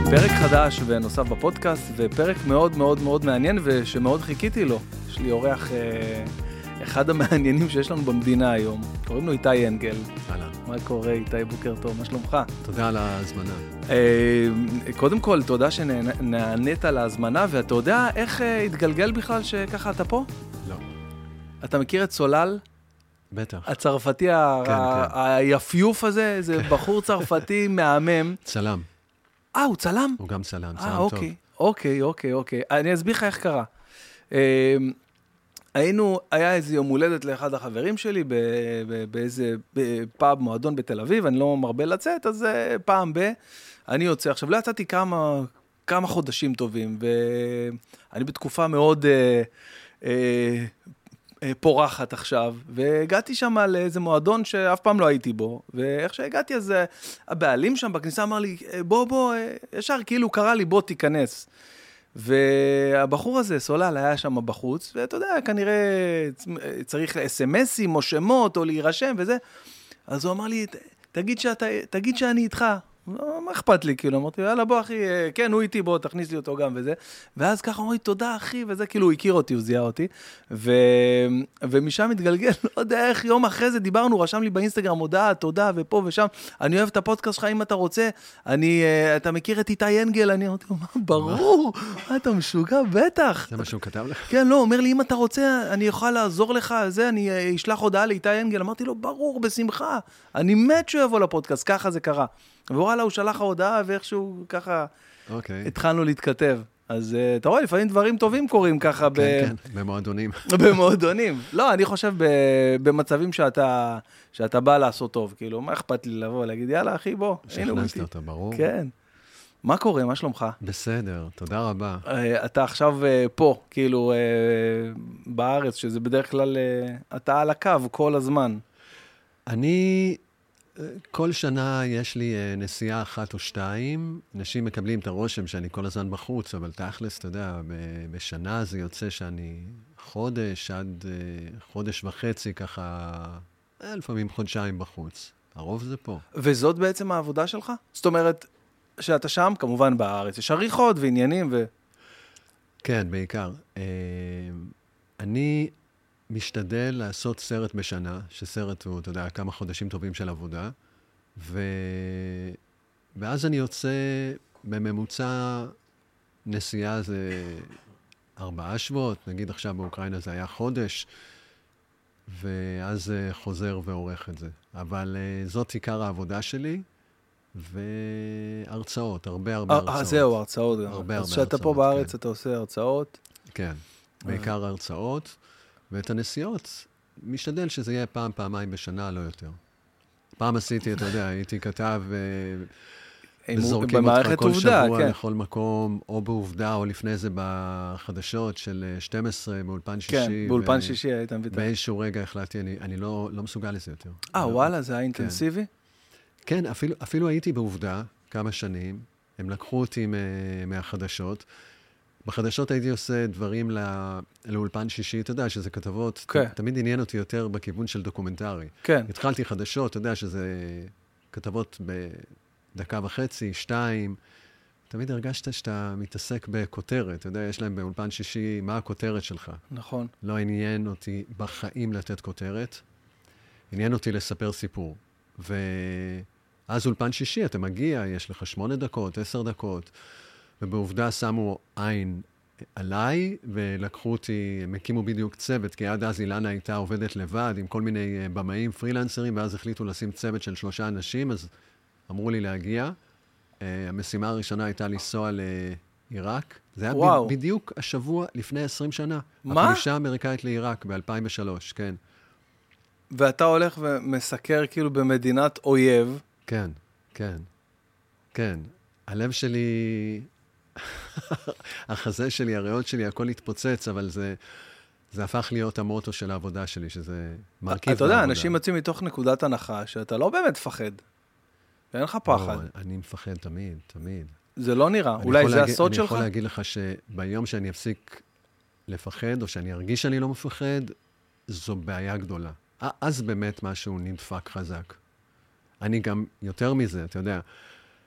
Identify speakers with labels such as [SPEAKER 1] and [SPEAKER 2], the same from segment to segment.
[SPEAKER 1] פרק חדש ונוסף בפודקאסט, ופרק מאוד מאוד מאוד מעניין ושמאוד חיכיתי לו. יש לי אורח אחד המעניינים שיש לנו במדינה היום. קוראים לו איתי אנגל.
[SPEAKER 2] אהלן.
[SPEAKER 1] מה קורה איתי? בוקר טוב, מה שלומך?
[SPEAKER 2] תודה על ההזמנה.
[SPEAKER 1] קודם כל, תודה שנענית על ההזמנה, ואתה יודע איך התגלגל בכלל שככה אתה פה?
[SPEAKER 2] לא.
[SPEAKER 1] אתה מכיר את סולל?
[SPEAKER 2] בטח.
[SPEAKER 1] הצרפתי
[SPEAKER 2] כן.
[SPEAKER 1] היפיוף הזה, זה בחור צרפתי מהמם.
[SPEAKER 2] צלם.
[SPEAKER 1] הוא צלם?
[SPEAKER 2] הוא גם צלם, צלם טוב.
[SPEAKER 1] אוקיי. אני אסביר לך איך קרה. היה איזה יום הולדת לאחד החברים שלי באיזה פאב מועדון בתל אביב, אני לא מרבה לצאת, אז פעם אני יוצא. עכשיו, לא יצאתי כמה חודשים טובים, ואני בתקופה מאוד פורחת עכשיו, והגעתי שם לאיזה מועדון שאף פעם לא הייתי בו, ואיך שהגעתי, אז הבעלים שם בכניסה אמר לי, בוא, ישר כאילו קרא לי, בוא תיכנס. והבחור הזה, סולל, היה שם בחוץ, ואתה יודע, כנראה צריך אס-אמסים או שמות או להירשם וזה, אז הוא אמר לי, תגיד שאני איתך. מה אכפת לי? כאילו, אמרתי, יאללה, בוא, אחי, כן, הוא איתי, בוא, תכניס לי אותו גם וזה. ואז ככה אמרתי, תודה, אחי, וזה, כאילו, הוא הכיר אותי, הוא זיהה אותי. ומשם התגלגל, לא יודע איך, יום אחרי זה דיברנו, רשם לי באינסטגרם הודעה, תודה, ופה ושם. אני אוהב את הפודקאסט שלך, אם אתה רוצה. אתה מכיר את איתי אנגל? אני אמרתי, ברור, אתה משוגע, בטח.
[SPEAKER 2] זה מה שהוא כתב לך?
[SPEAKER 1] כן, לא, הוא אומר לי, אם אתה רוצה, אני יכול לעזור לך, זה, אני אשלח הודעה לאיתי אנגל. אמרתי לו, ברור, בשמחה. אני מת שהוא יבוא לפודקאסט, ככה זה קרה. ווואלה, הוא שלח ההודעה, ואיכשהו ככה התחלנו להתכתב. אז אתה רואה, לפעמים דברים טובים קורים ככה
[SPEAKER 2] כן, במועדונים.
[SPEAKER 1] במועדונים. לא, אני חושב במצבים שאתה בא לעשות טוב, כאילו, מה אכפת לי לבוא, להגיד, יאללה, אחי, בוא.
[SPEAKER 2] שכנסת אותה, ברור.
[SPEAKER 1] כן. מה קורה? מה שלומך?
[SPEAKER 2] בסדר, תודה רבה.
[SPEAKER 1] אתה עכשיו פה, כאילו, בארץ, שזה בדרך כלל, אתה על הקו כל הזמן.
[SPEAKER 2] כל שנה יש לי נסיעה אחת או שתיים, אנשים מקבלים את הרושם שאני כל הזמן בחוץ, אבל תכלס, אתה יודע, בשנה זה יוצא שאני חודש עד חודש וחצי, ככה, לפעמים חודשיים בחוץ. הרוב זה פה.
[SPEAKER 1] וזאת בעצם העבודה שלך? זאת אומרת, שאתה שם, כמובן בארץ, יש עריכות ועניינים
[SPEAKER 2] כן, בעיקר. אני משתדל לעשות סרט בשנה, שסרט הוא, אתה יודע, כמה חודשים טובים של עבודה, ואז אני יוצא בממוצע נסיעה זה 4 שבועות, נגיד עכשיו באוקראינה זה היה חודש, ואז חוזר ועורך את זה. אבל זאת עיקר העבודה שלי, והרצאות, הרבה הרצאות.
[SPEAKER 1] זהו, הרצאות גם.
[SPEAKER 2] הרבה
[SPEAKER 1] אז שאתה פה בארץ, אתה עושה הרצאות?
[SPEAKER 2] כן, בעיקר הרצאות. ואת הנסיעות, משתדל שזה יהיה פעמיים בשנה, לא יותר. פעם עשיתי, אתה יודע, הייתי כתב, וזורקים אותך כל שבוע לכל מקום, או בעובדה, או לפני זה בחדשות של 12, באולפן שישי.
[SPEAKER 1] כן, באולפן שישי היית מבטא.
[SPEAKER 2] באיזשהו רגע החלטתי, אני לא מסוגל לזה יותר.
[SPEAKER 1] וואלה, זה היה אינטנסיבי?
[SPEAKER 2] כן, אפילו הייתי בעובדה כמה שנים, הם לקחו אותי מהחדשות, בחדשות הייתי עושה דברים לאולפן שישי, אתה יודע, שזה כתבות, תמיד עניין אותי יותר בכיוון של דוקומנטרי.
[SPEAKER 1] כן.
[SPEAKER 2] התחלתי חדשות, אתה יודע, שזה כתבות בדקה וחצי, 2, תמיד הרגשת שאתה מתעסק בכותרת, אתה יודע, יש להם באולפן שישי, מה הכותרת שלך?
[SPEAKER 1] נכון.
[SPEAKER 2] לא עניין אותי בחיים לתת כותרת, עניין אותי לספר סיפור. ואז אולפן שישי, אתה מגיע, יש לך 8 דקות, 10 דקות, ובעובדה שמו עין עליי, ולקחו אותי, הם הקימו בדיוק צוות, כי עד אז אילנה הייתה עובדת לבד, עם כל מיני במאים, פרילנסרים, ואז החליטו לשים צוות של 3 אנשים, אז אמרו לי להגיע. המשימה הראשונה הייתה לנסוע לעיראק. זה היה בדיוק השבוע לפני 20 שנה.
[SPEAKER 1] מה?
[SPEAKER 2] הפלישה האמריקאית לעיראק ב-2003, כן.
[SPEAKER 1] ואתה הולך ומסקר כאילו במדינת אויב.
[SPEAKER 2] כן, כן, כן. הלב שלי, החזה שלי, הריאות שלי, הכל התפוצץ, אבל זה הפך להיות המוטו של העבודה שלי, שזה מרכיב
[SPEAKER 1] אתה יודע, אנשים יוצאים מתוך נקודת הנחה, שאתה לא באמת מפחד. ואין לך פחד.
[SPEAKER 2] אני מפחד תמיד, תמיד.
[SPEAKER 1] זה לא נראה. אולי זה הסוד שלך?
[SPEAKER 2] אני יכול להגיד לך שביום שאני אפסיק לפחד, או שאני ארגיש שאני לא מפחד, זו בעיה גדולה. אז באמת משהו נדפק חזק. אני גם יותר מזה, אתה יודע,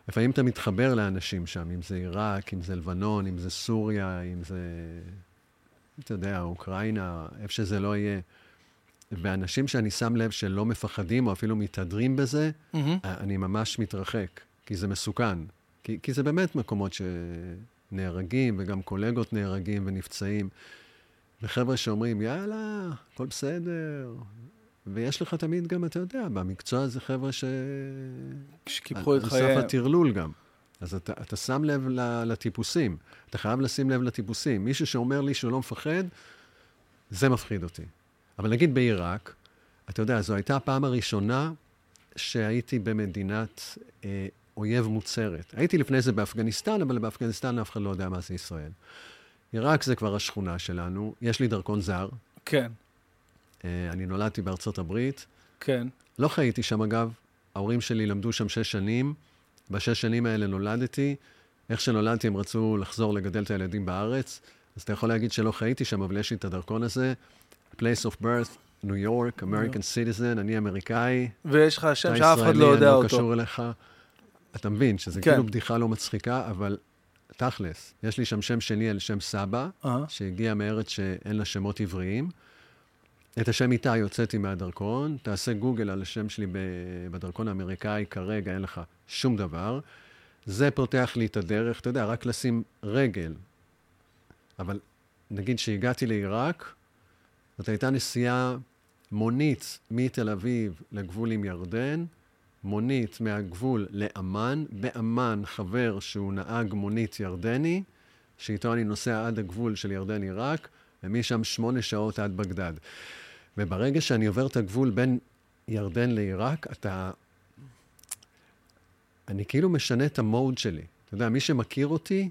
[SPEAKER 2] לפעמים אתה מתחבר לאנשים שם, אם זה עיראק, אם זה לבנון, אם זה סוריה, אם זה, אתה יודע, אוקראינה, איפה שזה לא יהיה. ואנשים שאני שם לב שלא מפחדים או אפילו מתהדרים בזה, אני ממש מתרחק, כי זה מסוכן. כי זה באמת מקומות שנהרגים, וגם קולגות נהרגים ונפצעים. וחבר'ה שאומרים, יאללה, הכל בסדר. ויש לך תמיד גם, אתה יודע, במקצוע זה חבר'ה
[SPEAKER 1] שקיפחו את
[SPEAKER 2] על
[SPEAKER 1] חייהם.
[SPEAKER 2] סף התרלול גם. אז אתה שם לב לטיפוסים. אתה חייב לשים לב לטיפוסים. מישהו שאומר לי שהוא לא מפחד, זה מפחיד אותי. אבל נגיד בעיראק, אתה יודע, זו הייתה הפעם הראשונה שהייתי במדינת אויב מוצרת. הייתי לפני זה באפגניסטן, אבל באפגניסטן אף אחד לא יודע מה זה ישראל. עיראק זה כבר השכונה שלנו. יש לי דרכון זר.
[SPEAKER 1] כן.
[SPEAKER 2] אני נולדתי בארצות הברית.
[SPEAKER 1] כן.
[SPEAKER 2] לא חייתי שם, אגב. ההורים שלי למדו שם 6 שנים. ב6 שנים האלה נולדתי. איך שנולדתי הם רצו לחזור לגדל את הילדים בארץ. אז אתה יכול להגיד שלא חייתי שם, אבל יש לי את הדרכון הזה. place of birth, ניו יורק, American citizen, אני אמריקאי.
[SPEAKER 1] ויש לך שם שאף אחד לא יודע אותו.
[SPEAKER 2] אני לא קשור אליך. אתה מבין שזה כאילו בדיחה לא מצחיקה, אבל תכלס, יש לי שם שני על שם סבא, שהגיע מארץ שאין לה שמות עבריים. את השם איתה יוצאתי מהדרכון, תעשה גוגל על השם שלי בדרכון האמריקאי, כרגע אין לך שום דבר. זה פותח לי את הדרך, אתה יודע, רק לשים רגל. אבל נגיד שהגעתי לעיראק, זאת הייתה נסיעה מונית מתל אביב לגבול עם ירדן, מונית מהגבול לאמן, באמן חבר שהוא נהג מונית ירדני, שאיתו אני נוסע עד הגבול של ירדן-עיראק, ומשם 8 שעות עד בגדד. וברגע שאני עובר את הגבול בין ירדן לעיראק, אני כאילו משנה את המוד שלי. אתה יודע, מי שמכיר אותי,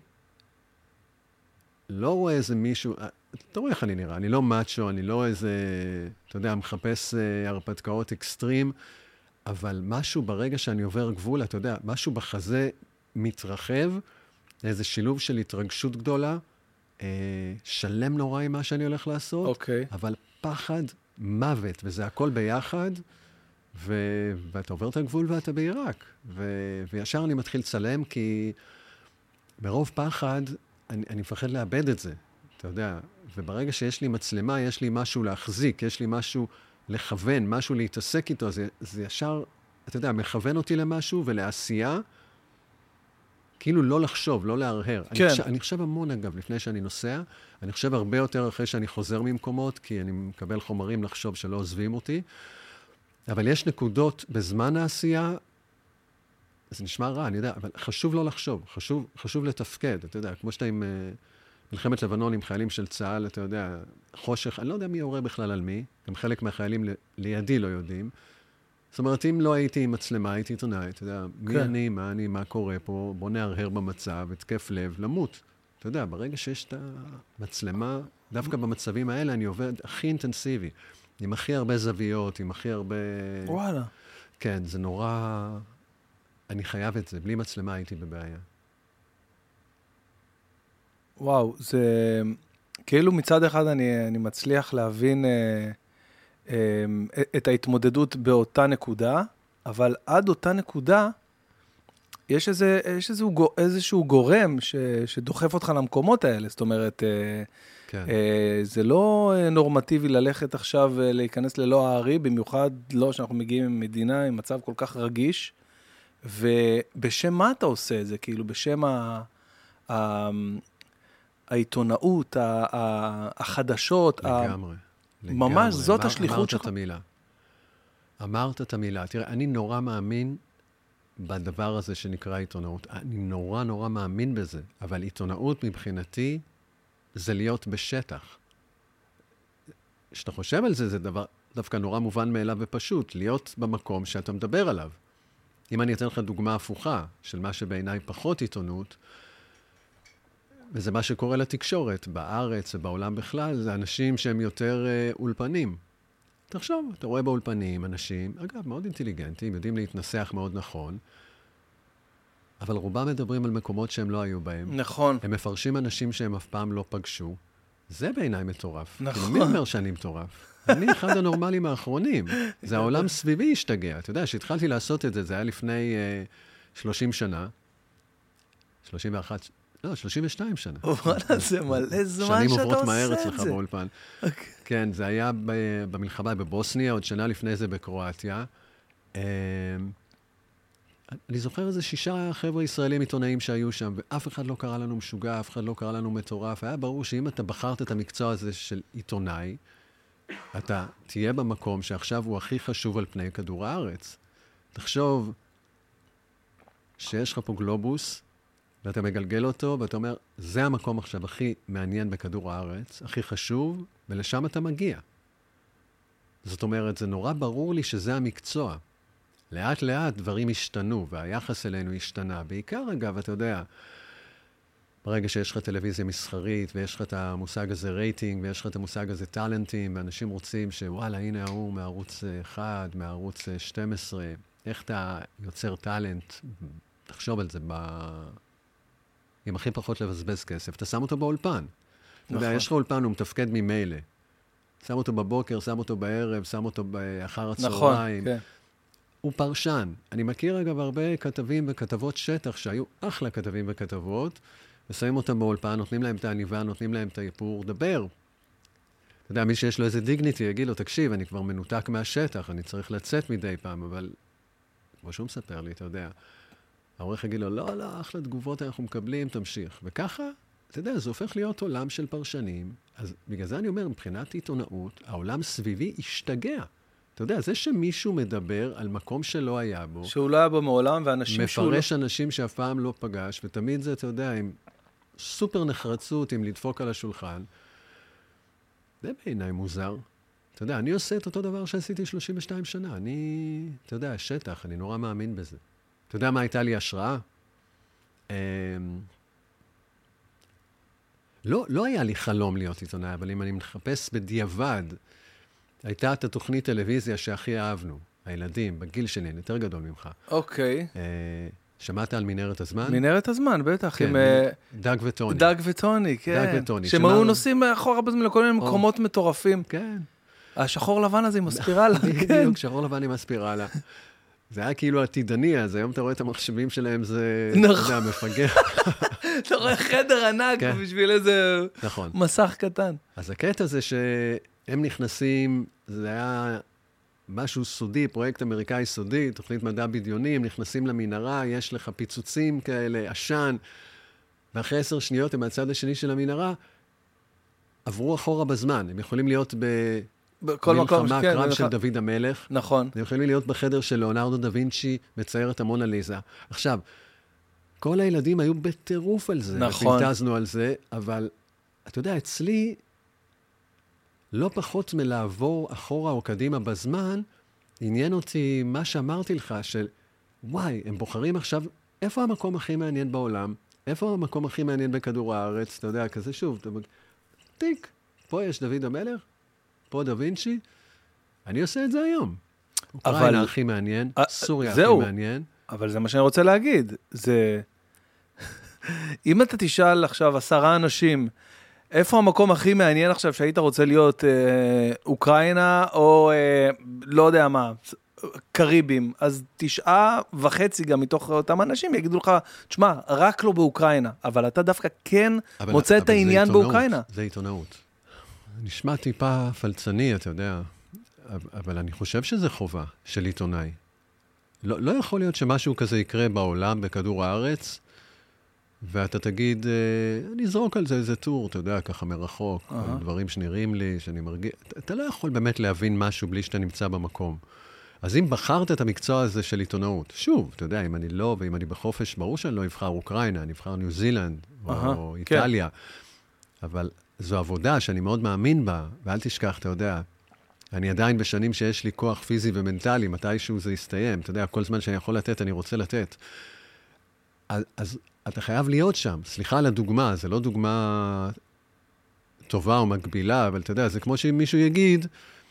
[SPEAKER 2] לא רואה איזה מישהו, אתה רואה איך אני נראה, אני לא מאצ'ו, אני לא איזה, אתה יודע, מחפש הרפתקאות אקסטרים, אבל משהו ברגע שאני עובר גבול, אתה יודע, משהו בחזה מתרחב, איזה שילוב של התרגשות גדולה, שלם נורא עם מה שאני הולך לעשות, אבל פחד מוות, וזה הכל ביחד, ואתה עובר את הגבול ואתה בעיראק. וישר אני מתחיל לצלם, כי מרוב פחד אני מפחד לאבד את זה, אתה יודע. וברגע שיש לי מצלמה, יש לי משהו להחזיק, יש לי משהו לכוון, משהו להתעסק איתו, זה ישר, אתה יודע, מכוון אותי למשהו ולעשייה, כאילו לא לחשוב, לא להרהר.
[SPEAKER 1] כן.
[SPEAKER 2] אני חושב המון, אגב, לפני שאני נוסע, אני חושב הרבה יותר אחרי שאני חוזר ממקומות, כי אני מקבל חומרים לחשוב שלא עוזבים אותי, אבל יש נקודות בזמן העשייה, זה נשמע רע, אני יודע, אבל חשוב לא לחשוב, חשוב לתפקד, אתה יודע, כמו שאתה עם מלחמת לבנון, עם חיילים של צה"ל, אתה יודע, חושך, אני לא יודע מי יורה בכלל על מי, גם חלק מהחיילים לידי לא יודעים, זאת אומרת, אם לא הייתי עם מצלמה, הייתי עיתונאי, אתה יודע, מי אני, מה אני, מה קורה פה, בוא נהרהר במצב, התקף לב, למות. אתה יודע, ברגע שיש את המצלמה, דווקא במצבים האלה אני עובד הכי אינטנסיבי, עם הכי הרבה זוויות, עם הכי הרבה...
[SPEAKER 1] וואלה.
[SPEAKER 2] כן, זה נורא... אני חייב את זה, בלי מצלמה הייתי בבעיה.
[SPEAKER 1] וואו, זה... כאילו מצד אחד אני מצליח להבין את ההתמודדות באותה נקודה, אבל עד אותה נקודה, יש איזשהו גורם שדוחף אותך למקומות האלה. זאת אומרת, כן. זה לא נורמטיבי ללכת עכשיו להיכנס ללא הערי, במיוחד לא שאנחנו מגיעים עם מדינה, עם מצב כל כך רגיש, ובשם מה אתה עושה את זה? כאילו, בשם העיתונאות, החדשות,
[SPEAKER 2] לגמרי.
[SPEAKER 1] ממש זאת השליחות שלך.
[SPEAKER 2] אמרת את המילה. תראה, אני נורא מאמין בדבר הזה שנקרא עיתונאות. אני נורא מאמין בזה, אבל עיתונאות מבחינתי זה להיות בשטח. כשאתה חושב על זה, זה דבר דווקא נורא מובן מאליו ופשוט, להיות במקום שאתה מדבר עליו. אם אני אתן לך דוגמה הפוכה של מה שבעיניי פחות עיתונות, וזה מה שקורה לתקשורת בארץ ובעולם בכלל, זה אנשים שהם יותר אולפנים. תחשוב, אתה רואה באולפנים אנשים, אגב, מאוד אינטליגנטים, יודעים להתנסח מאוד נכון, אבל רובם מדברים על מקומות שהם לא היו בהם.
[SPEAKER 1] נכון.
[SPEAKER 2] הם מפרשים אנשים שהם אף פעם לא פגשו. זה בעיניי מטורף.
[SPEAKER 1] נכון.
[SPEAKER 2] מי אומר שאני מטורף? אני אחד הנורמלים האחרונים. זה העולם סביבי השתגע. אתה יודע, שהתחלתי לעשות את זה, זה היה לפני 30 שנה. 31, לא, 32 שנה.
[SPEAKER 1] וואלה, זה מלא זמן שאתה עושה את זה.
[SPEAKER 2] שנים עוברות מהר אצלך באולפן. כן, זה היה במלחמה בבוסניה, עוד שנה לפני זה בקרואטיה. אני זוכר איזה 6 חבר'ה ישראלים עיתונאים שהיו שם, ואף אחד לא קרא לנו משוגע, אף אחד לא קרא לנו מטורף. היה ברור שאם אתה בחרת את המקצוע הזה של עיתונאי, אתה תהיה במקום שעכשיו הוא הכי חשוב על פני כדור הארץ. תחשוב שיש לך פה גלובוס, ואתה מגלגל אותו, ואתה אומר, זה המקום עכשיו הכי מעניין בכדור הארץ, הכי חשוב, ולשם אתה מגיע. זאת אומרת, זה נורא ברור לי שזה המקצוע. לאט לאט דברים השתנו, והיחס אלינו השתנה. בעיקר, אגב, אתה יודע, ברגע שיש לך טלוויזיה מסחרית, ויש לך את המושג הזה רייטינג, ויש לך את המושג הזה טלנטים, ואנשים רוצים שוואלה, הנה הוא מערוץ 1, מערוץ 12, איך אתה יוצר טלנט? תחשוב על זה עם הכי פחות לבזבז כסף. אתה שם אותו באולפן. אתה יודע, יש לך אולפן, הוא מתפקד ממילא. שם אותו בבוקר, שם אותו בערב, שם אותו אחר הצהריים.
[SPEAKER 1] נכון, כן.
[SPEAKER 2] הוא פרשן. אני מכיר, אגב, הרבה כתבים וכתבות שטח שהיו אחלה כתבים וכתבות, ושמים אותם באולפן, נותנים להם את העניבה, נותנים להם את האיפור, דבר. אתה יודע, מי שיש לו איזה דיגניטי, יגיד לו, תקשיב, אני כבר מנותק מהשטח, אני צריך לצאת מדי פעם, אבל כמו שהוא מספר לי, אתה יודע, העורך יגיד לו, לא, לא, אחלה תגובות אנחנו מקבלים, תמשיך. וככה, אתה יודע, זה הופך להיות עולם של פרשנים, אז בגלל זה אני אומר, מבחינת עיתונאות, העולם סביבי השתגע. אתה יודע, זה שמישהו מדבר על מקום שלא היה בו,
[SPEAKER 1] שהוא לא היה בו מעולם, ואנשים
[SPEAKER 2] מפרש אנשים שאף פעם לא פגש, ותמיד זה, אתה יודע, עם סופר נחרצות, עם לדפוק על השולחן, זה בעיניי מוזר. אתה יודע, אני עושה את אותו דבר שעשיתי 32 שנה. אתה יודע, שטח, אני נורא מאמין בזה. אתה יודע מה הייתה לי השראה? לא היה לי חלום להיות עיתונאי, אבל אם אני מחפש בדיעבד, הייתה את התוכנית טלוויזיה שהכי אהבנו, הילדים, בגיל שלי, יותר גדול ממך.
[SPEAKER 1] אוקיי.
[SPEAKER 2] שמעת על מנהרת הזמן?
[SPEAKER 1] מנהרת הזמן, בטח.
[SPEAKER 2] כן, דג וטוני.
[SPEAKER 1] דג וטוני, כן.
[SPEAKER 2] דג וטוני.
[SPEAKER 1] שהם היו נוסעים אחורה בזמן לכל מיני מקומות מטורפים.
[SPEAKER 2] כן.
[SPEAKER 1] השחור לבן הזה עם הספירלה, כן.
[SPEAKER 2] בדיוק, שחור לבן עם הספירלה. זה היה כאילו עתידני, אז היום אתה רואה את המחשבים שלהם, זה, אתה יודע, מפגר.
[SPEAKER 1] אתה רואה חדר ענק בשביל איזה מסך קטן.
[SPEAKER 2] אז הקטע זה שהם נכנסים, זה היה משהו סודי, פרויקט אמריקאי סודי, תוכנית מדע בדיוני, הם נכנסים למנהרה, יש לך פיצוצים כאלה, עשן, ואחרי 10 שניות הם מהצד השני של המנהרה, עברו אחורה בזמן, הם יכולים להיות
[SPEAKER 1] בכל מקום,
[SPEAKER 2] מלחמה,
[SPEAKER 1] כן,
[SPEAKER 2] קרב של דוד המלך.
[SPEAKER 1] נכון.
[SPEAKER 2] הם יכולים להיות בחדר של ליאונרדו דה וינצ'י, מצייר את המונה-ליזה. עכשיו, כל הילדים היו בטירוף על זה.
[SPEAKER 1] נכון.
[SPEAKER 2] ופינטזנו על זה, אבל, אתה יודע, אצלי, לא פחות מלעבור אחורה או קדימה בזמן, עניין אותי מה שאמרתי לך, של, וואי, הם בוחרים עכשיו, איפה המקום הכי מעניין בעולם? איפה המקום הכי מעניין בכדור הארץ? אתה יודע, כזה שוב, טיק, פה יש דוד המלך, פה דה וינצ'י, אני עושה את זה היום. אוקראינה הכי מעניין, סוריה הכי מעניין.
[SPEAKER 1] אבל זה מה שאני רוצה להגיד. זה... אם אתה תשאל עכשיו 10 אנשים, איפה המקום הכי מעניין עכשיו שהיית רוצה להיות אוקראינה, או לא יודע מה, קריבים, אז 9.5 גם מתוך אותם אנשים יגידו לך, תשמע, רק לא באוקראינה, אבל אתה דווקא כן מוצא את העניין באוקראינה.
[SPEAKER 2] זה עיתונאות. נשמע טיפה פלצני, אתה יודע, אבל אני חושב שזה חובה של עיתונאי. לא יכול להיות שמשהו כזה יקרה בעולם, בכדור הארץ, ואתה תגיד, אני אזרוק על זה איזה טור, אתה יודע, ככה מרחוק, דברים שנראים לי, שאני מרגיש... אתה לא יכול באמת להבין משהו בלי שאתה נמצא במקום. אז אם בחרת את המקצוע הזה של עיתונאות, שוב, אתה יודע, אם אני לא, ואם אני בחופש, ברור שאני לא אבחר אוקראינה, אני אבחר ניו זילנד, או איטליה, אבל זו עבודה שאני מאוד מאמין בה, ואל תשכח, אתה יודע, אני עדיין בשנים שיש לי כוח פיזי ומנטלי, מתישהו זה יסתיים, אתה יודע, כל זמן שאני יכול לתת, אני רוצה לתת. אז אתה חייב להיות שם. סליחה על הדוגמה, זה לא דוגמה טובה או מקבילה, אבל אתה יודע, זה כמו שאם מישהו יגיד,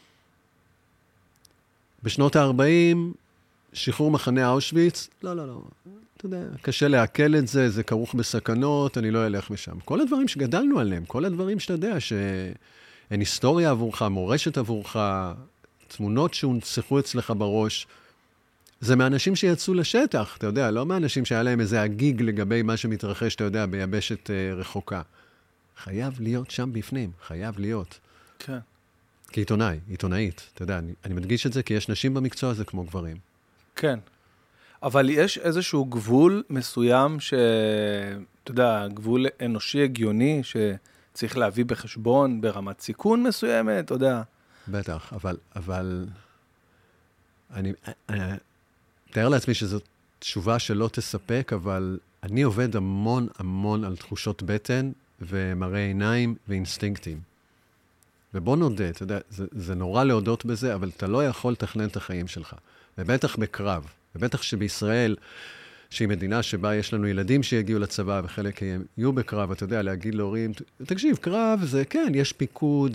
[SPEAKER 2] בשנות ה-40, שחרור מחנה אושוויץ, לא, אתה יודע, קשה לעכל את זה, זה כרוך בסכנות, אני לא אלך משם. כל הדברים שגדלנו עליהם, כל הדברים שאתה יודע, שאין היסטוריה עבורך, מורשת עבורך, תמונות שהונצחו אצלך בראש, זה מאנשים שיצאו לשטח, אתה יודע, לא מאנשים שהיה להם איזה הגיג לגבי מה שמתרחש, אתה יודע, ביבשת רחוקה. חייב להיות שם בפנים, חייב להיות.
[SPEAKER 1] כן.
[SPEAKER 2] כעיתונאי, עיתונאית, אתה יודע, אני מדגיש את זה כי יש נשים במקצוע הזה כמו גברים.
[SPEAKER 1] כן. אבל יש איזשהו גבול מסוים אתה יודע, גבול אנושי הגיוני שצריך להביא בחשבון ברמת סיכון מסוימת, אתה יודע.
[SPEAKER 2] בטח, אבל אני תאר לעצמי שזו תשובה שלא תספק, אבל אני עובד המון המון על תחושות בטן ומראה עיניים ואינסטינקטים. ובוא נודה, אתה יודע, זה נורא להודות בזה, אבל אתה לא יכול לתכנן את החיים שלך. ובטח בקרב, ובטח שבישראל, שהיא מדינה שבה יש לנו ילדים שיגיעו לצבא, וחלק יהיו בקרב, אתה יודע, להגיד להורים, תקשיב, קרב זה, כן, יש פיקוד,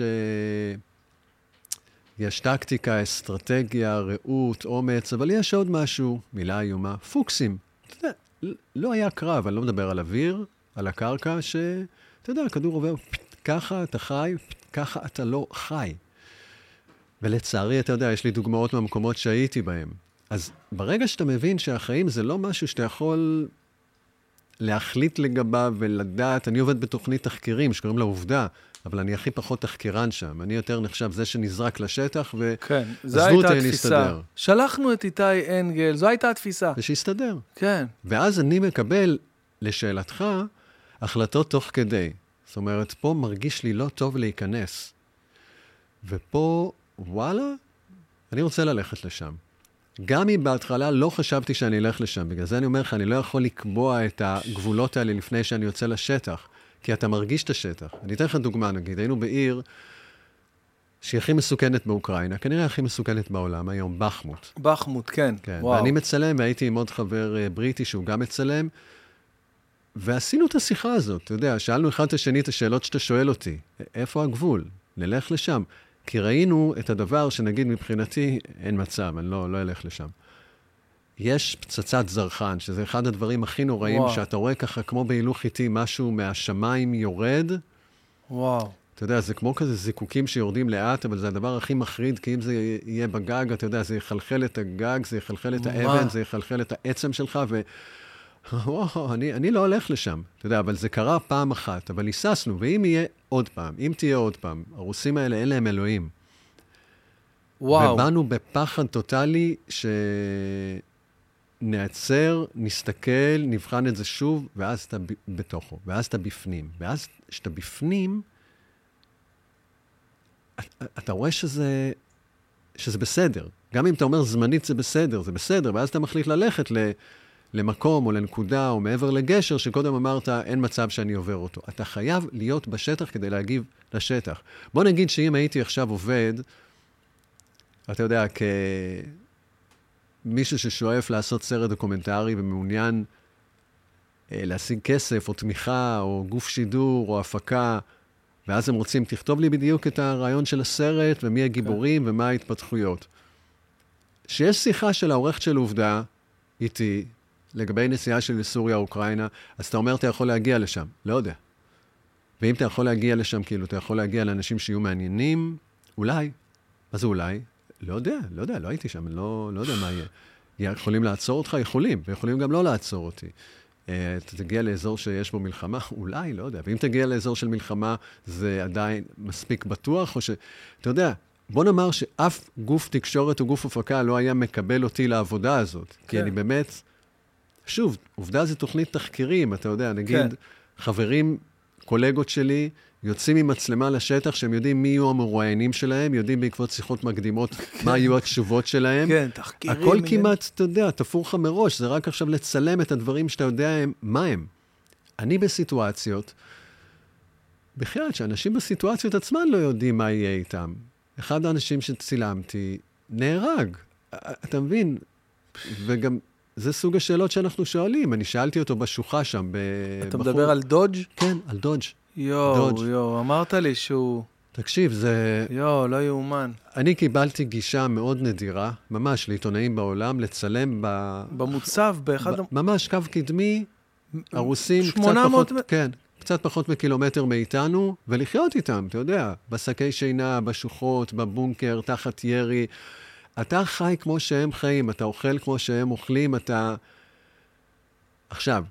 [SPEAKER 2] יש טקטיקה, אסטרטגיה, ראות, אומץ, אבל יש עוד משהו, מילה איומה, פוקסים. אתה יודע, לא היה קרב, אני לא מדבר על אוויר, על הקרקע, אתה יודע, הכדור עובר, ככה אתה חי, ככה אתה לא חי. ולצערי, אתה יודע, יש לי דוגמאות מהמקומות שהייתי בהם. אז ברגע שאתה מבין שהחיים זה לא משהו שאתה יכול להחליט לגביו ולדעת, אני עובד בתוכנית תחקירים שקוראים לה עובדה, אבל אני הכי פחות תחקירן שם. אני יותר נחשב זה שנזרק לשטח,
[SPEAKER 1] כן, זו הייתה התפיסה. שלחנו את איתי אנגל, זו הייתה התפיסה.
[SPEAKER 2] ושיסתדר.
[SPEAKER 1] כן.
[SPEAKER 2] ואז אני מקבל, לשאלתך, החלטות תוך כדי. זאת אומרת, פה מרגיש לי לא טוב להיכנס. ופה, וואלה, אני רוצה ללכת לשם. גם אם בהתחלה לא חשבתי שאני אלך לשם. בגלל זה אני אומר לך, אני לא יכול לקבוע את הגבולות האלה לפני שאני יוצא לשטח. כי אתה מרגיש את השטח. אני אתן לך דוגמה, נגיד, היינו בעיר שהיא הכי מסוכנת באוקראינה, כנראה הכי מסוכנת בעולם, היום בחמוט.
[SPEAKER 1] בחמוט, כן.
[SPEAKER 2] כן.
[SPEAKER 1] וואו.
[SPEAKER 2] ואני מצלם, והייתי עם עוד חבר בריטי שהוא גם מצלם, ועשינו את השיחה הזאת, אתה יודע, שאלנו אחד את השני את השאלות שאתה שואל אותי, איפה הגבול? נלך לשם. כי ראינו את הדבר שנגיד מבחינתי, אין מצב, אני לא אלך לשם. יש פצצת זרחן, שזה אחד הדברים הכי נוראים, וואו. שאתה רואה ככה כמו בהילוך איתי, משהו מהשמיים יורד.
[SPEAKER 1] וואו.
[SPEAKER 2] אתה יודע, זה כמו כזה זיקוקים שיורדים לאט, אבל זה הדבר הכי מחריד, כי אם זה יהיה בגג, אתה יודע, זה יחלחל את הגג, זה יחלחל את האבן, זה יחלחל את העצם שלך, וואו, אני לא הולך לשם. אתה יודע, אבל זה קרה פעם אחת, אבל היססנו, ואם יהיה עוד פעם, אם תהיה עוד פעם, הרוסים האלה אין להם אלוהים. וואו. ובאנו בפחד טוטלי נעצר, נסתכל, נבחן את זה שוב, ואז אתה בתוכו, ואז אתה בפנים. ואז כשאתה בפנים, אתה רואה שזה בסדר. גם אם אתה אומר זמנית זה בסדר, ואז אתה מחליט ללכת למקום או לנקודה או מעבר לגשר, שקודם אמרת, אין מצב שאני עובר אותו. אתה חייב להיות בשטח כדי להגיב לשטח. בוא נגיד שאם הייתי עכשיו עובד, אתה יודע, מישהו ששואף לעשות סרט דוקומנטרי ומעוניין להשיג כסף או תמיכה או גוף שידור או הפקה, ואז הם רוצים, תכתוב לי בדיוק את הרעיון של הסרט ומי הגיבורים ומה ההתפתחויות. שיש שיחה של העורכת של עובדה איתי לגבי נסיעה של סוריה או אוקראינה, אז אתה אומר, אתה יכול להגיע לשם. לא יודע. ואם אתה יכול להגיע לשם, כאילו, אתה יכול להגיע לאנשים שיהיו מעניינים, אולי. מה זה אולי? לא יודע, לא הייתי שם, לא יודע מה יהיה. יכולים לעצור אותך? יכולים, ויכולים גם לא לעצור אותי. אתה תגיע לאזור שיש בו מלחמה? אולי, לא יודע. ואם תגיע לאזור של מלחמה, זה עדיין מספיק בטוח, או אתה יודע, בוא נאמר שאף גוף תקשורת או גוף הפקה לא היה מקבל אותי לעבודה הזאת. כי אני באמת, שוב, עובדה זה תוכנית תחקירים, אתה יודע, נגיד, חברים, קולגות שלי, יוצאים עם מצלמה לשטח, שהם יודעים מי יהיו המרואיינים שלהם, יודעים בעקבות שיחות מקדימות מה יהיו התשובות שלהם.
[SPEAKER 1] כן, תחקירים.
[SPEAKER 2] הכל כמעט, אתה יודע, תפור לך מראש, זה רק עכשיו לצלם את הדברים שאתה יודע מה הם. אני בסיטואציות, בכלל, שאנשים בסיטואציות עצמן לא יודעים מה יהיה איתם. אחד האנשים שצילמתי נהרג, אתה מבין? וגם זה סוג השאלות שאנחנו שואלים. אני שאלתי אותו בשוחה שם.
[SPEAKER 1] אתה מדבר על דודג'?
[SPEAKER 2] כן, על דודג'.
[SPEAKER 1] יו, אמרת לי שהוא...
[SPEAKER 2] תקשיב, זה...
[SPEAKER 1] לא יאומן.
[SPEAKER 2] אני קיבלתי גישה מאוד נדירה, ממש לעיתונאים בעולם, לצלם
[SPEAKER 1] במוצב, באחד...
[SPEAKER 2] ממש קו קדמי, הרוסים
[SPEAKER 1] 800...
[SPEAKER 2] קצת פחות מקילומטר מאיתנו, ולחיות איתם, אתה יודע, בשקי שינה, בשוחות, בבונקר, תחת ירי. אתה חי כמו שהם חיים, אתה אוכל כמו שהם אוכלים, אתה... עכשיו,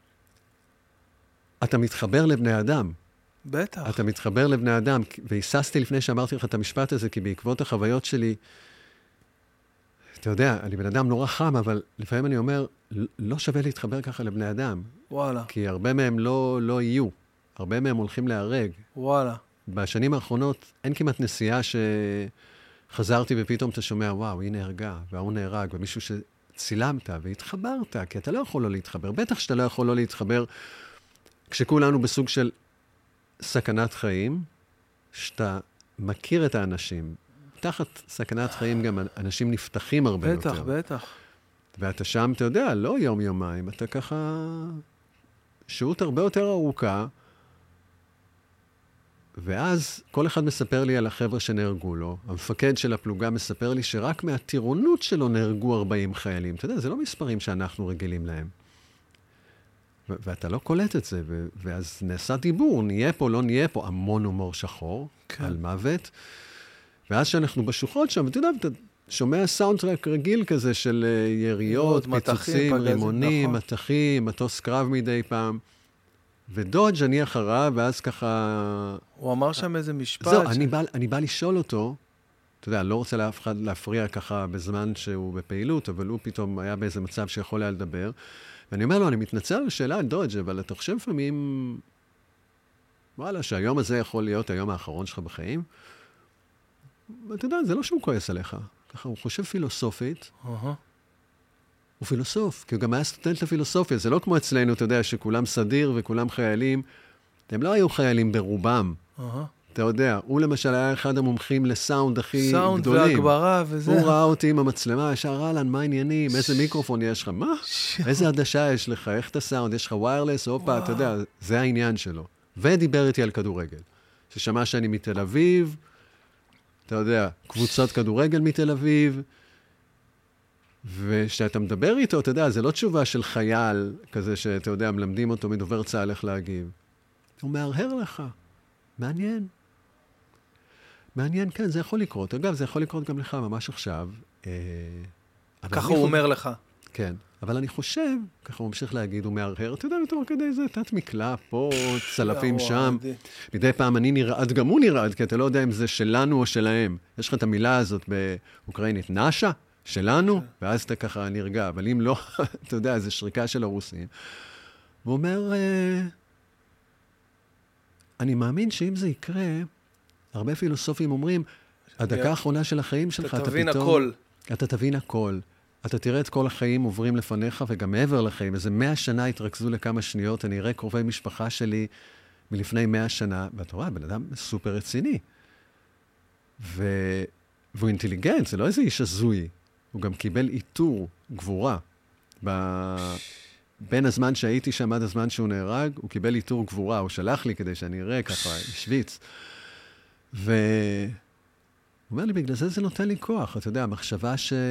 [SPEAKER 2] אתה מתחבר לבני אדם.
[SPEAKER 1] בטח.
[SPEAKER 2] אתה מתחבר לבני אדם, והיססתי לפני שאמרתי לך את המשפט הזה, כי בעקבות החוויות שלי, אתה יודע, אני בן אדם נורא חם, אבל לפעמים אני אומר, לא שווה להתחבר ככה לבני אדם.
[SPEAKER 1] וואלה.
[SPEAKER 2] כי הרבה מהם לא יהיו. הרבה מהם הולכים להרג.
[SPEAKER 1] וואלה.
[SPEAKER 2] בשנים האחרונות אין כמעט נסיעה שחזרתי ופתאום אתה שומע, וואו, היא נהרגה, והוא נהרג, ומישהו שצילמת והתחברת, כי אתה לא יכול לא להתחבר. בטח שאתה לא יכול לא להתחבר כשכולנו בסוג של סכנת חיים, שאתה מכיר את האנשים. תחת סכנת חיים גם אנשים נפתחים הרבה יותר.
[SPEAKER 1] בטח, בטח.
[SPEAKER 2] ואתה שם, אתה יודע, לא יום-יומיים, אתה ככה שהות הרבה יותר ארוכה, ואז כל אחד מספר לי על החבר'ה שנהרגו לו. המפקד של הפלוגה מספר לי שרק מהטירונות שלו נהרגו 40 חיילים. אתה יודע, זה לא מספרים שאנחנו רגילים להם. ואתה לא קולט את זה, ואז נעשה דיבור, נהיה פה, לא נהיה פה, המון הומור שחור, כן. על מוות. ואז שאנחנו בשוחות שם, אתה יודע, אתה שומע סאונדטרק רגיל כזה של יריות, פיצוצים, רימונים, נכון. מטחים, מטוס קרב מדי פעם. ודודג' אני אחריו, ואז ככה...
[SPEAKER 1] הוא אמר שם איזה משפט.
[SPEAKER 2] זהו, אני בא לשאול אותו, אתה יודע, לא רוצה לאף אחד להפריע ככה בזמן שהוא בפעילות, אבל הוא פתאום היה באיזה מצב שיכול היה לדבר. ואני אומר לו, אני מתנצל על השאלה, דודג', אבל אתה חושב לפעמים, וואלה, שהיום הזה יכול להיות היום האחרון שלך בחיים? ואתה יודע, זה לא שהוא כועס עליך. ככה, הוא חושב פילוסופית. הוא פילוסוף, כי הוא גם היה סטודנט לפילוסופיה. זה לא כמו אצלנו, אתה יודע, שכולם סדיר וכולם חיילים. הם לא היו חיילים ברובם. אתה יודע, הוא למשל היה אחד המומחים לסאונד הכי גדולים.
[SPEAKER 1] סאונד והגברה וזה.
[SPEAKER 2] הוא ראה אותי עם המצלמה, ישר רלן, מה העניינים? איזה מיקרופון יש לך? מה? איזה עדשה יש לך? איך אתה סאונד? יש לך ויירלס? הופה, אתה יודע, זה העניין שלו. ודיבר איתי על כדורגל. ששמע שאני מתל אביב, אתה יודע, קבוצות כדורגל מתל אביב, ושאתה מדבר איתו, אתה יודע, זה לא תשובה של חייל כזה שאתה יודע, מלמדים אותו מדובר צה"ל איך להגיב. הוא מהרהר לך. מעניין. מעניין, כן, זה יכול לקרות. אגב, זה יכול לקרות גם לך ממש עכשיו.
[SPEAKER 1] ככה הוא אומר לך.
[SPEAKER 2] כן, אבל אני חושב, ככה הוא ממשיך להגיד, הוא מהרהר, אתה יודע, בתור כדי זה, תת מקלע פה, צלפים שם. מדי פעם אני נרעד, גם הוא נרעד, כי אתה לא יודע אם זה שלנו או שלהם. יש לך את המילה הזאת באוקראינית, נשה, שלנו, ואז אתה ככה נרגע. אבל אם לא, אתה יודע, זה שריקה של הרוסים. הוא אומר, אני מאמין שאם זה יקרה, הרבה פילוסופים אומרים, הדקה האחרונה של החיים שלך,
[SPEAKER 1] אתה תבין הכל.
[SPEAKER 2] אתה תבין הכל. אתה תראה את כל החיים עוברים לפניך, וגם מעבר לחיים. איזה 100 שנה התרכזו לכמה שניות, אני אראה קרובי משפחה שלי מלפני 100 שנה, ואתה רואה, בן אדם סופר רציני. והוא אינטליגנט, זה לא איזה איש הזוי. הוא גם קיבל איתור גבורה. בין הזמן שהייתי שם עד הזמן שהוא נהרג, הוא קיבל איתור גבורה, הוא שלח לי כדי שאני אראה ככה, שוויץ. והוא אומר לי, בגלל זה נותן לי כוח. אתה יודע, המחשבה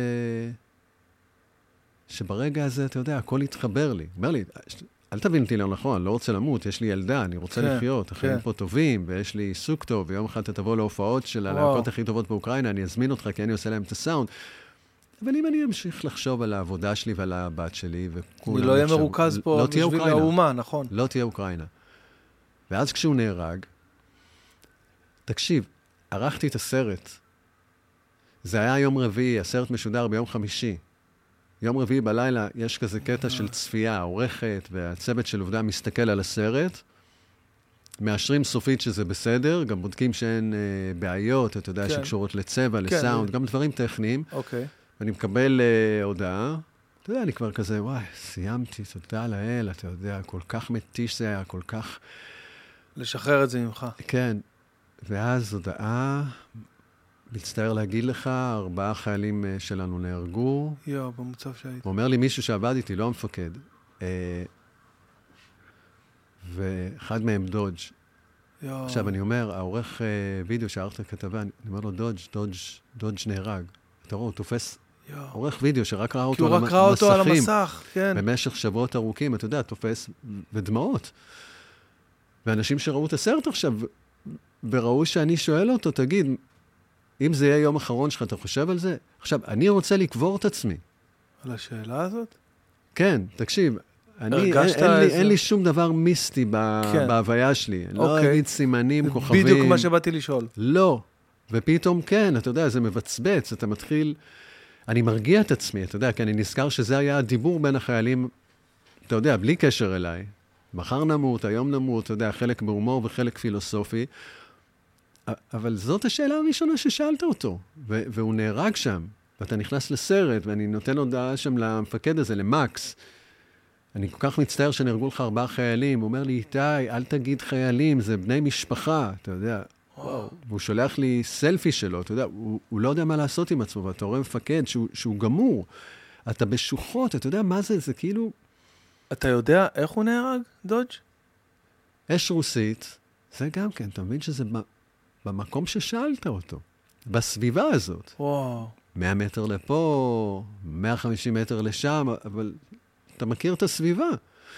[SPEAKER 2] שברגע הזה, אתה יודע, הכל התחבר לי. הוא אומר לי, אל תבין אותי לא נכון, לא רוצה למות, יש לי ילדה, אני רוצה לחיות, החיים פה טובים, ויש לי עיסוק טוב, ויום אחד אתה תבוא להופעות של הלהקות הכי טובות באוקראינה, אני אזמין אותך, כי אני עושה להם את הסאונד. אבל אם אני אמשיך לחשוב על העבודה שלי ועל הבת שלי, וכולם...
[SPEAKER 1] אני לא אהיה מרוכז פה בשביל האומה, נכון.
[SPEAKER 2] לא תהיה אוקראינה. ואז כשהוא נהרג, תקשיב, ערכתי את הסרט. זה היה יום רביעי, הסרט משודר ביום חמישי. יום רביעי בלילה יש כזה קטע של צפייה, עורכת, והצוות של עובדה מסתכל על הסרט, מאשרים סופית שזה בסדר, גם בודקים שאין בעיות, אתה יודע, שקשורות לצבע, לסאונד, גם דברים טכניים.
[SPEAKER 1] אוקיי.
[SPEAKER 2] ואני מקבל הודעה, אתה יודע, אני כבר כזה, וואי, סיימתי, תודה לאל, אתה יודע, כל כך מתיש זה היה, כל כך...
[SPEAKER 1] לשחרר את זה ממך.
[SPEAKER 2] כן, ואז הודעה, מצטער להגיד לך, 4 חיילים שלנו נהרגו.
[SPEAKER 1] במצב שהייתי.
[SPEAKER 2] הוא אומר לי מישהו שעבד איתי, לא המפקד. ואחד מהם דודג'. עכשיו אני אומר, העורך וידאו שערכת כתבה, אני אומר לו, דודג' נהרג. אתה רואה, הוא תופס עורך וידאו שרק ראה אותו על המסך, במשך שבועות ארוכים, אתה יודע, תופס ודמעות. ואנשים שראו את הסרט עכשיו, וראו שאני שואל אותו, תגיד, אם זה יהיה יום אחרון שלך, אתה חושב על זה? עכשיו, אני רוצה לקבור את עצמי.
[SPEAKER 1] על השאלה הזאת?
[SPEAKER 2] כן, תקשיב, אין לי שום דבר מיסטי בהוויה שלי. אני לא אגיד סימנים, כוכבים.
[SPEAKER 1] בדיוק מה שבאתי לשאול.
[SPEAKER 2] לא. ופתאום כן, אתה יודע, זה מבצבץ, אתה מתחיל... אני מרגיע את עצמי, אתה יודע, כי אני נזכר שזה היה הדיבור בין החיילים, אתה יודע, בלי קשר אליי. מחר נמות, היום נמות, אתה יודע, חלק בהומור וחלק פילוסופי. אבל זאת השאלה הראשונה ששאלת אותו, והוא נהרג שם, ואתה נכנס לסרט, ואני נותן הודעה שם למפקד הזה, למקס. אני כל כך מצטער שנהרגו לך 4 חיילים. הוא אומר לי, איתי, אל תגיד חיילים, זה בני משפחה, אתה יודע. וואו. והוא שולח לי סלפי שלו, אתה יודע, הוא לא יודע מה לעשות עם עצמו, ואתה רואה מפקד שהוא גמור. אתה בשוחות, אתה יודע מה זה? זה כאילו...
[SPEAKER 1] אתה יודע איך הוא נהרג, דודג'?
[SPEAKER 2] אש רוסית, זה גם כן, אתה מבין שזה במקום ששאלת אותו, בסביבה הזאת.
[SPEAKER 1] וואו.
[SPEAKER 2] 100 מטר לפה, 150 מטר לשם, אבל אתה מכיר את הסביבה.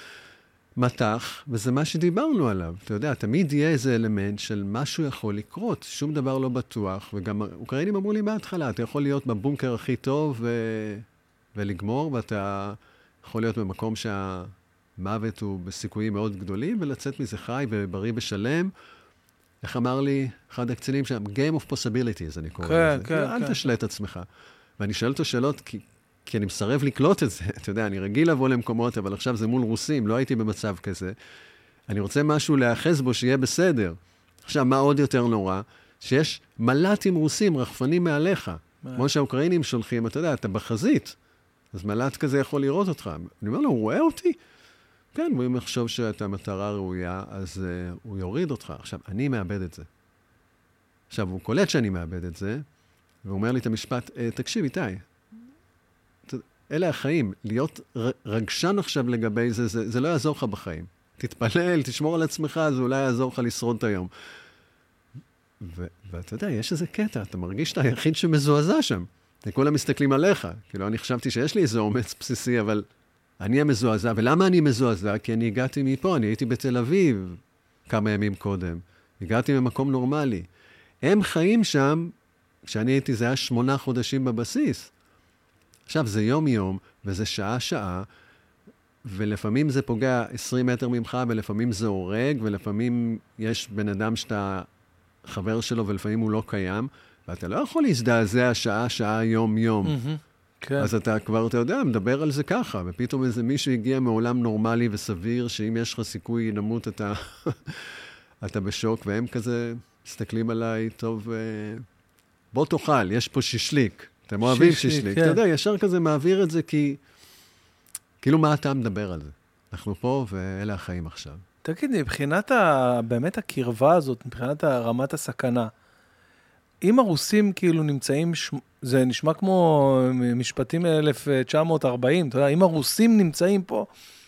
[SPEAKER 2] מתח, וזה מה שדיברנו עליו. אתה יודע, תמיד יהיה איזה אלמנט של משהו יכול לקרות, שום דבר לא בטוח, וגם אוקראינים אמרו לי מההתחלה, אתה יכול להיות בבונקר הכי טוב ולגמור, ואתה יכול להיות במקום שהמוות הוא בסיכויים מאוד גדולים, ולצאת מזה חי ובריא בשלם. איך אמר לי אחד הקצינים שם? Game of possibilities, אני קורא לזה.
[SPEAKER 1] כן.
[SPEAKER 2] אל תשלה את עצמך. ואני שואל אותו שאלות, כי אני מסרב לקלוט את זה. אתה יודע, אני רגיל לבוא למקומות, אבל עכשיו זה מול רוסים, לא הייתי במצב כזה. אני רוצה משהו להאחז בו שיהיה בסדר. עכשיו, מה עוד יותר נורא? שיש מל"טים רוסים, רחפנים מעליך. כמו שהאוקראינים שולחים, אתה יודע, אתה בחזית. אז מל"ט כזה יכול לראות אותך. אני אומר לו, הוא רואה אותי? כן, ואם יחשוב שאתה מטרה ראויה, אז הוא יוריד אותך. עכשיו, אני מאבד את זה. עכשיו, הוא קולט שאני מאבד את זה, והוא אומר לי את המשפט, תקשיב, איתי, אלה החיים. להיות רגשן עכשיו לגבי זה, זה לא יעזור לך בחיים. תתפלל, תשמור על עצמך, זה אולי יעזור לך לשרוד את היום. ואתה יודע, יש איזה קטע, אתה מרגיש שאתה היחיד שמזועזע שם. כולם מסתכלים עליך. כאילו, אני חשבתי שיש לי איזה אומץ בסיסי, אבל אני המזועזע. ולמה אני מזועזע? כי אני הגעתי מפה, אני הייתי בתל אביב כמה ימים קודם. הגעתי ממקום נורמלי. הם חיים שם, כשאני הייתי, זה היה 8 חודשים בבסיס. עכשיו, זה יום-יום, וזה שעה-שעה, ולפעמים זה פוגע 20 מטר ממך, ולפעמים זה הורג, ולפעמים יש בן אדם שאתה חבר שלו, ולפעמים הוא לא קיים, ואתה לא יכול להזדעזע שעה-שעה, יום-יום.
[SPEAKER 1] כן.
[SPEAKER 2] אז אתה כבר, אתה יודע, מדבר על זה ככה, ופתאום איזה מישהו הגיע מעולם נורמלי וסביר, שאם יש לך סיכוי למות, אתה בשוק, והם כזה מסתכלים עליי, טוב, בוא תאכל, יש פה שישליק. אתם אוהבים שישליק.
[SPEAKER 1] כן.
[SPEAKER 2] אתה יודע, ישר כזה מעביר את זה, כי כאילו מה אתה מדבר על זה? אנחנו פה, ואלה החיים עכשיו.
[SPEAKER 1] תגיד, מבחינת באמת הקרבה הזאת, מבחינת רמת הסכנה, אם הרוסים כאילו נמצאים, זה נשמע כמו משפטים 1940, אתה יודע, אם הרוסים נמצאים פה,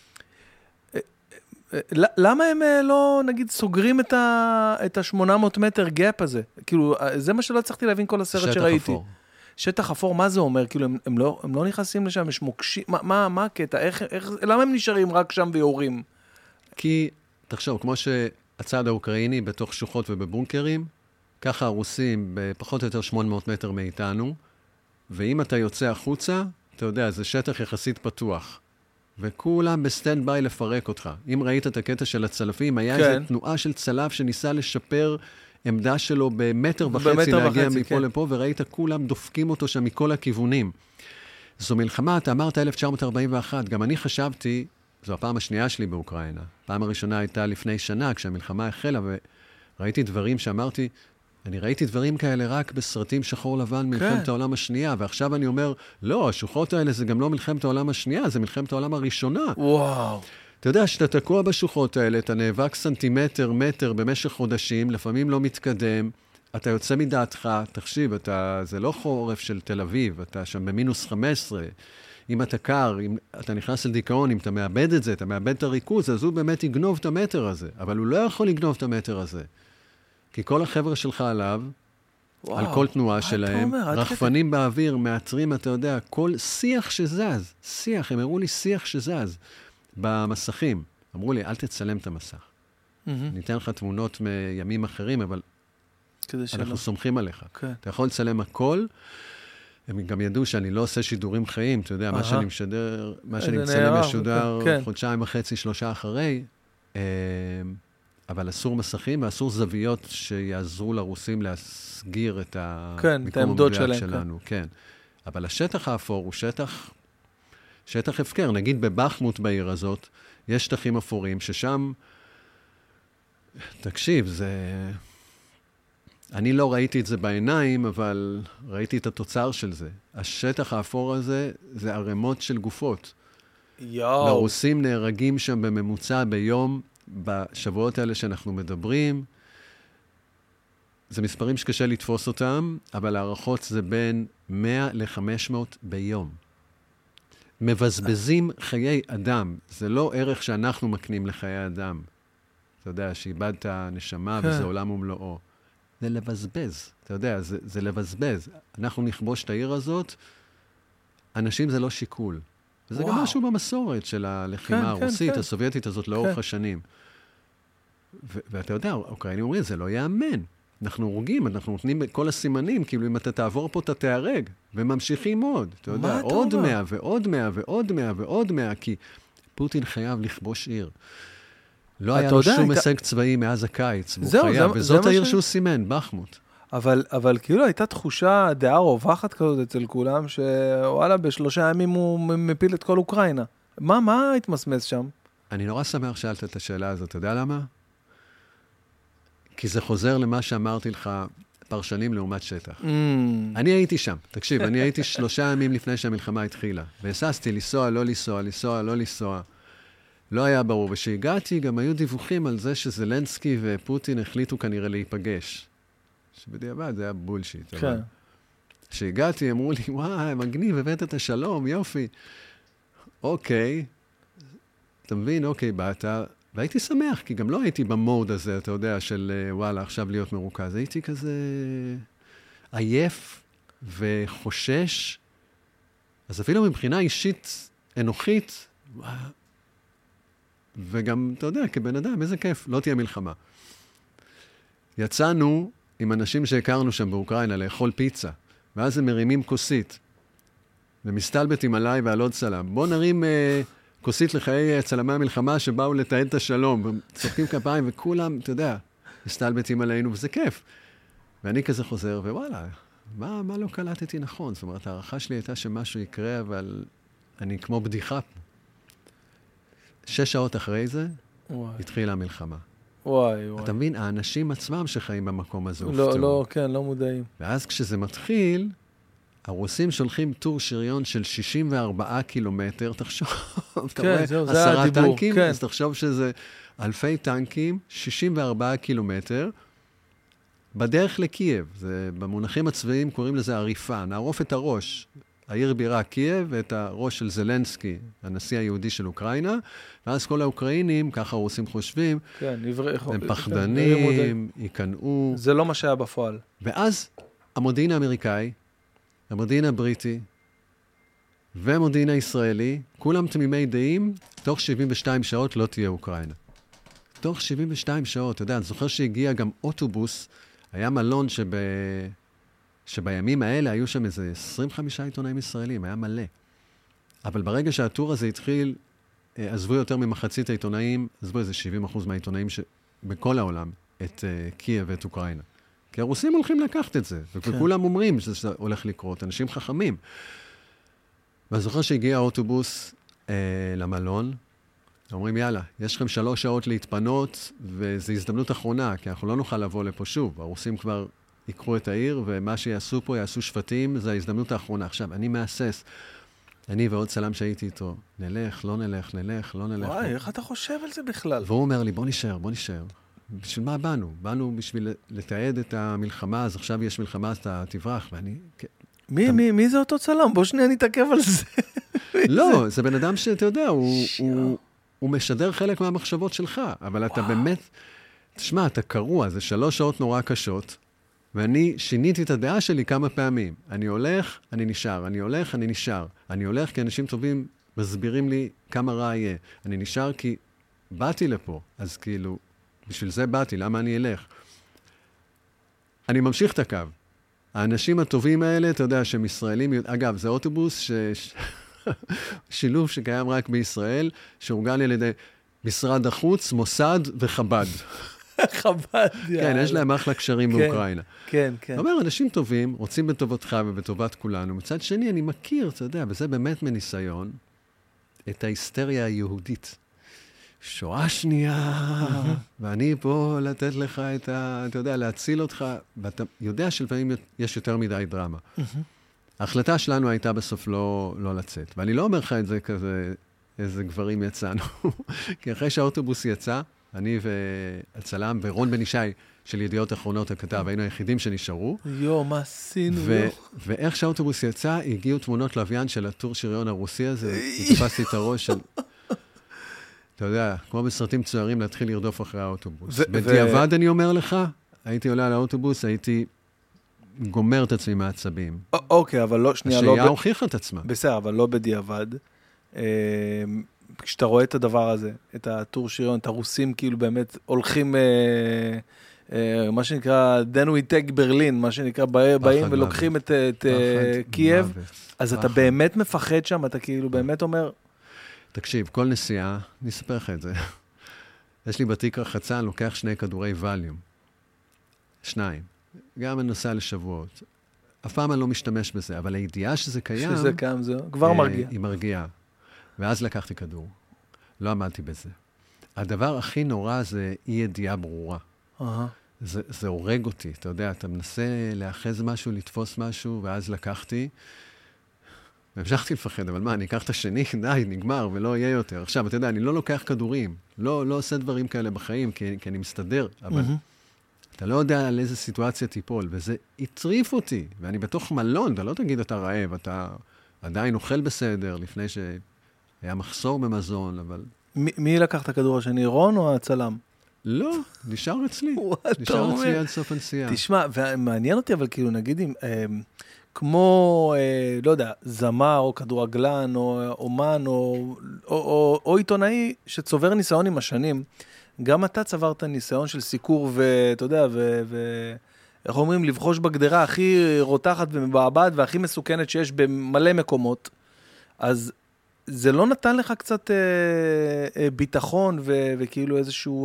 [SPEAKER 1] למה הם לא, נגיד, סוגרים את ה-800 מטר גאפ הזה? כאילו, זה מה שלא הצלחתי להבין כל הסרט שראיתי.
[SPEAKER 2] שטח אפור.
[SPEAKER 1] שטח אפור, מה זה אומר? כאילו, הם לא נכנסים לשם, יש מוקשים, מה הקטע? למה הם נשארים רק שם ויורים?
[SPEAKER 2] כי, תחשוב, כמו שהצד האוקראיני בתוך שוחות ובבונקרים, ככה הרוסים בפחות או יותר 800 מטר מאיתנו, ואם אתה יוצא החוצה, אתה יודע, זה שטח יחסית פתוח. וכולם בסטנד ביי לפרק אותך. אם ראית את הקטע של הצלפים, היה איזו תנועה של צלף שניסה לשפר עמדה שלו במטר וחצי להגיע מפה לפה, וראית כולם דופקים אותו שם מכל הכיוונים. זו מלחמה, אתה אמרת 1941, גם אני חשבתי, זו הפעם השנייה שלי באוקראינה. הפעם הראשונה הייתה לפני שנה, כשהמלחמה החלה, וראיתי דברים שאמרתי, אני ראיתי דברים כאלה רק בסרטים שחור לבן מלחמת העולם השנייה, ועכשיו אני אומר, לא, השוחות האלה זה גם לא מלחמת העולם השנייה, זה מלחמת העולם הראשונה.
[SPEAKER 1] וואו.
[SPEAKER 2] אתה יודע, שאתה תקוע בשוחות האלה, אתה נאבק סנטימטר, מטר במשך חודשים, לפעמים לא מתקדם, אתה יוצא מדעתך, תחשיב, זה לא חורף של תל אביב, אתה שם במינוס 15, אם אתה קר, אם אתה נכנס לדיכאון, אם אתה מאבד את זה, אתה מאבד את הריכוז, אז הוא באמת יגנוב את המטר הזה, אבל הוא לא יכול לגנוב את המטר הזה. כי כל החבר'ה שלך עליו, וואו, על כל תנועה שלהם, רחפנים באוויר, מעצרים, אתה יודע, כל שיח שזז, שיח, הם הראו לי שיח שזז במסכים. אמרו לי, אל תצלם את המסך. ניתן לך תמונות מימים אחרים, אבל אנחנו סומכים עליך.
[SPEAKER 1] כן.
[SPEAKER 2] אתה יכול לצלם הכל, הם גם ידעו שאני לא עושה שידורים חיים, אתה יודע, מה שאני משדר, מה שאני מצלם משודר חודשיים וחצי, 3 אחרי, אבל אסור מסכים ואסור זוויות שיעזרו לרוסים להסגיר את המיקום המדויק שלנו. כן. אבל השטח האפור הוא שטח הפקר. נגיד בבחמוט בעיר הזאת, יש שטחים אפורים ששם, תקשיב, אני לא ראיתי את זה בעיניים, אבל ראיתי את התוצר של זה. השטח האפור הזה, זה ערימות של גופות. לרוסים נהרגים שם בממוצע ביום, בשבועות האלה שאנחנו מדברים. זה מספרים שקשה לתפוס אותם, אבל הערכות זה בין 100 ל-500 ביום. מבזבזים חיי אדם. זה לא ערך שאנחנו מקנים לחיי אדם. אתה יודע, שאיבדת נשמה וזה עולם ומלואו. זה לבזבז, אתה יודע, זה לבזבז. אנחנו נכבוש את העיר הזאת, אנשים זה לא שיקול. וזה גם משהו במסורת של הלחימה הרוסית, הסובייטית הזאת לאורך השנים. ואתה יודע, האוקראינים אומרים, זה לא יאמן. אנחנו הורגים, אנחנו נותנים כל הסימנים, כאילו אם אתה תעבור פה, אתה תהרג, וממשיכים עוד. אתה יודע, עוד 100 ועוד 100 ועוד 100 ועוד 100, כי פוטין חייב לכבוש עיר. לא היה לו שום הישג צבאי מאז הקיץ, והוא חייב, וזאת העיר שהוא סימן, בחמוט.
[SPEAKER 1] אבל כאילו הייתה תחושה, דעה רווחת כזאת אצל כולם, שוואלה, ב3 ימים הוא מפיל את כל אוקראינה. מה התמסמס שם?
[SPEAKER 2] אני נורא שמח שאלת את השאלה הזאת, אתה יודע למה? כי זה חוזר למה שאמרתי לך, פרשנים לעומת שטח. אני הייתי שם, תקשיב, אני הייתי 3 ימים לפני שהמלחמה התחילה, והססתי לנסוע, לא לנסוע, לנסוע, לא לנסוע. לא היה ברור, ושהגעתי גם היו דיווחים על זה שזלנסקי ופוטין החליטו כנראה להיפגש. שבדיעבד זה היה בולשיט.
[SPEAKER 1] כן.
[SPEAKER 2] כשהגעתי אמרו לי, וואי, מגניב, הבאת את השלום, יופי. אוקיי, אתה מבין, אוקיי, באת, והייתי שמח, כי גם לא הייתי במוד הזה, אתה יודע, של וואלה, עכשיו להיות מרוכז. הייתי כזה עייף וחושש, אז אפילו מבחינה אישית, אנוכית, וגם, אתה יודע, כבן אדם, איזה כיף, לא תהיה מלחמה. יצאנו עם אנשים שהכרנו שם באוקראינה לאכול פיצה, ואז הם מרימים כוסית, ומסתלבטים עליי ועל עוד צלם. בוא נרים כוסית לחיי צלמי המלחמה שבאו לתעד את השלום, וצוחקים כפיים, וכולם, אתה יודע, מסתלבטים עלינו, וזה כיף. ואני כזה חוזר, ווואלה, מה לא קלטתי נכון? זאת אומרת, הערכה שלי הייתה שמשהו יקרה, אבל אני כמו בדיחה. 6 שעות אחרי זה, התחילה המלחמה.
[SPEAKER 1] וואי.
[SPEAKER 2] אתה מבין, האנשים עצמם שחיים במקום הזה
[SPEAKER 1] לא, כן, לא מודעים.
[SPEAKER 2] ואז כשזה מתחיל, הרוסים שולחים טור שריון של 64 קילומטר, תחשוב, אתה רואה 10 טנקים, אז תחשוב שזה אלפי טנקים, 64 קילומטר, בדרך לקייב. במונחים הצבאיים קוראים לזה עריפה, נערוף את הראש. העיר בירה קייב ואת הראש של זלנסקי, הנשיא היהודי של אוקראינה, ואז כל האוקראינים, ככה הרוסים חושבים, הם פחדנים, ייכנעו.
[SPEAKER 1] זה לא מה שהיה בפועל.
[SPEAKER 2] ואז המודיעין האמריקאי, המודיעין הבריטי, והמודיעין הישראלי, כולם תמימי דעים, תוך 72 שעות לא תהיה אוקראינה. תוך 72 שעות, אתה יודע, אני זוכר שהגיע גם אוטובוס, היה מלון שבימים האלה היו שם איזה 25 עיתונאים ישראלים, היה מלא. אבל ברגע שהטור הזה התחיל, עזבו יותר ממחצית העיתונאים, עזבו איזה 70% מהעיתונאים בכל העולם, את קייב ואת אוקראינה. כי הרוסים הולכים לקחת את זה, וכולם אומרים שזה הולך לקרות, אנשים חכמים. ואני זוכר שהגיע האוטובוס למלון, אומרים, יאללה, יש לכם 3 שעות להתפנות, וזו הזדמנות אחרונה, כי אנחנו לא נוכל לבוא לפה שוב. הרוסים כבר יקחו את העיר, ומה שיעשו פה, יעשו שבטים, זו ההזדמנות האחרונה. עכשיו, אני מאסס, אני ועוד צלם שהייתי איתו, נלך, לא נלך, נלך, לא נלך.
[SPEAKER 1] וואי, איך אתה חושב על זה בכלל?
[SPEAKER 2] והוא אומר לי, בוא נשאר. בשביל מה באנו? באנו בשביל לתעד את המלחמה, אז עכשיו יש מלחמה, אז אתה תברח, ואני...
[SPEAKER 1] מי זה אותו צלם? בוא שניה נתעכב על זה.
[SPEAKER 2] לא, זה בן אדם שאתה יודע, הוא משדר חלק מהמחשבות שלך, אבל אתה באמת... תשמע, אתה קרוע, זה 3 שעות נורא קשות, ואני שיניתי את הדעה שלי כמה פעמים. אני הולך, אני נשאר. אני הולך, אני נשאר. אני הולך כי אנשים טובים מסבירים לי כמה רע יהיה. אני נשאר כי באתי לפה, אז כאילו, בשביל זה באתי, למה אני אלך? אני ממשיך את הקו. האנשים הטובים האלה, אתה יודע, שהם ישראלים, אגב, זה אוטובוס שילוב שקיים רק בישראל, שאורגן על ידי משרד החוץ, מוסד וחב"ד.
[SPEAKER 1] חב"ד,
[SPEAKER 2] כן, יש להם אחלה קשרים באוקראינה.
[SPEAKER 1] כן, כן.
[SPEAKER 2] זאת אומרת, אנשים טובים, רוצים בטובתך ובטובת כולנו. מצד שני, אני מכיר, אתה יודע, וזה באמת מניסיון, את ההיסטריה היהודית. שואה שנייה, ואני פה לתת לך את אתה יודע, להציל אותך, ואתה יודע שלפעמים יש יותר מדי דרמה. ההחלטה שלנו הייתה בסוף לא לצאת, ואני לא אומר לך את זה כזה, איזה גברים יצאנו, כי אחרי שהאוטובוס יצא, אני והצלם ורון בן ישי של ידיעות אחרונות הכתב, היינו היחידים שנשארו.
[SPEAKER 1] מה עשינו?
[SPEAKER 2] ואיך שהאוטובוס יצא, הגיעו תמונות לוויין של הטור שריון הרוסי הזה, התפסתי את הראש של... אתה יודע, כמו בסרטים צוערים, להתחיל לרדוף אחרי האוטובוס. בדיעבד, אני אומר לך, הייתי עולה על האוטובוס, הייתי גומר את עצמי מעצבים.
[SPEAKER 1] אוקיי, אבל לא, שנייה, לא...
[SPEAKER 2] השנייה הוכיחה את עצמה.
[SPEAKER 1] בסדר, אבל לא בדיעבד. כשאתה רואה את הדבר הזה, את הטור שריון, את הרוסים כאילו באמת הולכים, מה שנקרא, then we take Berlin, מה שנקרא, באים ולוקחים את קייב, אז אתה באמת מפחד שם, אתה כאילו באמת אומר...
[SPEAKER 2] תקשיב, כל נסיעה, אני אספר לך את זה. יש לי בתיק רחצה, אני לוקח 2 כדורי ווליום. 2. גם אני נוסע לשבועות. אף פעם אני לא משתמש בזה, אבל הידיעה שזה קיים...
[SPEAKER 1] שזה קיים, זה כבר מרגיע.
[SPEAKER 2] היא מרגיעה. ואז לקחתי כדור. לא עמדתי בזה. הדבר הכי נורא זה אי ידיעה ברורה. זה הורג אותי, אתה יודע, אתה מנסה לאחז משהו, לתפוס משהו, ואז לקחתי... והמשכתי לפחד, אבל מה, אני אקח את השני, די, נגמר, ולא יהיה יותר. עכשיו, אתה יודע, אני לא לוקח כדורים, לא עושה דברים כאלה בחיים, כי אני מסתדר, אבל אתה לא יודע על איזה סיטואציה תיפול, וזה הטריף אותי, ואני בתוך מלון, אתה לא תגיד אתה רעב, אתה עדיין אוכל בסדר, לפני שהיה מחסור במזון, אבל...
[SPEAKER 1] מי לקח את הכדור השני, רון או הצלם?
[SPEAKER 2] לא, נשאר אצלי. נשאר אצלי עד סוף הנסיעה.
[SPEAKER 1] תשמע, ומעניין אותי, אבל כאילו, נגיד אם... כמו, לא יודע, זמר או כדורגלן או אומן או עיתונאי שצובר ניסיון עם השנים, גם אתה צברת ניסיון של סיקור ואתה יודע, איך אומרים, לבחוש בגדרה הכי רותחת ומבעבעת והכי מסוכנת שיש במלא מקומות, אז זה לא נתן לך קצת ביטחון וכאילו איזשהו,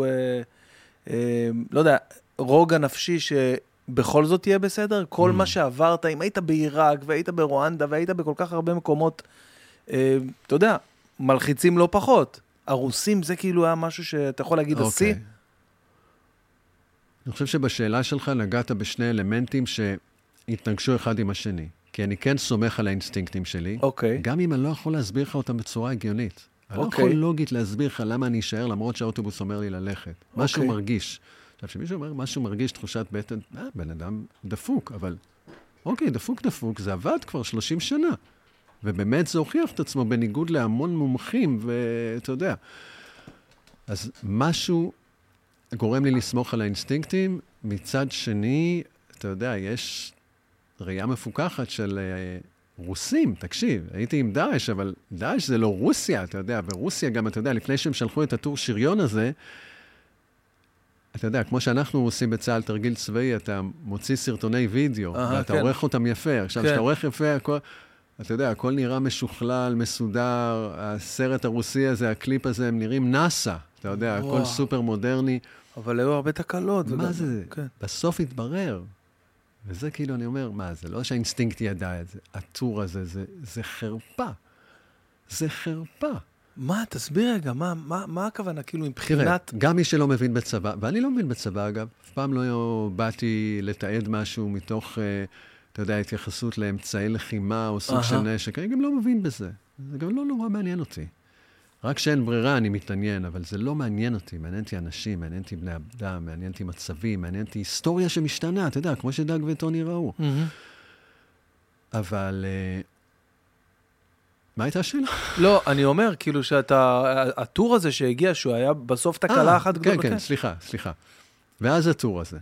[SPEAKER 1] לא יודע, רוגע נפשי בכל זאת תהיה בסדר? כל מה שעברת, אם היית בעיראק, והיית ברואנדה, והיית בכל כך הרבה מקומות, אתה יודע, מלחיצים לא פחות. הרוסים זה כאילו היה משהו שאתה יכול להגיד עשי?
[SPEAKER 2] אני חושב שבשאלה שלך נגעת בשני אלמנטים שהתנגשו אחד עם השני. כי אני כן סומך על האינסטינקטים שלי, גם אם אני לא יכול להסביר לך אותם בצורה הגיונית. אני לא יכול לוגית להסביר לך למה אני אשאר, למרות שהאוטובוס אומר לי ללכת. משהו מרגיש. עכשיו, שמישהו אומר, משהו מרגיש תחושת בטן, בן אדם דפוק, אבל דפוק, זה עבד כבר 30 שנה. ובאמת זה הוכיח את עצמו בניגוד להמון מומחים, ואתה יודע. אז משהו גורם לי לסמוך על האינסטינקטים, מצד שני, אתה יודע, יש ראייה מפוקחת של רוסים, תקשיב, הייתי עם דאעש, אבל דאעש זה לא רוסיה, אתה יודע, ורוסיה גם, אתה יודע, לפני שהם שלחו את הטור שריון הזה, אתה יודע, כמו שאנחנו עושים בצהל תרגיל צבאי, אתה מוציא סרטוני וידאו, ואתה עורך אותם יפה. עכשיו, כשאתה עורך יפה, אתה יודע, הכל נראה משוכלל, מסודר, הסרט הרוסי הזה, הקליפ הזה, הם נראים נאסא, אתה יודע, הכל סופר מודרני.
[SPEAKER 1] אבל היו הרבה תקלות.
[SPEAKER 2] מה זה? בסוף התברר. וזה כאילו, אני אומר, מה, זה לא שהאינסטינקט ידע את זה, הטור הזה, זה חרפה. זה חרפה.
[SPEAKER 1] מה, תסביר רגע, מה הכוונה, כאילו, מבחינת...
[SPEAKER 2] תראה, גם מי שלא מבין בצבא, ואני לא מבין בצבא, אגב, אף פעם לא באתי לתעד משהו מתוך, אתה יודע, התייחסות לאמצעי לחימה או סוג של נשק, אני גם לא מבין בזה. זה גם לא נורא מעניין אותי. רק שאין ברירה, אני מתעניין, אבל זה לא מעניין אותי. מעניין אותי אנשים, מעניין אותי בני אדם, מעניין אותי מצבים, מעניין אותי היסטוריה שמשתנה, אתה יודע, כמו שדאג וטוני ראו. אבל... מה הייתה השאלה?
[SPEAKER 1] לא, אני אומר, כאילו שאתה, הטור הזה שהגיע, שהוא היה בסוף תקלה אחת גדולה.
[SPEAKER 2] כן, סליחה. ואז הטור הזה.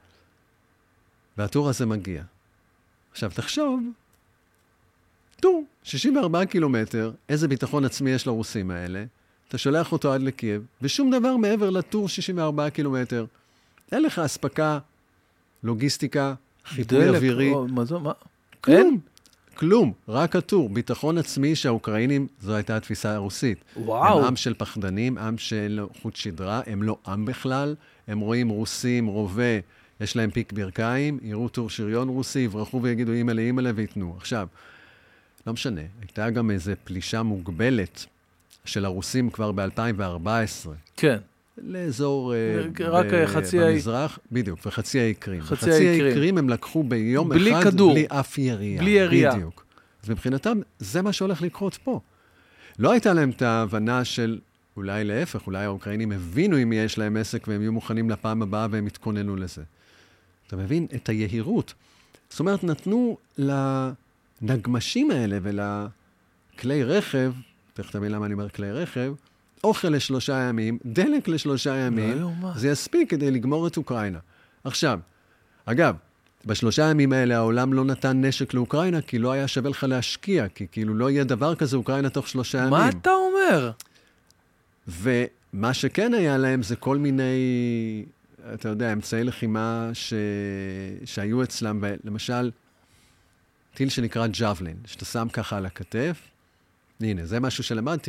[SPEAKER 2] והטור הזה מגיע. עכשיו, תחשוב, טור, 64 קילומטר, איזה ביטחון עצמי יש לרוסים האלה, אתה שולח אותו עד לקייב, ושום דבר מעבר לטור 64 קילומטר. אין לך הספקה לוגיסטיקה, חיפוי אווירי.
[SPEAKER 1] מה?
[SPEAKER 2] כלום. כלום, רק הטור. ביטחון עצמי שהאוקראינים, זו הייתה התפיסה הרוסית.
[SPEAKER 1] וואו.
[SPEAKER 2] הם עם של פחדנים, עם של חוט שדרה, הם לא עם בכלל, הם רואים רוסים, רובה, יש להם פיק ברכיים, יראו טור שריון רוסי, יברחו ויגידו אימא'לה ויתנו. עכשיו, לא משנה, הייתה גם איזו פלישה מוגבלת של הרוסים כבר ב-2014.
[SPEAKER 1] כן.
[SPEAKER 2] לאזור
[SPEAKER 1] במזרח.
[SPEAKER 2] בדיוק, וחצי האי קרים.
[SPEAKER 1] חצי האי
[SPEAKER 2] קרים הם לקחו ביום
[SPEAKER 1] בלי
[SPEAKER 2] אחד,
[SPEAKER 1] כדור.
[SPEAKER 2] בלי אף ירייה.
[SPEAKER 1] בלי ירייה.
[SPEAKER 2] בדיוק. אז מבחינתם, זה מה שהולך לקרות פה. לא הייתה להם את ההבנה של, אולי להפך, אולי האוקראינים הבינו אם יש להם עסק, והם יהיו מוכנים לפעם הבאה, והם התכוננו לזה. אתה מבין? את היהירות. זאת אומרת, נתנו לנגמשים האלה ולכלי רכב, תכף תבין למה אני אומר כלי רכב, אוכל ל3 ימים, דלק ל3 ימים, זה יספיק כדי לגמור את אוקראינה. עכשיו, אגב, ב3 ימים האלה העולם לא נתן נשק לאוקראינה, כי לא היה שווה לך להשקיע, כי כאילו לא יהיה דבר כזה אוקראינה תוך 3 ימים.
[SPEAKER 1] מה אתה אומר?
[SPEAKER 2] ומה שכן היה להם זה כל מיני, אתה יודע, אמצעי לחימה שהיו אצלם, למשל, טיל שנקרא ג'אבלין, שאתה שם ככה על הכתף, הנה, זה משהו שלמדתי,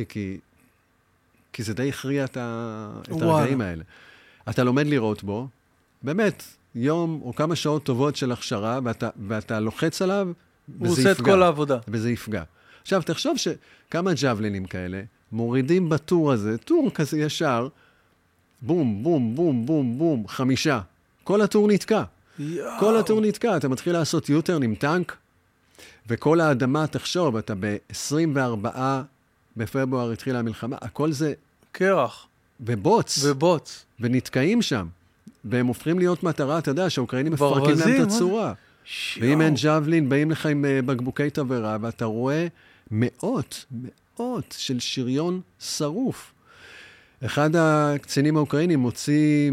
[SPEAKER 2] כי זה די הכריע את הרגעים האלה. אתה לומד לראות בו, באמת, יום או כמה שעות טובות של הכשרה, ואתה לוחץ עליו,
[SPEAKER 1] הוא עושה את כל העבודה.
[SPEAKER 2] וזה יפגע. עכשיו, תחשוב שכמה ג'אבלינים כאלה, מורידים בטור הזה, טור כזה ישר, בום, בום, בום, בום, בום, 5. כל הטור נתקע. כל הטור נתקע. אתה מתחיל לעשות יוטרן עם טנק, וכל האדמה, תחשוב, אתה ב-24 בפברואר התחילה המלחמה, הכל זה
[SPEAKER 1] קרח.
[SPEAKER 2] ובוץ. ונתקעים שם. והם הופכים להיות מטרה, אתה יודע, שהאוקראינים מפרקים להם את הצורה. ואם אין ג'אבלין, באים לך עם בקבוקי תבערה, ואתה רואה מאות של שריון שרוף. אחד הקצינים האוקראינים מוציא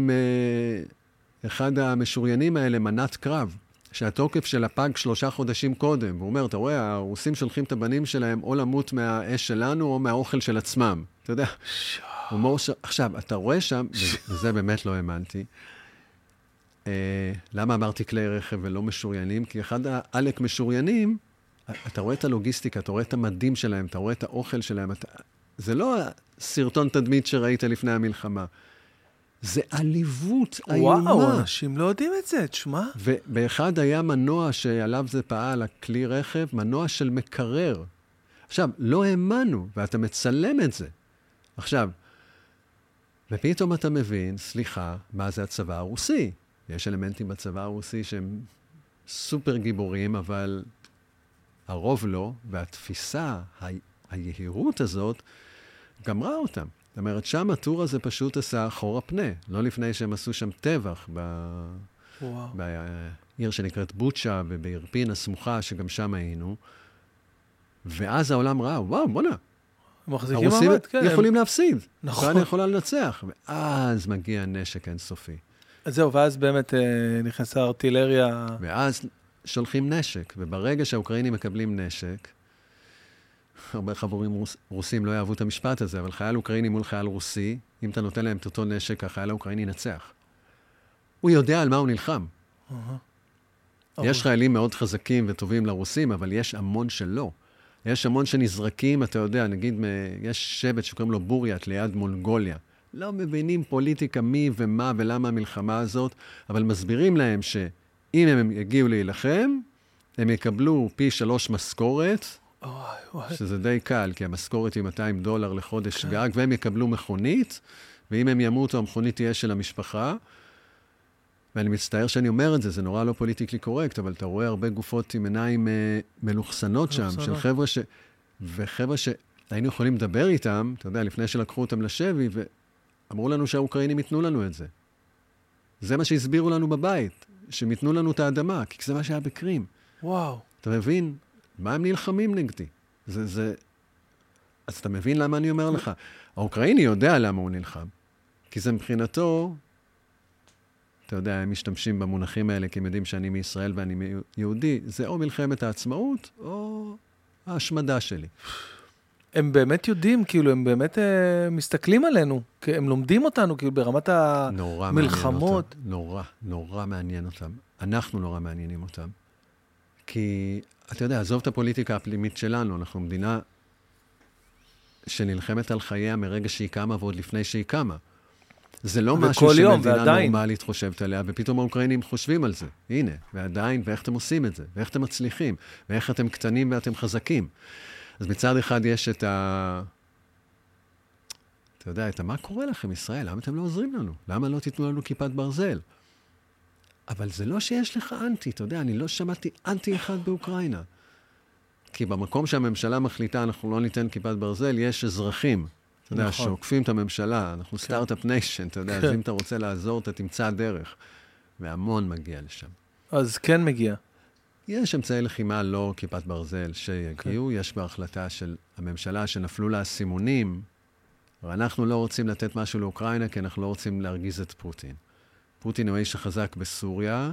[SPEAKER 2] אחד המשוריינים האלה מנת קרב, שהתוקף שלה פג 3 חודשים קודם. והוא אומר, אתה רואה, הרוסים שולחים את הבנים שלהם או למות מהאש שלנו או מהאוכל של עצמם. אתה יודע? עכשיו, אתה רואה שם, וזה באמת לא האמנתי, למה אמרתי כלי רכב ולא משוריינים? כי אחד העלק משוריינים, אתה רואה את הלוגיסטיקה, אתה רואה את המדים שלהם, אתה רואה את האוכל שלהם, זה לא סרטון תדמית שראית לפני המלחמה. זה עליבות איומה.
[SPEAKER 1] וואו, אנשים לא יודעים את זה, תשמע.
[SPEAKER 2] ובאחד היה מנוע שעליו זה פעל, הכלי רכב, מנוע של מקרר. עכשיו, לא האמנו, ואתה מצלם את זה. עכשיו, ופתאום אתה מבין, סליחה, מה זה הצבא הרוסי? יש אלמנטים בצבא הרוסי שהם סופר גיבורים, אבל הרוב לא, והתפיסה, היהירות הזאת, גמרה אותם. זאת אומרת, שם הטור הזה פשוט עשה חור הפנה, לא לפני שהם עשו שם טבח בעיר שנקראת בוצ'ה ובאירפין הסמוכה, שגם שם היינו, ואז העולם ראה, וואו, בונה,
[SPEAKER 1] הרוסים
[SPEAKER 2] יכולים להפסיד,
[SPEAKER 1] נכון.
[SPEAKER 2] אוקראינה יכולה לנצח, ואז מגיע נשק אינסופי.
[SPEAKER 1] אז זהו, ואז באמת נכנסה ארטילריה.
[SPEAKER 2] ואז שולחים נשק, וברגע שהאוקראינים מקבלים נשק, הרבה חבורים רוסים לא יאהבו את המשפט הזה, אבל חייל אוקראיני מול חייל רוסי, אם אתה נותן להם את אותו נשק, החייל האוקראיני ינצח. הוא יודע על מה הוא נלחם. יש חיילים מאוד חזקים וטובים לרוסים, אבל יש המון שלא. יש המון שנזרקים, אתה יודע, נגיד, יש שבט שקוראים לו בוריאט ליד מונגוליה. לא מבינים פוליטיקה מי ומה ולמה המלחמה הזאת, אבל מסבירים להם שאם הם יגיעו להילחם, הם יקבלו פי 3 משכורת, שזה די קל, כי המשכורת היא $200 לחודש גג, והם יקבלו מכונית, ואם הם ימותו, המכונית תהיה של המשפחה. ואני מצטער שאני אומר את זה, זה נורא לא פוליטיקלי קורקט, אבל אתה רואה הרבה גופות עם עיניים מלוכסנות שם, של חבר'ה וחבר'ה שהיינו יכולים לדבר איתם, אתה יודע, לפני שלקחו אותם לשבי, ואמרו לנו שהאוקראינים ייתנו לנו את זה. זה מה שהסבירו לנו בבית, שהם ייתנו לנו את האדמה, כי זה מה שהיה בקרים.
[SPEAKER 1] וואו.
[SPEAKER 2] אתה מבין? מה הם נלחמים נגדי? אז אתה מבין למה אני אומר לך? האוקראיני יודע למה הוא נלחם. כי זה מבחינתו, אתה יודע, הם משתמשים במונחים האלה, כי הם יודעים שאני מישראל ואני יהודי. זה או מלחמת העצמאות, או ההשמדה שלי.
[SPEAKER 1] הם באמת יודעים, כאילו, הם באמת מסתכלים עלינו, כי הם לומדים אותנו, כאילו, ברמת המלחמות.
[SPEAKER 2] נורא מעניין אותם. אנחנו נורא מעניינים אותם. כי, אתה יודע, עזוב את הפוליטיקה הפנימית שלנו, אנחנו מדינה שנלחמת על חייה מרגע שהיא קמה ועוד לפני שהיא קמה. זה לא משהו שמדינה נורמלית חושבת עליה, ופתאום האוקראינים חושבים על זה. הנה, ועדיין, ואיך אתם עושים את זה, ואיך אתם מצליחים, ואיך אתם קטנים ואתם חזקים. אז מצד אחד יש את אתה יודע, מה קורה לכם, ישראל? למה אתם לא עוזרים לנו? למה לא תיתנו לנו כיפת ברזל? אבל זה לא שיש לך אנטי, אתה יודע, אני לא שמעתי אנטי אחד באוקראינה. כי במקום שהממשלה מחליטה, אנחנו לא ניתן כיפת ברזל, יש אזרחים. אתה יודע, שעוקפים את הממשלה, אנחנו סטארט-אפ ניישן, אתה יודע, אז אם אתה רוצה לעזור, אתה תמצא דרך. והמון מגיע לשם.
[SPEAKER 1] אז כן מגיע.
[SPEAKER 2] יש אמצעי לחימה, לא כיפת ברזל, שיגיעו. יש בהחלטה של הממשלה שנפלו לה סימונים, אבל אנחנו לא רוצים לתת משהו לאוקראינה, כי אנחנו לא רוצים להרגיז את פוטין. פוטין הוא איש החזק בסוריה,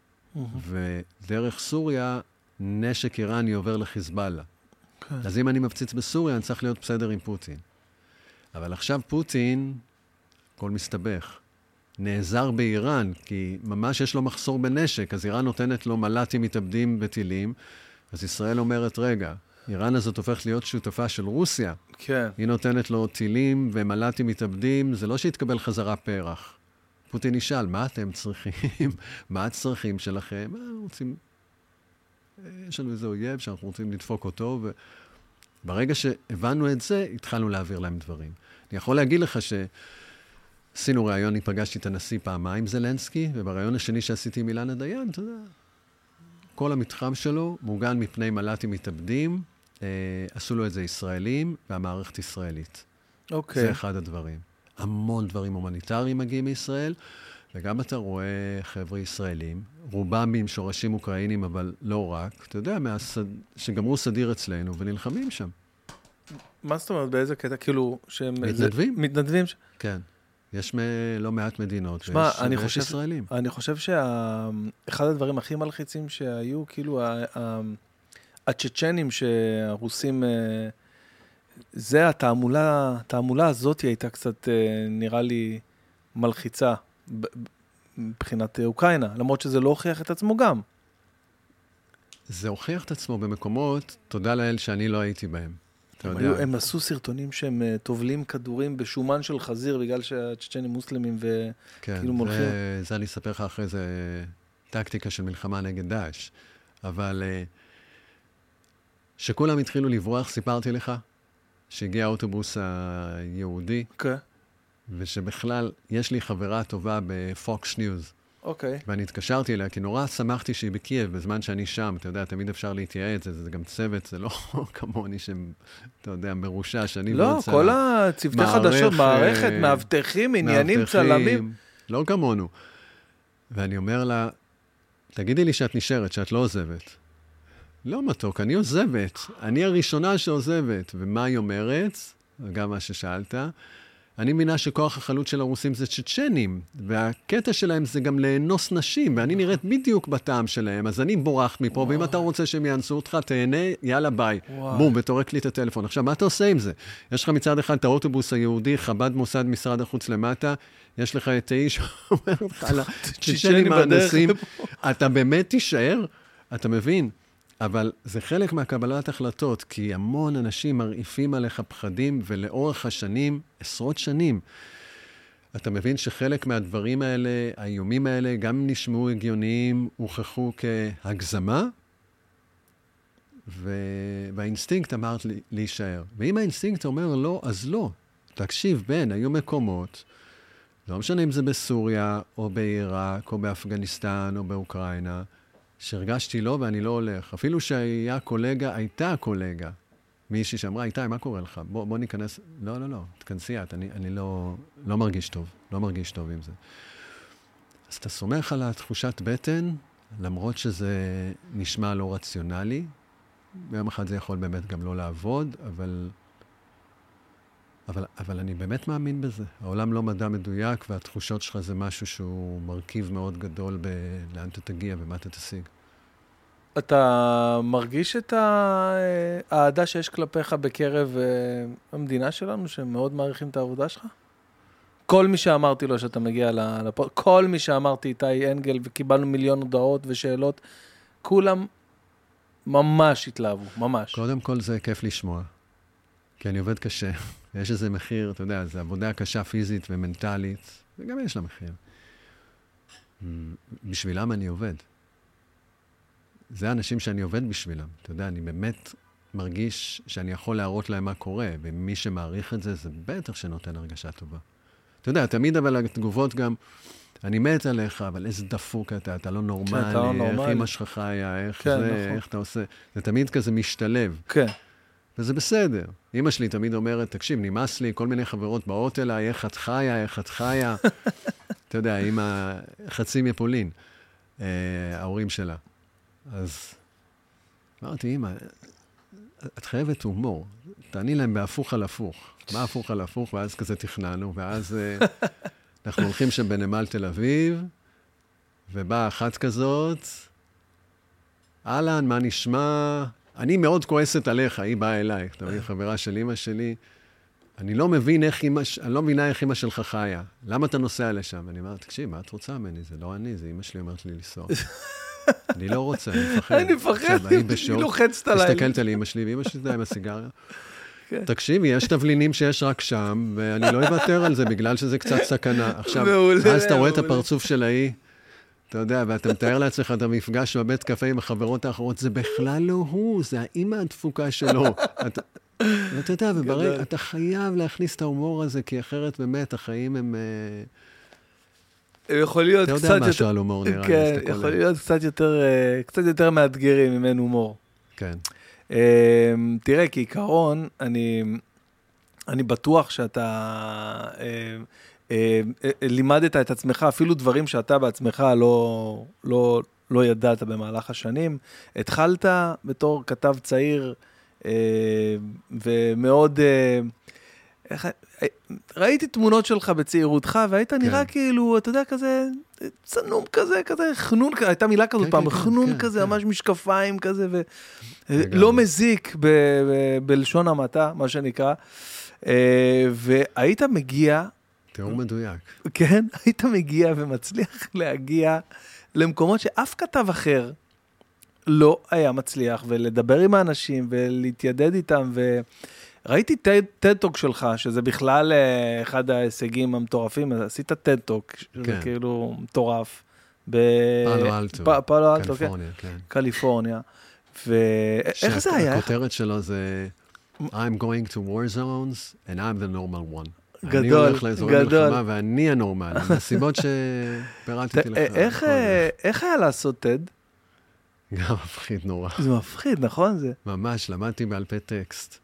[SPEAKER 2] ודרך סוריה, נשק איראני עובר לחיזבאללה. אז אם אני מפציץ בסוריה, אני צריך להיות בסדר עם פוטין. אבל עכשיו פוטין, הכל מסתבך. נעזר באיראן, כי ממש יש לו מחסור בנשק, אז איראן נותנת לו מל"טים מתאבדים בטילים, אז ישראל אומרת, רגע, איראן הזאת הופכת להיות שותפה של רוסיה.
[SPEAKER 1] כן.
[SPEAKER 2] היא נותנת לו טילים ומל"טים מתאבדים, זה לא שיתקבל חזרה פרח. פוטין ישאל, מה אתם צריכים? מה הצרכים שלכם? רוצים... יש לנו איזה אויב שאנחנו רוצים לדפוק אותו, וברגע שהבנו את זה, התחלנו להעביר להם דברים. אני יכול להגיד לך שעשינו ראיון, פגשתי את הנשיא פעמיים זלנסקי, ובראיון השני שעשיתי עם אילנה דיין, אתה יודע, כל המתחם שלו מוגן מפני מל"טים מתאבדים, עשו לו את זה ישראלים, והמערכת ישראלית.
[SPEAKER 1] אוקיי.
[SPEAKER 2] זה אחד הדברים. המון דברים הומניטריים מגיעים מישראל, וגם אתה רואה חבר'ה ישראלים, רובם עם שורשים אוקראינים, אבל לא רק, אתה יודע, שגמרו סדיר אצלנו ונלחמים שם.
[SPEAKER 1] מה זאת אומרת? באיזה קטע? כאילו, שהם...
[SPEAKER 2] מתנדבים?
[SPEAKER 1] מתנדבים?
[SPEAKER 2] כן. יש לא מעט מדינות,
[SPEAKER 1] שמה,
[SPEAKER 2] ויש ישראלים.
[SPEAKER 1] אני חושב שאחד הדברים הכי מלחיצים שהיו, כאילו, הצ'צ'נים שהרוסים... זה התעמולה הזאת הייתה קצת, נראה לי, מלחיצה מבחינת אוקראינה, למרות שזה לא הוכיח את עצמו גם.
[SPEAKER 2] זה הוכיח את עצמו במקומות, תודה לאל שאני לא הייתי בהם.
[SPEAKER 1] הם עשו סרטונים שהם טובלים כדורים בשומן של חזיר, בגלל שהצ'צ'נים מוסלמים וכאילו מולכים.
[SPEAKER 2] כן, זה אני אספר לך אחרי זה טקטיקה של מלחמה נגד דאעש. אבל שכולם התחילו לברוח, סיפרתי לך, שהגיע האוטובוס היהודי, ושבכלל יש לי חברה טובה בפוקס ניוז.
[SPEAKER 1] אוקיי.
[SPEAKER 2] ואני התקשרתי אליה, כי נורא שמחתי שהיא בקייב, בזמן שאני שם, אתה יודע, תמיד אפשר להתייעץ, זה גם צוות, זה לא כמוני אתה יודע, מרושע, שאני
[SPEAKER 1] לא, כל הצוותי חדשות, מערכת, מאבטחים, עניינים, צלמים.
[SPEAKER 2] לא כמונו. ואני אומר לה, תגידי לי שאת נשארת, שאת לא עוזבת. לא מתוק, אני עוזבת. אני הראשונה שעוזבת. ומה היא אומרת? גם מה ששאלת. אני מבינה שכוח החלוץ של הרוסים זה צ'צ'נים, והקטע שלהם זה גם לאנוס נשים, ואני נראית בדיוק בטעם שלהם, אז אני בורחת מפה, ואם אתה רוצה שהם יאנסו אותך, תהנה, יאללה ביי. בום, ותורק לי את הטלפון. עכשיו, מה אתה עושה עם זה? יש לך מצד אחד את האוטובוס היהודי, חב"ד מוסד משרד החוץ למטה, יש לך את האיש שאומר לך על הצ'צ'נים האנסים, אתה באמת תישאר? אתה מבין? אבל זה חלק מהקבלת החלטות, כי המון אנשים מרעיפים עליך פחדים, ולאורך השנים, עשרות שנים, אתה מבין שחלק מהדברים האלה, האיומים האלה, גם נשמעו הגיוניים, הוכחו כהגזמה, והאינסטינקט אמר להישאר. ואם האינסטינקט אומר לא, אז לא. תקשיב, בן, היו מקומות, לא משנה אם זה בסוריה, או בעיראק, או באפגניסטן, או באוקראינה, שהרגשתי לא ואני לא הולך. אפילו הייתה קולגה, מישהי שאמרה, איתי, מה קורה לך? בוא ניכנס. לא, תכנסי את, אני לא מרגיש טוב. לא מרגיש טוב עם זה. אז אתה סומך על התחושת בטן, למרות שזה נשמע לא רציונלי. ביום אחד זה יכול באמת גם לא לעבוד, אבל אני באמת מאמין בזה. העולם לא מדע מדויק, והתחושות שלך זה משהו שהוא מרכיב מאוד גדול לאן אתה תגיע ומה אתה תשיג.
[SPEAKER 1] אתה מרגיש את האהדה שיש כלפיך בקרב המדינה שלנו, שהם מאוד מעריכים את העבודה שלך? כל מי שאמרתי לו שאתה מגיע כל מי שאמרתי איתי אנגל, וקיבלנו מיליון הודעות ושאלות, כולם ממש התלהבו, ממש.
[SPEAKER 2] קודם כל זה כיף לשמוע, כי אני עובד קשה. יש איזה מחיר, אתה יודע, זה עבודה קשה פיזית ומנטלית, וגם יש לה מחיר. בשבילם אני עובד. זה האנשים שאני עובד בשבילם. אתה יודע, אני באמת מרגיש שאני יכול להראות להם מה קורה, ומי שמעריך את זה, זה בטח שנותן הרגשה טובה. אתה יודע, תמיד אבל התגובות גם, אני מת עליך, אבל איזה דפוק אתה לא נורמלי, איך אמא שלך חיה, איך זה, איך אתה עושה. זה תמיד כזה משתלב.
[SPEAKER 1] כן.
[SPEAKER 2] וזה בסדר. אמא שלי תמיד אומרת, תקשיב, נמאס לי, כל מיני חברות באות אליי, איך את חיה, איך את חיה. אתה יודע, אמא חצי מפולין, ההורים שלה. אז אמרתי, אמא, את חייבת הומור. תעני להם בהפוך על הפוך. מה הפוך על הפוך? ואז כזה תכננו, ואז אנחנו הולכים שם בנמל תל אביב, ובאה אחת כזאת, אהלן, מה נשמע? אני מאוד כועסת עליך, היא באה אליי, אתה מבין, חברה של אמא שלי, אני לא מבינה איך אמא שלך חיה. למה אתה נוסע לשם? אני אומר, תקשיב, מה את רוצה ממני? זה לא אני, זה אמא שלי אומרת לי לנסוע. אני לא רוצה, אני מפחד.
[SPEAKER 1] אני מפחד, היא לוחצת עליי.
[SPEAKER 2] מסתכלת על אמא שלי, ואמא שלי די עם הסיגריה. תקשיבי, יש תבלינים שיש רק שם, ואני לא אוותר על זה, בגלל שזה קצת סכנה. עכשיו, אז אתה רואה את הפרצוף של ההיא, אתה יודע, ואתה מתאר לעצמך את המפגש בבית קפה עם החברות האחרות, זה בכלל לא הוא, זה האמא הדפוקה שלו. ואתה יודע, וברגע, אתה חייב להכניס את ההומור הזה, כי אחרת באמת, החיים הם...
[SPEAKER 1] יכול להיות קצת יותר...
[SPEAKER 2] אתה יודע משהו על הומור, נראה לי.
[SPEAKER 1] כן, יכול להיות קצת יותר מאתגרים אם אין הומור.
[SPEAKER 2] כן.
[SPEAKER 1] תראה, כעיקרון, אני בטוח שאתה לימדת את עצמך, אפילו דברים שאתה בעצמך לא ידעת במהלך השנים. התחלת בתור כתב צעיר, ומאוד... ראיתי תמונות שלך בצעירותך, והיית נראה כאילו, אתה יודע, כזה, צנום כזה, חנון כזה, הייתה מילה כזאת פעם, חנון כזה, ממש משקפיים כזה, ולא מזיק בלשון המעטה, מה שנקרא, והיית מגיע...
[SPEAKER 2] תיאור מדויק.
[SPEAKER 1] כן, היית מגיע ומצליח להגיע למקומות שאף כתב אחר לא היה מצליח, ולדבר עם האנשים, ולהתיידד איתם, ראיתי טד-טוק שלך, שזה בכלל אחד ההישגים המטורפים, עשית טד-טוק, שזה כאילו מטורף.
[SPEAKER 2] פאלו אלטו, קליפורניה, כן.
[SPEAKER 1] קליפורניה. ואיך זה היה?
[SPEAKER 2] הכותרת שלו זה I'm going to war zones and I'm the normal one.
[SPEAKER 1] גדול,
[SPEAKER 2] אני הולך לאזורי מלחמה ואני הנורמל, מהסיבות שפירטתי לך.
[SPEAKER 1] איך היה לעשות טד?
[SPEAKER 2] גם מפחיד נורא.
[SPEAKER 1] זה מפחיד, נכון זה?
[SPEAKER 2] ממש, למדתי בעל פה טקסט.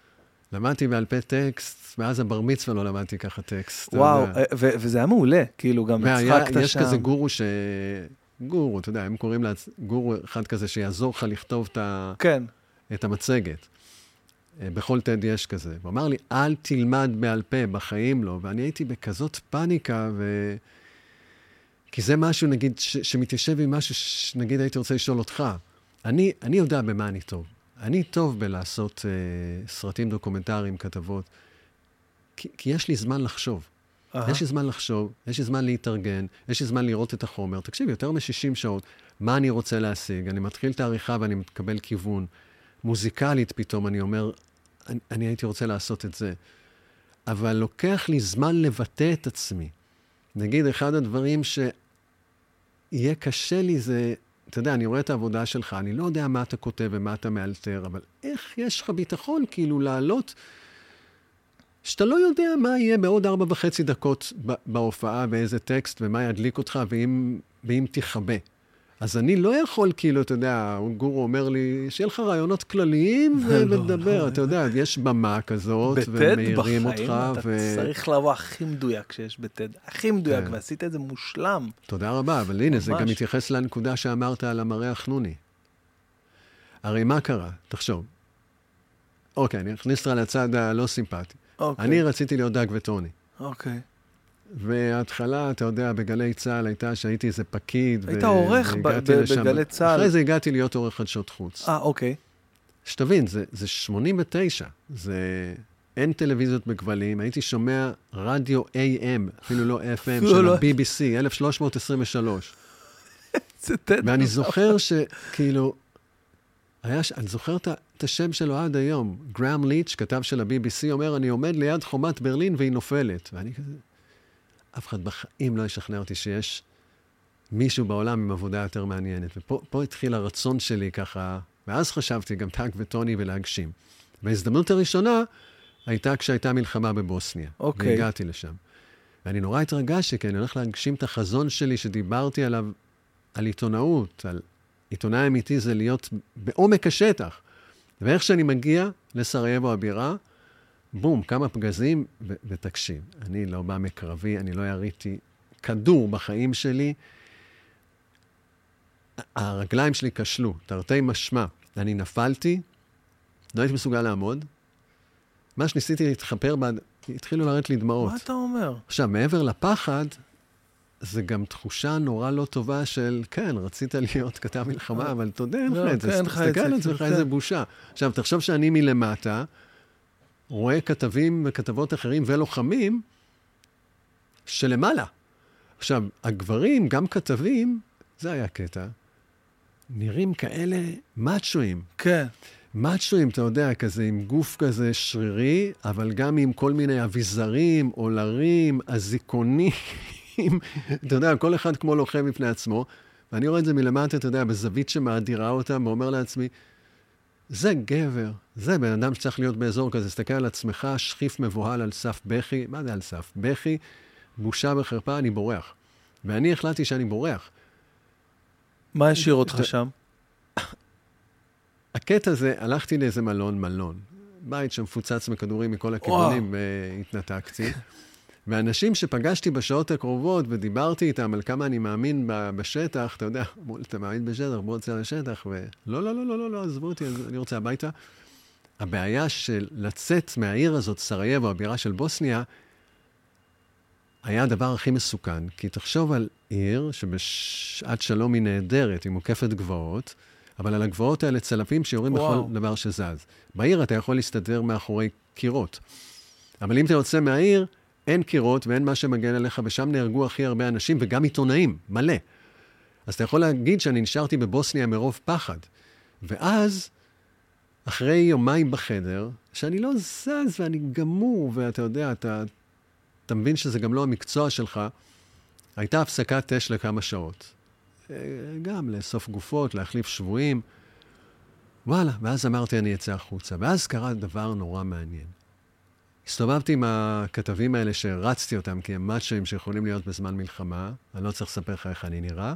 [SPEAKER 2] ואז הבר מצווה לא למדתי ככה טקסט.
[SPEAKER 1] וואו, וזה היה מעולה, כאילו גם הצחקת שם.
[SPEAKER 2] יש כזה גורו, אתה יודע, הם קוראים גורו אחד כזה שיעזור לך לכתוב את המצגת. בכל תד יש כזה. הוא אמר לי, אל תלמד בעל פה, בחיים לא. ואני הייתי בכזאת פאניקה, כי זה משהו, נגיד, שמתיישב עם משהו שנגיד הייתי רוצה לשאול אותך. אני יודע במה אני טוב. אני טוב בלעשות סרטים דוקומנטריים, כתבות, כי יש לי זמן לחשוב. יש לי זמן לחשוב, יש לי זמן להתארגן, יש לי זמן לראות את החומר. תקשיב, יותר מ-60 שעות, מה אני רוצה להשיג? אני מתחיל את העריכה ואני מקבל כיוון. מוזיקלית פתאום אני אומר, אני הייתי רוצה לעשות את זה. אבל לוקח לי זמן לבטא את עצמי. נגיד, אחד הדברים שיהיה קשה לי זה... אתה יודע, אני רואה את העבודה שלך, אני לא יודע מה אתה כותב ומה אתה מאלתר, אבל איך יש לך ביטחון כאילו לעלות, שאתה לא יודע מה יהיה בעוד 4.5 דקות בהופעה, ואיזה טקסט, ומה ידליק אותך, ואם תחבא. אז אני לא יכול, כאילו, אתה יודע, גורו אומר לי, שיהיה לך רעיונות כלליים ודבר, אתה יודע, יש במה כזאת, ומאירים אותך.
[SPEAKER 1] בטד בחיים אתה צריך לבוא הכי מדויק שיש בטד, הכי מדויק, ועשית את זה מושלם.
[SPEAKER 2] תודה רבה, אבל הנה, זה גם מתייחס לנקודה שאמרת על המראה החנוני. הרי מה קרה? תחשוב. אוקיי, אני אכניס לך לצד הלא סימפטי. אני רציתי להיות דג וטוני.
[SPEAKER 1] אוקיי.
[SPEAKER 2] וההתחלה, אתה יודע, בגלי צהל הייתה שהייתי איזה פקיד.
[SPEAKER 1] היית עורך בגלי צהל.
[SPEAKER 2] אחרי זה הגעתי להיות עורך חדשות חוץ.
[SPEAKER 1] אוקיי.
[SPEAKER 2] שתבין, זה 89, אין טלוויזיות בכבלים, הייתי שומע רדיו AM, אפילו לא FM, של ה-BBC, 1323. ואני זוכר שכאילו, אני זוכר את השם שלו עד היום, גרם ליץ', כתב של ה-BBC, אומר, אני עומד ליד חומת ברלין והיא נופלת. ואני כזה, אף אחד בחיים לא ישכנע אותי שיש מישהו בעולם עם עבודה יותר מעניינת. ופה התחיל הרצון שלי ככה, ואז חשבתי גם טאק וטוני ולהגשים. וההזדמנות הראשונה הייתה כשהייתה מלחמה בבוסניה. והגעתי לשם. ואני נורא התרגשתי, כי אני הולך להגשים את החזון שלי שדיברתי עליו, על עיתונאות, על עיתונאי אמיתי זה להיות בעומק השטח. ואיך שאני מגיע לסרייבו הבירה, בום, כמה פגזים, ותקשיב. אני לא בא מקרבי, אני לא יריתי כדור בחיים שלי. הרגליים שלי כשלו, תרתי משמע. אני נפלתי, לא הייתי מסוגל לעמוד. מה שניסיתי להתחפר, התחילו לרדת לי דמעות.
[SPEAKER 1] מה אתה אומר?
[SPEAKER 2] עכשיו, מעבר לפחד, זה גם תחושה נורא לא טובה של, כן, רצית להיות כתב מלחמה, אבל אתה יודע, אין לך את זה. תסתכל על עצמך, איזה בושה. עכשיו, תחשוב שאני מלמטה, רואה כתבים וכתבות אחרים ולוחמים שלמעלה. עכשיו, הגברים, גם כתבים, זה היה קטע, נראים כאלה מאצ'ואים.
[SPEAKER 1] כן.
[SPEAKER 2] מאצ'ואים, אתה יודע, כזה עם גוף כזה שרירי, אבל גם עם כל מיני אביזרים, אולרים, אזיקונים. אתה יודע, כל אחד כמו לוחם בפני עצמו, ואני רואה את זה מלמטה, אתה יודע, בזווית שמאדירה אותם, ואומר לעצמי, זה גבר, זה בן אדם שצריך להיות באזור כזה, תסתכל על עצמך, שחיף מבוהל על סף בכי, מה זה על סף בכי? בושה וחרפה, אני בורח. ואני החלטתי שאני בורח.
[SPEAKER 1] מה השאיר אותך שם?
[SPEAKER 2] הקטע הזה, הלכתי לאיזה מלון, בית שמפוצץ מכדורים מכל הכיוונים, התנתקתי. ואנשים שפגשתי בשעות הקרובות ודיברתי איתם על כמה אני מאמין בשטח, אתה יודע, אתה מאמין בשטח, בוא נצא לשטח, לא, עזבו אותי, אני רוצה הביתה. הבעיה של לצאת מהעיר הזאת, סרייבו, הבירה של בוסניה, היה הדבר הכי מסוכן, כי תחשוב על עיר שבשעת שלום היא נהדרת, היא מוקפת גבעות, אבל על הגבעות האלה צלפים שיורים בכל דבר שזז. בעיר אתה יכול להסתדר מאחורי קירות. אבל אם אתה יוצא מהעיר, אין קירות ואין מה שמגן עליך, ושם נהרגו הכי הרבה אנשים, וגם עיתונאים, מלא. אז אתה יכול להגיד שאני נשארתי בבוסניה מרוב פחד. ואז, אחרי יומיים בחדר, שאני לא זז ואני גמור, ואתה יודע, אתה מבין שזה גם לא המקצוע שלך, הייתה הפסקת אש לכמה שעות. גם לאסוף גופות, להחליף שבויים. וואלה, ואז אמרתי אני אצא החוצה. ואז קרה דבר נורא מעניין. הסתובבתי עם הכתבים האלה שרצתי אותם, כי הם מאצ'ים שיכולים להיות בזמן מלחמה. אני לא צריך לספר לך איך אני נראה.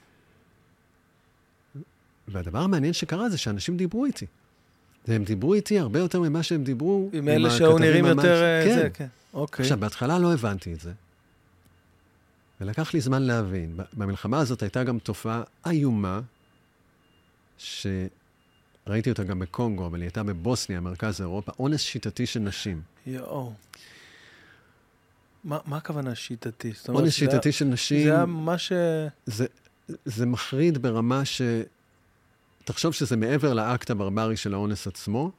[SPEAKER 2] והדבר המעניין שקרה זה שאנשים דיברו איתי. והם דיברו איתי הרבה יותר ממה שהם דיברו
[SPEAKER 1] עם אלה שהיו נראים יותר...
[SPEAKER 2] כן.
[SPEAKER 1] כן. אוקיי.
[SPEAKER 2] עכשיו, בהתחלה לא הבנתי את זה. ולקח לי זמן להבין. במלחמה הזאת הייתה גם תופעה איומה, שראיתי אותה גם בקונגו, אבל היא הייתה בבוסניה, מרכז אירופה, אונס שיטתי של נשים.
[SPEAKER 1] יואו. מה הכוונה שיטתי?
[SPEAKER 2] אונס שיטתי של נשים...
[SPEAKER 1] זה היה ממש...
[SPEAKER 2] זה מחריד ברמה ש... תחשוב שזה מעבר לאקט הברברי של האונס עצמו.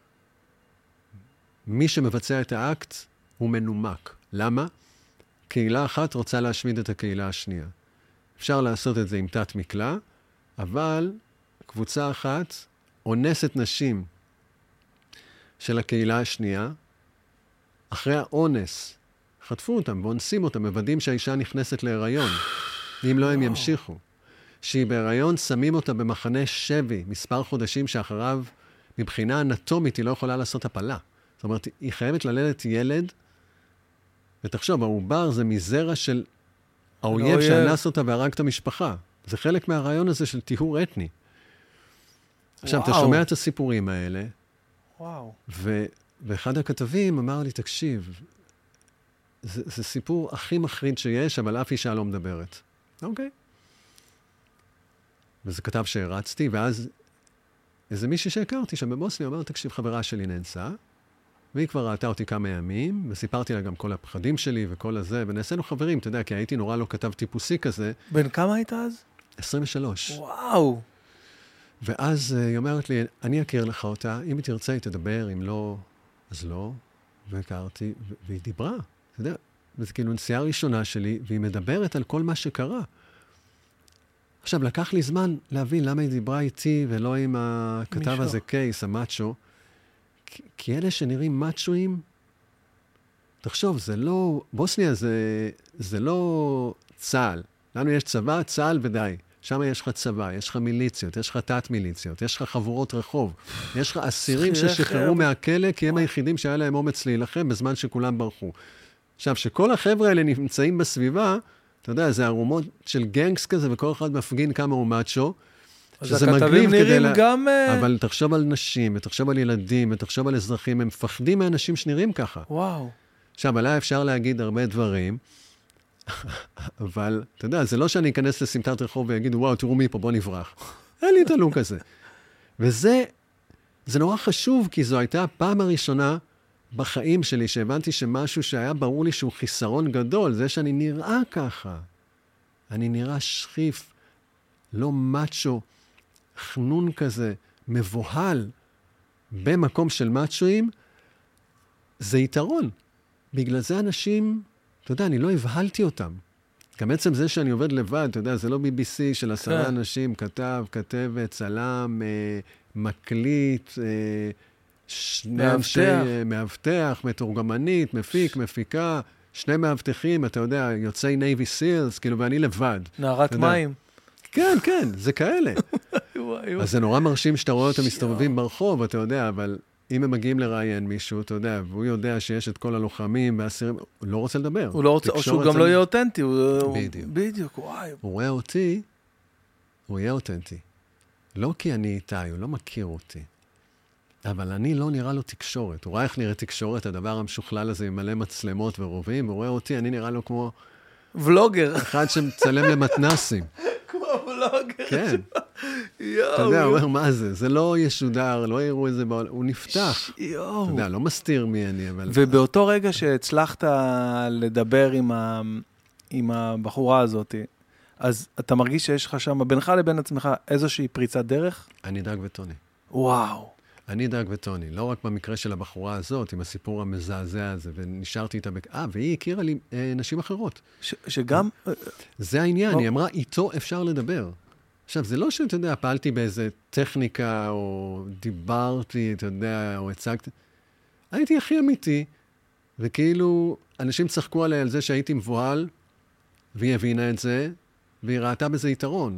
[SPEAKER 2] מי שמבצע את האקט הוא מנומק. למה? קהילה אחת רוצה להשמיד את הקהילה השנייה. אפשר לעשות את זה עם תת מקלע, אבל קבוצה אחת אונסת נשים של הקהילה השנייה, אחרי האונס, חטפו אותם ואונסים אותם, מוודאים שהאישה נכנסת להיריון, אם לא הם ימשיכו. שהיא בהיריון, שמים אותה במחנה שבי, מספר חודשים שאחריו, מבחינה אנטומית, היא לא יכולה לעשות הפלה. זאת אומרת, היא חייבת ללדת ילד, ותחשוב, העובר זה מזרע של האויב שאנס אותה והרג את המשפחה. זה חלק מהרעיון הזה של טיהור אתני. עכשיו, אתה שומע את הסיפורים האלה, ואחד הכתבים אמר לי, תקשיב, זה סיפור הכי מחריד שיש, אבל אף אישה לא מדברת. אוקיי. וזה כתב שהרצתי, ואז איזה מישהי שהכרתי שם בבוסניה, אמר, תקשיב, חברה שלי נאנסה, והיא כבר ראתה אותי כמה ימים, וסיפרתי לה גם כל הפחדים שלי וכל הזה, ונעשינו חברים, אתה יודע, כי הייתי נורא לא כתב טיפוסי כזה.
[SPEAKER 1] בן כמה היית אז?
[SPEAKER 2] 23.
[SPEAKER 1] וואו.
[SPEAKER 2] ואז היא אומרת לי, אני אכיר לך אותה, אם היא תרצה, היא תדבר, אם לא, אז לא. והכרתי, והיא דיברה, אתה יודע, וזו כאילו נסיעה ראשונה שלי, והיא מדברת על כל מה שקרה. עכשיו, לקח לי זמן להבין למה היא דיברה איתי, ולא עם הכתב הזה קייס, המאצ'ו, כי אלה שנראים מאצ'ואים, תחשוב, זה לא, בוסניה זה לא צה"ל. לנו יש צבא, צה"ל ודי. שם יש לך צבא, יש לך מיליציות, יש לך תת מיליציות, יש לך חבורות רחוב, יש לך אסירים ששחררו מהכלא, כי הם היחידים שהיה להם אומץ להילחם בזמן שכולם ברחו. עכשיו, שכל החבר'ה האלה נמצאים בסביבה, אתה יודע, זה ערומות של גנגס כזה, וכל אחד מפגין כמה הוא מאצ'ו,
[SPEAKER 1] שזה מגניב כדי גם...
[SPEAKER 2] אבל תחשוב על נשים, ותחשוב על ילדים, ותחשוב על אזרחים, הם מפחדים מאנשים שנראים ככה.
[SPEAKER 1] וואו.
[SPEAKER 2] עכשיו, עליי אפשר להגיד הרבה דברים, אבל, אתה יודע, זה לא שאני אכנס לסמטת רחוב ויגידו, וואו, תראו מי פה, בוא נברח. אין לי את הלוק הזה. וזה נורא חשוב, כי זו הייתה הפעם הראשונה בחיים שלי, שהבנתי שמשהו שהיה ברור לי שהוא חיסרון גדול, זה שאני נראה ככה. אני נראה שחיף, לא מאצ'ו, חנון כזה, מבוהל, במקום של מאצ'ואים, זה יתרון. בגלל זה אנשים, אתה יודע, אני לא הבהלתי אותם. גם עצם זה שאני עובד לבד, אתה יודע, זה לא BBC של 10 אנשים, כתב, כתבת, צלם, מקליט, שני אנשי מאבטח, מתורגמנית, מפיק, מפיקה, 2 מאבטחים, אתה יודע, יוצאי נייבי סילס, כאילו, ואני לבד.
[SPEAKER 1] נערת מים.
[SPEAKER 2] כן, כן, זה כאלה. אז זה נורא מרשים שאתה רואה אותם מסתובבים ברחוב, אתה יודע, אבל אם הם מגיעים לראיין מישהו, אתה יודע, והוא יודע שיש את כל הלוחמים והאסירים, הוא לא רוצה לדבר.
[SPEAKER 1] הוא לא רוצה, או שהוא גם לא יהיה אותנטי.
[SPEAKER 2] בדיוק.
[SPEAKER 1] בדיוק, וואי.
[SPEAKER 2] הוא רואה אותי, הוא יהיה אותנטי. לא כי אני איתי, הוא לא מכיר אותי. אבל אני לא נראה לו תקשורת. הוא רואה איך נראה תקשורת, הדבר המשוכלל הזה עם מלא מצלמות ורובים, הוא רואה אותי, אני נראה לו כמו...
[SPEAKER 1] ולוגר.
[SPEAKER 2] אחד שמצלם למתנסים.
[SPEAKER 1] כמו ולוגר.
[SPEAKER 2] כן. אתה יודע, הוא אומר, מה זה? זה לא ישודר, לא יראו את זה בעולם, הוא נפתח. אתה יודע, לא מסתיר מי אני, אבל...
[SPEAKER 1] ובאותו רגע שהצלחת לדבר עם הבחורה הזאת, אז אתה מרגיש שיש לך שם, בינך לבין עצמך, איזושהי פריצת דרך?
[SPEAKER 2] אני דאג וטוני.
[SPEAKER 1] וואו.
[SPEAKER 2] אני דאג וטוני, לא רק במקרה של הבחורה הזאת, עם הסיפור המזעזע הזה, ונשארתי איתה והיא הכירה לי נשים אחרות.
[SPEAKER 1] שגם...
[SPEAKER 2] זה העניין, היא אמרה, איתו אפשר לדבר. עכשיו, זה לא שאתה יודע, פעלתי באיזה טכניקה, או דיברתי, אתה יודע, או הצגתי. הייתי הכי אמיתי, וכאילו, אנשים צחקו עליי על זה שהייתי מבוהל, והיא הבינה את זה, והיא ראתה בזה יתרון.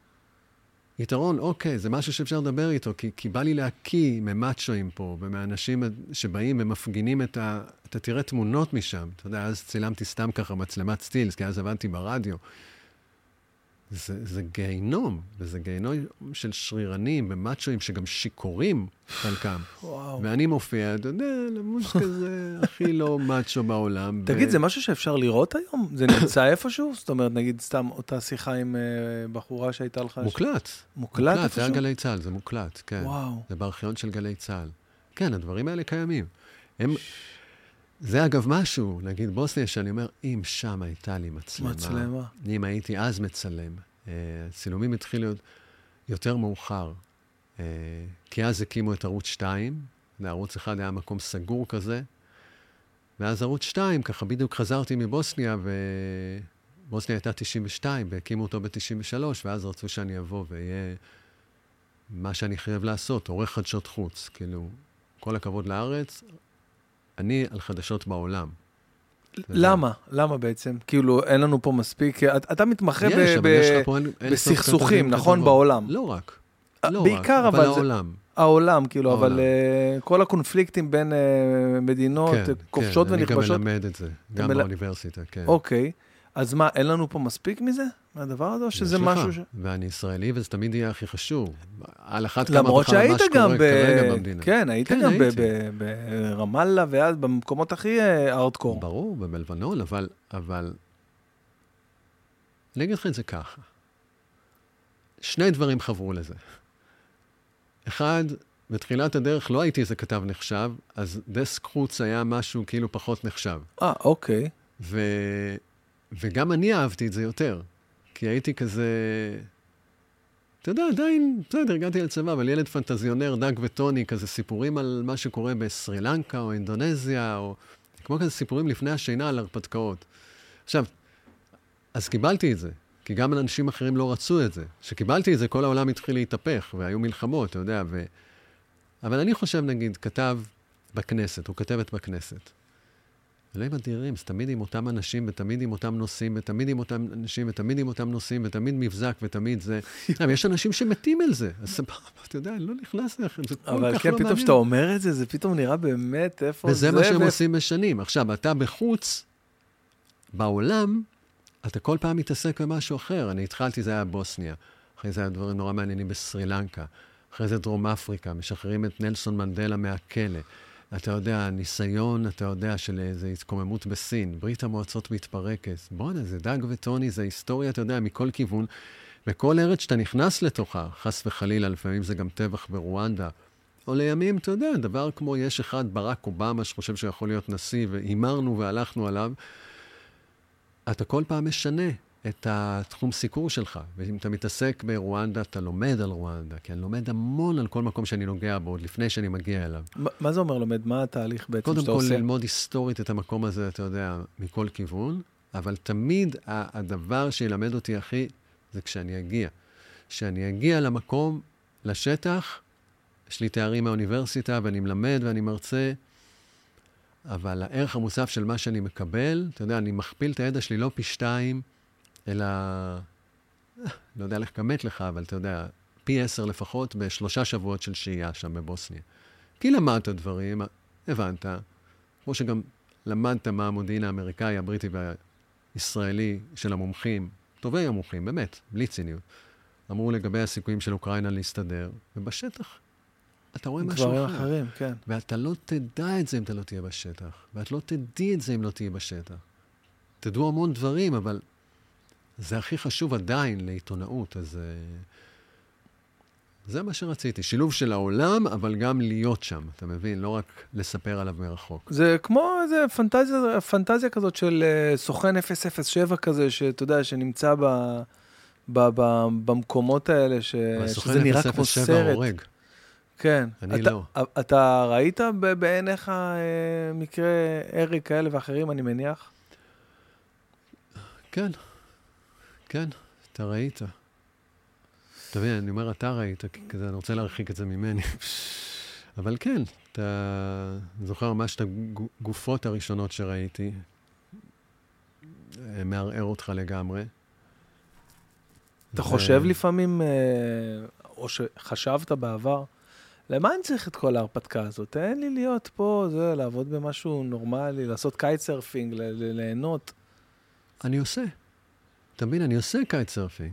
[SPEAKER 2] יתרון, אוקיי, זה משהו שאפשר לדבר איתו, כי בא לי להקיא ממאצ'ואים פה, ומאנשים שבאים ומפגינים אתה תראה תמונות משם. אתה יודע, אז צילמתי סתם ככה מצלמת סטילס, כי אז עבדתי ברדיו. זה גיהינום, וזה גיהינום של שרירנים ומאצ'ואים שגם שיקורים חלקם. ואני מופיע, אתה יודע, למוש כזה הכי לא מאצ'ו בעולם.
[SPEAKER 1] תגיד, זה משהו שאפשר לראות היום? זה נמצא איפשהו? זאת אומרת, נגיד סתם אותה שיחה עם בחורה שהייתה לך...
[SPEAKER 2] מוקלט.
[SPEAKER 1] מוקלט איפשהו?
[SPEAKER 2] זה היה גלי צהל, זה מוקלט, כן.
[SPEAKER 1] וואו.
[SPEAKER 2] זה בארכיון של גלי צהל. כן, הדברים האלה קיימים. זה אגב משהו, נגיד בוסניה, שאני אומר, אם שם הייתה לי מצלמה. אם הייתי אז מצלם. צילומים התחילו להיות יותר מאוחר. כי אז הקימו את ערוץ 2, ערוץ 1 היה מקום סגור כזה, ואז ערוץ 2, ככה בדיוק חזרתי מבוסניה, ובוסניה הייתה 92, והקימו אותו ב-93, ואז רצו שאני אבוא ויהיה מה שאני חייב לעשות, עורך חדשות חוץ. כאילו, כל הכבוד לארץ, אני על חדשות בעולם.
[SPEAKER 1] למה? למה בעצם? כאילו, אין לנו פה מספיק... אתה מתמחה בסכסוכים, נכון? בעולם.
[SPEAKER 2] לא רק.
[SPEAKER 1] בעיקר, אבל
[SPEAKER 2] העולם.
[SPEAKER 1] העולם, כאילו, אבל כל הקונפליקטים בין מדינות, כובשות ונכבשות...
[SPEAKER 2] אני גם מלמד את זה, גם באוניברסיטה, כן.
[SPEAKER 1] אוקיי. אז מה, אין לנו פה מספיק מזה? מהדבר הזה, או שזה משהו ש...
[SPEAKER 2] ואני ישראלי, וזה תמיד יהיה הכי חשוב. על אחת כמה
[SPEAKER 1] למרות שהיית גם
[SPEAKER 2] כרגע במדינה.
[SPEAKER 1] כן, היית גם ברמאללה, ואז במקומות הכי ארדקור.
[SPEAKER 2] ברור, בלבנון, אבל... אני אגיד לך את זה ככה. 2 דברים חברו לזה. אחד, בתחילת הדרך לא הייתי איזה כתב נחשב, אז דסק חוץ היה משהו כאילו פחות נחשב.
[SPEAKER 1] אוקיי.
[SPEAKER 2] וגם אני אהבתי את זה יותר, כי הייתי כזה... אתה יודע, עדיין, בסדר, הגעתי לצבא, אבל ילד פנטזיונר, דג וטוני, כזה סיפורים על מה שקורה בסרי לנקה או אינדונזיה, או כמו כזה סיפורים לפני השינה על הרפתקאות. עכשיו, אז קיבלתי את זה, כי גם אנשים אחרים לא רצו את זה. כשקיבלתי את זה, כל העולם התחיל להתהפך, והיו מלחמות, אתה יודע, אבל אני חושב, נגיד, כתב בכנסת, או כתבת בכנסת. אלוהים אדירים, זה תמיד עם אותם אנשים, ותמיד עם אותם נושאים, ותמיד עם אותם אנשים, ותמיד עם אותם נושאים, ותמיד מבזק, ותמיד זה... יש אנשים שמתים על זה, אז סבבה, אתה יודע, אני לא נכנס לכם, זה כל כך לא מעניין.
[SPEAKER 1] אבל כן, פתאום שאתה אומר את זה, זה פתאום נראה באמת איפה זה...
[SPEAKER 2] וזה מה שהם עושים בשנים. עכשיו, אתה בחוץ, בעולם, אתה כל פעם מתעסק במשהו אחר. אני התחלתי, זה היה בוסניה. אחרי זה היה דברים נורא מעניינים בסרי לנקה. אחרי זה דרום אפריקה, משחררים את נלסון מנדלה מהכלא. אתה יודע, ניסיון, אתה יודע, של איזו התקוממות בסין. ברית המועצות מתפרקת. בוא'נה, זה דג וטוני, זה היסטוריה, אתה יודע, מכל כיוון. וכל ארץ שאתה נכנס לתוכה, חס וחלילה, לפעמים זה גם טבח ברואנדה. או לימים, אתה יודע, דבר כמו יש אחד, ברק אובמה, שחושב שהוא יכול להיות נשיא, והימרנו והלכנו עליו, אתה כל פעם משנה את התחום סיקור שלך. ואם אתה מתעסק ברואנדה, אתה לומד על רואנדה, כי אני לומד המון על כל מקום שאני נוגע בו, עוד לפני שאני מגיע אליו.
[SPEAKER 1] מה זה אומר לומד? מה התהליך בעצם שאתה עושה?
[SPEAKER 2] קודם כל ללמוד היסטורית את המקום הזה, אתה יודע, מכל כיוון, אבל תמיד הדבר שילמד אותי הכי, זה כשאני אגיע. כשאני אגיע למקום, לשטח, יש לי תארים מהאוניברסיטה, ואני מלמד ואני מרצה, אבל הערך המוסף של מה שאני מקבל, אתה יודע, אני מכפיל את הידע שלי לא פי 2, אלא, לא יודע איך כמת לך, אבל אתה יודע, פי 10 לפחות ב3 שבועות של שהייה שם בבוסניה. כי למדת דברים, הבנת, כמו שגם למדת מה המודיעין האמריקאי, הבריטי והישראלי של המומחים, טובי המומחים, באמת, בלי ציניות, אמרו לגבי הסיכויים של אוקראינה להסתדר, ובשטח אתה רואה משהו
[SPEAKER 1] דברים
[SPEAKER 2] אחר.
[SPEAKER 1] אחרים, כן.
[SPEAKER 2] ואתה לא תדע את זה אם אתה לא תהיה בשטח, ואת לא תדעי את זה אם לא תהיה בשטח. תדעו המון דברים, אבל זה הכי חשוב עדיין לעיתונאות, אז זה מה שרציתי. שילוב של העולם, אבל גם להיות שם, אתה מבין? לא רק לספר עליו מרחוק.
[SPEAKER 1] זה כמו איזה פנטזיה כזאת של סוכן 007 כזה, שאתה יודע, שנמצא במקומות האלה, שזה נראה כמו סרט.
[SPEAKER 2] סוכן 007 הורג.
[SPEAKER 1] כן.
[SPEAKER 2] אני לא.
[SPEAKER 1] אתה ראית בעיניך מקרה הרג כאלה ואחרים, אני מניח?
[SPEAKER 2] כן. כן, אתה ראית. אתה מבין, אני אומר, אתה ראית, כי אני רוצה להרחיק את זה ממני. אבל כן, אתה זוכר ממש את הגופות הראשונות שראיתי, מערער אותך לגמרי.
[SPEAKER 1] אתה חושב לפעמים, או שחשבת בעבר, למה אני צריך את כל ההרפתקה הזאת? תן לי להיות פה, לעבוד במשהו נורמלי, לעשות קייט סרפינג, ליהנות.
[SPEAKER 2] אני עושה. אתה מבין, אני עושה קייט סרפינג.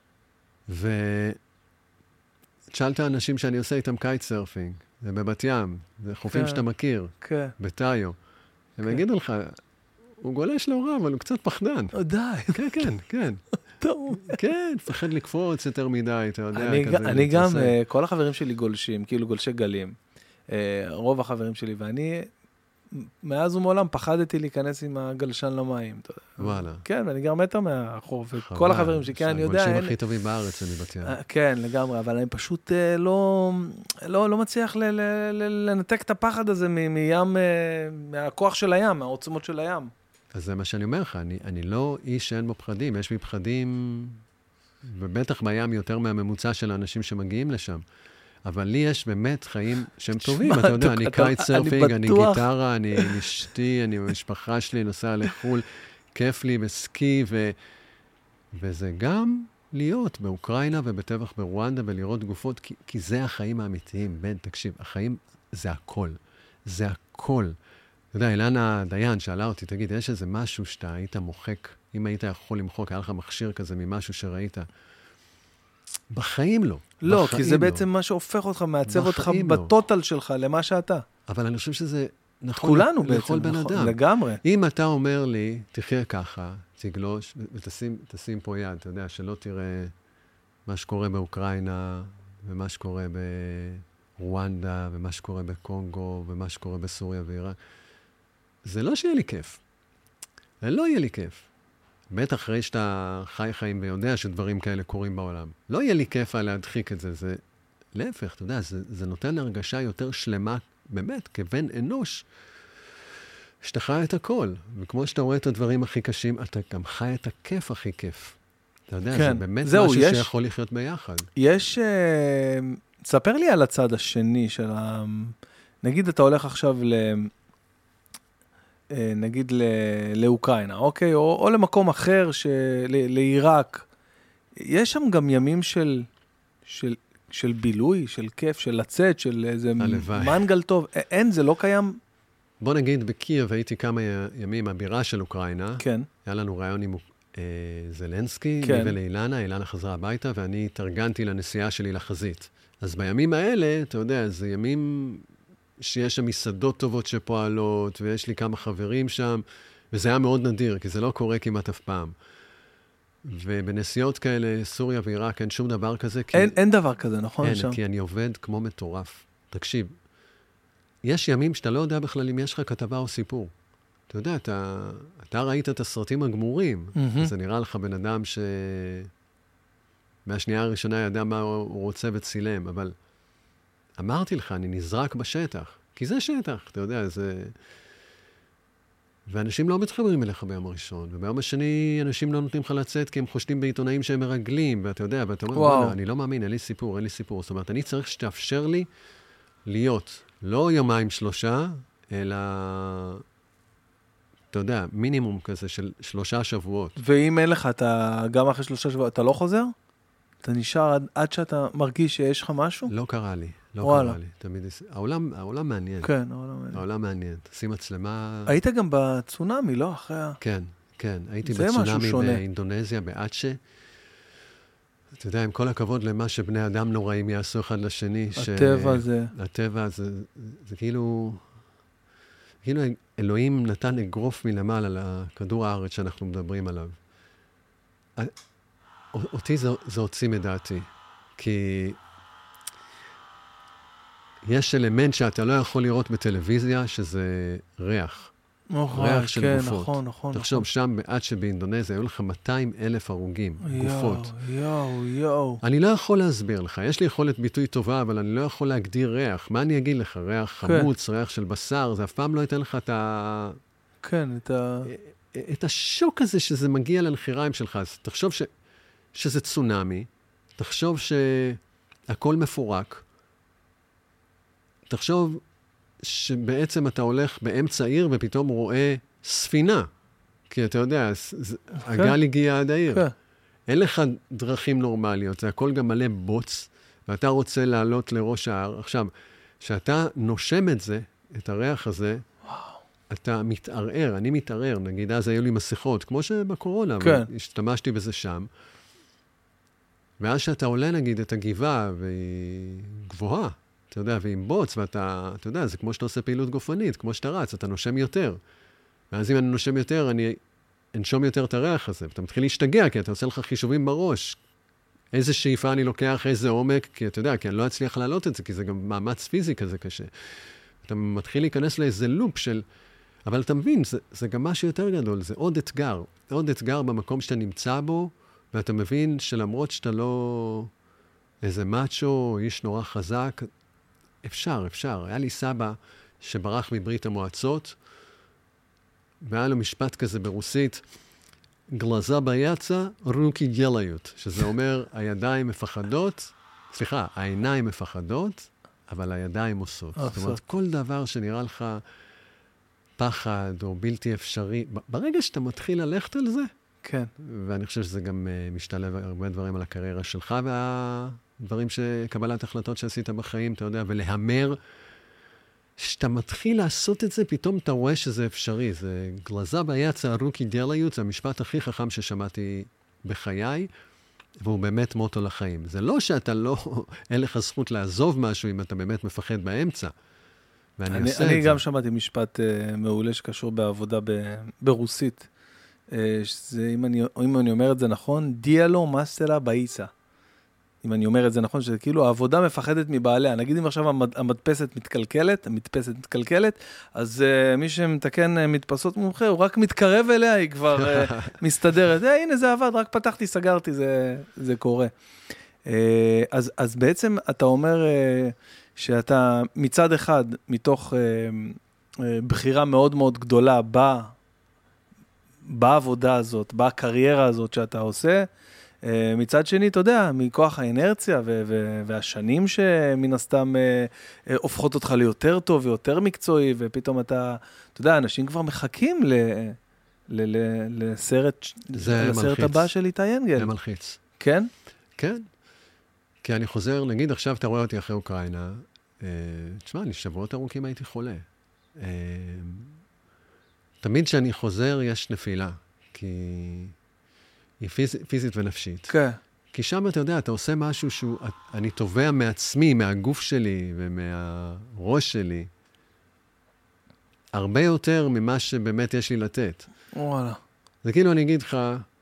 [SPEAKER 2] ותשאלת אנשים שאני עושה איתם קייט סרפינג, זה בבת ים, זה חופים שאתה מכיר, בטאיו. הם יגידו לך, הוא גולש לא רע, אבל הוא קצת פחדן.
[SPEAKER 1] די.
[SPEAKER 2] כן, כן, כן. כן, פחד לקפוץ יותר מדי, אתה יודע.
[SPEAKER 1] אני גם, כל החברים שלי גולשים, כאילו גולשי גלים. רוב החברים שלי, ואני מאז ומעולם פחדתי להיכנס עם הגלשן למים.
[SPEAKER 2] וואלה.
[SPEAKER 1] כן, ואני גר מטר מהחוף, וכל החברים שלי, כן, אני יודע.
[SPEAKER 2] הגולשים הכי טובים בארץ, אני בבת ים.
[SPEAKER 1] כן, לגמרי, אבל אני פשוט לא מצליח לנתק את הפחד הזה מים, מהכוח של הים, מהעוצמות של הים.
[SPEAKER 2] אז זה מה שאני אומר לך, אני לא איש שאין בו פחדים, יש לי פחדים, ובטח בים יותר מהממוצע של האנשים שמגיעים לשם. אבל לי יש באמת חיים שהם טובים, אתה יודע, אני קייט סרפינג, אני גיטרה, אני עם אשתי, אני עם המשפחה שלי, נוסע לחול, כיף לי בסקי, וזה גם להיות באוקראינה ובטבח ברואנדה ולראות גופות, כי זה החיים האמיתיים, בן, תקשיב, החיים זה הכל, זה הכל. אתה יודע, אילנה דיין שאלה אותי, תגיד, יש איזה משהו שאתה היית מוחק, אם היית יכול למחוק, היה לך מכשיר כזה ממשהו שראית, בחיים לא.
[SPEAKER 1] לא, כי זה בעצם מה שהופך אותך, מעצב אותך בטוטל שלך, למה שאתה.
[SPEAKER 2] אבל אני חושב שזה נכון.
[SPEAKER 1] כולנו בעצם,
[SPEAKER 2] לכל בן אדם.
[SPEAKER 1] לגמרי.
[SPEAKER 2] אם אתה אומר לי, תחיה ככה, תגלוש, ותשים פה יד, אתה יודע, שלא תראה מה שקורה באוקראינה, ומה שקורה ברואנדה, ומה שקורה בקונגו, ומה שקורה בסוריה ועיראק. זה לא שיהיה לי כיף. זה לא יהיה לי כיף. בטח אחרי שאתה חי חיים ויודע שדברים כאלה קורים בעולם. לא יהיה לי כיף להדחיק את זה. זה להפך, אתה יודע, זה נותן הרגשה יותר שלמה, באמת, כבן אנוש, שאתה חי את הכל. וכמו שאתה רואה את הדברים הכי קשים, אתה גם חי את הכיף הכי כיף. אתה יודע,
[SPEAKER 1] כן.
[SPEAKER 2] זה באמת
[SPEAKER 1] זהו,
[SPEAKER 2] משהו שיכול לחיות ביחד.
[SPEAKER 1] יש... תספר לי על הצד השני של נגיד אתה הולך עכשיו נגיד לאוקראינה, אוקיי? או למקום אחר, לעיראק. יש שם גם ימים של בילוי, של כיף, של לצאת, של איזה מנגל טוב. אין, זה לא קיים.
[SPEAKER 2] בוא נגיד, בקייב הייתי כמה ימים, הבירה של אוקראינה.
[SPEAKER 1] כן.
[SPEAKER 2] היה לנו רעיון עם זלנסקי,
[SPEAKER 1] כן.
[SPEAKER 2] לי ולאילנה, אילנה חזרה הביתה, ואני התארגנתי לנסיעה שלי לחזית. אז בימים האלה, אתה יודע, זה ימים שיש שם מסעדות טובות שפועלות, ויש לי כמה חברים שם, וזה היה מאוד נדיר, כי זה לא קורה כמעט אף פעם. ובנסיעות כאלה, סוריה ועיראק, אין שום דבר כזה.
[SPEAKER 1] אין דבר כזה, נכון?
[SPEAKER 2] אין, כי אני עובד כמו מטורף. תקשיב, יש ימים שאתה לא יודע בכלל אם יש לך כתבה או סיפור. אתה יודע, אתה ראית את הסרטים הגמורים, זה נראה לך בן אדם מהשנייה הראשונה ידע מה הוא רוצה וצילם, אבל אמרתי לך, אני נזרק בשטח, כי זה שטח, אתה יודע, זה... ואנשים לא מתחברים אליך ביום הראשון, וביום השני אנשים לא נותנים לך לצאת, כי הם חושדים בעיתונאים שהם מרגלים, ואתה יודע, ואתה אומר, בוא'נה, אני לא מאמין, אין לי סיפור. זאת אומרת, אני צריך שתאפשר לי להיות לא יומיים שלושה, אלא, אתה יודע, מינימום כזה של 3 שבועות.
[SPEAKER 1] ואם אין לך, אתה גם אחרי 3 שבועות, אתה לא חוזר? אתה נשאר עד שאתה מרגיש שיש לך משהו?
[SPEAKER 2] לא קרה לי. לא קרה לי. תמיד... העולם מעניין.
[SPEAKER 1] כן, העולם מעניין.
[SPEAKER 2] העולם מעניין. תשים מצלמה...
[SPEAKER 1] היית גם בצונאמי, לא? אחרי
[SPEAKER 2] כן, כן. הייתי בצונאמי באינדונזיה, באצ'ה. אתה יודע, עם כל הכבוד למה שבני אדם נוראים יעשו אחד לשני.
[SPEAKER 1] הטבע זה...
[SPEAKER 2] הטבע זה כאילו... כאילו אלוהים נתן אגרוף מלמעלה לכדור הארץ שאנחנו מדברים עליו. אותי זה הוציא מדעתי, כי יש אלמנט שאתה לא יכול לראות בטלוויזיה, שזה ריח. ריח של גופות.
[SPEAKER 1] נכון.
[SPEAKER 2] תחשוב, שם עד שבאינדונזיה היו לך 200,000 הרוגים, גופות.
[SPEAKER 1] יואו.
[SPEAKER 2] אני לא יכול להסביר לך, יש לי יכולת ביטוי טובה, אבל אני לא יכול להגדיר ריח. מה אני אגיד לך? ריח חמוץ, ריח של בשר, זה אף פעם לא ייתן לך את ה...
[SPEAKER 1] כן,
[SPEAKER 2] את השוק הזה שזה מגיע לנחיריים שלך. אז תחשוב שזה צונאמי, תחשוב שהכל מפורק, תחשוב שבעצם אתה הולך באמצע עיר ופתאום רואה ספינה, כי אתה יודע, הגל הגיע עד העיר. אין לך דרכים נורמליות, זה הכל גם מלא בוץ, ואתה רוצה לעלות לראש ההר. עכשיו, כשאתה נושם את זה, את הריח הזה, אתה מתערער, אני מתערער, נגיד אז היו לי מסכות, כמו שבקורונה, אבל השתמשתי בזה שם, ואז שאתה עולה, נגיד, את הגבעה, והיא גבוהה, אתה יודע, ועם בוץ, ואתה, אתה יודע, זה כמו שאתה עושה פעילות גופנית, כמו שאתה רץ, אתה נושם יותר. ואז אם אני נושם יותר, אני אנשום יותר את הריח הזה, ואתה מתחיל להשתגע, כי אתה עושה לך חישובים בראש. איזה שאיפה אני לוקח, איזה עומק, כי אתה יודע, כי אני לא אצליח לעלות את זה, כי זה גם מאמץ פיזי כזה קשה. אתה מתחיל להיכנס לאיזה לופ של... אבל אתה מבין, זה גם משהו יותר גדול, זה עוד אתגר במקום שאתה נמצא בו, ואתה מבין שלמרות שאתה לא איזה מאצ'ו, איש נורא חזק, אפשר. היה לי סבא שברח מברית המועצות, והיה לו משפט כזה ברוסית, גלזה ביצה, רוקי גליות, שזה אומר, העיניים מפחדות, אבל הידיים עושות. זאת אומרת, כל דבר שנראה לך פחד או בלתי אפשרי, ברגע שאתה מתחיל ללכת על זה,
[SPEAKER 1] כן.
[SPEAKER 2] ואני חושב שזה גם משתלב הרבה דברים על הקריירה שלך, והדברים שקבלת החלטות שעשית בחיים, אתה יודע, ולהמר, שאתה מתחיל לעשות את זה, פתאום אתה רואה שזה אפשרי. זה גלזה ביצה, רוקי גליות, זה המשפט הכי חכם ששמעתי בחיי, והוא באמת מוטו לחיים. זה לא שאתה לא, אין לך זכות לעזוב משהו אם אתה באמת מפחד באמצע. ואני עושה את זה.
[SPEAKER 1] אני גם שמעתי משפט מעולה שקשור בעבודה ברוסית. שזה, אם אני אומר את זה נכון, דיאלו מסטרה באיסה. אם אני אומר את זה נכון, שזה כאילו העבודה מפחדת מבעליה. נגיד אם עכשיו המדפסת מתקלקלת, אז מי שמתקן מדפסות מומחה, הוא רק מתקרב אליה, היא כבר מסתדרת. הנה זה עבד, רק פתחתי, סגרתי, זה קורה. אז בעצם אתה אומר שאתה מצד אחד, מתוך בחירה מאוד מאוד גדולה בעבודה הזאת, בקריירה הזאת שאתה עושה, מצד שני, אתה יודע, מכוח האנרציה והשנים שמן הסתם הופכות אותך ליותר טוב ויותר מקצועי, ופתאום אתה יודע, אנשים כבר מחכים לסרט הבא של איתי אנגל.
[SPEAKER 2] זה מלחיץ.
[SPEAKER 1] כן?
[SPEAKER 2] כן. כי אני חוזר, נגיד עכשיו אתה רואה אותי אחרי אוקראינה, תשמע, אני שבועות ארוכים הייתי חולה. תמיד כשאני חוזר יש נפילה, כי היא פיזית ונפשית.
[SPEAKER 1] כן.
[SPEAKER 2] כי שם אתה יודע, אתה עושה משהו אני תובע מעצמי, מהגוף שלי ומהראש שלי, הרבה יותר ממה שבאמת יש לי לתת.
[SPEAKER 1] וואלה.
[SPEAKER 2] זה כאילו אני אגיד לך,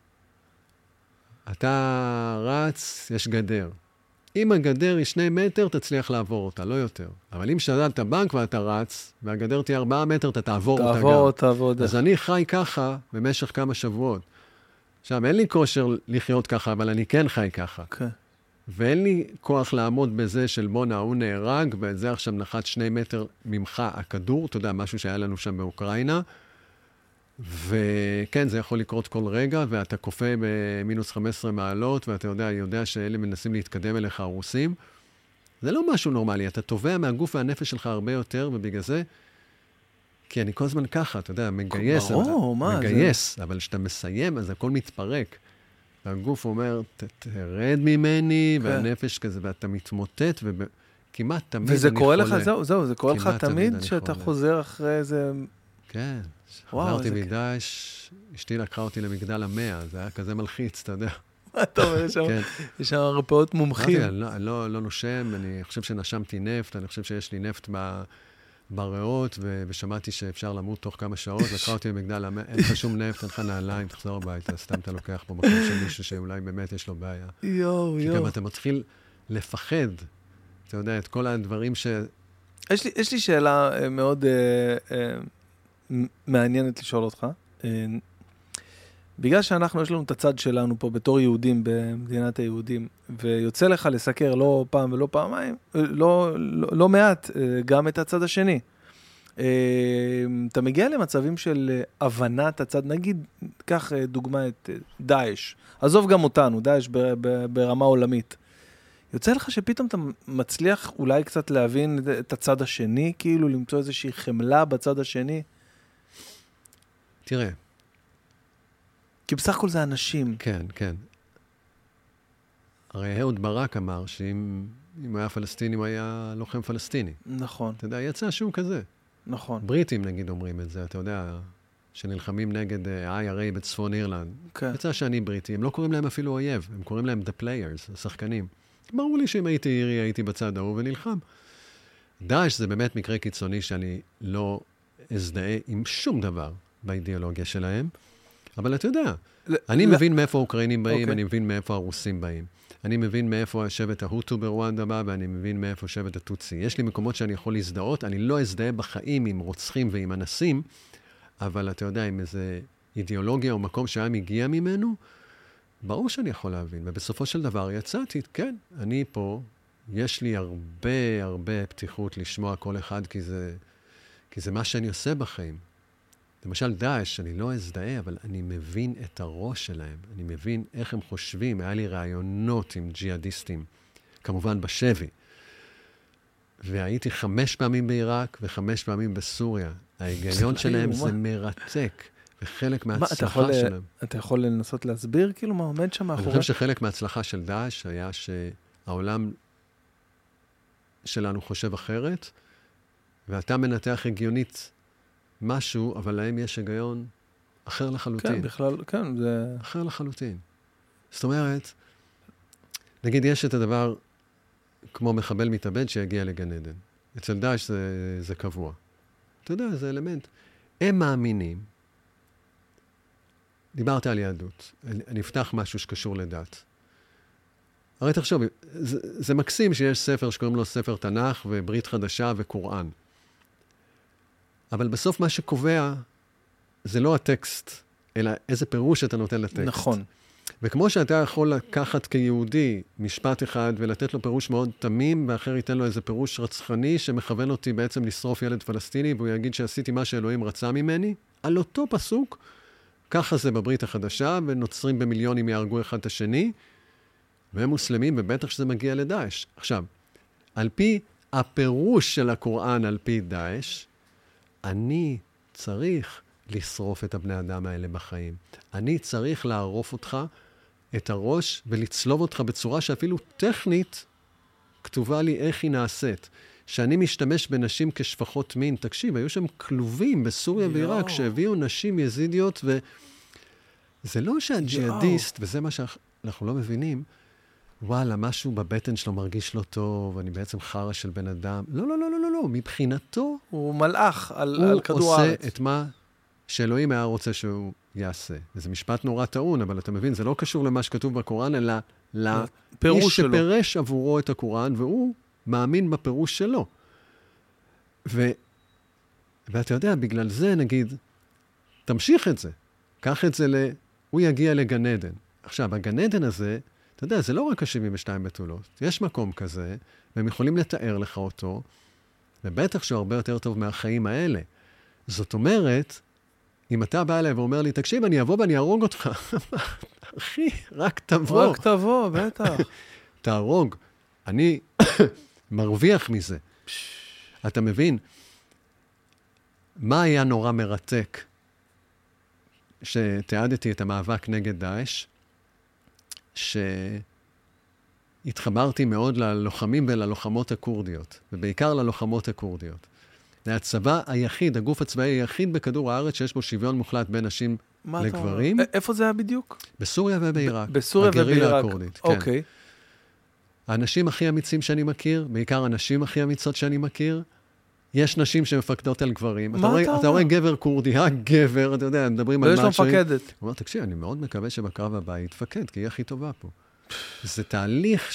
[SPEAKER 2] אתה רץ, יש גדר. אם הגדר היא 2 מטר, תצליח לעבור אותה, לא יותר. אבל אם שדדת בנק ואתה רץ, והגדר תהיה 4 מטר, אתה תעבור אותה גם.
[SPEAKER 1] תעבור אותה ועוד.
[SPEAKER 2] אז אני חי ככה במשך כמה שבועות. עכשיו, אין לי כושר לחיות ככה, אבל אני כן חי ככה.
[SPEAKER 1] כן.
[SPEAKER 2] ואין לי כוח לעמוד בזה של בונה, הוא נהרג, וזה עכשיו נחת 2 מטר ממך הכדור, אתה יודע, משהו שהיה לנו שם באוקראינה. וכן, זה יכול לקרות כל רגע, ואתה קופא במינוס 15 מעלות, ואתה יודע שאלה מנסים להתקדם אליך הרוסים. זה לא משהו נורמלי, אתה תובע מהגוף והנפש שלך הרבה יותר, ובגלל זה, כי אני כל הזמן ככה, אתה יודע, מגייס, אבל כשאתה מסיים, אז הכל מתפרק. והגוף אומר, תרד ממני, והנפש כזה, ואתה מתמוטט, וכמעט תמיד אני חולה.
[SPEAKER 1] וזה קורה לך, זהו, זה קורה לך תמיד שאתה חוזר אחרי איזה...
[SPEAKER 2] כן, חזרתי מדאעש, אשתי לקחה אותי למגדל 100, זה היה כזה מלחיץ, אתה יודע.
[SPEAKER 1] מה אתה אומר, יש שם הרפאות מומחים.
[SPEAKER 2] אני לא נושם, אני חושב שנשמתי נפט, אני חושב שיש לי נפט בריאות, ושמעתי שאפשר למות תוך כמה שעות, לקחה אותי למגדל 100, אין לך שום נפט, אין לך נעליים, תחזור הביתה, סתם אתה לוקח פה מקום של מישהו שאולי באמת יש לו בעיה. כי גם אתה מתחיל לפחד, אתה יודע, את כל הדברים
[SPEAKER 1] יש לי שאלה מאוד... מעניינת לשאול אותך. בגלל שאנחנו, יש לנו את הצד שלנו פה בתור יהודים במדינת היהודים, ויוצא לך לסקר לא פעם ולא פעמיים, לא מעט, גם את הצד השני. אתה מגיע למצבים של הבנת הצד, נגיד, קח דוגמה את דאעש. עזוב גם אותנו, דאעש ברמה עולמית. יוצא לך שפתאום אתה מצליח אולי קצת להבין את הצד השני, כאילו למצוא איזושהי חמלה בצד השני?
[SPEAKER 2] תראה.
[SPEAKER 1] כי בסך הכל זה אנשים.
[SPEAKER 2] כן, כן. הרי אהוד ברק אמר שאם הוא היה פלסטיני, הוא היה לוחם פלסטיני.
[SPEAKER 1] נכון.
[SPEAKER 2] אתה יודע, יצא שהוא כזה.
[SPEAKER 1] נכון.
[SPEAKER 2] בריטים, נגיד, אומרים את זה, אתה יודע, שנלחמים נגד IRA בצפון אירלנד.
[SPEAKER 1] כן.
[SPEAKER 2] יצא שאני בריטי, הם לא קוראים להם אפילו אויב, הם קוראים להם the players, השחקנים. ברור לי שאם הייתי אירי, הייתי בצד ההוא ונלחם. דאעש זה באמת מקרה קיצוני שאני לא אזדהה עם שום דבר באידיאולוגיה שלהם, אבל אתה יודע, אני מבין מאיפה האוקראינים באים, אני מבין מאיפה הרוסים באים. אני מבין מאיפה השבט ההוטו ברואנדה בא, ואני מבין מאיפה השבט הטוצי. יש לי מקומות שאני יכול להזדהות, אני לא אזדהה בחיים עם רוצחים ועם אנסים, אבל אתה יודע, עם איזה אידיאולוגיה או מקום שהיה מגיע ממנו, ברור שאני יכול להבין. ובסופו של דבר יצאתי, כן, אני פה, יש לי הרבה פתיחות לשמוע כל אחד, כי זה מה שאני עושה בחיים. למשל דאעש, אני לא אזדהה, אבל אני מבין את הראש שלהם. אני מבין איך הם חושבים. היה לי רעיונות עם ג'יהאדיסטים, כמובן בשבי. והייתי 5 פעמים בעיראק ו5 פעמים בסוריה. ההיגיון שלהם זה מרתק, וחלק מההצלחה שלהם.
[SPEAKER 1] אתה יכול לנסות להסביר כאילו מה עומד שם מאחורי?
[SPEAKER 2] אני חושב שחלק מההצלחה של דאעש היה שהעולם שלנו חושב אחרת, ואתה מנתח הגיונית משהו, אבל להם יש היגיון אחר לחלוטין.
[SPEAKER 1] כן, בכלל, כן, זה...
[SPEAKER 2] אחר לחלוטין. זאת אומרת, נגיד יש את הדבר כמו מחבל מתאבד שיגיע לגן עדן. אצל דאעש זה קבוע. אתה יודע, זה אלמנט. הם מאמינים, דיברת על יהדות, אני אפתח משהו שקשור לדת. הרי תחשוב, זה מקסים שיש ספר שקוראים לו ספר תנ"ך וברית חדשה וקוראן. אבל בסוף מה שקובע זה לא הטקסט, אלא איזה פירוש אתה נותן לטקסט.
[SPEAKER 1] נכון.
[SPEAKER 2] וכמו שאתה יכול לקחת כיהודי משפט אחד ולתת לו פירוש מאוד תמים, ואחר ייתן לו איזה פירוש רצחני שמכוון אותי בעצם לשרוף ילד פלסטיני, והוא יגיד שעשיתי מה שאלוהים רצה ממני, על אותו פסוק, ככה זה בברית החדשה, ונוצרים במיליונים יהרגו אחד את השני, והם מוסלמים, ובטח שזה מגיע לדאעש. עכשיו, על פי הפירוש של הקוראן על פי דאעש, אני צריך לשרוף את הבני אדם האלה בחיים. אני צריך לערוף אותך, את הראש, ולצלוב אותך בצורה שאפילו טכנית כתובה לי איך היא נעשית. שאני משתמש בנשים כשפחות מין. תקשיב, היו שם כלובים בסוריה ועיראק, שהביאו נשים יזידיות, וזה לא שהג'יהאדיסט, וזה מה שאנחנו לא מבינים, וואלה, משהו בבטן שלו מרגיש לא טוב, אני בעצם חרא של בן אדם. לא, לא, לא, לא, לא, לא. מבחינתו,
[SPEAKER 1] הוא מלאך על כדור הארץ.
[SPEAKER 2] הוא עושה את מה שאלוהים היה רוצה שהוא יעשה. וזה משפט נורא טעון, אבל אתה מבין, זה לא קשור למה שכתוב בקוראן, אלא לאיש שפרש עבורו את הקוראן, והוא מאמין בפירוש שלו. ואתה יודע, בגלל זה נגיד, תמשיך את זה. קח את זה הוא יגיע לגן עדן. עכשיו, הגן עדן הזה, אתה יודע, זה לא רק ה-72 בתולות. יש מקום כזה, והם יכולים לתאר לך אותו, ובטח שהוא הרבה יותר טוב מהחיים האלה. זאת אומרת, אם אתה בא אליי ואומר לי, תקשיב, אני אבוא ואני ארוג אותך. אחי, רק תבוא.
[SPEAKER 1] רק תבוא, בטח.
[SPEAKER 2] תהרוג. אני מרוויח מזה. אתה מבין? מה היה נורא מרתק שתיעדתי את המאבק נגד דאעש, שהתחברתי מאוד ללוחמים וללוחמות הקורדיות, ובעיקר ללוחמות הקורדיות. זה הצבא היחיד, הגוף הצבאי היחיד בכדור הארץ, שיש בו שוויון מוחלט בין נשים לגברים.
[SPEAKER 1] איפה זה היה בדיוק?
[SPEAKER 2] בסוריה ובעיראק.
[SPEAKER 1] בסוריה ובעיראק.
[SPEAKER 2] הגרילה הקורדית, כן.
[SPEAKER 1] אוקיי.
[SPEAKER 2] האנשים הכי אמיצים שאני מכיר, בעיקר הנשים הכי אמיצות שאני מכיר, יש נשים שמפקדות על גברים. אתה רואה גבר קורדי, הגבר, אתה יודע, מדברים על
[SPEAKER 1] משהו. ויש לו מפקדת.
[SPEAKER 2] הוא אומר, תקשיב, אני מאוד מקווה שבקרב הבא יתפקד, כי היא הכי טובה פה. זה תהליך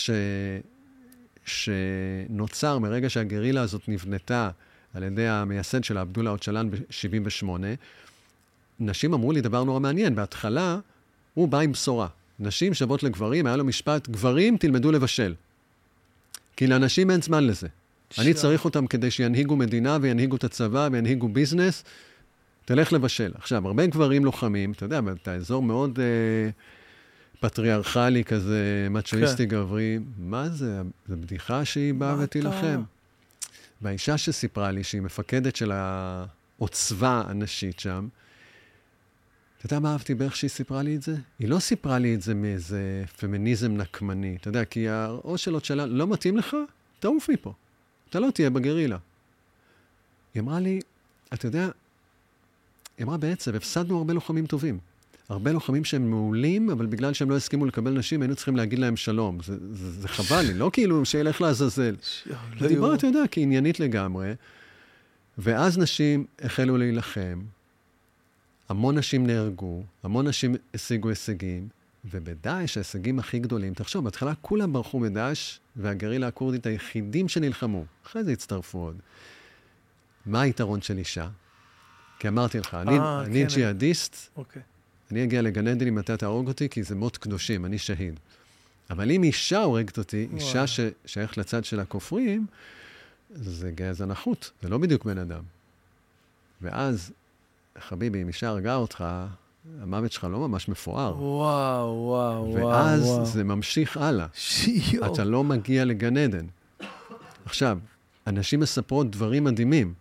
[SPEAKER 2] שנוצר מרגע שהגרילה הזאת נבנתה על ידי המייסד שלה, עבדולה אוצ'לן ב-78. נשים אמרו לי דבר נורא מעניין. בהתחלה, הוא בא עם בשורה. נשים שוות לגברים, היה לו משפט, גברים תלמדו לבשל. כי לאנשים אין זמן לזה. אני צריך אותם כדי שינהיגו מדינה וינהיגו את הצבא וינהיגו ביזנס. תלך לבשל. עכשיו, הרבה גברים לוחמים, אתה יודע, אתה אזור מאוד פטריארכלי כזה, מצ'ואיסטי גברי. מה זה? זו בדיחה שהיא באה ותילחם. והאישה שסיפרה לי שהיא מפקדת של העוצבה הנשית שם, אתה יודע מה אהבתי באיך שהיא סיפרה לי את זה? היא לא סיפרה לי את זה מאיזה פמיניזם נקמני. אתה יודע, כי הראש של אוצ'לן לא מתאים לך, תעוף מפה. אתה לא תהיה בגרילה. היא אמרה לי, אתה יודע, היא אמרה בעצם, הפסדנו הרבה לוחמים טובים. הרבה לוחמים שהם מעולים, אבל בגלל שהם לא הסכימו לקבל נשים, היינו צריכים להגיד להם שלום. זה חבל לי, לא כאילו שילך לעזאזל. דיברה, אתה יודע, כעניינית לגמרי. ואז נשים החלו להילחם, המון נשים נהרגו, המון נשים השיגו הישגים, ובדאעש ההישגים הכי גדולים, תחשוב, בהתחלה כולם ברחו מדאעש, והגרילה הקורדית היחידים שנלחמו, אחרי זה הצטרפו עוד. מה היתרון של אישה? כי אמרתי לך, אני ג'יהאדיסט, אני אגיע לגן עדן אם אתה תהרוג אותי, כי זה מות קדושים, אני שהיד. אבל אם אישה הורגת אותי, אישה ששייך לצד של הכופרים, זה גזע נחות, זה לא בדיוק בן אדם. ואז, חביבי, אם אישה הרגה אותך, המוות שלך לא ממש מפואר.
[SPEAKER 1] וואו.
[SPEAKER 2] ואז זה ממשיך הלאה. אתה לא מגיע לגן עדן. עכשיו, אנשים מספרות דברים מדהימים.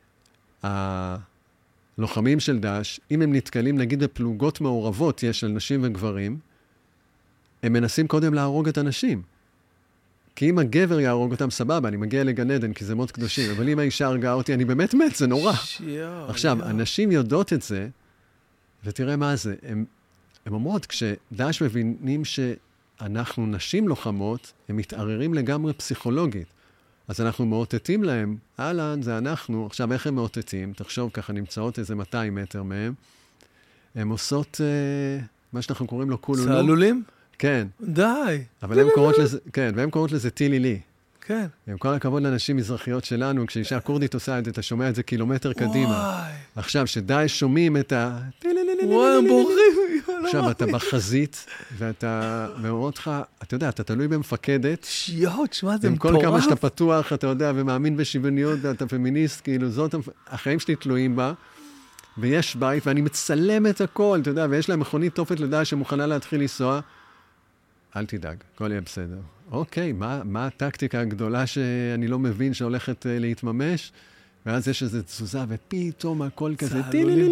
[SPEAKER 2] הלוחמים של דאעש, אם הם נתקלים, נגיד בפלוגות מעורבות, יש של נשים וגברים, הם מנסים קודם להרוג את הנשים. כי אם הגבר יהרוג אותם, סבבה, אני מגיע לגן עדן, כי זה מות קדושים, אבל אם האישה הרגה אותי, אני באמת מת, זה נורא. עכשיו, אנשים יודעות את זה, ותראה מה זה, הם אומרות, כשדאעש מבינים שאנחנו נשים לוחמות, הם מתערערים לגמרי פסיכולוגית. אז אנחנו מאותתים להם, אהלן, זה אנחנו, עכשיו איך הם מאותתים? תחשוב, ככה נמצאות איזה 200 מטר מהם, הם עושות מה שאנחנו קוראים לו קולולו.
[SPEAKER 1] צהלולים?
[SPEAKER 2] כן.
[SPEAKER 1] די.
[SPEAKER 2] אבל הן קוראות לזה, כן, והן קוראות לזה טילילי.
[SPEAKER 1] כן.
[SPEAKER 2] עם כל הכבוד לאנשים מזרחיות שלנו, כשאישה קורדית עושה את זה, אתה שומע את זה קילומטר קדימה. עכשיו, שדאעש שומעים את ה...
[SPEAKER 1] וואי, הם בורחים.
[SPEAKER 2] עכשיו, אתה בחזית, ואתה מאוד לך, אתה יודע, אתה תלוי במפקדת.
[SPEAKER 1] יואו, תשמע, זה מטורף.
[SPEAKER 2] עם כל כמה שאתה פתוח, אתה יודע, ומאמין בשוויוניות, ואתה פמיניסט, כאילו, זאת, החיים שלי תלויים בה, ויש בית, ואני מצלם את הכל, אתה יודע, ויש להם מכונית תופת לדאעש שמוכנה להתחיל לנסוע. אל תדאג, הכל יהיה בסדר. אוקיי, מה הטקטיקה הגדולה שאני לא מבין שהולכת להתממש? ואז יש איזו תזוזה, ופתאום הכל כזה,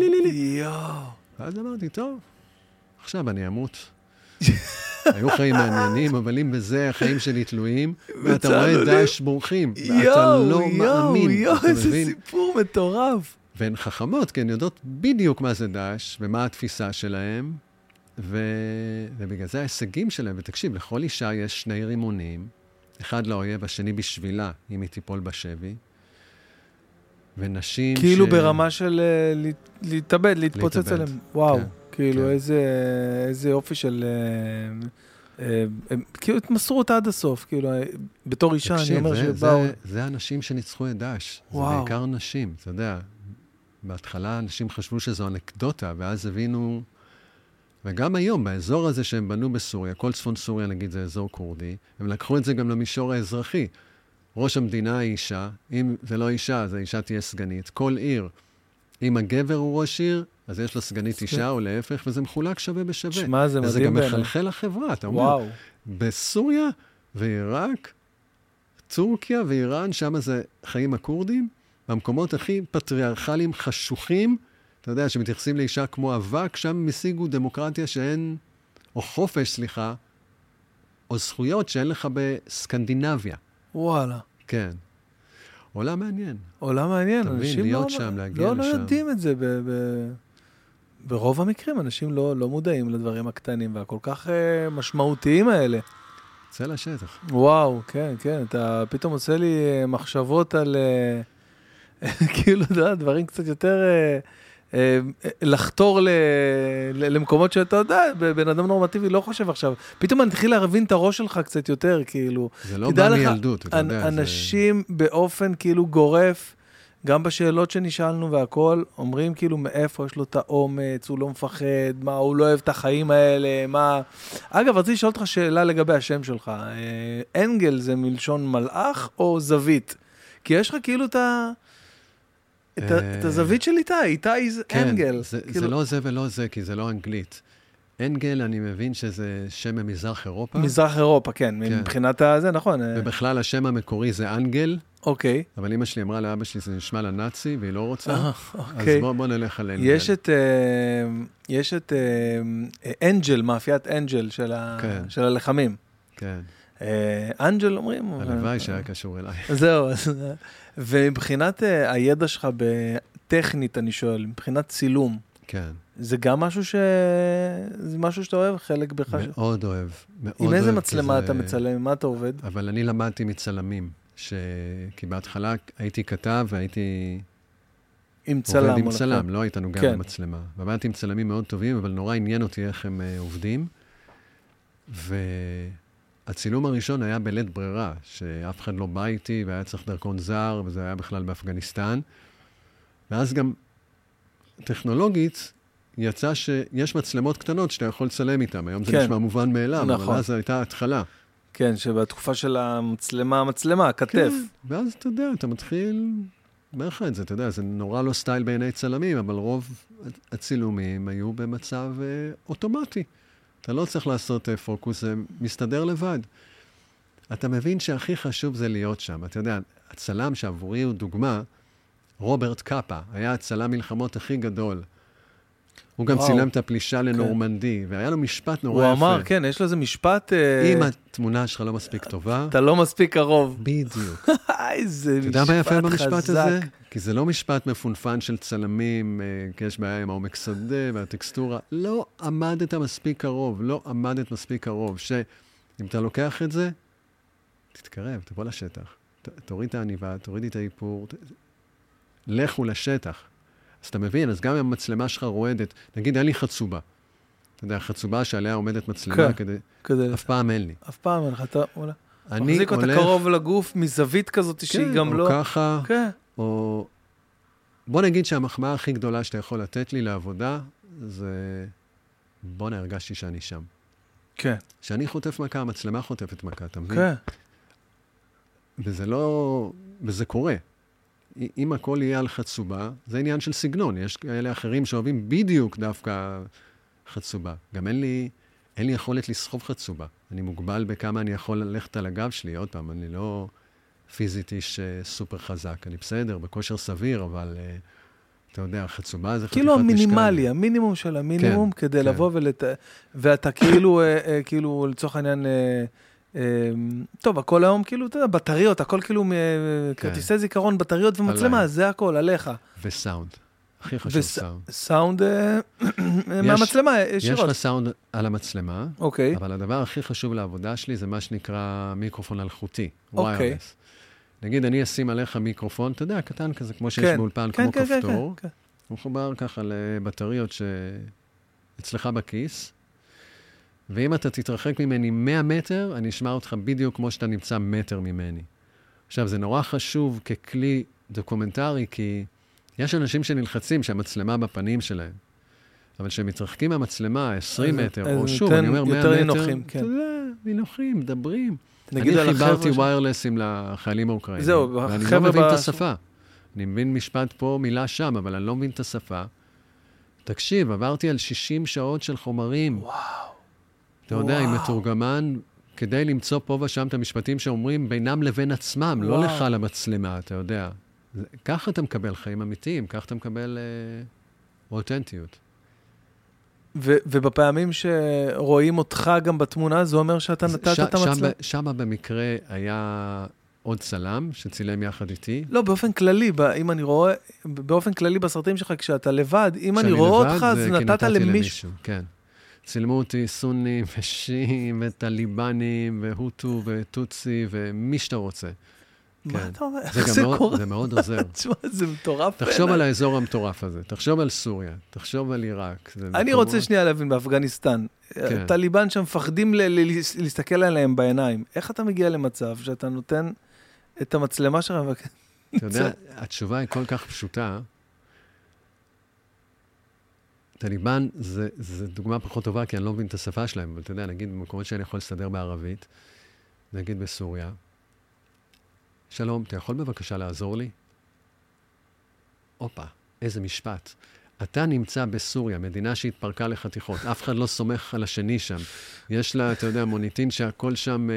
[SPEAKER 2] ואז אמרתי, טוב, עכשיו אני אמות. היו חיים מעניינים, אבל אם בזה החיים שלי תלויים, ואתה רואה דאעש בורחים, ואתה לא מאמין.
[SPEAKER 1] יואו, איזה סיפור מטורף.
[SPEAKER 2] והן חכמות, כי הן יודעות בדיוק מה זה דאעש, ומה התפיסה שלהם, ובגלל זה ההישגים שלהם, ותקשיב, לכל אישה יש 2 רימונים, אחד לאויב, השני בשבילה, אם היא תיפול בשבי, ונשים
[SPEAKER 1] כאילו ברמה של להתאבד, להתפוצץ עליהם. וואו, כאילו איזה אופי של... כאילו התמסרו אותה עד הסוף, כאילו בתור אישה אני אומר שבאו...
[SPEAKER 2] זה האנשים שניצחו את דאעש, זה בעיקר נשים, אתה יודע, בהתחלה אנשים חשבו שזו אנקדוטה, ואז הבינו... וגם היום, באזור הזה שהם בנו בסוריה, כל צפון סוריה, נגיד, זה אזור קורדי, הם לקחו את זה גם למישור האזרחי. ראש המדינה היא אישה, אם זה לא אישה, אז האישה תהיה סגנית. כל עיר, אם הגבר הוא ראש עיר, אז יש לו סגנית אישה או להפך, וזה מחולק שווה בשווה.
[SPEAKER 1] שמה, זה מדהים
[SPEAKER 2] וזה גם מחלחל לחברה, אתה אומר.
[SPEAKER 1] וואו.
[SPEAKER 2] בסוריה ועיראק, טורקיה ואיראן, שם זה חיים הקורדים, במקומות הכי פטריארכליים חשוכים, אתה יודע, שמתייחסים לאישה כמו אבק, שם משיגו דמוקרטיה שאין, או חופש, סליחה, או זכויות שאין לך בסקנדינביה.
[SPEAKER 1] וואלה.
[SPEAKER 2] כן. עולם מעניין.
[SPEAKER 1] עולם מעניין.
[SPEAKER 2] תבין, להיות שם, להגיע לשם.
[SPEAKER 1] לא יודעים את זה. ברוב המקרים, אנשים לא מודעים לדברים הקטנים, והכל כך משמעותיים האלה.
[SPEAKER 2] צא לשטח.
[SPEAKER 1] וואו, כן, כן. אתה פתאום עושה לי מחשבות על... כאילו, דברים קצת יותר... לחתור למקומות שאתה יודע, בן אדם נורמטיבי לא חושב עכשיו. פתאום אני תחיל להבין את הראש שלך קצת יותר, כאילו.
[SPEAKER 2] זה לא בא מילדות, אתה יודע.
[SPEAKER 1] אנשים באופן כאילו גורף, גם בשאלות שנשאלנו והכל, אומרים כאילו מאיפה יש לו את האומץ, הוא לא מפחד, מה, הוא לא אוהב את החיים האלה, מה... אגב, רציתי לשאול אותך שאלה לגבי השם שלך. אנגל זה מלשון מלאך או זווית? כי יש לך כאילו את הזווית של איתי זה אנגל.
[SPEAKER 2] זה לא זה ולא זה, כי זה לא אנגלית. אנגל, אני מבין שזה שם ממזרח אירופה.
[SPEAKER 1] מזרח אירופה, כן, מבחינת זה, נכון.
[SPEAKER 2] ובכלל השם המקורי זה אנגל.
[SPEAKER 1] אוקיי.
[SPEAKER 2] אבל אמא שלי אמרה לאבא שלי, זה נשמע לנאצי, והיא לא רוצה. אז בוא נלך על אנגל.
[SPEAKER 1] יש את אנג'ל, מאפיית אנג'ל של הלחמים.
[SPEAKER 2] כן.
[SPEAKER 1] אנג'ל אומרים.
[SPEAKER 2] הלוואי שהיה קשור אליי.
[SPEAKER 1] זהו, ומבחינת הידע שלך בטכנית, אני שואל, מבחינת צילום,
[SPEAKER 2] כן.
[SPEAKER 1] זה גם משהו זה משהו שאתה אוהב, חלק בך?
[SPEAKER 2] מאוד אוהב, מאוד
[SPEAKER 1] עם איזה מצלמה אתה מצלם, עם מה אתה עובד?
[SPEAKER 2] אבל אני למדתי מצלמים, כי בהתחלה הייתי כתב והייתי...
[SPEAKER 1] עם צלם.
[SPEAKER 2] עובד עם צלם, לא הייתנו גם במצלמה. ועבדתי עם צלמים מאוד טובים, אבל נורא עניין אותי איך הם עובדים. הצילום הראשון היה בלית ברירה, שאף אחד לא בא איתי, והיה צריך דרכון זר, וזה היה בכלל באפגניסטן. ואז גם טכנולוגית יצא שיש מצלמות קטנות שאתה יכול לצלם איתן. היום זה נשמע מובן מאליו, נכון. אבל אז זו הייתה התחלה.
[SPEAKER 1] כן, שבתקופה של המצלמה, הכתף.
[SPEAKER 2] כן, ואז אתה יודע, אתה מתחיל, אומר לך את זה, אתה יודע, זה נורא לא סטייל בעיני צלמים, אבל רוב הצילומים היו במצב אוטומטי. אתה לא צריך לעשות פוקוס, זה מסתדר לבד. אתה מבין שהכי חשוב זה להיות שם. אתה יודע, הצלם שעבורי הוא דוגמה, רוברט קאפה, היה הצלם מלחמות הכי גדול. הוא גם צילם את הפלישה לנורמנדי, והיה לו משפט נורא יפה.
[SPEAKER 1] הוא אמר, כן, יש לו איזה משפט...
[SPEAKER 2] אם התמונה שלך לא מספיק טובה...
[SPEAKER 1] אתה לא מספיק קרוב.
[SPEAKER 2] בדיוק.
[SPEAKER 1] איזה משפט חזק.
[SPEAKER 2] אתה יודע מה יפה במשפט הזה? כי זה לא משפט מפונפן של צלמים, כי יש בעיה עם העומק שדה והטקסטורה. לא עמדת מספיק קרוב, לא עמדת מספיק קרוב, שאם אתה לוקח את זה, תתקרב, תבוא לשטח. תוריד את העניבה, תוריד את האיפור, לכו לשטח. אז אתה מבין, אז גם אם המצלמה שלך רועדת, נגיד, אין לי חצובה. אתה יודע, חצובה שעליה עומדת מצלמה, כדי... אף פעם אין לי.
[SPEAKER 1] אף פעם אין לך, אתה
[SPEAKER 2] אני
[SPEAKER 1] מחזיק אותה קרוב לגוף, מזווית כזאת שהיא גם לא...
[SPEAKER 2] כן, או ככה,
[SPEAKER 1] כן.
[SPEAKER 2] או... בוא נגיד שהמחמאה הכי גדולה שאתה יכול לתת לי לעבודה, זה... בוא נהרגשתי שאני שם.
[SPEAKER 1] כן.
[SPEAKER 2] שאני חוטף מכה, המצלמה חוטפת מכה, אתה מבין?
[SPEAKER 1] כן.
[SPEAKER 2] וזה לא... וזה קורה. אם הכל יהיה על חצובה, זה עניין של סגנון. יש כאלה אחרים שאוהבים בדיוק דווקא חצובה. גם אין לי יכולת לסחוב חצובה. אני מוגבל בכמה אני יכול ללכת על הגב שלי. עוד פעם, אני לא פיזית איש סופר חזק. אני בסדר, בכושר סביר, אבל אתה יודע, חצובה זה חתיכת משקל.
[SPEAKER 1] כאילו המינימלי, המינימום של המינימום, כדי לבוא ואתה כאילו לצורך העניין... טוב, הכל היום כאילו, אתה יודע, בטריות, הכל כאילו כרטיסי זיכרון, בטריות ומצלמה, זה הכל, עליך.
[SPEAKER 2] וסאונד. הכי חשוב סאונד.
[SPEAKER 1] סאונד מהמצלמה,
[SPEAKER 2] ישירות. יש לך סאונד על המצלמה,
[SPEAKER 1] אוקיי.
[SPEAKER 2] אבל הדבר הכי חשוב לעבודה שלי זה מה שנקרא מיקרופון אלחוטי, wireless. נגיד, אני אשים עליך מיקרופון, אתה יודע, קטן כזה, כמו שיש באולפן, כמו כפתור. הוא מחובר ככה לבטריות שאצלך בכיס, ואם אתה תתרחק ממני 100 מטר, אני אשמע אותך בדיוק כמו שאתה נמצא מטר ממני. עכשיו, זה נורא חשוב ככלי דוקומנטרי, כי יש אנשים שנלחצים שהמצלמה בפנים שלהם. אבל כשהם מתרחקים מהמצלמה 20 מטר, או שוב, אני אומר 100 מטר,
[SPEAKER 1] נינוחים, כן.
[SPEAKER 2] אתה יודע, נינוחים, מדברים. אני חיברתי ויירלסים לחיילים האוקראינים.
[SPEAKER 1] זהו,
[SPEAKER 2] ואני לא מבין את השפה. אני מבין משפט פה, מילה שם, אבל אני לא מבין את השפה. תקשיב, עברתי על 60 שעות של חומרים.
[SPEAKER 1] וואו.
[SPEAKER 2] אתה יודע, עם מתורגמן, כדי למצוא פה ושם את המשפטים שאומרים בינם לבין עצמם, לא לך למצלמה, אתה יודע. ככה אתה מקבל חיים אמיתיים, ככה אתה מקבל אותנטיות.
[SPEAKER 1] ובפעמים שרואים אותך גם בתמונה, זה אומר שאתה נתת את המצלמה?
[SPEAKER 2] שם במקרה היה עוד צלם שצילם יחד איתי.
[SPEAKER 1] לא, באופן כללי, אם אני רואה, באופן כללי בסרטים שלך, כשאתה לבד, אם אני רואה אותך, אז נתת למישהו.
[SPEAKER 2] כן. צילמו אותי סונים ושיעים וטליבנים והוטו וטוצי ומי שאתה רוצה.
[SPEAKER 1] מה אתה אומר? איך זה קורה?
[SPEAKER 2] זה מאוד עוזר.
[SPEAKER 1] תשמע, זה מטורף.
[SPEAKER 2] תחשוב על האזור המטורף הזה, תחשוב על סוריה, תחשוב על עיראק.
[SPEAKER 1] אני רוצה שנייה להבין, באפגניסטן, טליבן שמפחדים להסתכל עליהם בעיניים. איך אתה מגיע למצב שאתה נותן את המצלמה שלך?
[SPEAKER 2] אתה יודע, התשובה היא כל כך פשוטה. טליבן זה דוגמה פחות טובה, כי אני לא מבין את השפה שלהם, אבל אתה יודע, נגיד במקומות שאני יכול לסדר בערבית, נגיד בסוריה, שלום, אתה יכול בבקשה לעזור לי? אופה, איזה משפט. אתה נמצא בסוריה, מדינה שהתפרקה לחתיכות, אף אחד לא סומך על השני שם. יש לה, אתה יודע, מוניטין שהכל שם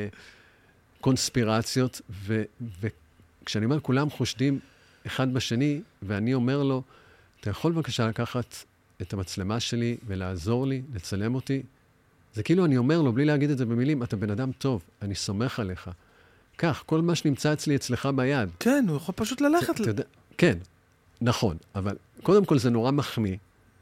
[SPEAKER 2] קונספירציות, וכשאני אומר, כולם חושדים אחד בשני, ואני אומר לו, אתה יכול בבקשה לקחת את המצלמה שלי ולעזור לי, לצלם אותי? זה כאילו אני אומר לו, בלי להגיד את זה במילים, אתה בן אדם טוב, אני סומך עליך. כך, כל מה שנמצא אצלי אצלך ביד.
[SPEAKER 1] כן, הוא יכול פשוט ללכת.
[SPEAKER 2] כן, נכון, אבל קודם כל זה נורא מחמיא,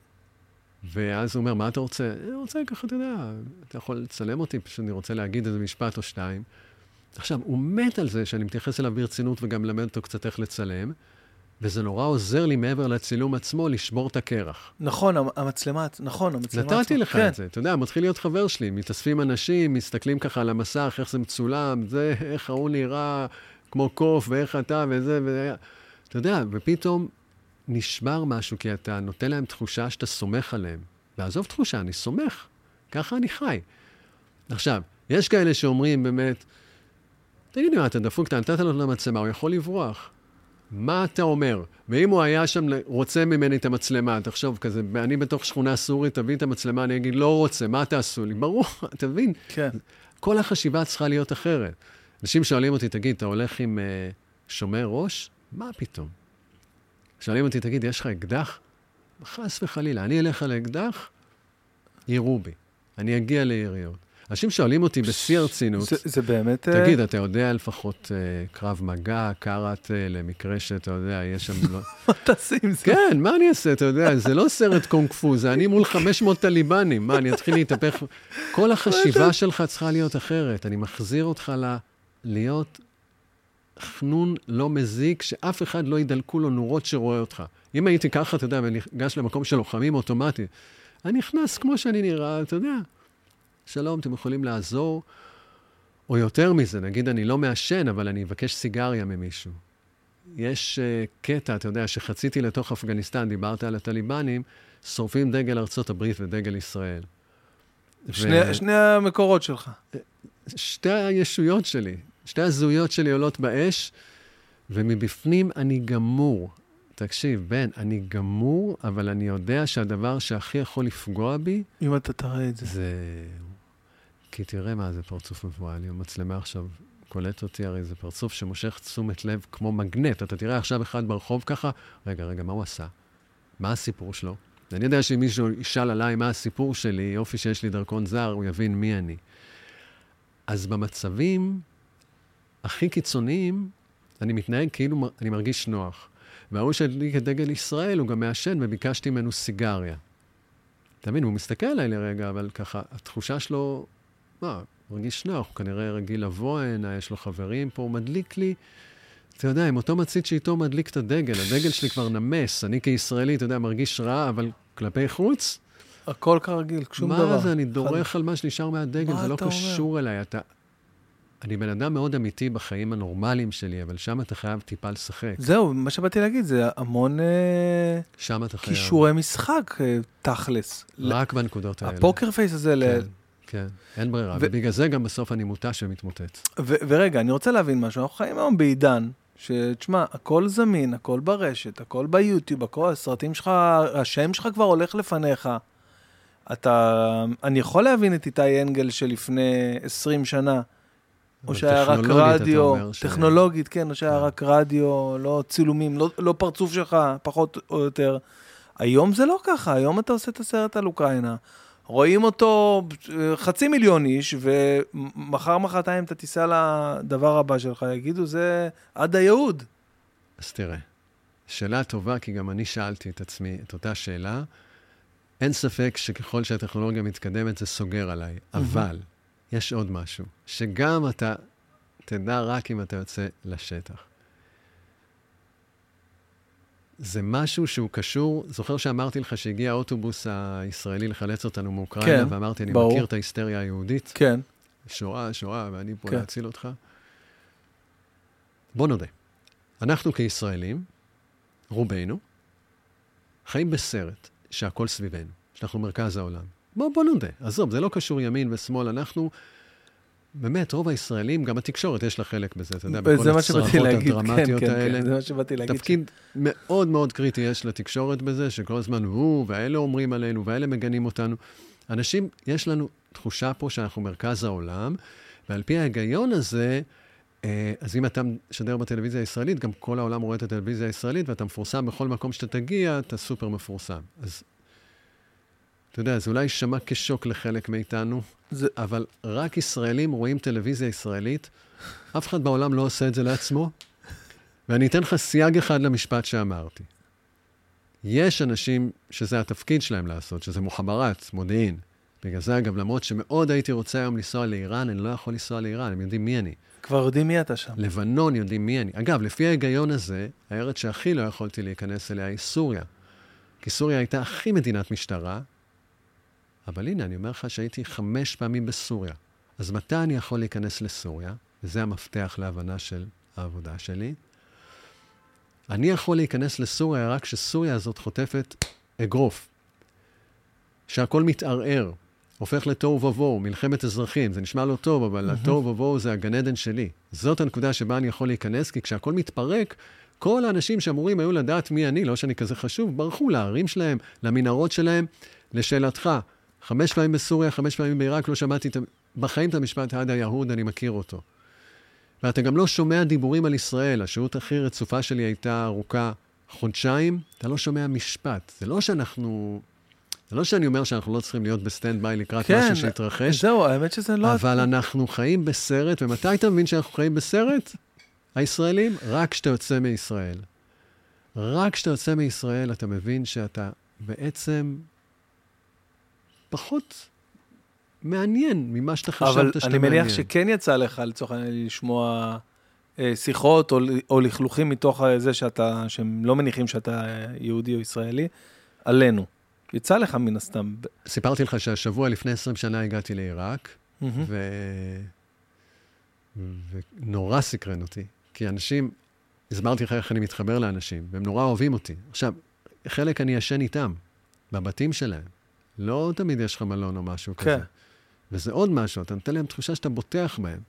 [SPEAKER 2] ואז הוא אומר, מה אתה רוצה? אני רוצה ככה, אתה יודע, אתה יכול לצלם אותי, פשוט אני רוצה להגיד איזה משפט או שתיים. עכשיו, הוא מת על זה שאני מתייחס אליו ברצינות וגם למד אותו קצת איך לצלם, וזה נורא עוזר לי מעבר לצילום עצמו לשבור את הקרח.
[SPEAKER 1] נכון, המצלמה עצמו.
[SPEAKER 2] נתתי לך את זה, אתה יודע, מתחיל להיות חבר שלי, מתאספים אנשים, מסתכלים ככה על המסך, איך זה מצולם, זה, איך הוא נראה כמו קוף, ואיך אתה, וזה, אתה יודע, ופתאום נשבר משהו, כי אתה נותן להם תחושה שאתה סומך עליהם. ועזוב תחושה, אני סומך, ככה אני חי. עכשיו, יש כאלה שאומרים באמת, תגידי מה, אתה דפוק, אתה נתת לו למצלמה, הוא יכול לברוח. מה אתה אומר? ואם הוא היה שם, רוצה ממני את המצלמה, תחשוב כזה, אני בתוך שכונה סורית, תביא את המצלמה, אני אגיד, לא רוצה, מה תעשו לי? ברור, אתה מבין?
[SPEAKER 1] כן.
[SPEAKER 2] כל החשיבה צריכה להיות אחרת. אנשים שואלים אותי, תגיד, אתה הולך עם שומר ראש? מה פתאום? שואלים אותי, תגיד, יש לך אקדח? חס וחלילה, אני אלך על אקדח, יראו בי. אני אגיע ליריות. אנשים שואלים אותי בשיא הרצינות,
[SPEAKER 1] זה באמת...
[SPEAKER 2] תגיד, אתה יודע לפחות קרב מגע, קארט, למקרה שאתה יודע, יש שם...
[SPEAKER 1] מה תעשי עם זה?
[SPEAKER 2] כן, מה אני אעשה, אתה יודע, זה לא סרט קונג פו, זה אני מול 500 טליבנים, מה, אני אתחיל להתהפך? כל החשיבה שלך צריכה להיות אחרת, אני מחזיר אותך להיות חנון לא מזיק, שאף אחד לא ידלקו לו נורות שרואה אותך. אם הייתי ככה, אתה יודע, וניגש למקום של לוחמים אוטומטי, אני נכנס כמו שאני נראה, אתה יודע. שלום, אתם יכולים לעזור, או יותר מזה, נגיד אני לא מעשן, אבל אני אבקש סיגריה ממישהו. יש קטע, אתה יודע, שחציתי לתוך אפגניסטן, דיברת על הטליבנים, שורפים דגל ארצות הברית ודגל ישראל.
[SPEAKER 1] שני המקורות שלך.
[SPEAKER 2] שתי הישויות שלי, שתי הזהויות שלי עולות באש, ומבפנים אני גמור. תקשיב, בן, אני גמור, אבל אני יודע שהדבר שהכי יכול לפגוע בי...
[SPEAKER 1] אם אתה תראה את זה.
[SPEAKER 2] זה... כי תראה מה זה פרצוף מבועל. המצלמה עכשיו קולט אותי, הרי זה פרצוף שמושך תשומת לב כמו מגנט. אתה תראה עכשיו אחד ברחוב ככה, רגע, מה הוא עשה? מה הסיפור שלו? אני יודע שאם מישהו ישאל עליי מה הסיפור שלי, יופי שיש לי דרכון זר, הוא יבין מי אני. אז במצבים הכי קיצוניים, אני מתנהג כאילו אני מרגיש נוח. והוא שהדליק את דגל ישראל, הוא גם מעשן, וביקשתי ממנו סיגריה. אתה מבין, הוא מסתכל עליי לרגע, אבל ככה, התחושה שלו, מרגיש נוח, הוא כנראה רגיל לבוא הנה, יש לו חברים פה, הוא מדליק לי, אתה יודע, עם אותו מצית שאיתו מדליק את הדגל שלי כבר נמס, אני כישראלי, אתה יודע, מרגיש רע, אבל כלפי חוץ,
[SPEAKER 1] הכל כרגיל, שום דבר.
[SPEAKER 2] מה זה, אני דורך על מה שנשאר מהדגל, זה לא קשור אליי, אני בן אדם מאוד אמיתי בחיים הנורמליים שלי, אבל שם אתה חייב טיפה לשחק.
[SPEAKER 1] זהו, מה שבאתי להגיד, זה המון
[SPEAKER 2] שם אתה חייב.
[SPEAKER 1] קישורי משחק, תכלס.
[SPEAKER 2] רק בנקודות האלה.
[SPEAKER 1] הפוקר פייס הזה
[SPEAKER 2] כן, אין ברירה. ובגלל זה גם בסוף אני מוטש ומתמוטט.
[SPEAKER 1] ורגע, אני רוצה להבין משהו. אנחנו חיים היום בעידן, שתשמע, הכל זמין, הכל ברשת, הכל ביוטיוב, הכל, הסרטים שלך, השם שלך כבר הולך לפניך. אני יכול להבין את איתי אנגל שלפני 20 שנה, או שהיה רק רדיו, טכנולוגית, כן, או שהיה רק רדיו, לא צילומים, לא פרצוף שלך, פחות או יותר. היום זה לא ככה, היום אתה עושה את הסרט על אוקראינה, רואים אותו 500,000 איש, ומחר-מחרתיים אתה תיסע לדבר הבא שלך, יגידו, זה עד הייעוד.
[SPEAKER 2] אז תראה, שאלה טובה, כי גם אני שאלתי את עצמי את אותה שאלה, אין ספק שככל שהטכנולוגיה מתקדמת זה סוגר עליי, אבל יש עוד משהו, שגם אתה תדע רק אם אתה יוצא לשטח. זה משהו שהוא קשור, זוכר שאמרתי לך שהגיע האוטובוס הישראלי לחלץ אותנו מאוקראינה, כן, ואמרתי, אני מכיר את ההיסטריה היהודית.
[SPEAKER 1] כן.
[SPEAKER 2] שואה, ואני פה להציל אותך. בוא נודה. אנחנו כישראלים, רובנו, חיים בסרט שהכל סביבנו, שאנחנו מרכז העולם. בוא נודה. עזוב, זה לא קשור ימין ושמאל, אנחנו... באמת, רוב הישראלים, גם התקשורת יש לה חלק בזה, אתה יודע, בכל הצרחות הדרמטיות האלה.
[SPEAKER 1] זה מה שבאתי להגיד.
[SPEAKER 2] תפקיד מאוד מאוד קריטי יש לתקשורת בזה, שכל הזמן ואלה אומרים עלינו, ואלה מגנים אותנו. אנשים, יש לנו תחושה פה שאנחנו מרכז העולם, ועל פי ההיגיון הזה, אז אם אתה משדר בטלוויזיה הישראלית, גם כל העולם רואה את הטלוויזיה הישראלית, ואתה מפורסם בכל מקום שאתה תגיע, אתה סופר מפורסם. אז אתה יודע, זה אולי יישמע כשוק לחלק מאיתנו, אבל רק ישראלים רואים טלוויזיה ישראלית, אף אחד בעולם לא עושה את זה לעצמו, ואני אתן לך סייג אחד למשפט שאמרתי. יש אנשים שזה התפקיד שלהם לעשות, שזה מוחמרת, מודיעין. בגלל זה, אגב, למרות שמאוד הייתי רוצה היום לנסוע לאיראן, אני לא יכול לנסוע לאיראן, הם יודעים מי אני.
[SPEAKER 1] כבר יודעים מי אתה שם.
[SPEAKER 2] לבנון יודעים מי אני. אגב, לפי ההיגיון הזה, הארץ שהכי לא יכולתי להיכנס אליה היא סוריה. כי סוריה הייתה הכי מדינת משטרה, אבל הנה, אני אומר לך שהייתי 5 פעמים בסוריה. אז מתי אני יכול להיכנס לסוריה? וזה המפתח להבנה של העבודה שלי. אני יכול להיכנס לסוריה רק שסוריה הזאת חוטפת אגרוף. שהכל מתערער, הופך לתוהו ובוהו, מלחמת אזרחים. זה נשמע לא טוב, אבל התוהו ובוהו זה הגן עדן שלי. זאת הנקודה שבה אני יכול להיכנס, כי כשהכל מתפרק, כל האנשים שאמורים היו לדעת מי אני, לא שאני כזה חשוב, ברחו לערים שלהם, למנהרות שלהם. לשאלתך, 5 פעמים בסוריה, 5 פעמים בעיראק, לא שמעתי בחיים את המשפט, עד היהוד, אני מכיר אותו. ואתה גם לא שומע דיבורים על ישראל. השהות הכי רצופה שלי הייתה ארוכה חודשיים, אתה לא שומע משפט. זה לא שאני אומר שאנחנו לא צריכים להיות בסטנד ביי לקראת משהו שהתרחש.
[SPEAKER 1] זהו, האמת שזה לא...
[SPEAKER 2] אבל אנחנו חיים בסרט, ומתי אתה מבין שאנחנו חיים בסרט? הישראלים? רק כשאתה יוצא מישראל. רק כשאתה יוצא מישראל, אתה מבין שאתה בעצם פחות מעניין ממה שאתה חשבת שאתה מעניין.
[SPEAKER 1] אבל אני מניח שכן יצא לך לצורך העניין לשמוע שיחות או לכלוכים מתוך זה שהם לא מניחים שאתה יהודי או ישראלי, עלינו. יצא לך מן הסתם.
[SPEAKER 2] סיפרתי לך שהשבוע לפני 20 שנה הגעתי לעיראק, ונורא סקרן אותי, כי אנשים, הסברתי לך איך אני מתחבר לאנשים, והם נורא אוהבים אותי. עכשיו, חלק אני ישן איתם, בבתים שלהם. לא תמיד יש לך מלון או משהו כזה. וזה עוד משהו, אתה נותן להם תחושה שאתה בוטח בהם.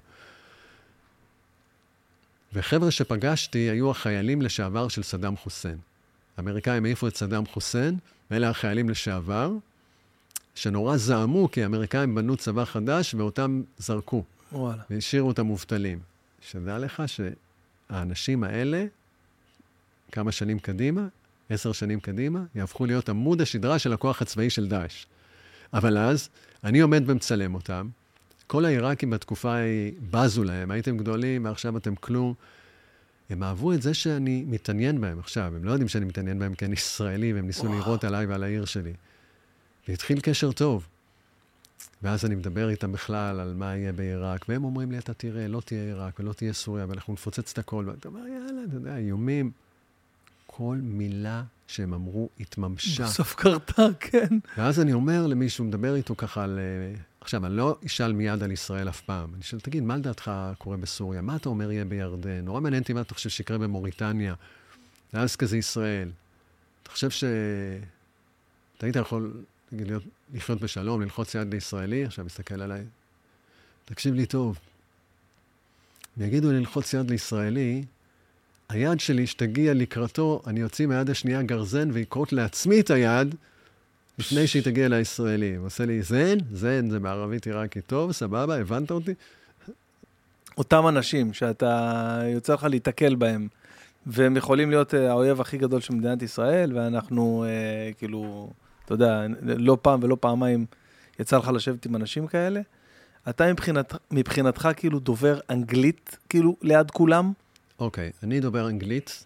[SPEAKER 2] וחבר'ה שפגשתי היו החיילים לשעבר של סדאם חוסיין. האמריקאים העיפו את סדאם חוסיין, ואלה החיילים לשעבר, שנורא זעמו, כי האמריקאים בנו צבא חדש, ואותם זרקו.
[SPEAKER 1] וואלה.
[SPEAKER 2] והשאירו אותם מובטלים. שדע לך שהאנשים האלה, כמה שנים קדימה, 10 שנים קדימה, יהפכו להיות עמוד השדרה של הכוח הצבאי של דאעש. אבל אז, אני עומד ומצלם אותם, כל העיראקים בתקופה היא בזו להם, הייתם גדולים ועכשיו אתם כלום. הם אהבו את זה שאני מתעניין בהם עכשיו, הם לא יודעים שאני מתעניין בהם כי אני ישראלי, והם ניסו לראות עליי ועל העיר שלי. והתחיל קשר טוב. ואז אני מדבר איתם בכלל על מה יהיה בעיראק, והם אומרים לי, אתה תראה, לא תהיה עיראק ולא תהיה סוריה, ואנחנו נפוצץ את הכל. ואתה אומר, יאללה, אתה יודע, איומים. כל מילה שהם אמרו התממשה.
[SPEAKER 1] בסוף קרתה, כן.
[SPEAKER 2] ואז אני אומר למישהו, מדבר איתו ככה על... עכשיו, אני לא אשאל מיד על ישראל אף פעם. אני שואל, תגיד, מה לדעתך קורה בסוריה? מה אתה אומר יהיה בירדן? נורא מעניין אותי מה אתה חושב שיקרה במוריטניה. ואז כזה ישראל. אתה חושב ש... אתה היית יכול לחיות בשלום, ללחוץ יד לישראלי? עכשיו, מסתכל עליי. תקשיב לי טוב. ויגידו לי ללחוץ יד לישראלי, היד שלי שתגיע לקראתו, אני יוציא מהיד השנייה גרזן ויקרות לעצמי את היד, לפני שהיא תגיע לישראלי. הוא עושה לי זן, זה בערבית עיראקי טוב, סבבה, הבנת אותי?
[SPEAKER 1] אותם אנשים שאתה יוצא לך להתקל בהם, והם יכולים להיות האויב הכי גדול של מדינת ישראל, ואנחנו כאילו, אתה יודע, לא פעם ולא פעמיים יצא לך לשבת עם אנשים כאלה. אתה מבחינתך כאילו דובר אנגלית, כאילו ליד כולם?
[SPEAKER 2] אוקיי, אני דובר אנגלית.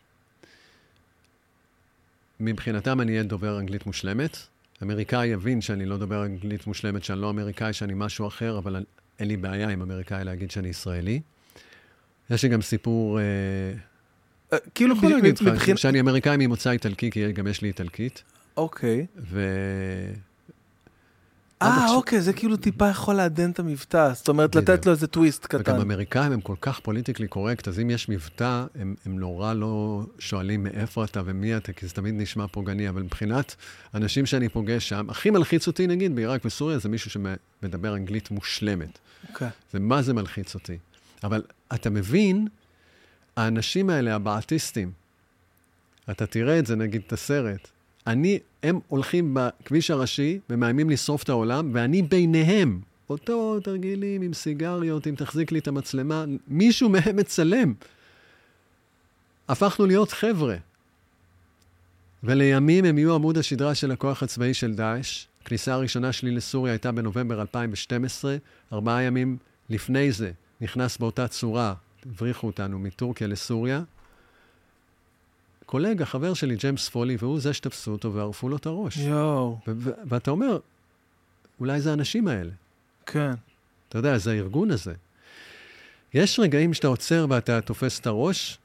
[SPEAKER 2] מבחינתם אני אהיה דובר אנגלית מושלמת. אמריקאי יבין שאני לא דובר אנגלית מושלמת, שאני לא אמריקאי, שאני משהו אחר, אבל אין לי בעיה עם אמריקאי להגיד שאני ישראלי. יש לי גם סיפור...
[SPEAKER 1] כאילו
[SPEAKER 2] שאני אמריקאי ממוצא איטלקי, כי גם יש לי איטלקית.
[SPEAKER 1] אוקיי. אוקיי, זה כאילו טיפה יכול לעדן את המבטא, זאת אומרת, לתת לו איזה טוויסט קטן.
[SPEAKER 2] וגם אמריקאים הם כל כך פוליטיקלי קורקט, אז אם יש מבטא, הם נורא לא שואלים מאיפה אתה ומי אתה, כי זה תמיד נשמע פוגעני, אבל מבחינת אנשים שאני פוגש שם, הכי מלחיץ אותי, נגיד, בעיראק וסוריה, זה מישהו שמדבר אנגלית מושלמת.
[SPEAKER 1] אוקיי.
[SPEAKER 2] זה מה זה מלחיץ אותי. אבל אתה מבין, האנשים האלה, הבעטיסטים, אתה תראה את זה, נגיד, את הסרט, הם הולכים בכביש הראשי ומאיימים לשרוף את העולם, ואני ביניהם, אותו תרגילים עם סיגריות, אם תחזיק לי את המצלמה, מישהו מהם מצלם. הפכנו להיות חבר'ה. ולימים הם יהיו עמוד השדרה של הכוח הצבאי של דאעש. הכניסה הראשונה שלי לסוריה הייתה בנובמבר 2012, 4 ימים לפני זה נכנס באותה צורה, הבריחו אותנו מטורקיה לסוריה, קולגה, חבר שלי, ג'יימס פולי, והוא זה שתפסו אותו וערפו לו את הראש.
[SPEAKER 1] יואו.
[SPEAKER 2] ואתה אומר, אולי זה האנשים האלה.
[SPEAKER 1] כן.
[SPEAKER 2] אתה יודע, זה הארגון הזה. יש רגעים שאתה עוצר ואתה תופס את הראש,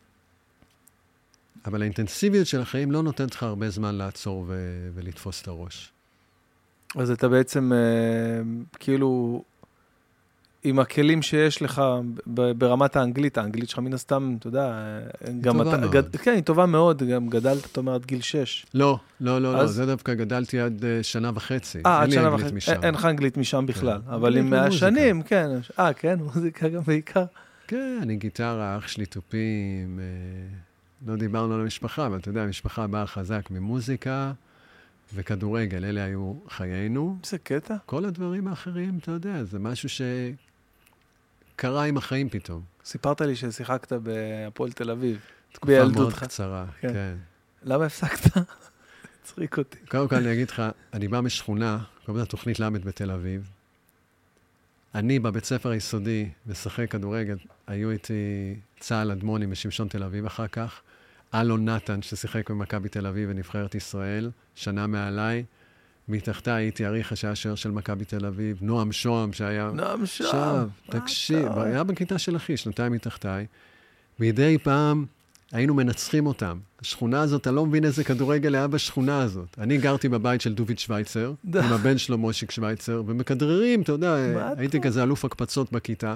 [SPEAKER 2] אבל האינטנסיביות של החיים לא נותנת לך הרבה זמן לעצור ולתפוס את הראש.
[SPEAKER 1] אז אתה בעצם, כאילו, עם הכלים שיש לך ברמת האנגלית שלך מן הסתם, אתה יודע, גם
[SPEAKER 2] טובה מאוד.
[SPEAKER 1] כן, היא טובה מאוד, גם גדלת, אתה אומר, עד גיל 6.
[SPEAKER 2] לא, זה דווקא גדלתי עד 1.5 שנה.
[SPEAKER 1] עד שנה וחצי, אין לך אנגלית משם בכלל, אבל עם השנים, כן. כן, מוזיקה גם בעיקר.
[SPEAKER 2] כן, אני גיטרה, אח שלי טופים, לא דיברנו על המשפחה, אבל אתה יודע, המשפחה באה חזק ממוזיקה, וכדורגל, אלה היו חיינו.
[SPEAKER 1] זה קטע.
[SPEAKER 2] כל הדברים האחרים, אתה יודע, זה משהו שקרה עם החיים פתאום.
[SPEAKER 1] סיפרת לי ששיחקת בהפועל תל אביב.
[SPEAKER 2] תקופה מאוד קצרה, כן.
[SPEAKER 1] למה הפסקת? הצחיק אותי.
[SPEAKER 2] קודם כל אני אגיד לך, אני בא משכונה, קוראים לה תוכנית למד בתל אביב. אני בבית ספר היסודי, משחק כדורגל, היו איתי צהל אדמוני משמשון תל אביב אחר כך. אלון נתן, ששיחק במכבי תל אביב ונבחרת ישראל, שנה מעליי. מתחתה הייתי אריך שהיה שוער של מכבי תל אביב, נועם שוהם שהיה...
[SPEAKER 1] נועם שוהם.
[SPEAKER 2] תקשיב, היה בכיתה של אחי, 2 מתחתיי. מדי פעם היינו מנצחים אותם. השכונה הזאת, אני לא מבין איזה כדורגל היה בשכונה הזאת. אני גרתי בבית של דוביד שוויצר, עם הבן שלו מושיק שוויצר, ומכדררים, אתה יודע, הייתי כזה אלוף הקפצות בכיתה.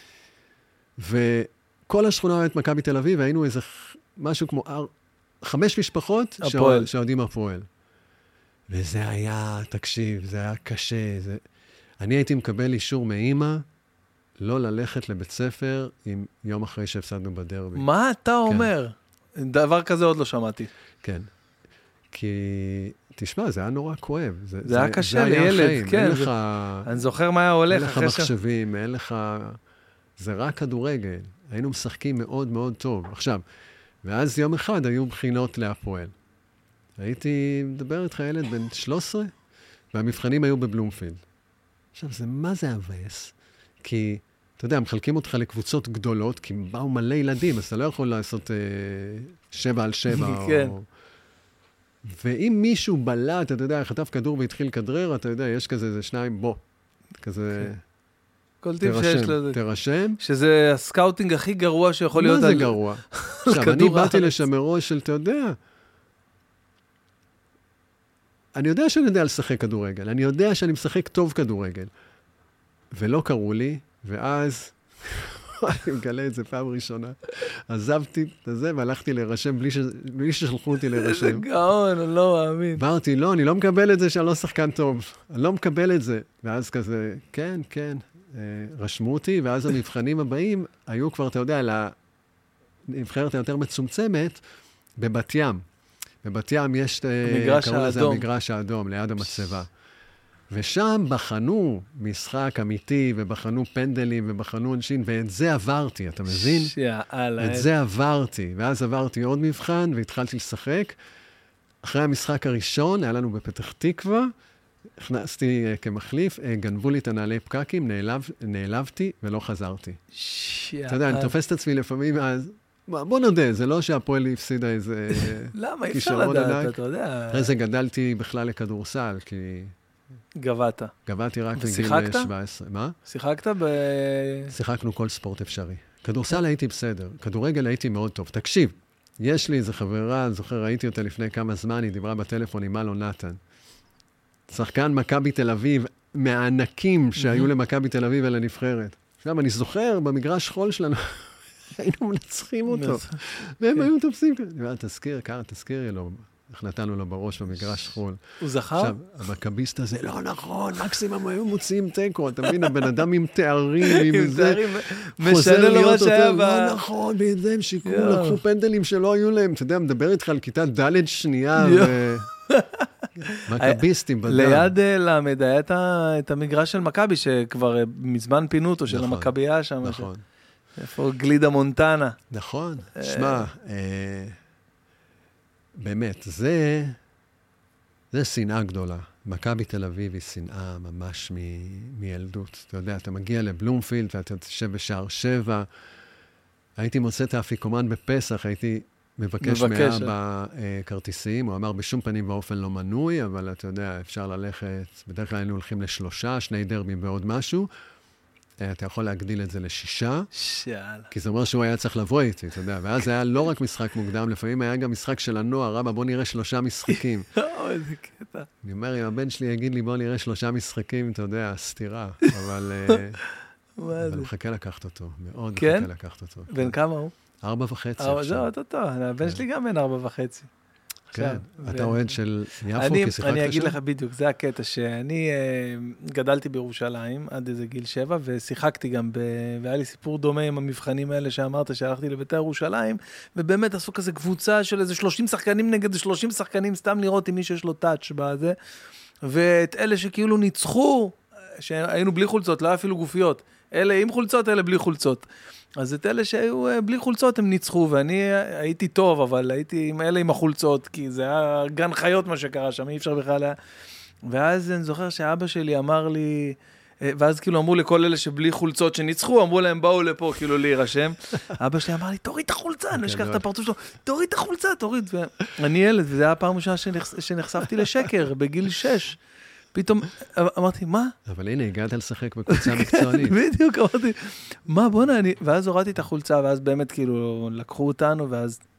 [SPEAKER 2] וכל השכונה הייתה מכבי תל אביב, והיינו איזה משהו כמו 5 משפחות שעודים הפועל. וזה היה, תקשיב, זה היה קשה. אני הייתי מקבל אישור מאמא, לא ללכת לבית ספר עם יום אחרי שהפסדנו בדרבי.
[SPEAKER 1] מה אתה אומר? דבר כזה עוד לא שמעתי.
[SPEAKER 2] כן. כי, תשמע, זה היה נורא כואב.
[SPEAKER 1] זה היה קשה לילד, כן. אני זוכר מה היה הולך.
[SPEAKER 2] אין לך מחשבים, אין לך... זה רק כדורגל. היינו משחקים מאוד מאוד טוב. עכשיו, ואז יום אחד היו בחינות להפועל. הייתי מדבר איתך ילד בן 13, והמבחנים היו בבלומפילד. עכשיו, מה זה הבאס? כי, אתה יודע, מחלקים אותך לקבוצות גדולות, כי באו מלא ילדים, אז אתה לא יכול לעשות 7 על 7.
[SPEAKER 1] כן.
[SPEAKER 2] ואם מישהו בלט, אתה יודע, חטף כדור והתחיל כדרר, אתה יודע, יש כזה, זה 2, בוא. כזה... תרשם.
[SPEAKER 1] שזה הסקאוטינג הכי גרוע שיכול להיות...
[SPEAKER 2] מה זה גרוע? עכשיו, אני באתי לשם מראש של, אתה יודע... אני יודע שאני יודע לשחק כדורגל, אני יודע שאני משחק טוב כדורגל. ולא קראו לי, ואז, אני מגלה את זה פעם ראשונה, עזבתי את זה והלכתי להירשם בלי ששלחו אותי להירשם.
[SPEAKER 1] איזה גאון, אני לא מאמין.
[SPEAKER 2] אמרתי, לא, אני לא מקבל את זה שאני לא שחקן טוב. אני לא מקבל את זה. ואז כזה, כן, כן, רשמו אותי, ואז המבחנים הבאים היו כבר, אתה יודע, לנבחרת היותר מצומצמת, בבת ים. בבת ים יש, קראו לזה המגרש האדום, ליד המצבה. ושם בחנו משחק אמיתי, ובחנו פנדלים, ובחנו אנשים, ואת זה עברתי, אתה מבין? את זה עברתי. ואז עברתי עוד מבחן, והתחלתי לשחק. אחרי המשחק הראשון, היה לנו בפתח תקווה, הכנסתי כמחליף, גנבו לי את הנעלי פקקים, נעלבתי ולא חזרתי. אתה יודע, אני תופס את עצמי לפעמים, אז בוא נודה, זה לא שהפועל הפסידה איזה...
[SPEAKER 1] למה? אי אפשר לדעת, אתה יודע.
[SPEAKER 2] אחרי זה גדלתי בכלל לכדורסל, כי...
[SPEAKER 1] גבעת.
[SPEAKER 2] גבעתי רק בגיל 17. מה?
[SPEAKER 1] שיחקת
[SPEAKER 2] שיחקנו כל ספורט אפשרי. כדורסל הייתי בסדר, כדורגל הייתי מאוד טוב. תקשיב, יש לי איזו חברה, זוכר, ראיתי אותה לפני כמה זמן, היא דיברה בטלפון עם אלון נתן. שחקן מכבי תל אביב, מהענקים שהיו למכבי תל אביב ולנבחרת. עכשיו, אני זוכר, במגרש חול שלנו, היינו מנצחים אותו. והם היו תופסים. תזכירי לו. איך נתנו לו בראש במגרש חול.
[SPEAKER 1] הוא זכר?
[SPEAKER 2] עכשיו, המכביסט הזה, לא נכון, מקסימום היו מוציאים טקו. אתה מבין, הבן אדם עם תארים, עם זה,
[SPEAKER 1] משנה לו מה שהיה
[SPEAKER 2] לא נכון, וזה הם שיקרו, לקחו פנדלים שלא היו להם. אתה יודע, מדבר איתך על כיתה ד' שנייה, מכביסטים בדם.
[SPEAKER 1] ליד למד היה את המגרש של מכבי, שכבר מזמן פינו אותו, של המכבייה שם.
[SPEAKER 2] נכון.
[SPEAKER 1] איפה גלידה מונטנה.
[SPEAKER 2] נכון. שמע, באמת, זה שנאה גדולה. מכבי תל אביב היא שנאה ממש מילדות. אתה יודע, אתה מגיע לבלומפילד ואתה תשב בשער 7. הייתי מוצא את האפיקומן בפסח, הייתי מבקש מאבא כרטיסים. הוא אמר, בשום פנים ואופן לא מנוי, אבל אתה יודע, אפשר ללכת, בדרך כלל היינו הולכים ל3, 2 דרבים ועוד משהו. אתה יכול להגדיל את זה ל6, כי זה אומר שהוא היה צריך לבוא איתי, אתה יודע, ואז היה לא רק משחק מוקדם, לפעמים היה גם משחק של הנוער, רבא, בוא נראה 3 משחקים.
[SPEAKER 1] איזה קטע.
[SPEAKER 2] אני אומר, אם הבן שלי יגיד לי, בוא נראה 3 משחקים, אתה יודע, סתירה, אבל מחכה לקחת אותו, מאוד מחכה לקחת אותו.
[SPEAKER 1] בן כמה הוא?
[SPEAKER 2] 4.5.
[SPEAKER 1] זהו, אותו, הבן שלי גם בן 4.5.
[SPEAKER 2] כן, אתה אוהד של יפו, כי שיחקת שם?
[SPEAKER 1] אני אגיד לך בדיוק, זה הקטע, שאני גדלתי בירושלים עד איזה גיל 7, ושיחקתי גם, והיה לי סיפור דומה עם המבחנים האלה שאמרת, שהלכתי לבית"ר ירושלים, ובאמת עשו כזה קבוצה של איזה 30 שחקנים נגד 30 שחקנים, סתם לראות אם מי שיש לו טאץ' בזה, ואת אלה שכאילו ניצחו, שהיינו בלי חולצות, לא אפילו גופיות, אלה עם חולצות, אלה בלי חולצות. אז את אלה שהיו בלי חולצות הם ניצחו, ואני הייתי טוב, אבל הייתי עם אלה עם החולצות, כי זה היה גן חיות מה שקרה שם, אי אפשר בכלל. ואז אני זוכר שאבא שלי אמר לי, ואז כאילו אמרו לכל אלה שבלי חולצות שניצחו, אמרו להם באו לפה כאילו להירשם. אבא שלי אמר לי, תוריד את החולצה, אני אשכח את הפרצוף שלו, תוריד את החולצה, תוריד. ואני ילד, וזה היה הפעם ראשונה שנחשפתי לשקר, בגיל 6. פתאום אמרתי, מה?
[SPEAKER 2] אבל הנה, הגעת לשחק בקבוצה מקצוענית.
[SPEAKER 1] בדיוק, אמרתי, מה, בוא'נה, ואז הורדתי את החולצה, ואז באמת כאילו לקחו אותנו, ואז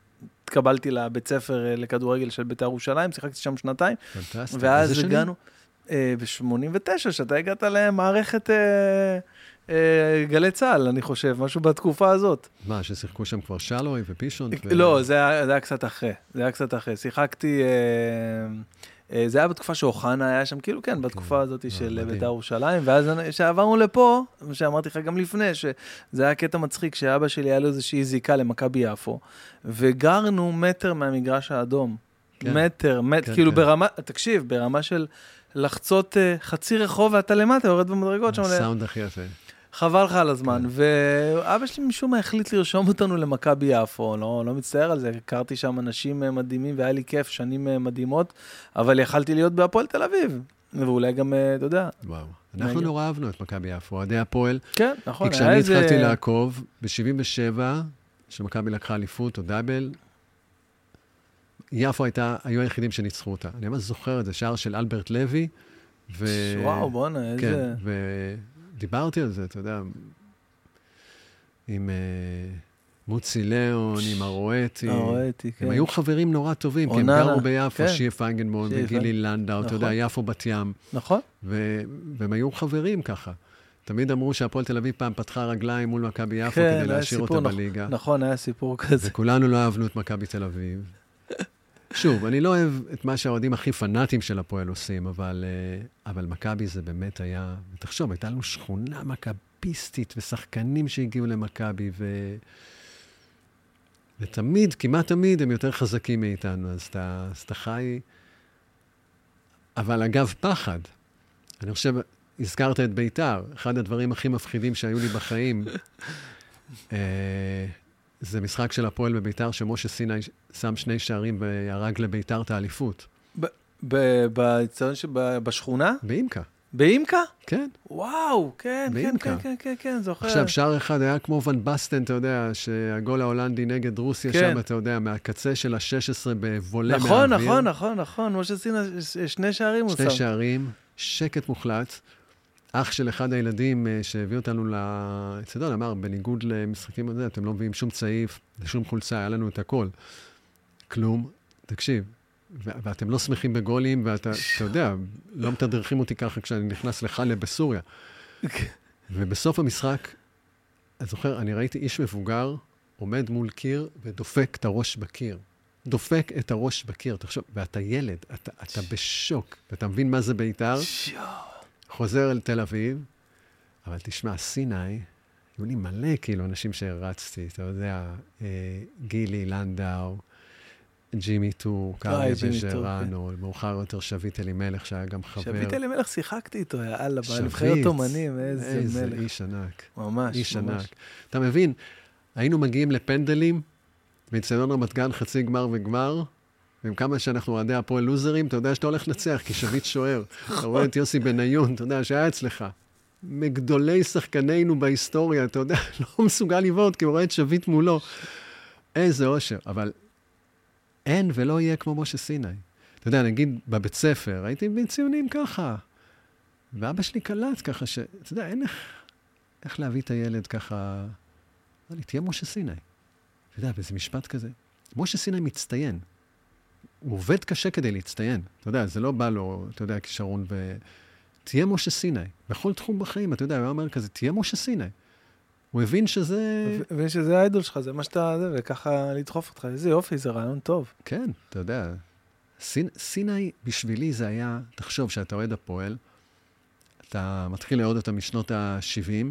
[SPEAKER 1] התקבלתי לבית ספר לכדורגל של בית"ר ירושלים, שיחקתי שם 2
[SPEAKER 2] פנטסטי.
[SPEAKER 1] ואז הגענו, ב-89, שאתה הגעת למערכת גלי צהל, אני חושב, משהו בתקופה הזאת.
[SPEAKER 2] מה, ששיחקו שם כבר שלוי ופישון?
[SPEAKER 1] לא, זה היה קצת אחרי. שיחקתי, זה היה בתקופה שאוחנה היה שם, כאילו כן, בתקופה הזאת של בית"ר ירושלים, ואז כשעברנו לפה, שאמרתי לך גם לפני, שזה היה קטע מצחיק, שאבא שלי היה לו איזושהי זיקה למכבי יפו, וגרנו מטר מהמגרש האדום. מטר, כאילו ברמה, תקשיב, ברמה של לחצות חצי רחוב ואתה למטה, יורד במדרגות שם.
[SPEAKER 2] סאונד הכי יפה.
[SPEAKER 1] חבל לך על הזמן, ואבא שלי משום מה החליט לרשום אותנו למכבי יפו, לא מצטער על זה, הכרתי שם אנשים מדהימים והיה לי כיף, שנים מדהימות, אבל יכלתי להיות בהפועל תל אביב, ואולי גם, אתה יודע.
[SPEAKER 2] וואו, אנחנו נורא אהבנו את מכבי יפו, אוהדי הפועל.
[SPEAKER 1] כן, נכון.
[SPEAKER 2] כי כשאני התחלתי לעקוב, ב-77, שמכבי לקחה אליפות או דאבל, יפו היו היחידים שניצחו אותה. אני ממש זוכר את זה, שער של אלברט לוי,
[SPEAKER 1] וואו, בוא'נה, איזה...
[SPEAKER 2] כן, דיברתי על זה, אתה יודע, עם מוצי ליאון, עם הרואטי.
[SPEAKER 1] כן.
[SPEAKER 2] הם היו חברים נורא טובים, כי הם גרו ביפו, שיה פיינגנבוים וגילי לנדאו, אתה יודע, יפו בת ים.
[SPEAKER 1] נכון.
[SPEAKER 2] והם היו חברים ככה. תמיד אמרו שהפועל תל אביב פעם פתחה רגליים מול מכבי יפו כדי להשאיר אותה בליגה.
[SPEAKER 1] נכון, היה סיפור כזה.
[SPEAKER 2] וכולנו לא אהבנו את מכבי תל אביב. שוב, אני לא אוהב את מה שהאוהדים הכי פנאטיים של הפועל עושים, אבל מכבי זה באמת היה, תחשוב, הייתה לנו שכונה מכביסטית ושחקנים שהגיעו למכבי, ותמיד, כמעט תמיד, הם יותר חזקים מאיתנו, אז אתה חי... אבל אגב, פחד. אני חושב, הזכרת את בית"ר, אחד הדברים הכי מפחידים שהיו לי בחיים, זה משחק של הפועל בביתר, שמשה סיני שם 2 שערים והרג לביתר את האליפות.
[SPEAKER 1] בשכונה?
[SPEAKER 2] באימקה.
[SPEAKER 1] באימקה?
[SPEAKER 2] כן.
[SPEAKER 1] וואו, כן, כן, זוכר.
[SPEAKER 2] עכשיו, שער אחד היה כמו ון בסטן, אתה יודע, שהגול ההולנדי נגד רוסיה שם, אתה יודע, מהקצה של ה-16 בבולה מהאוויר.
[SPEAKER 1] נכון. משה סיני, 2 שערים הוא שם.
[SPEAKER 2] 2 שערים, שקט מוחלט. אח של אחד הילדים שהביא אותנו לאצטדיון, אמר, בניגוד למשחקים הזה, אתם לא מביאים שום צעיף, שום חולצה, היה לנו את הכל. כלום, תקשיב, ואתם לא שמחים בגולים, ואתה יודע, לא מתדרכים אותי ככה כשאני נכנס לחאלה בסוריה. ובסוף המשחק, אני זוכר, אני ראיתי איש מבוגר, עומד מול קיר ודופק את הראש בקיר. דופק את הראש בקיר, תחשוב, ואתה ילד, אתה בשוק, ואתה מבין מה זה בית"ר. חוזר אל תל אביב, אבל תשמע, סיני, היו לי מלא כאילו אנשים שהרצתי, אתה יודע, גילי, לנדאו, ג'ימי טור, קריה וז'רנו, מאוחר יותר שביט אלימלך, שהיה גם חבר.
[SPEAKER 1] שביט אלימלך שיחקתי איתו, יאללה, בנבחרת אומנים, איזה מלך.
[SPEAKER 2] איזה איש ענק.
[SPEAKER 1] ממש,
[SPEAKER 2] איש ענק. אתה מבין, היינו מגיעים לפנדלים, באצטדיון רמת גן חצי גמר וגמר, ועם כמה שאנחנו אוהדי הפועל לוזרים, אתה יודע שאתה הולך לנצח, כי שביט שוער. אתה רואה את יוסי בניון, אתה יודע, שהיה אצלך. מגדולי שחקנינו בהיסטוריה, אתה יודע, לא מסוגל לבעוט, כי הוא רואה את שביט מולו. איזה אושר. אבל אין ולא יהיה כמו משה סיני. אתה יודע, נגיד בבית ספר, הייתי בציונים ככה. ואבא שלי קלט ככה אתה יודע, אין איך להביא את הילד ככה. תהיה משה סיני. אתה יודע, וזה משפט כזה. משה סיני מצטיין. הוא עובד קשה כדי להצטיין. אתה יודע, זה לא בא לו, אתה יודע, כישרון תהיה משה סיני. בכל תחום בחיים, אתה יודע, הוא אומר כזה, תהיה משה סיני. הוא הבין שזה...
[SPEAKER 1] הבין שזה האידול שלך, זה מה שאתה... וככה לדחוף אותך. איזה יופי, זה רעיון טוב.
[SPEAKER 2] כן, אתה יודע. סיני בשבילי זה היה, תחשוב שאתה אוהד הפועל, אתה מתחיל לאהוד אותה משנות ה-70,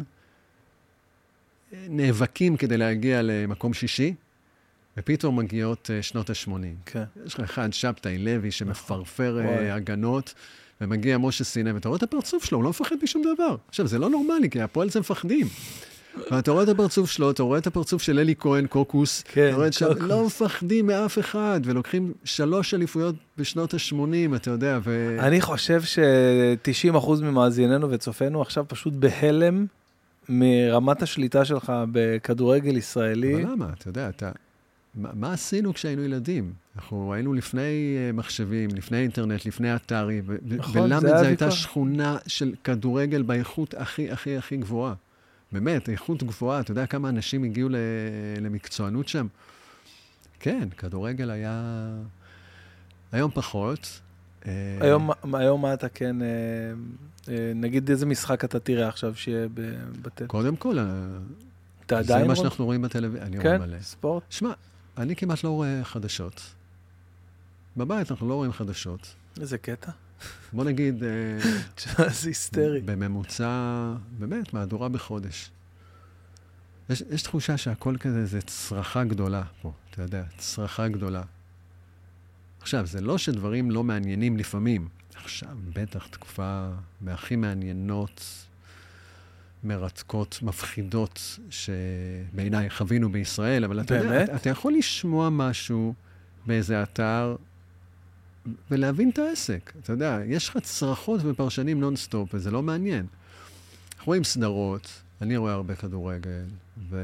[SPEAKER 2] נאבקים כדי להגיע למקום שישי, ופתאום מגיעות שנות ה-80.
[SPEAKER 1] כן.
[SPEAKER 2] יש לך אחד, שבתאי לוי, שמפרפר הגנות, ומגיע משה סיני, ואתה רואה את הפרצוף שלו, הוא לא מפחד משום דבר. עכשיו, זה לא נורמלי, כי הפועל זה מפחדים. ואתה רואה את הפרצוף שלו, אתה רואה את הפרצוף של אלי כהן, קוקוס,
[SPEAKER 1] כן,
[SPEAKER 2] אתה רואה לא מפחדים מאף אחד, ולוקחים 3 אליפויות בשנות ה-80, אתה יודע,
[SPEAKER 1] אני חושב ש90% ממאזיננו וצופינו עכשיו פשוט בהלם מרמת השליטה שלך בכדורגל ישראלי.
[SPEAKER 2] אבל למה? אתה יודע, מה עשינו כשהיינו ילדים? אנחנו היינו לפני מחשבים, לפני אינטרנט, לפני אתרי, ולמה זה הייתה שכונה של כדורגל באיכות הכי, הכי, הכי גבוהה. באמת, איכות גבוהה. אתה יודע כמה אנשים הגיעו למקצוענות שם? כן, כדורגל היה... היום פחות.
[SPEAKER 1] היום מה אתה כן... נגיד איזה משחק אתה תראה עכשיו שיהיה בטל?
[SPEAKER 2] קודם כל,
[SPEAKER 1] אתה
[SPEAKER 2] זה
[SPEAKER 1] עדיין
[SPEAKER 2] מה שאנחנו רואים בטלוויזיה. אני רואה מלא.
[SPEAKER 1] כן, ספורט?
[SPEAKER 2] שמע, אני כמעט לא רואה חדשות. בבית אנחנו לא רואים חדשות.
[SPEAKER 1] איזה קטע.
[SPEAKER 2] בוא נגיד...
[SPEAKER 1] זה היסטרי.
[SPEAKER 2] בממוצע, באמת, מהדורה בחודש. יש תחושה שהכל כזה, זה צרחה גדולה פה, אתה יודע, צרחה גדולה. עכשיו, זה לא שדברים לא מעניינים לפעמים. עכשיו, בטח, תקופה מהכי מעניינות, מרתקות, מפחידות, שבעיניי חווינו בישראל, אבל אתה יודע, אתה יכול לשמוע משהו באיזה אתר, ולהבין את העסק. אתה יודע, יש לך צרחות ופרשנים נונסטופ, וזה לא מעניין. אנחנו רואים סדרות, אני רואה הרבה כדורגל, אתה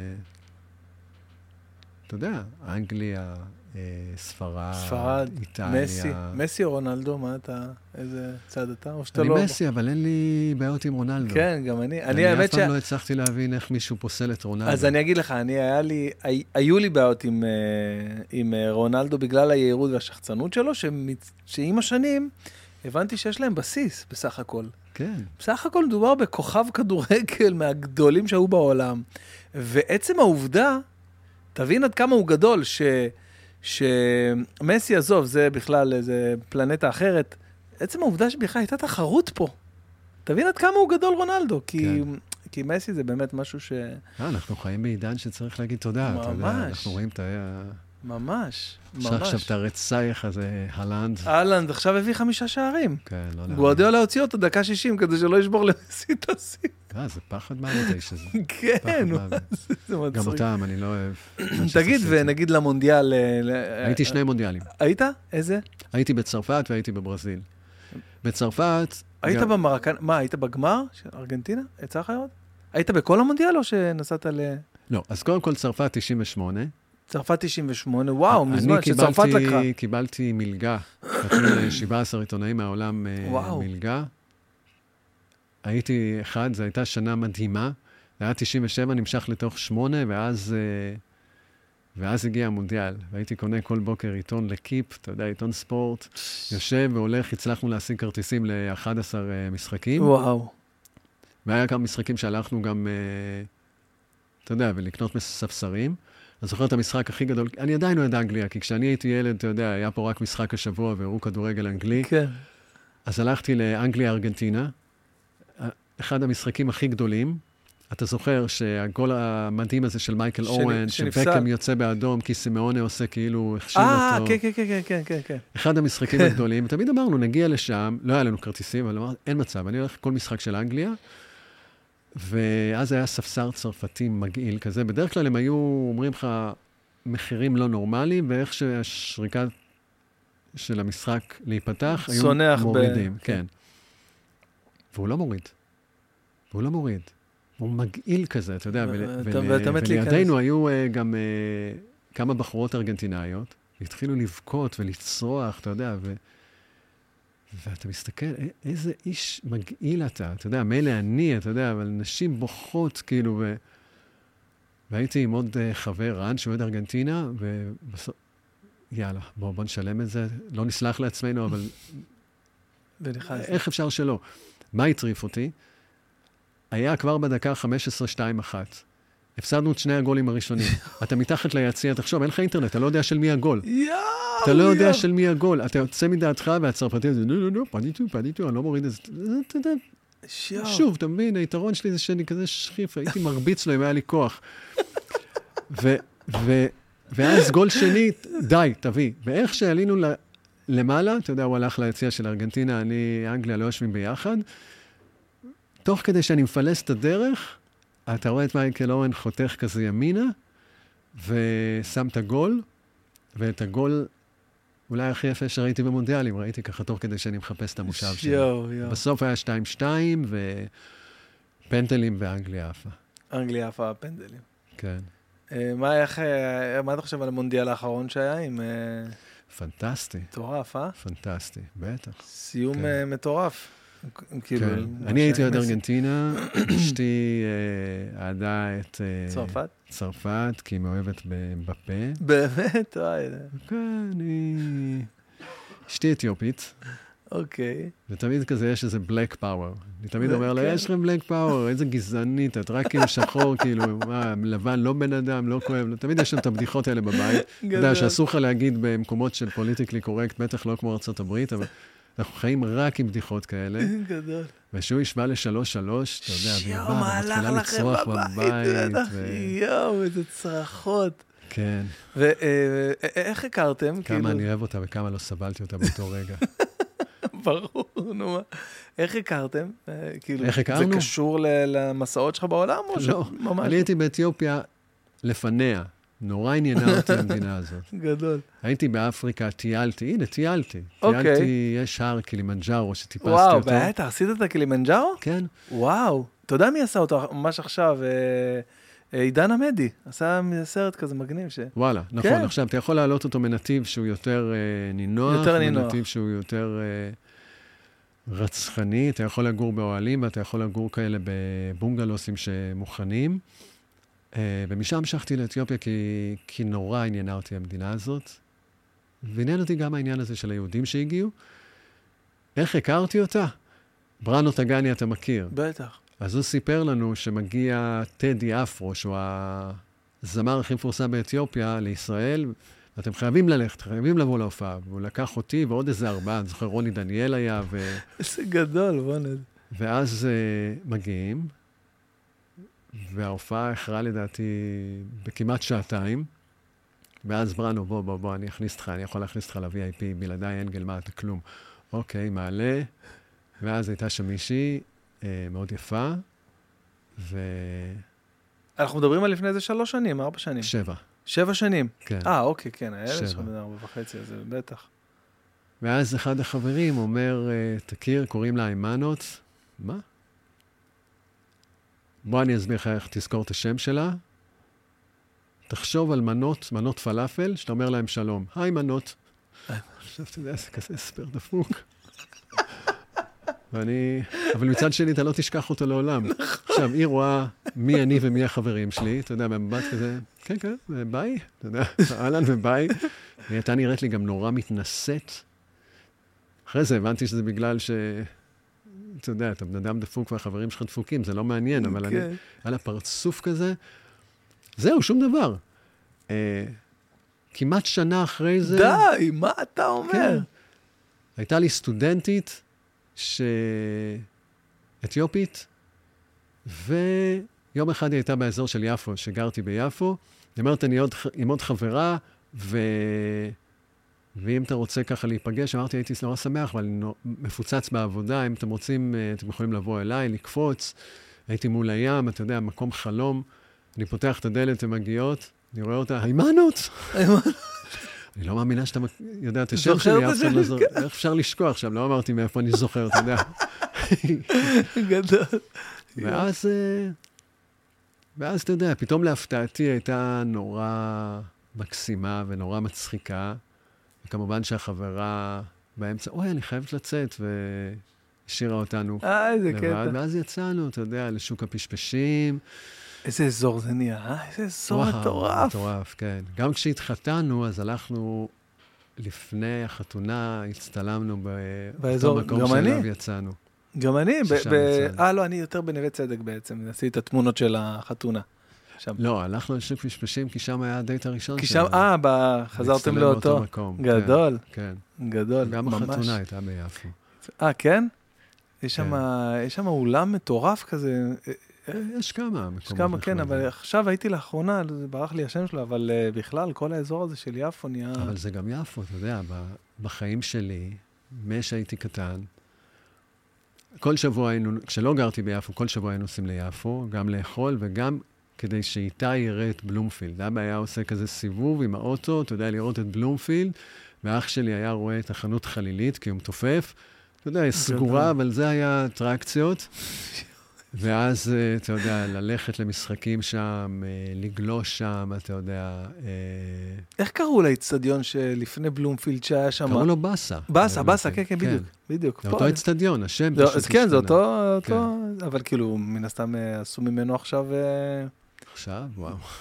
[SPEAKER 2] יודע, אנגליה, ספרד, איטליה.
[SPEAKER 1] מסי או רונלדו, מה אתה, איזה צד אתה? או שאתה
[SPEAKER 2] אני
[SPEAKER 1] לא...
[SPEAKER 2] מסי, אבל אין לי בעיות עם רונלדו.
[SPEAKER 1] כן, גם אני.
[SPEAKER 2] אני אף פעם לא הצלחתי להבין איך מישהו פוסל את רונלדו.
[SPEAKER 1] אז אני אגיד לך, היו לי בעיות עם רונלדו בגלל היעירות והשחצנות שלו, שעם השנים הבנתי שיש להם בסיס בסך הכל.
[SPEAKER 2] כן.
[SPEAKER 1] בסך הכל מדובר בכוכב כדורגל מהגדולים שהיו בעולם. ועצם העובדה, תבין עד כמה הוא גדול, שמסי עזוב, זה בכלל איזה פלנטה אחרת, עצם העובדה שבכלל הייתה תחרות פה. תבין עד כמה הוא גדול רונלדו, כי מסי זה באמת משהו ש...
[SPEAKER 2] אנחנו חיים בעידן שצריך להגיד תודה. ממש. אנחנו רואים את ה...
[SPEAKER 1] ממש.
[SPEAKER 2] עכשיו את הרצייך הזה, הלנד.
[SPEAKER 1] הלנד עכשיו הביא 5 שערים.
[SPEAKER 2] כן, לא יודע.
[SPEAKER 1] גוארדיולה הוציא אותו דקה 60, כדי שלא ישבור למסי את השיא.
[SPEAKER 2] זה פחד מוות האיש הזה.
[SPEAKER 1] כן, זה מצחיק.
[SPEAKER 2] גם אותם, אני לא אוהב.
[SPEAKER 1] תגיד, ונגיד למונדיאל...
[SPEAKER 2] הייתי 2 מונדיאלים.
[SPEAKER 1] היית? איזה?
[SPEAKER 2] הייתי בצרפת והייתי בברזיל. בצרפת...
[SPEAKER 1] היית במרקן... מה, היית בגמר של ארגנטינה? יצא לך לראות? היית בכל המונדיאל או שנסעת ל...
[SPEAKER 2] לא, אז קודם כל צרפת 98.
[SPEAKER 1] צרפת 98, וואו, מזמן שצרפת לקחה.
[SPEAKER 2] אני קיבלתי מלגה, נתנו 17 עיתונאים מהעולם מלגה. הייתי אחד, זו הייתה שנה מדהימה. זה היה 97, נמשך לתוך 8, ואז הגיע המונדיאל. והייתי קונה כל בוקר עיתון לקיפ, אתה יודע, עיתון ספורט, יושב והולך, הצלחנו להשיג כרטיסים ל-11 משחקים.
[SPEAKER 1] וואו.
[SPEAKER 2] והיה כמה משחקים שהלכנו גם, אתה יודע, ולקנות ספסרים. אני זוכר את המשחק הכי גדול, אני עדיין אוהד אנגליה, כי כשאני הייתי ילד, אתה יודע, היה פה רק משחק השבוע, והראו כדורגל אנגלי.
[SPEAKER 1] כן.
[SPEAKER 2] אז הלכתי לאנגליה, ארגנטינה, אחד המשחקים הכי גדולים. אתה זוכר שהגול המדהים הזה של מייקל אורן, שבקם יוצא באדום, כי סימאונה עושה כאילו, הכשיל אותו.
[SPEAKER 1] כן.
[SPEAKER 2] אחד המשחקים הגדולים, תמיד אמרנו, נגיע לשם, לא היה לנו כרטיסים, אבל אמרנו, אין מצב, אני הולך כל משחק של אנגליה, ואז היה ספסר צרפתי מגעיל כזה. בדרך כלל הם היו, אומרים לך, מחירים לא נורמליים, ואיך שהשריקה של המשחק להיפתח, היו מורידים. כן. והוא לא מוריד. הוא מגעיל כזה, אתה יודע, ולידינו היו גם כמה בחורות ארגנטינאיות, והתחילו לבכות ולצרוח, אתה יודע, ואתה מסתכל, איזה איש מגעיל אתה יודע, מילא אני, אתה יודע, אבל נשים בוכות, כאילו, והייתי עם עוד חבר, רן, שהוא עד ארגנטינה, ובסוף, יאללה, בוא נשלם את זה, לא נסלח לעצמנו, אבל איך אפשר שלא? מה הטריף אותי? היה כבר בדקה 15-2-1. הפסדנו את 2 הגולים הראשונים. אתה מתחת ליציע, תחשוב, אין לך אינטרנט, אתה לא יודע של מי הגול. אתה לא יודע של מי הגול. אתה יוצא מדעתך והצרפתי הזה, לא, פדיטו, אני לא מוריד את זה. שוב, אתה מבין, היתרון שלי זה שאני כזה שחיף, הייתי מרביץ לו אם היה לי כוח. ואז גול שני, די, תביא. ואיך שעלינו למעלה, אתה יודע, הוא הלך ליציע של ארגנטינה, אני, אנגליה, לא יושבים ביחד. תוך כדי שאני מפלס את הדרך, אתה רואה את מייקל אורן חותך כזה ימינה, ושם את הגול, ואת הגול אולי הכי יפה שראיתי במונדיאלים, ראיתי ככה תוך כדי שאני מחפש את המושב שלי. בסוף היה 2-2, ופנדלים באנגליה עפה.
[SPEAKER 1] אנגליה עפה, פנדלים.
[SPEAKER 2] כן.
[SPEAKER 1] מה אתה חושב על המונדיאל האחרון שהיה עם...
[SPEAKER 2] פנטסטי.
[SPEAKER 1] מטורף, אה?
[SPEAKER 2] פנטסטי, בטח.
[SPEAKER 1] סיום מטורף.
[SPEAKER 2] כן. אני הייתי עד ארגנטינה, אשתי עדה את...
[SPEAKER 1] צרפת?
[SPEAKER 2] צרפת, כי היא מאוהבת בפה.
[SPEAKER 1] באמת? וואי.
[SPEAKER 2] כן, אשתי אתיופית.
[SPEAKER 1] אוקיי.
[SPEAKER 2] ותמיד כזה יש איזה בלק פאוור. אני תמיד אומר לה,
[SPEAKER 1] כן.
[SPEAKER 2] יש לכם בלק פאוור, איזה גזענית, את רק עם שחור, כאילו, לבן, לא בן אדם, לא כואב. תמיד יש שם את הבדיחות האלה בבית. אתה יודע, שאסור לך להגיד במקומות של פוליטיקלי קורקט, בטח לא כמו ארצות הברית, אבל אנחנו חיים רק עם בדיחות כאלה.
[SPEAKER 1] גדול.
[SPEAKER 2] ושהוא ישבה ל3-3, אתה יודע, והיא באה,
[SPEAKER 1] מתחילה
[SPEAKER 2] לצרוח בבית.
[SPEAKER 1] יואו, איזה צרחות.
[SPEAKER 2] כן.
[SPEAKER 1] ואיך הכרתם?
[SPEAKER 2] כמה אני אוהב אותה וכמה לא סבלתי אותה באותו רגע.
[SPEAKER 1] ברור, נו מה. איך הכרתם?
[SPEAKER 2] איך הכרנו?
[SPEAKER 1] זה קשור למסעות שלך בעולם?
[SPEAKER 2] לא, אני הייתי באתיופיה לפניה. נורא עניינה אותי המדינה הזאת.
[SPEAKER 1] גדול.
[SPEAKER 2] הייתי באפריקה, טיילתי. הנה, טיילתי.
[SPEAKER 1] אוקיי.
[SPEAKER 2] טיילתי, יש הר קילימנג'ארו שטיפסתי אותו.
[SPEAKER 1] וואו, בטח, עשית את הקילימנג'ארו?
[SPEAKER 2] כן.
[SPEAKER 1] וואו. אתה יודע מי עשה אותו ממש עכשיו? עידן עמדי. עשה סרט כזה מגניב ש...
[SPEAKER 2] וואלה, נכון.
[SPEAKER 1] כן.
[SPEAKER 2] עכשיו, אתה יכול להעלות אותו מנתיב שהוא יותר נינוח.
[SPEAKER 1] יותר נינוח.
[SPEAKER 2] מנתיב שהוא יותר רצחני. אתה יכול לגור באוהלים, ואתה יכול לגור כאלה בבונגלוסים שמוכנים. ומשם המשכתי לאתיופיה כי נורא עניינה אותי המדינה הזאת. ועניין אותי גם העניין הזה של היהודים שהגיעו. איך הכרתי אותה? בראנו טגני אתה מכיר.
[SPEAKER 1] בטח.
[SPEAKER 2] אז הוא סיפר לנו שמגיע טדי אפרו, שהוא הזמר הכי מפורסם באתיופיה, לישראל, ואתם חייבים ללכת, חייבים לבוא להופעה. והוא לקח אותי ועוד איזה 4, אני זוכר רוני דניאל היה.
[SPEAKER 1] איזה גדול, בוא נדע.
[SPEAKER 2] ואז מגיעים, וההופעה הכרעה לדעתי בכמעט שעתיים, ואז בראנו, בוא, אני אכניס אותך, אני יכול להכניס אותך ל-VIP, בלעדיי אין גלמה, אתה כלום. אוקיי, מעלה, ואז הייתה שם מישהי מאוד יפה,
[SPEAKER 1] אנחנו מדברים על לפני איזה 3 שנים, 4 שנים.
[SPEAKER 2] 7.
[SPEAKER 1] 7 שנים?
[SPEAKER 2] כן.
[SPEAKER 1] אוקיי, כן, הילד שלך בן 4.5, אז בטח.
[SPEAKER 2] ואז אחד החברים אומר, תכיר, קוראים לה אימנות, מה? בוא אני אסביר לך איך תזכור את השם שלה. תחשוב על מנות פלאפל, שאתה אומר להם שלום. היי מנות. עכשיו אתה יודע, זה כזה הסבר דפוק. אבל מצד שני, אתה לא תשכח אותו לעולם. עכשיו, היא רואה מי אני ומי החברים שלי, אתה יודע, במבט כזה, כן, ביי, אתה יודע, אהלן וביי. היא הייתה נראית לי גם נורא מתנשאת. אחרי זה הבנתי שזה בגלל אתה יודע, אתה בן אדם דפוק והחברים שלך דפוקים, זה לא מעניין, אבל אני, על הפרצוף כזה, זהו, שום דבר. כמעט שנה אחרי זה...
[SPEAKER 1] די, מה אתה אומר?
[SPEAKER 2] כן. הייתה לי סטודנטית אתיופית, ויום אחד היא הייתה באזור של יפו, שגרתי ביפו, היא אומרת, אני עם עוד חברה, ואם אתה רוצה ככה להיפגש, אמרתי, הייתי נורא שמח, אבל אני מפוצץ בעבודה, אם אתם רוצים, אתם יכולים לבוא אליי, לקפוץ, הייתי מול הים, אתה יודע, מקום חלום, אני פותח את הדלת, הן מגיעות, אני רואה אותה, הימנות! אני לא מאמינה שאתה יודע את השם שלי, אף אחד לא זוכר, איך אפשר לשכוח עכשיו, לא אמרתי מאיפה אני זוכר, אתה יודע.
[SPEAKER 1] גדול.
[SPEAKER 2] ואז אתה יודע, פתאום להפתעתי הייתה נורא מקסימה ונורא מצחיקה, וכמובן שהחברה באמצע, אוי, אני חייבת לצאת, והשאירה אותנו
[SPEAKER 1] איזה
[SPEAKER 2] לבד.
[SPEAKER 1] קטע.
[SPEAKER 2] ואז יצאנו, אתה יודע, לשוק הפשפשים.
[SPEAKER 1] איזה אזור זה נהיה, איזה אזור מטורף.
[SPEAKER 2] מטורף, כן. גם כשהתחתנו, אז הלכנו לפני החתונה, הצטלמנו באותו מקום שאליו יצאנו.
[SPEAKER 1] גם אני, לא, אני יותר בנווה צדק בעצם, עשיתי את התמונות של החתונה.
[SPEAKER 2] לא, הלכנו לשוק פשפשים, כי שם היה הדייט הראשון
[SPEAKER 1] שלנו. חזרתם לאותו
[SPEAKER 2] מקום.
[SPEAKER 1] גדול.
[SPEAKER 2] כן.
[SPEAKER 1] גדול,
[SPEAKER 2] גם החתונה הייתה ביפו.
[SPEAKER 1] כן? יש שם אולם מטורף כזה.
[SPEAKER 2] יש כמה מקומות.
[SPEAKER 1] כן, אבל עכשיו הייתי לאחרונה, ברח לי השם שלו, אבל בכלל, כל האזור הזה של יפו נהיה...
[SPEAKER 2] אבל זה גם יפו, אתה יודע, בחיים שלי, שהייתי קטן, כל שבוע כשלא גרתי ביפו, כל שבוע היינו נוסעים ליפו, גם לאכול וגם כדי שאיתה יראה את בלומפילד. אבא היה עושה כזה סיבוב עם האוטו, אתה יודע, לראות את בלומפילד, ואח שלי היה רואה את החנות חלילית, כי הוא מתופף. אתה יודע, היא סגורה, אבל זה היה אטרקציות. ואז, אתה יודע, ללכת למשחקים שם, לגלוש שם, אתה יודע...
[SPEAKER 1] איך קראו לאצטדיון שלפני בלומפילד שהיה שם?
[SPEAKER 2] קראו לו בסה.
[SPEAKER 1] בסה, כן, בדיוק.
[SPEAKER 2] זה אותו אצטדיון, השם
[SPEAKER 1] פשוט השתנה. כן, זה אותו, אבל כאילו, מן הסתם עשו ממנו עכשיו...
[SPEAKER 2] עכשיו? וואו.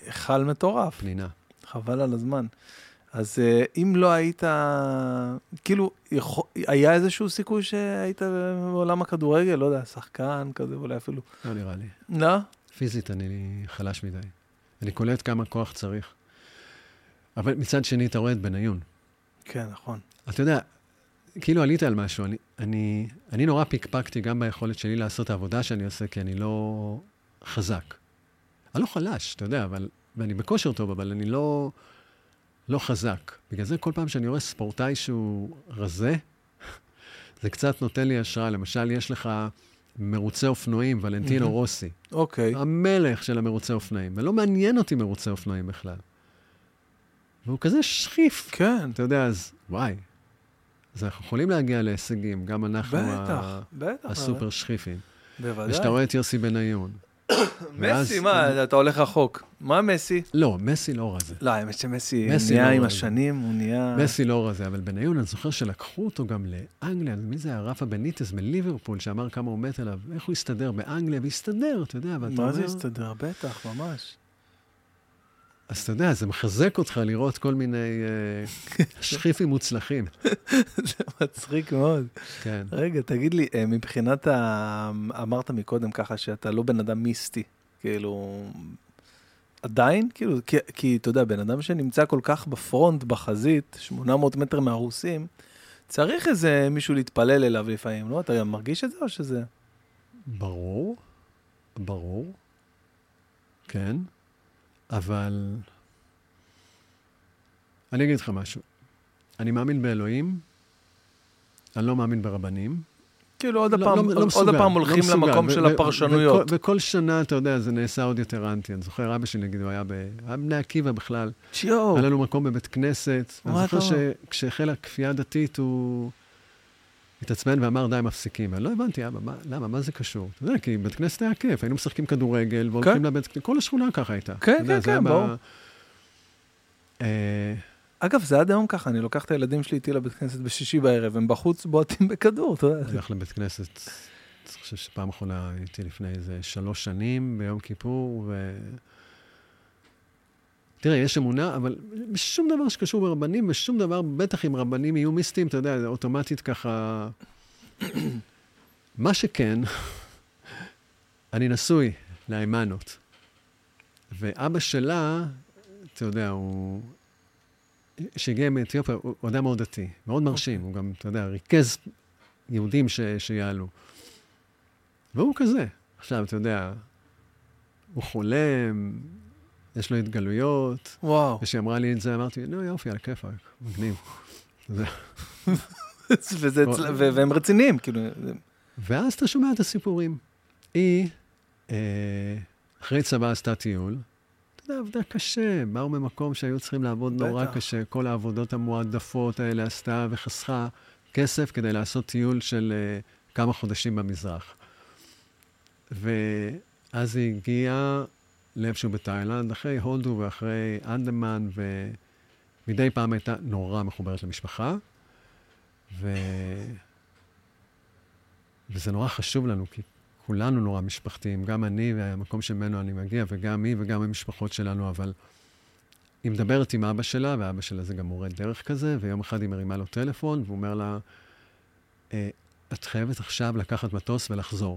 [SPEAKER 1] חל מטורף.
[SPEAKER 2] פנינה.
[SPEAKER 1] חבל על הזמן. אז אם לא היית, כאילו, היה איזשהו סיכוי שהיית בעולם הכדורגל, לא יודע, שחקן כזה, אולי אפילו.
[SPEAKER 2] לא נראה לי.
[SPEAKER 1] לא?
[SPEAKER 2] פיזית אני חלש מדי. אני קולט כמה כוח צריך. אבל מצד שני, אתה רואה את בניון.
[SPEAKER 1] כן, נכון.
[SPEAKER 2] אתה יודע, כאילו עלית על משהו. אני נורא פיקפקתי גם ביכולת שלי לעשות את העבודה שאני עושה, כי אני לא חזק. אני לא חלש, אתה יודע, ואני בכושר טוב, אבל אני לא חזק. בגלל זה כל פעם שאני רואה ספורטאי שהוא רזה, זה קצת נותן לי השראה. למשל, יש לך מרוצי אופנועים, ולנטינו רוסי.
[SPEAKER 1] אוקיי.
[SPEAKER 2] המלך של המרוצי אופנועים. ולא מעניין אותי מרוצי אופנועים בכלל. והוא כזה שחיף.
[SPEAKER 1] כן.
[SPEAKER 2] אתה יודע, אז וואי. אז אנחנו יכולים להגיע להישגים, גם אנחנו
[SPEAKER 1] בטח.
[SPEAKER 2] הסופר שחיפים.
[SPEAKER 1] בוודאי.
[SPEAKER 2] ושאתה רואה את יוסי בניון.
[SPEAKER 1] מסי, מה, אתה הולך רחוק. מה מסי?
[SPEAKER 2] לא, מסי לא רזה.
[SPEAKER 1] לא, האמת שמסי נהיה עם השנים, הוא נהיה...
[SPEAKER 2] מסי לא רזה, אבל בניון, אני זוכר שלקחו אותו גם לאנגליה, מי זה היה? רפה בניטס מליברפול, שאמר כמה הוא מת עליו, איך הוא יסתדר באנגליה, והסתדר, אתה יודע, ואתה אומר...
[SPEAKER 1] מה זה יסתדר? בטח, ממש.
[SPEAKER 2] אז אתה יודע, זה מחזק אותך לראות כל מיני שחיפים מוצלחים.
[SPEAKER 1] זה מצחיק מאוד.
[SPEAKER 2] כן.
[SPEAKER 1] רגע, תגיד לי, מבחינת אמרת מקודם ככה שאתה לא בן אדם מיסטי, כאילו, עדיין? כאילו, כי אתה יודע, בן אדם שנמצא כל כך בפרונט, בחזית, 800 מטר מהרוסים, צריך איזה מישהו להתפלל אליו לפעמים, לא? אתה מרגיש את זה או שזה?
[SPEAKER 2] ברור. כן. אבל אני אגיד לך משהו. אני מאמין באלוהים, אני לא מאמין ברבנים.
[SPEAKER 1] כאילו עוד הפעם הולכים למקום של הפרשנויות.
[SPEAKER 2] וכל שנה, אתה יודע, זה נעשה עוד יותר אנטי. אני זוכר, אבא שלי, נגיד, הוא היה בני עקיבא בכלל.
[SPEAKER 1] שיו.
[SPEAKER 2] היה לנו מקום בבית כנסת. אני זוכר שכשהחלה כפייה דתית, הוא התעצבן ואמר, די, מפסיקים. אני לא הבנתי, אבא, למה? מה זה קשור? אתה יודע, כי בית כנסת היה כיף. היינו משחקים כדורגל, והולכים לבית כנסת. כל השכונה ככה הייתה.
[SPEAKER 1] כן, ברור. אגב, זה עד היום ככה, אני לוקח את הילדים שלי איתי לבית כנסת בשישי בערב, הם בחוץ בועטים בכדור, אתה יודע.
[SPEAKER 2] אני הולך לבית כנסת, אני חושב שפעם אחרונה הייתי לפני איזה 3 שנים, ביום כיפור, תראה, יש אמונה, אבל בשום דבר שקשור ברבנים, בשום דבר, בטח אם רבנים יהיו מיסטיים, אתה יודע, אוטומטית ככה... מה שכן, אני נשוי לאימנות, ואבא שלה, אתה יודע, הוא... שהגיע מאתיופיה, הוא אדם מאוד דתי, מאוד מרשים, הוא גם, אתה יודע, ריכז יהודים שיעלו. והוא כזה. עכשיו, אתה יודע, הוא חולם, יש לו התגלויות.
[SPEAKER 1] וואו.
[SPEAKER 2] ושהיא אמרה לי את זה, אמרתי, לא, יופי, על הכיפק, מגניב.
[SPEAKER 1] והם רציניים, כאילו.
[SPEAKER 2] ואז אתה שומע את הסיפורים. היא, אחרי צבא עשתה טיול, אתה יודע, עבדה קשה, באו ממקום שהיו צריכים לעבוד נורא קשה, כל העבודות המועדפות האלה עשתה וחסכה כסף כדי לעשות טיול של כמה חודשים במזרח. ואז היא הגיעה לאיפשהו בתאילנד, אחרי הודו ואחרי אנדמן, ומדי פעם הייתה נורא מחוברת למשפחה, וזה נורא חשוב לנו, כי כולנו נורא משפחתיים, גם אני והמקום שממנו אני מגיע, וגם היא וגם המשפחות שלנו, אבל היא מדברת עם אבא שלה, ואבא שלה זה גם מורה דרך כזה, ויום אחד היא מרימה לו טלפון, והוא אומר לה, את חייבת עכשיו לקחת מטוס ולחזור.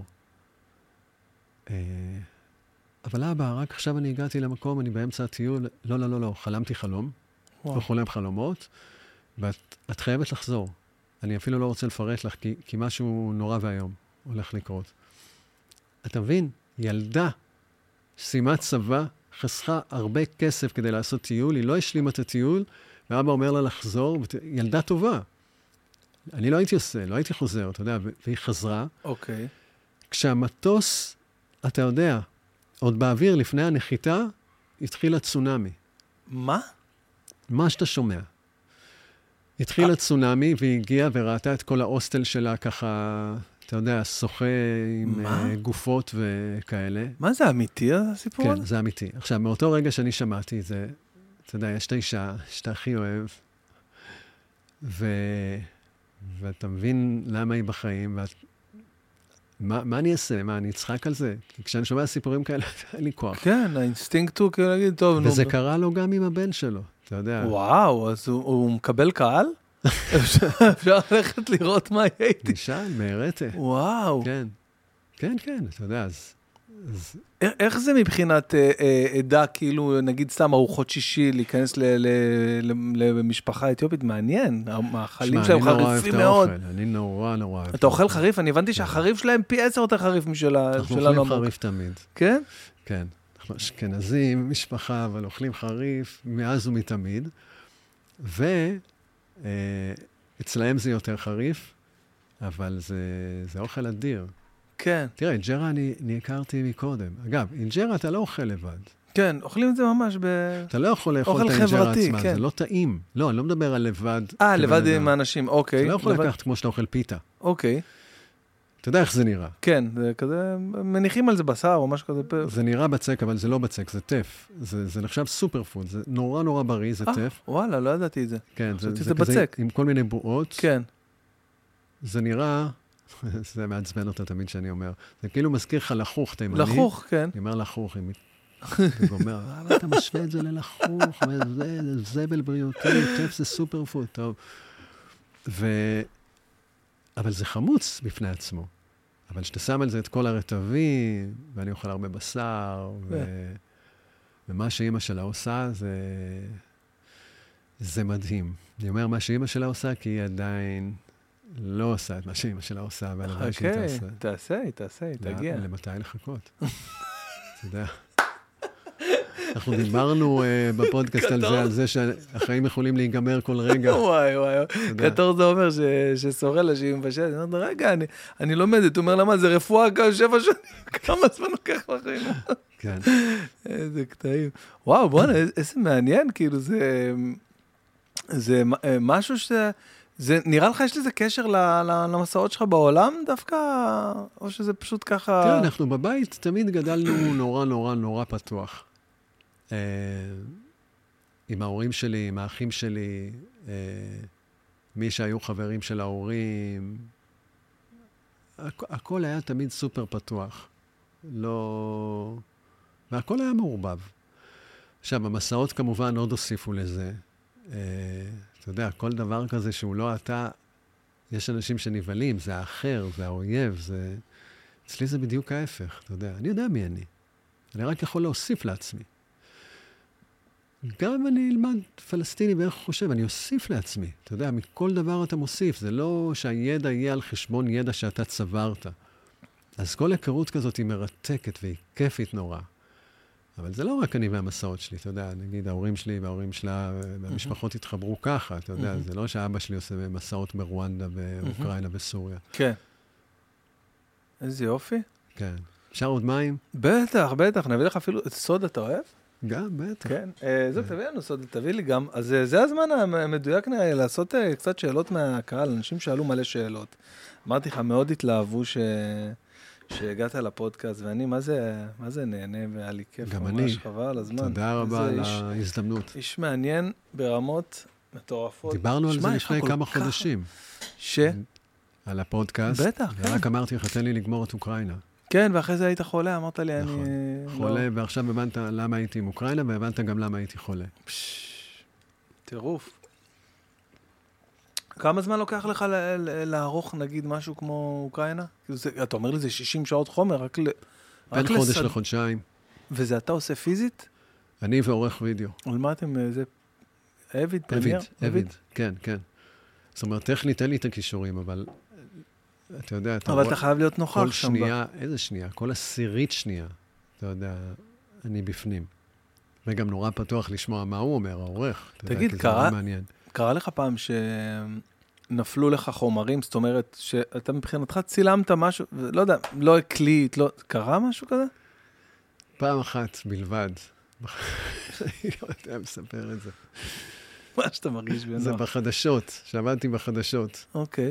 [SPEAKER 2] אבל אבא, רק עכשיו אני הגעתי למקום, אני באמצע הטיול, לא, חלמתי חלום, לא חולם חלומות, ואת חייבת לחזור. אני אפילו לא רוצה לפרט לך, כי משהו נורא והיום הולך לקרות. אתה מבין? ילדה, סיימה צבא, חסכה הרבה כסף כדי לעשות טיול, היא לא השלימה את הטיול, ואבא אומר לה לחזור, ילדה טובה. אני לא הייתי עושה, לא הייתי חוזר, אתה יודע, והיא חזרה.
[SPEAKER 1] אוקיי.
[SPEAKER 2] כשהמטוס, אתה יודע, עוד באוויר לפני הנחיתה, התחיל הצונמי.
[SPEAKER 1] מה?
[SPEAKER 2] מה שאתה שומע. התחיל הצונמי, והיא הגיעה וראתה את כל ההוסטל שלה ככה, אתה יודע, שוחה עם גופות וכאלה.
[SPEAKER 1] מה זה אמיתי הסיפור?
[SPEAKER 2] כן, זה אמיתי. עכשיו, מאותו רגע שאני שמעתי, זה, אתה יודע, יש את האישה שאתה הכי אוהב, ואתה מבין למה היא בחיים, מה אני אעשה? מה, אני אצחק על זה? כי כשאני שומע סיפורים כאלה, אין לי כוח.
[SPEAKER 1] כן, האינסטינקט הוא כאילו להגיד, טוב, נו.
[SPEAKER 2] וזה קרה לו גם עם הבן שלו, אתה יודע.
[SPEAKER 1] וואו, אז הוא מקבל קהל? אפשר ללכת לראות מה יהיה איתי.
[SPEAKER 2] נשאל, מהרטה.
[SPEAKER 1] וואו.
[SPEAKER 2] כן, כן, כן, אתה יודע, אז
[SPEAKER 1] איך זה מבחינת עדה, כאילו, נגיד סתם ארוחות שישי, להיכנס למשפחה אתיופית? מעניין, המאכלים שלהם חריפים מאוד.
[SPEAKER 2] אני נורא אוהב.
[SPEAKER 1] אתה אוכל חריף? אני הבנתי שהחריף שלהם פי 10 יותר חריף משלנו.
[SPEAKER 2] אנחנו אוכלים חריף תמיד.
[SPEAKER 1] כן?
[SPEAKER 2] כן. אנחנו אשכנזים, משפחה, אבל אוכלים חריף מאז ומתמיד. ואצלהם זה יותר חריף, אבל זה אוכל אדיר.
[SPEAKER 1] כן.
[SPEAKER 2] תראה, אינג'רה אני הכרתי מקודם. אגב, אינג'רה אתה לא אוכל לבד.
[SPEAKER 1] כן, אוכלים את זה ממש
[SPEAKER 2] אתה לא יכול לאכול את האינג'רה עצמה, זה לא טעים. לא, אני לא מדבר על לבד.
[SPEAKER 1] לבד עם האנשים, אוקיי.
[SPEAKER 2] אתה לא יכול לקחת כמו שאתה אוכל פיתה.
[SPEAKER 1] אוקיי.
[SPEAKER 2] אתה יודע איך זה נראה.
[SPEAKER 1] כן, זה כזה, מניחים על זה בשר או משהו כזה.
[SPEAKER 2] זה נראה בצק, אבל זה לא בצק, זה טף. זה נחשב סופר פוד, זה נורא בריא, זה טף.
[SPEAKER 1] וואלה, לא ידעתי את זה.
[SPEAKER 2] כן, זה בצק. עם כל מיני בועות.
[SPEAKER 1] כן.
[SPEAKER 2] זה נראה, זה מעצבן אותה תמיד שאני אומר, זה כאילו מזכיר לך לחוך תימני.
[SPEAKER 1] לחוך, כן.
[SPEAKER 2] אני אומר לחוך, הוא אומר, אבל אתה משווה את זה ללחוך, זה זבל בריאותי, טף זה סופר פוד, טוב. אבל זה חמוץ בפני עצמו. אבל כשאתה שם על זה את כל הרטבים, ואני אוכל הרבה בשר, ומה שאמא שלה עושה, זה מדהים. אני אומר מה שאמא שלה עושה, כי היא עדיין לא עושה את מה שאמא שלה עושה, והלוואי שהיא תעשה.
[SPEAKER 1] תעשה, תגיע.
[SPEAKER 2] למתי לחכות? אתה יודע. אנחנו דיברנו בפודקאסט על זה שהחיים יכולים להיגמר כל רגע.
[SPEAKER 1] וואי. קטור זה אומר שסורלה שהיא מבשלת. אני אומר, רגע, אני לומדת. הוא אומר, למה? זה רפואה 7 שנים. כמה זמן לוקח לחיים?
[SPEAKER 2] כן.
[SPEAKER 1] איזה קטעים. וואו, בוא'נה, איזה מעניין, כאילו, זה משהו זה נראה לך יש לזה קשר למסעות שלך בעולם דווקא, או שזה פשוט ככה...
[SPEAKER 2] תראה, אנחנו בבית תמיד גדלנו נורא פתוח. עם ההורים שלי, עם האחים שלי, מי שהיו חברים של ההורים. הכל היה תמיד סופר פתוח. לא... והכל היה מעורבב. עכשיו, המסעות כמובן עוד הוסיפו לזה. אתה יודע, כל דבר כזה שהוא לא אתה, יש אנשים שנבלים, זה האחר, זה האויב, אצלי זה בדיוק ההפך, אתה יודע. אני יודע מי אני רק יכול להוסיף לעצמי. גם אם אני אלמד פלסטיני ואיך חושב, אני אוסיף לעצמי. אתה יודע, מכל דבר אתה מוסיף. זה לא שהידע יהיה על חשבון ידע שאתה צברת. אז כל היכרות כזאת היא מרתקת והיא כיפית נורא. אבל זה לא רק אני והמסעות שלי, אתה יודע, נגיד ההורים שלי וההורים שלה, והמשפחות התחברו ככה, אתה יודע, זה לא שאבא שלי עושה מסעות ברואנדה ואוקראינה וסוריה.
[SPEAKER 1] כן. איזה יופי.
[SPEAKER 2] כן. אפשר עוד מים?
[SPEAKER 1] בטח, נביא לך אפילו, סודה אתה אוהב?
[SPEAKER 2] גם, בטח.
[SPEAKER 1] כן, זאת, תביא לנו סודה, תביא לי גם. אז זה הזמן המדויק לעשות קצת שאלות מהקהל, אנשים שאלו מלא שאלות. אמרתי לך, מאוד התלהבו שהגעת לפודקאסט, ואני, מה זה נהנה, והיה לי כיף.
[SPEAKER 2] גם אני.
[SPEAKER 1] ממש חבל על הזמן.
[SPEAKER 2] תודה רבה על ההזדמנות.
[SPEAKER 1] איש מעניין ברמות מטורפות.
[SPEAKER 2] דיברנו על זה לפני כמה חודשים. על הפודקאסט.
[SPEAKER 1] בטח, כן.
[SPEAKER 2] ורק אמרתי לך, תן לי לגמור את אוקראינה.
[SPEAKER 1] כן, ואחרי זה היית חולה, אמרת לי,
[SPEAKER 2] נכון. אני... חולה, ועכשיו הבנת למה הייתי עם אוקראינה, והבנת גם למה הייתי חולה.
[SPEAKER 1] טירוף. כמה זמן לוקח לך לערוך, נגיד, משהו כמו אוקראינה? אתה אומר לי, זה 60 שעות חומר, רק
[SPEAKER 2] בין חודש לחודשיים.
[SPEAKER 1] וזה אתה עושה פיזית?
[SPEAKER 2] אני ועורך וידאו.
[SPEAKER 1] על מה אתם, זה... אביד, פרמייר?
[SPEAKER 2] אביד, כן. זאת אומרת, טכנית אין לי את הכישורים, אבל... אתה יודע,
[SPEAKER 1] אבל אתה חייב להיות נוכח שם.
[SPEAKER 2] כל שנייה, איזה שנייה? כל 10 שנייה, אתה יודע, אני בפנים. וגם נורא פתוח לשמוע מה הוא אומר, העורך.
[SPEAKER 1] תגיד, קרה לך פעם שנפלו לך חומרים, זאת אומרת, שאתה מבחינתך צילמת משהו, לא יודע, לא הקליט, לא... קרה משהו כזה?
[SPEAKER 2] פעם אחת בלבד. אני לא יודע לספר את זה.
[SPEAKER 1] מה שאתה מרגיש בנוח.
[SPEAKER 2] זה בחדשות, שעבדתי בחדשות.
[SPEAKER 1] אוקיי.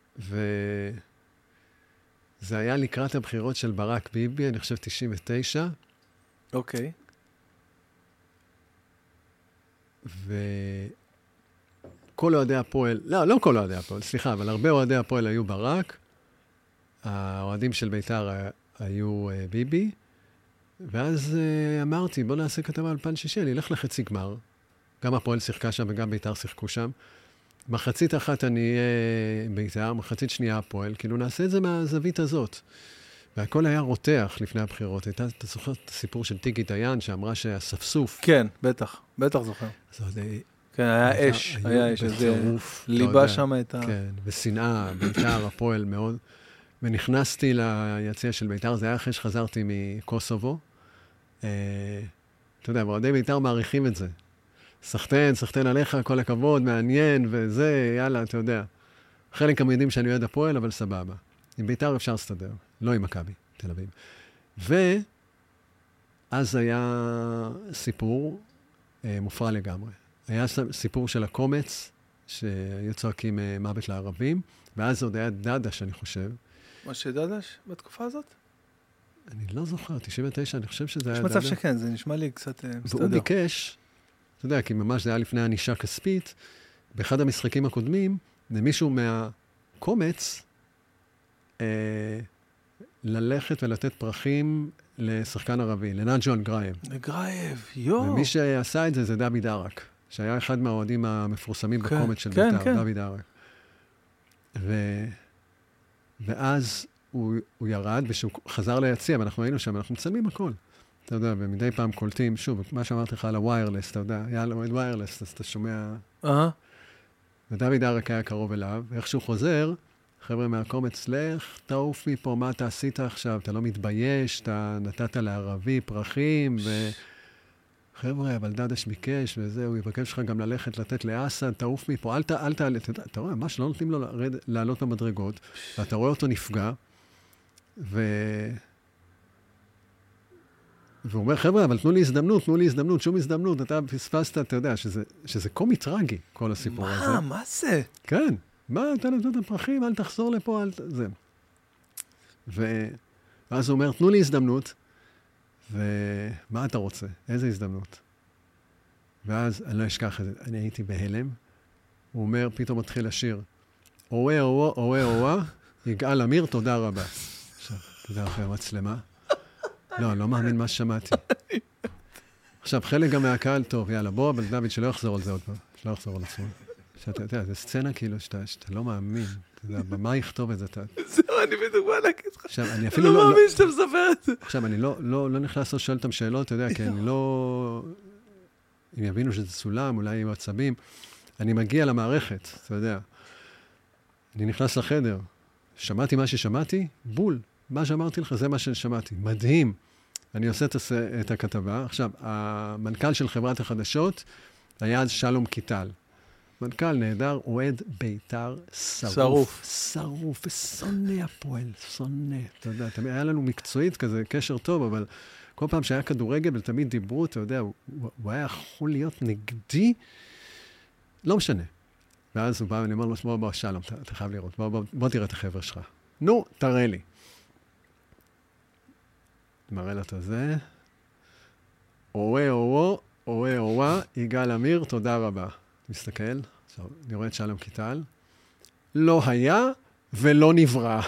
[SPEAKER 2] זה היה לקראת הבחירות של ברק ביבי, אני חושב 99.
[SPEAKER 1] אוקיי.
[SPEAKER 2] וכל אוהדי הפועל, לא כל אוהדי הפועל, סליחה, אבל הרבה אוהדי הפועל היו ברק, האוהדים של בית"ר היו ביבי, ואז אמרתי, בוא נעשה כתבה על פן שישי, אני אלך לחצי גמר. גם הפועל שיחקה שם וגם בית"ר שיחקו שם. מחצית אחת אני אהיה בית"ר, מחצית שנייה הפועל, כאילו נעשה את זה מהזווית הזאת. והכל היה רותח לפני הבחירות. אתה זוכר את הסיפור של טיקי דיין, שאמרה שהספסוף...
[SPEAKER 1] כן, בטח זוכר. כן, היה אש, איזה ליבה שם את ה...
[SPEAKER 2] כן, ושנאה, בית"ר, הפועל מאוד. ונכנסתי ליציע של בית"ר, זה היה אחרי שחזרתי מקוסובו. אתה יודע, ועודי בית"ר מעריכים את זה. סחטן עליך, כל הכבוד, מעניין, וזה, יאללה, אתה יודע. חלק הם יודעים שאני אוהד הפועל, אבל סבבה. עם בית"ר אפשר לסתדר, לא עם מכבי, תל אביב. ואז היה סיפור מופרע לגמרי. היה סיפור של הקומץ, שהיו צועקים מוות לערבים, ואז עוד היה דדש, אני חושב.
[SPEAKER 1] מה שדדש בתקופה הזאת?
[SPEAKER 2] אני לא זוכר, 99, אני חושב שזה היה
[SPEAKER 1] דדש. יש מצב שכן, זה נשמע לי קצת מסתדר.
[SPEAKER 2] והוא ביקש, אתה יודע, כי ממש זה היה לפני ענישה כספית, באחד המשחקים הקודמים, למישהו מהקומץ, ללכת ולתת פרחים לשחקן ערבי, לנג'ון גרייב.
[SPEAKER 1] לגרייב, יו.
[SPEAKER 2] ומי שעשה את זה זה דוד ערק, שהיה אחד מהאוהדים המפורסמים בקומץ של בית"ר, דוד ערק. ואז הוא ירד, ושהוא חזר ליציע, ואנחנו היינו שם, אנחנו מצלמים הכל. אתה יודע, ומדי פעם קולטים, שוב, מה שאמרתי לך על הוויירלס, אתה יודע, היה לו וויירלס, אז אתה שומע... ודוד ערק היה קרוב אליו, ואיכשהו חוזר, חבר'ה מהקומץ, לך, תעוף מפה, מה אתה עשית עכשיו? אתה לא מתבייש, אתה נתת לערבי פרחים, חבר'ה, אבל דדש ביקש, וזה, הוא יבקש לך גם ללכת, לתת לאסד, תעוף מפה, אל תעלה, אתה רואה, ממש לא נותנים לו לעלות במדרגות, ואתה רואה אותו נפגע, והוא אומר, חבר'ה, אבל תנו לי הזדמנות, שום הזדמנות, אתה פספסת, אתה יודע, שזה קומי טרגי, כל הסיפור הזה.
[SPEAKER 1] מה זה?
[SPEAKER 2] כן, מה, אתה נתת פרחים, אל תחזור לפה, זה. ואז הוא אומר, תנו לי הזדמנות, ומה אתה רוצה? איזה הזדמנות? ואז אני לא אשכח את זה, אני הייתי בהלם, הוא אומר, פתאום מתחיל לשיר, אוה, יגאל אמיר, תודה רבה. עכשיו, תודה אחרי המצלמה. לא מאמין מה ששמעתי. עכשיו, חלק גם מהקהל, טוב, יאללה, בוא, אבל דוד, שלא יחזור על זה עוד פעם, שלא יחזור על עצמו. שאתה יודע, זו סצנה כאילו שאתה לא מאמין. אתה יודע, במה יכתוב את זה?
[SPEAKER 1] זהו, אני בדוגמה להגיד לך.
[SPEAKER 2] עכשיו, אני אפילו
[SPEAKER 1] לא מאמין שאתה מספר את זה.
[SPEAKER 2] עכשיו, אני לא נכנס לשאול אותם שאלות, אתה יודע, כי אני לא... אם יבינו שזה סולם, אולי עם עצבים, אני מגיע למערכת, אתה יודע. אני נכנס לחדר, שמעתי מה ששמעתי, בול. מה שאמרתי לך, זה מה ששמעתי. מדהים. אני עושה את הכתבה. עכשיו, המנכ"ל של חברת החדשות היה אז שלום קיטל. מנכ"ל נהדר, אוהד בית"ר שרוף, ושונא הפועל, שונא. אתה יודע, היה לנו מקצועית כזה, קשר טוב, אבל כל פעם שהיה כדורגל, ותמיד דיברו, אתה יודע, הוא היה יכול להיות נגדי, לא משנה. ואז הוא בא ואני אומר לו, בוא, שלום, אתה חייב לראות, בוא תראה את החבר'ה שלך. נו, תראה לי. מראה לה את הזה. אוה, יגאל אמיר, תודה רבה. מסתכל, עכשיו, אני רואה את שלום קיטל. לא היה ולא נברא.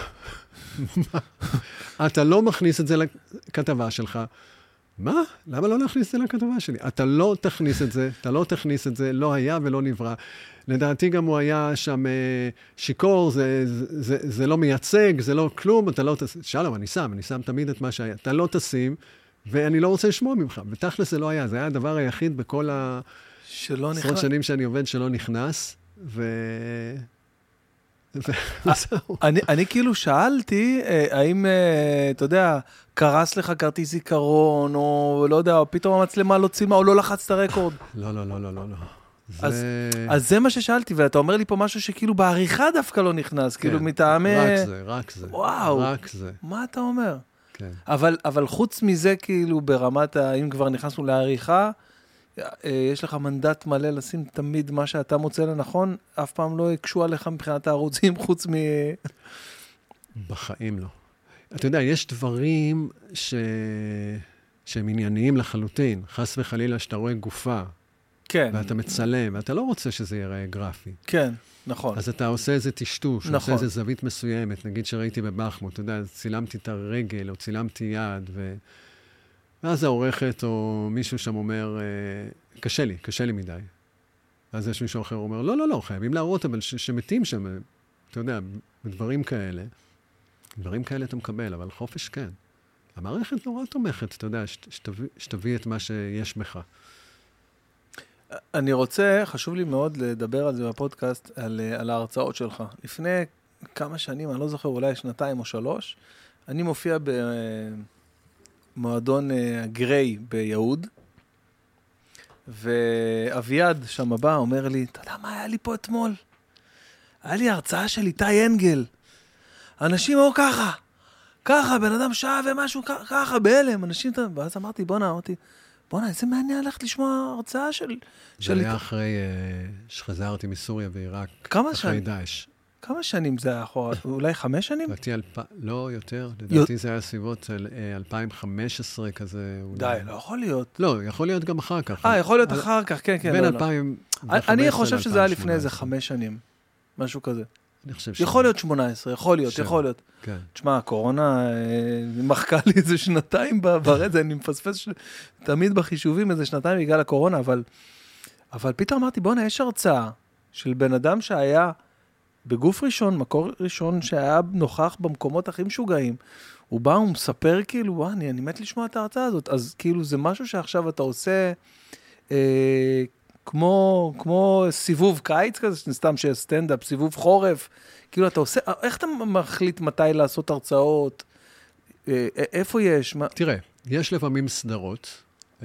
[SPEAKER 2] אתה לא מכניס את זה לכתבה שלך. מה? למה לא להכניס את זה לכתבה שלי? אתה לא תכניס את זה, לא היה ולא נברא. לדעתי גם הוא היה שם שיקור, זה לא מייצג, זה לא כלום, אתה לא תשים. שלום, אני שם תמיד את מה שהיה. אתה לא תשים, ואני לא רוצה לשמוע ממך. ותכלס זה לא היה, זה היה הדבר היחיד בכל עשרות שנים שאני עובד שלא נכנס,
[SPEAKER 1] אני כאילו שאלתי, האם, אתה יודע, קרס לך כרטיס זיכרון, או לא יודע, או פתאום המצלמה לא צימה, או לא לחצת רקורד.
[SPEAKER 2] לא.
[SPEAKER 1] אז זה מה ששאלתי, ואתה אומר לי פה משהו שכאילו בעריכה דווקא לא נכנס, כאילו מטעמי...
[SPEAKER 2] רק זה.
[SPEAKER 1] וואו, מה אתה אומר? אבל חוץ מזה, כאילו ברמת, אם כבר נכנסנו לעריכה, יש לך מנדט מלא לשים תמיד מה שאתה מוצא לנכון, אף פעם לא יקשו עליך מבחינת הערוצים חוץ מ...
[SPEAKER 2] בחיים לא. אתה יודע, יש דברים שהם ענייניים לחלוטין. חס וחלילה שאתה רואה גופה,
[SPEAKER 1] כן.
[SPEAKER 2] ואתה מצלם, ואתה לא רוצה שזה ייראה גרפי.
[SPEAKER 1] כן, נכון.
[SPEAKER 2] אז אתה עושה איזה טשטוש,
[SPEAKER 1] נכון.
[SPEAKER 2] עושה איזה זווית מסוימת, נגיד שראיתי בבחמוט, אתה יודע, צילמתי את הרגל, או צילמתי יד, ואז העורכת או מישהו שם אומר, קשה לי מדי. אז יש מישהו אחר אומר, לא, חייבים להראות, אבל שמתים שם, אתה יודע, בדברים כאלה אתה מקבל, אבל חופש כן. המערכת נורא תומכת, אתה יודע, שתביא את מה שיש בך.
[SPEAKER 1] אני רוצה, חשוב לי מאוד לדבר על זה בפודקאסט, על ההרצאות שלך. לפני כמה שנים, אני לא זוכר, אולי 2 או 3, אני מופיע במועדון גריי ביהוד, ואביעד שם הבא אומר לי, אתה יודע מה היה לי פה אתמול? היה לי הרצאה של איתי אנגל. אנשים היו ככה, בן אדם שעה ומשהו ככה, בהלם, אנשים, ואז אמרתי, בונה, איזה מעניין ללכת לשמוע הרצאה של...
[SPEAKER 2] זה היה אחרי שחזרתי מסוריה ועיראק, אחרי דאעש.
[SPEAKER 1] כמה שנים זה היה אחורה? אולי 5 שנים?
[SPEAKER 2] לא, יותר. לדעתי זה היה סביבות 2015 כזה.
[SPEAKER 1] די, לא יכול להיות.
[SPEAKER 2] לא, יכול להיות גם אחר כך.
[SPEAKER 1] יכול להיות אחר כך, כן.
[SPEAKER 2] בין 2015
[SPEAKER 1] אני חושב שזה היה לפני איזה 5 שנים. משהו כזה.
[SPEAKER 2] אני חושב
[SPEAKER 1] יכול להיות 18, יכול להיות.
[SPEAKER 2] כן.
[SPEAKER 1] תשמע, הקורונה מחכה לי איזה 2 ברזה, אני מפספס תמיד בחישובים איזה 2 בגלל הקורונה, אבל פתאום אמרתי, בוא'נה, יש הרצאה של בן אדם שהיה בגוף ראשון, מקור ראשון, שהיה נוכח במקומות הכי משוגעים, הוא בא, הוא מספר כאילו, וואו, אני מת לשמוע את ההרצאה הזאת, אז כאילו זה משהו שעכשיו אתה עושה כמו סיבוב קיץ כזה, סתם שיש סטנדאפ, סיבוב חורף, כאילו אתה עושה, איך אתה מחליט מתי לעשות הרצאות? איפה יש?
[SPEAKER 2] תראה, יש לפעמים סדרות,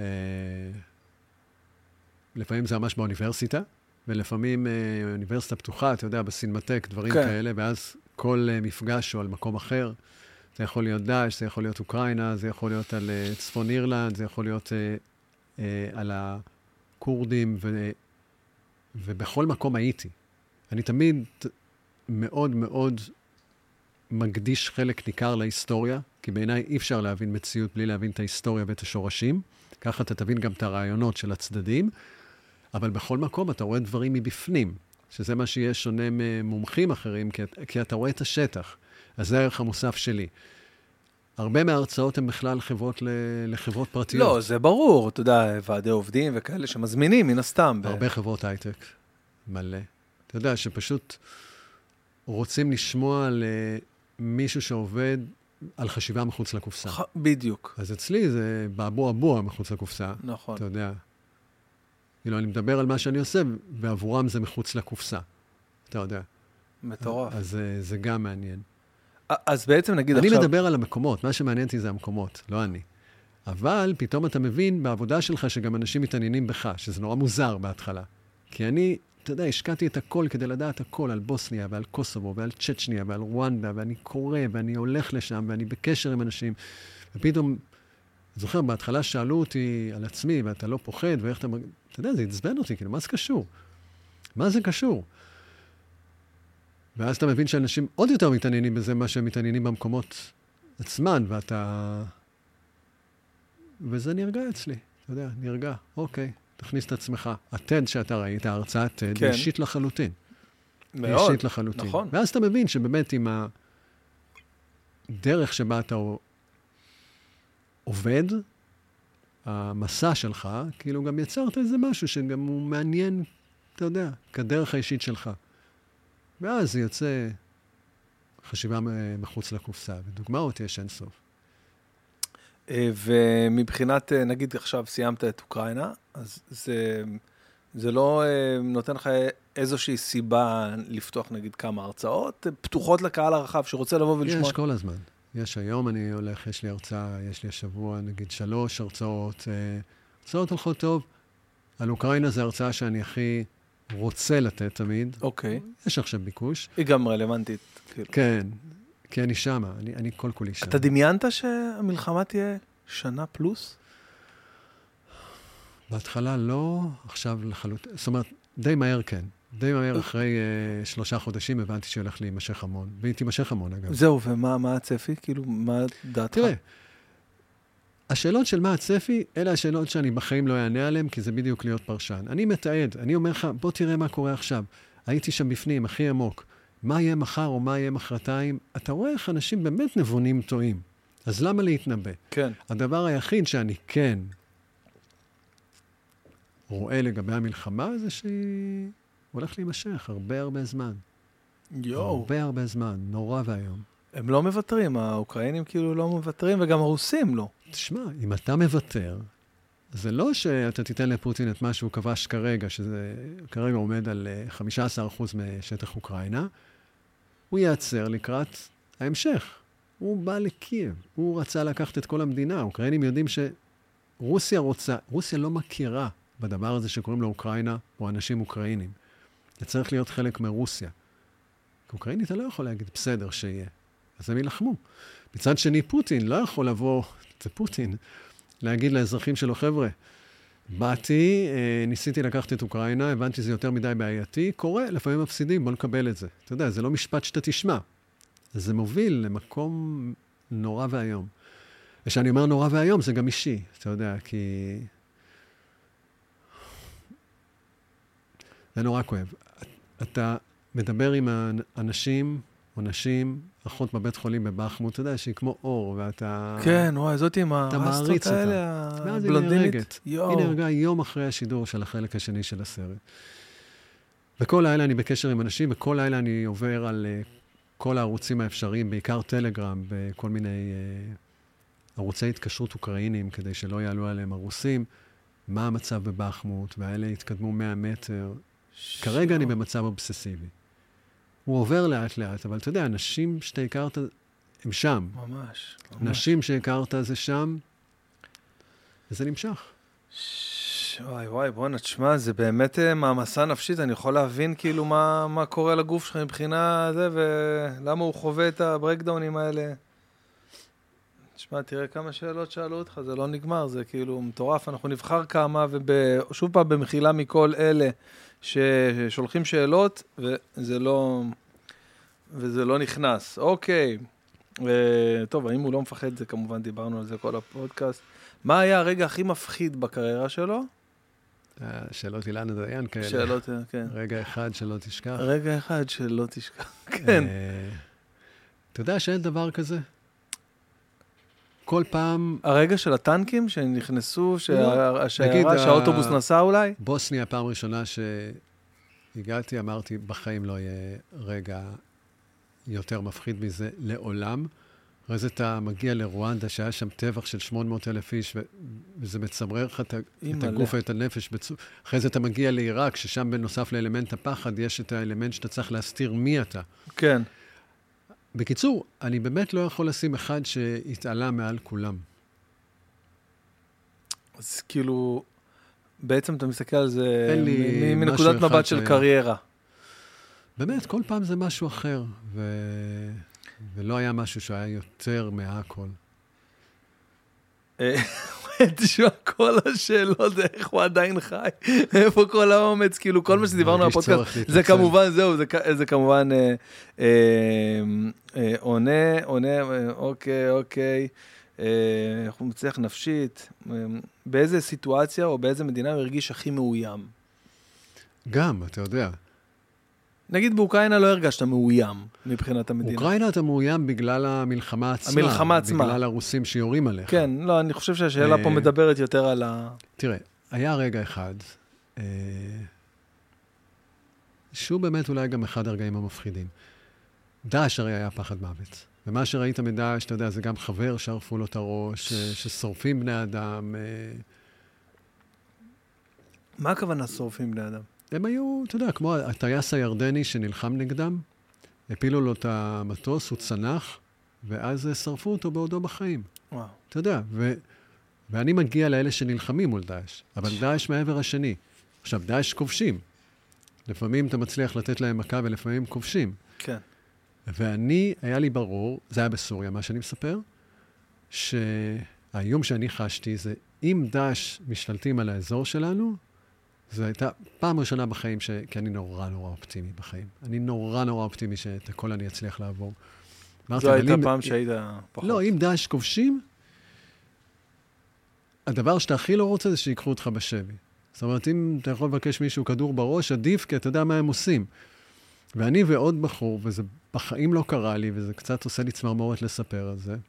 [SPEAKER 2] לפעמים זה ממש באוניברסיטה, ולפעמים אוניברסיטה פתוחה, אתה יודע, בסינמטק, דברים כאלה, ואז כל מפגש הוא על מקום אחר. זה יכול להיות דאעש, זה יכול להיות אוקראינה, זה יכול להיות על צפון אירלנד, זה יכול להיות על הקורדים, ובכל מקום הייתי. אני תמיד מאוד מאוד מקדיש חלק ניכר להיסטוריה, כי בעיניי אי אפשר להבין מציאות בלי להבין את ההיסטוריה ואת השורשים. ככה אתה תבין גם את הרעיונות של הצדדים. אבל בכל מקום אתה רואה דברים מבפנים, שזה מה שיהיה שונה ממומחים אחרים, כי אתה רואה את השטח. אז זה הערך המוסף שלי. הרבה מההרצאות הן בכלל חברות לחברות פרטיות.
[SPEAKER 1] לא, זה ברור, אתה יודע, ועדי עובדים וכאלה שמזמינים, מן הסתם.
[SPEAKER 2] הרבה חברות הייטק, מלא. אתה יודע, שפשוט רוצים לשמוע על מישהו שעובד על חשיבה מחוץ לקופסה.
[SPEAKER 1] בדיוק.
[SPEAKER 2] אז אצלי זה באבוע מחוץ לקופסה.
[SPEAKER 1] נכון.
[SPEAKER 2] אתה יודע. כאילו, אני מדבר על מה שאני עושה, ועבורם זה מחוץ לקופסה. אתה יודע.
[SPEAKER 1] מטורף.
[SPEAKER 2] אז זה גם מעניין.
[SPEAKER 1] אז בעצם נגיד
[SPEAKER 2] עכשיו...
[SPEAKER 1] אני
[SPEAKER 2] מדבר על המקומות, מה שמעניין אותי זה המקומות, לא אני. אבל פתאום אתה מבין בעבודה שלך שגם אנשים מתעניינים בך, שזה נורא מוזר בהתחלה. כי אני, אתה יודע, השקעתי את הכל כדי לדעת הכל על בוסניה ועל קוסובו ועל צ'צ'ניה ועל רואנדה, ואני קורא ואני הולך לשם ואני בקשר עם אנשים. ופתאום, זוכר, בהתחלה שאלו אותי על עצמי, ואתה לא פוחד, ואיך אתה יודע, זה עצבן אותי, כאילו, מה זה קשור? מה זה קשור? ואז אתה מבין שאנשים עוד יותר מתעניינים בזה, מה שהם מתעניינים במקומות עצמן, וזה נרגע אצלי, אתה יודע, נרגע. אוקיי, תכניס את עצמך. הטד שאתה ראית, ההרצאת טד, היא אישית לחלוטין.
[SPEAKER 1] מאוד,
[SPEAKER 2] אישית לחלוטין.
[SPEAKER 1] נכון.
[SPEAKER 2] ואז אתה מבין שבאמת עם הדרך שבה אתה עובד, המסע שלך, כאילו גם יצרת איזה משהו שגם הוא מעניין, אתה יודע, כדרך האישית שלך. ואז זה יוצא חשיבה מחוץ לקופסה, ודוגמאות יש אין סוף.
[SPEAKER 1] ומבחינת, נגיד עכשיו סיימת את אוקראינה, אז זה לא נותן לך איזושהי סיבה לפתוח נגיד כמה הרצאות, פתוחות לקהל הרחב שרוצה לבוא ולשמוע.
[SPEAKER 2] יש כל הזמן. יש היום, אני הולך, יש לי הרצאה, יש לי השבוע, נגיד 3 הרצאות. הרצאות הולכות טוב. על אוקראינה זה הרצאה שאני הכי רוצה לתת תמיד.
[SPEAKER 1] אוקיי.
[SPEAKER 2] יש עכשיו ביקוש.
[SPEAKER 1] היא גם רלוונטית.
[SPEAKER 2] כן, כי אני שמה, אני כל כולי שם.
[SPEAKER 1] אתה דמיינת שהמלחמה תהיה שנה פלוס?
[SPEAKER 2] בהתחלה לא, עכשיו לחלוטין. זאת אומרת, די מהר כן. די מהר אחרי 3 חודשים הבנתי שהולך להימשך המון. והיא תימשך המון, אגב.
[SPEAKER 1] זהו, ומה הצפי? כאילו, מה דעתך?
[SPEAKER 2] תראה, השאלות של מה הצפי, אלה השאלות שאני בחיים לא אענה עליהן, כי זה בדיוק להיות פרשן. אני מתעד, אני אומר לך, בוא תראה מה קורה עכשיו. הייתי שם בפנים, הכי עמוק. מה יהיה מחר או מה יהיה מחרתיים? אתה רואה איך אנשים באמת נבונים טועים. אז למה להתנבא?
[SPEAKER 1] כן.
[SPEAKER 2] הדבר היחיד שאני כן רואה לגבי המלחמה זה שהיא הולך להימשך הרבה זמן. הרבה זמן, נורא והיום.
[SPEAKER 1] הם לא מוותרים, האוקראינים כאילו לא מוותרים, וגם הרוסים לא.
[SPEAKER 2] תשמע, אם אתה מוותר, זה לא שאתה תיתן לפוטין את מה שהוא כבש כרגע, שזה כרגע עומד על 15% משטח אוקראינה, הוא ייעצר לקראת ההמשך. הוא בא לקייב, הוא רצה לקחת את כל המדינה. האוקראינים יודעים שרוסיה רוצה, רוסיה לא מכירה בדבר הזה שקוראים לו אוקראינה, או אנשים אוקראינים. זה צריך להיות חלק מרוסיה. כאוקראיני אתה לא יכול להגיד, בסדר שיהיה. אז הם ילחמו. מצד שני, פוטין לא יכול לבוא, זה פוטין, להגיד לאזרחים שלו, חבר'ה, באתי, ניסיתי לקחת את אוקראינה, הבנתי שזה יותר מדי בעייתי, קורה, לפעמים מפסידים, בוא נקבל את זה. אתה יודע, זה לא משפט שאתה תשמע. זה מוביל למקום נורא והיום. וכשאני אומר נורא והיום, זה גם אישי, אתה יודע, כי זה נורא כואב. אתה מדבר עם האנשים או נשים, אחות בבית חולים בבחמוט, אתה יודע, שהיא כמו אור, ואתה...
[SPEAKER 1] כן, וואי, זאת עם הרסטות האלה, הבלונדינית.
[SPEAKER 2] היא נהרגה יום אחרי השידור של החלק השני של הסרט. וכל לילה אני בקשר עם אנשים, וכל לילה אני עובר על כל הערוצים האפשריים, בעיקר טלגרם, בכל מיני ערוצי התקשרות אוקראינים, כדי שלא יעלו עליהם הרוסים, מה המצב בבחמוט, והאלה התקדמו 100 מטר. כרגע אני במצב אובססיבי. הוא עובר לאט לאט, אבל אתה יודע, אנשים שאתה הכרת, הם שם.
[SPEAKER 1] ממש.
[SPEAKER 2] נשים שהכרת זה שם, וזה נמשך.
[SPEAKER 1] וואי, בוא נשמע, זה באמת מעמסה נפשית, אני יכול להבין כאילו מה קורה לגוף שלך מבחינה זה, ולמה הוא חווה את הברקדאונים האלה. תשמע, תראה כמה שאלות שאלו אותך, זה לא נגמר, זה כאילו מטורף, אנחנו נבחר כמה, ושוב פעם במחילה מכל אלה ששולחים שאלות, וזה לא נכנס. אוקיי. טוב, האם הוא לא מפחד, זה כמובן דיברנו על זה כל הפודקאסט. מה היה הרגע הכי מפחיד בקריירה שלו?
[SPEAKER 2] שאלות אילנה דיין כאלה.
[SPEAKER 1] שאלות, כן.
[SPEAKER 2] רגע אחד שלא תשכח.
[SPEAKER 1] רגע אחד שלא תשכח, כן.
[SPEAKER 2] אתה יודע שאין דבר כזה? כל פעם...
[SPEAKER 1] הרגע של הטנקים שנכנסו, שהאוטובוס נסע אולי?
[SPEAKER 2] בוסניה, פעם ראשונה שהגעתי, אמרתי, בחיים לא יהיה רגע יותר מפחיד מזה לעולם. אחרי זה אתה מגיע לרואנדה, שהיה שם טבח של 800,000 איש, וזה מצמרר לך את הגוף ואת הנפש. אחרי זה אתה מגיע לעיראק, ששם בנוסף לאלמנט הפחד, יש את האלמנט שאתה צריך להסתיר מי אתה.
[SPEAKER 1] כן.
[SPEAKER 2] בקיצור, אני באמת לא יכול לשים אחד שהתעלה מעל כולם.
[SPEAKER 1] אז כאילו, בעצם אתה מסתכל על זה מנקודת מבט של קריירה.
[SPEAKER 2] באמת, כל פעם זה משהו אחר, ולא היה משהו שהיה יותר מהכל.
[SPEAKER 1] תשמע, כל השאלות, איך הוא עדיין חי, איפה כל האומץ, כאילו כל מה שדיברנו על הפודקאסט, זה כמובן, זהו, זה כמובן עונה, אוקיי, איך הוא מצליח נפשית, באיזה סיטואציה או באיזה מדינה הוא הרגיש הכי מאוים?
[SPEAKER 2] גם, אתה יודע.
[SPEAKER 1] נגיד באוקראינה לא הרגשת מאוים מבחינת המדינה.
[SPEAKER 2] אוקראינה אתה מאוים בגלל המלחמה עצמה.
[SPEAKER 1] המלחמה עצמה.
[SPEAKER 2] בגלל הרוסים שיורים עליך.
[SPEAKER 1] כן, לא, אני חושב שהשאלה פה מדברת יותר על
[SPEAKER 2] תראה, היה רגע אחד, שהוא באמת אולי גם אחד הרגעים המפחידים. דאעש הרי היה פחד מוות. ומה שראית מדאעש, אתה יודע, זה גם חבר שערפו לו את הראש, ששורפים בני אדם.
[SPEAKER 1] מה הכוונה שורפים בני אדם?
[SPEAKER 2] הם היו, אתה יודע, כמו הטייס הירדני שנלחם נגדם, הפילו לו את המטוס, הוא צנח, ואז שרפו אותו בעודו בחיים.
[SPEAKER 1] וואו.
[SPEAKER 2] אתה יודע, ואני מגיע לאלה שנלחמים מול דאעש, אבל דאעש מעבר השני. עכשיו, דאעש כובשים. לפעמים אתה מצליח לתת להם מכה, ולפעמים כובשים.
[SPEAKER 1] כן.
[SPEAKER 2] ואני, היה לי ברור, זה היה בסוריה, מה שאני מספר, שהאיום שאני חשתי זה, אם דאעש משתלטים על האזור שלנו, זו הייתה פעם ראשונה בחיים כי אני נורא אופטימי בחיים. אני נורא אופטימי שאת הכל אני אצליח לעבור.
[SPEAKER 1] זו הייתה פעם שהיית פחות.
[SPEAKER 2] לא, אם דאעש כובשים, הדבר שאתה הכי לא רוצה זה שיקחו אותך בשבי. זאת אומרת, אם אתה יכול לבקש מישהו כדור בראש, עדיף, כי אתה יודע מה הם עושים. ואני ועוד בחור, וזה בחיים לא קרה לי, וזה קצת עושה לי צמרמורת לספר על זה,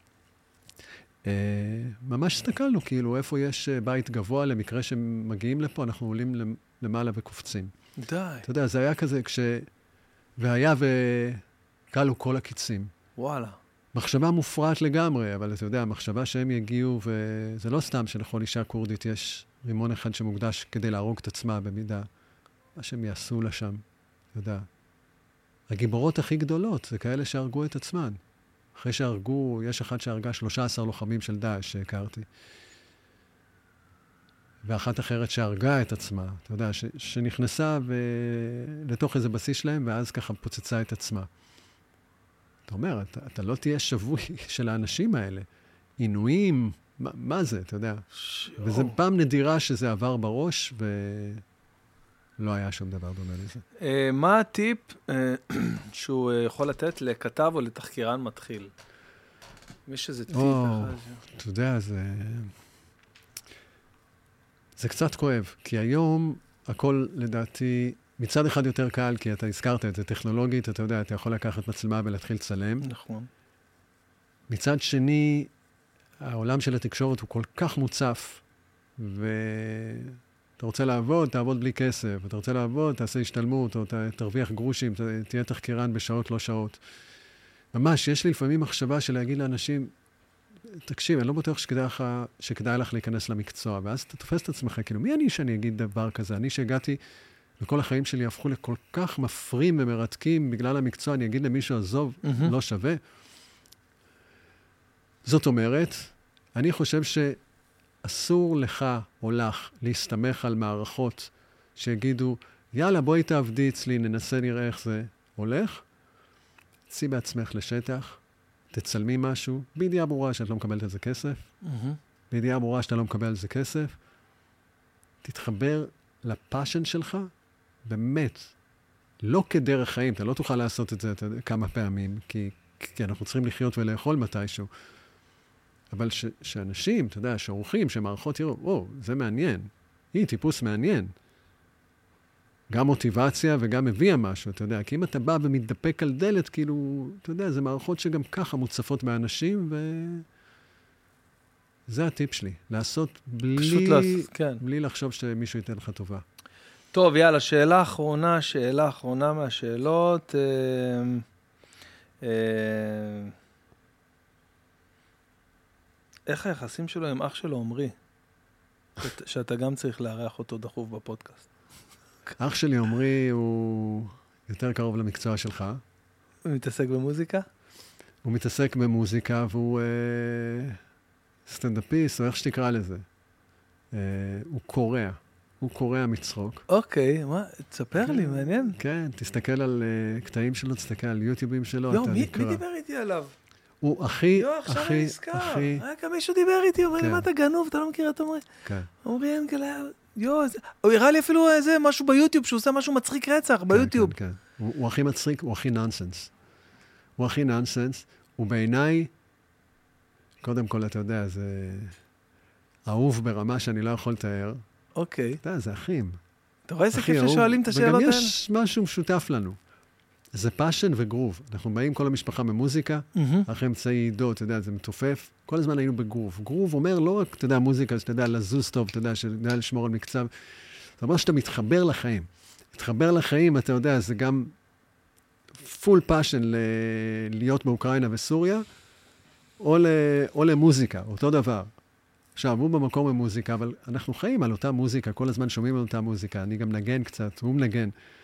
[SPEAKER 2] ממש הסתכלנו, כאילו, איפה יש בית גבוה למקרה שמגיעים לפה, אנחנו עולים למעלה וקופצים.
[SPEAKER 1] די.
[SPEAKER 2] אתה יודע, זה היה כזה והיה וקלו כל הקיצים.
[SPEAKER 1] וואלה.
[SPEAKER 2] מחשבה מופרעת לגמרי, אבל אתה יודע, המחשבה שהם יגיעו, וזה לא סתם שלכל אישה קורדית יש רימון אחד שמוקדש כדי להרוג את עצמה במידה. מה שהם יעשו לה שם, אתה יודע. הגיבורות הכי גדולות זה כאלה שהרגו את עצמן. אחרי שהרגו, יש אחד שהרגה 13 לוחמים של דאעש שהכרתי. ואחת אחרת שהרגה את עצמה, אתה יודע, שנכנסה לתוך איזה בסיס שלהם, ואז ככה פוצצה את עצמה. אתה אומר, אתה לא תהיה שבוי של האנשים האלה. עינויים, מה זה, אתה יודע? וזה פעם נדירה שזה עבר בראש, ולא היה שום דבר דומה לזה.
[SPEAKER 1] מה הטיפ שהוא יכול לתת לכתב או לתחקירן מתחיל? יש איזה טיפ אחד?
[SPEAKER 2] אתה יודע, זה קצת כואב, כי היום הכל לדעתי מצד אחד יותר קל, כי אתה הזכרת את זה טכנולוגית, אתה יודע, אתה יכול לקחת מצלמה ולהתחיל לצלם.
[SPEAKER 1] נכון.
[SPEAKER 2] מצד שני, העולם של התקשורת הוא כל כך מוצף, ואתה רוצה לעבוד, תעבוד בלי כסף, אתה רוצה לעבוד, תעשה השתלמות, או תרוויח גרושים, תהיה תחקירן בשעות לא שעות. ממש, יש לי לפעמים מחשבה של להגיד לאנשים, תקשיב, אני לא בטוח שכדאי לך להיכנס למקצוע, ואז אתה תופס את עצמך, כאילו, מי אני שאני אגיד דבר כזה? אני שהגעתי, וכל החיים שלי הפכו לכל כך מפרים ומרתקים בגלל המקצוע, אני אגיד למישהו, עזוב, לא שווה. זאת אומרת, אני חושב שאסור לך או לך להסתמך על מערכות שיגידו, יאללה, בואי תעבדי אצלי, ננסה נראה איך זה הולך. צאי בעצמך לשטח, תצלמי משהו, בידיעה ברורה שאת לא מקבלת על זה כסף, בידיעה ברורה שאתה לא מקבל על זה כסף, תתחבר לפאשן שלך, באמת, לא כדרך חיים, אתה לא תוכל לעשות את זה כמה פעמים, כי אנחנו צריכים לחיות ולאכול מתישהו, אבל שאנשים, אתה יודע, שעורכים, שמערכות יראו, זה מעניין, היא טיפוס מעניין, גם מוטיבציה וגם הביאה משהו, אתה יודע, כי אם אתה בא ומתדפק על דלת, כאילו, אתה יודע, זה מערכות שגם ככה מוצפות באנשים, וזה הטיפ שלי, לעשות בלי לחשוב שמישהו ייתן לך טובה.
[SPEAKER 1] טוב, יאללה, שאלה אחרונה מהשאלות. איך היחסים שלו עם אח שלו, עמרי? שאתה גם צריך לארח אותו דחוף בפודקאסט.
[SPEAKER 2] אח שלי, עמרי, הוא יותר קרוב למקצוע שלך.
[SPEAKER 1] הוא מתעסק במוזיקה?
[SPEAKER 2] הוא מתעסק במוזיקה, והוא סטנדאפיסט, או איך שתקרא לזה. הוא קורא. הוא קורא מצחוק.
[SPEAKER 1] אוקיי, מה? תספר לי, מעניין.
[SPEAKER 2] כן, תסתכל על קטעים שלו, תסתכל על יוטיובים שלו.
[SPEAKER 1] יו, מי דיבר איתי עליו?
[SPEAKER 2] הוא הכי,
[SPEAKER 1] עכשיו אני נזכר. רק מישהו דיבר איתי, אומר לי, מה אתה גנוב? אתה לא מכיר את עמרי?
[SPEAKER 2] כן.
[SPEAKER 1] עמרי אנגל, הוא הראה לי אפילו איזה משהו ביוטיוב, שהוא עושה משהו מצחיק רצח ביוטיוב.
[SPEAKER 2] כן. הוא הכי מצחיק, הוא הכי נונסנס. הוא הכי נונסנס. הוא בעיניי, קודם כל, אתה יודע, זה אהוב ברמה שאני לא יכול לתאר.
[SPEAKER 1] אוקיי.
[SPEAKER 2] אתה יודע, זה אחים.
[SPEAKER 1] אתה רואה איזה כיף ששואלים את השאלות האלה?
[SPEAKER 2] וגם יש משהו משותף לנו. זה פאשן וגרוב. אנחנו באים כל המשפחה ממוזיקה, אחרי אמצעי עידו, אתה יודע, זה מתופף. כל הזמן היינו בגרוב. גרוב אומר לא רק, אתה יודע, מוזיקה, שאתה יודע, לזוז טוב, אתה יודע, שאתה לשמור על מקצב. זאת אומרת שאתה מתחבר לחיים. מתחבר לחיים, אתה יודע, זה גם פול פאשן להיות באוקראינה וסוריה, או למוזיקה, אותו דבר. עכשיו, הוא במקום במוזיקה, אבל אנחנו חיים על אותה מוזיקה, כל הזמן שומעים על אותה מוזיקה, אני גם נגן קצת, הוא מנגן.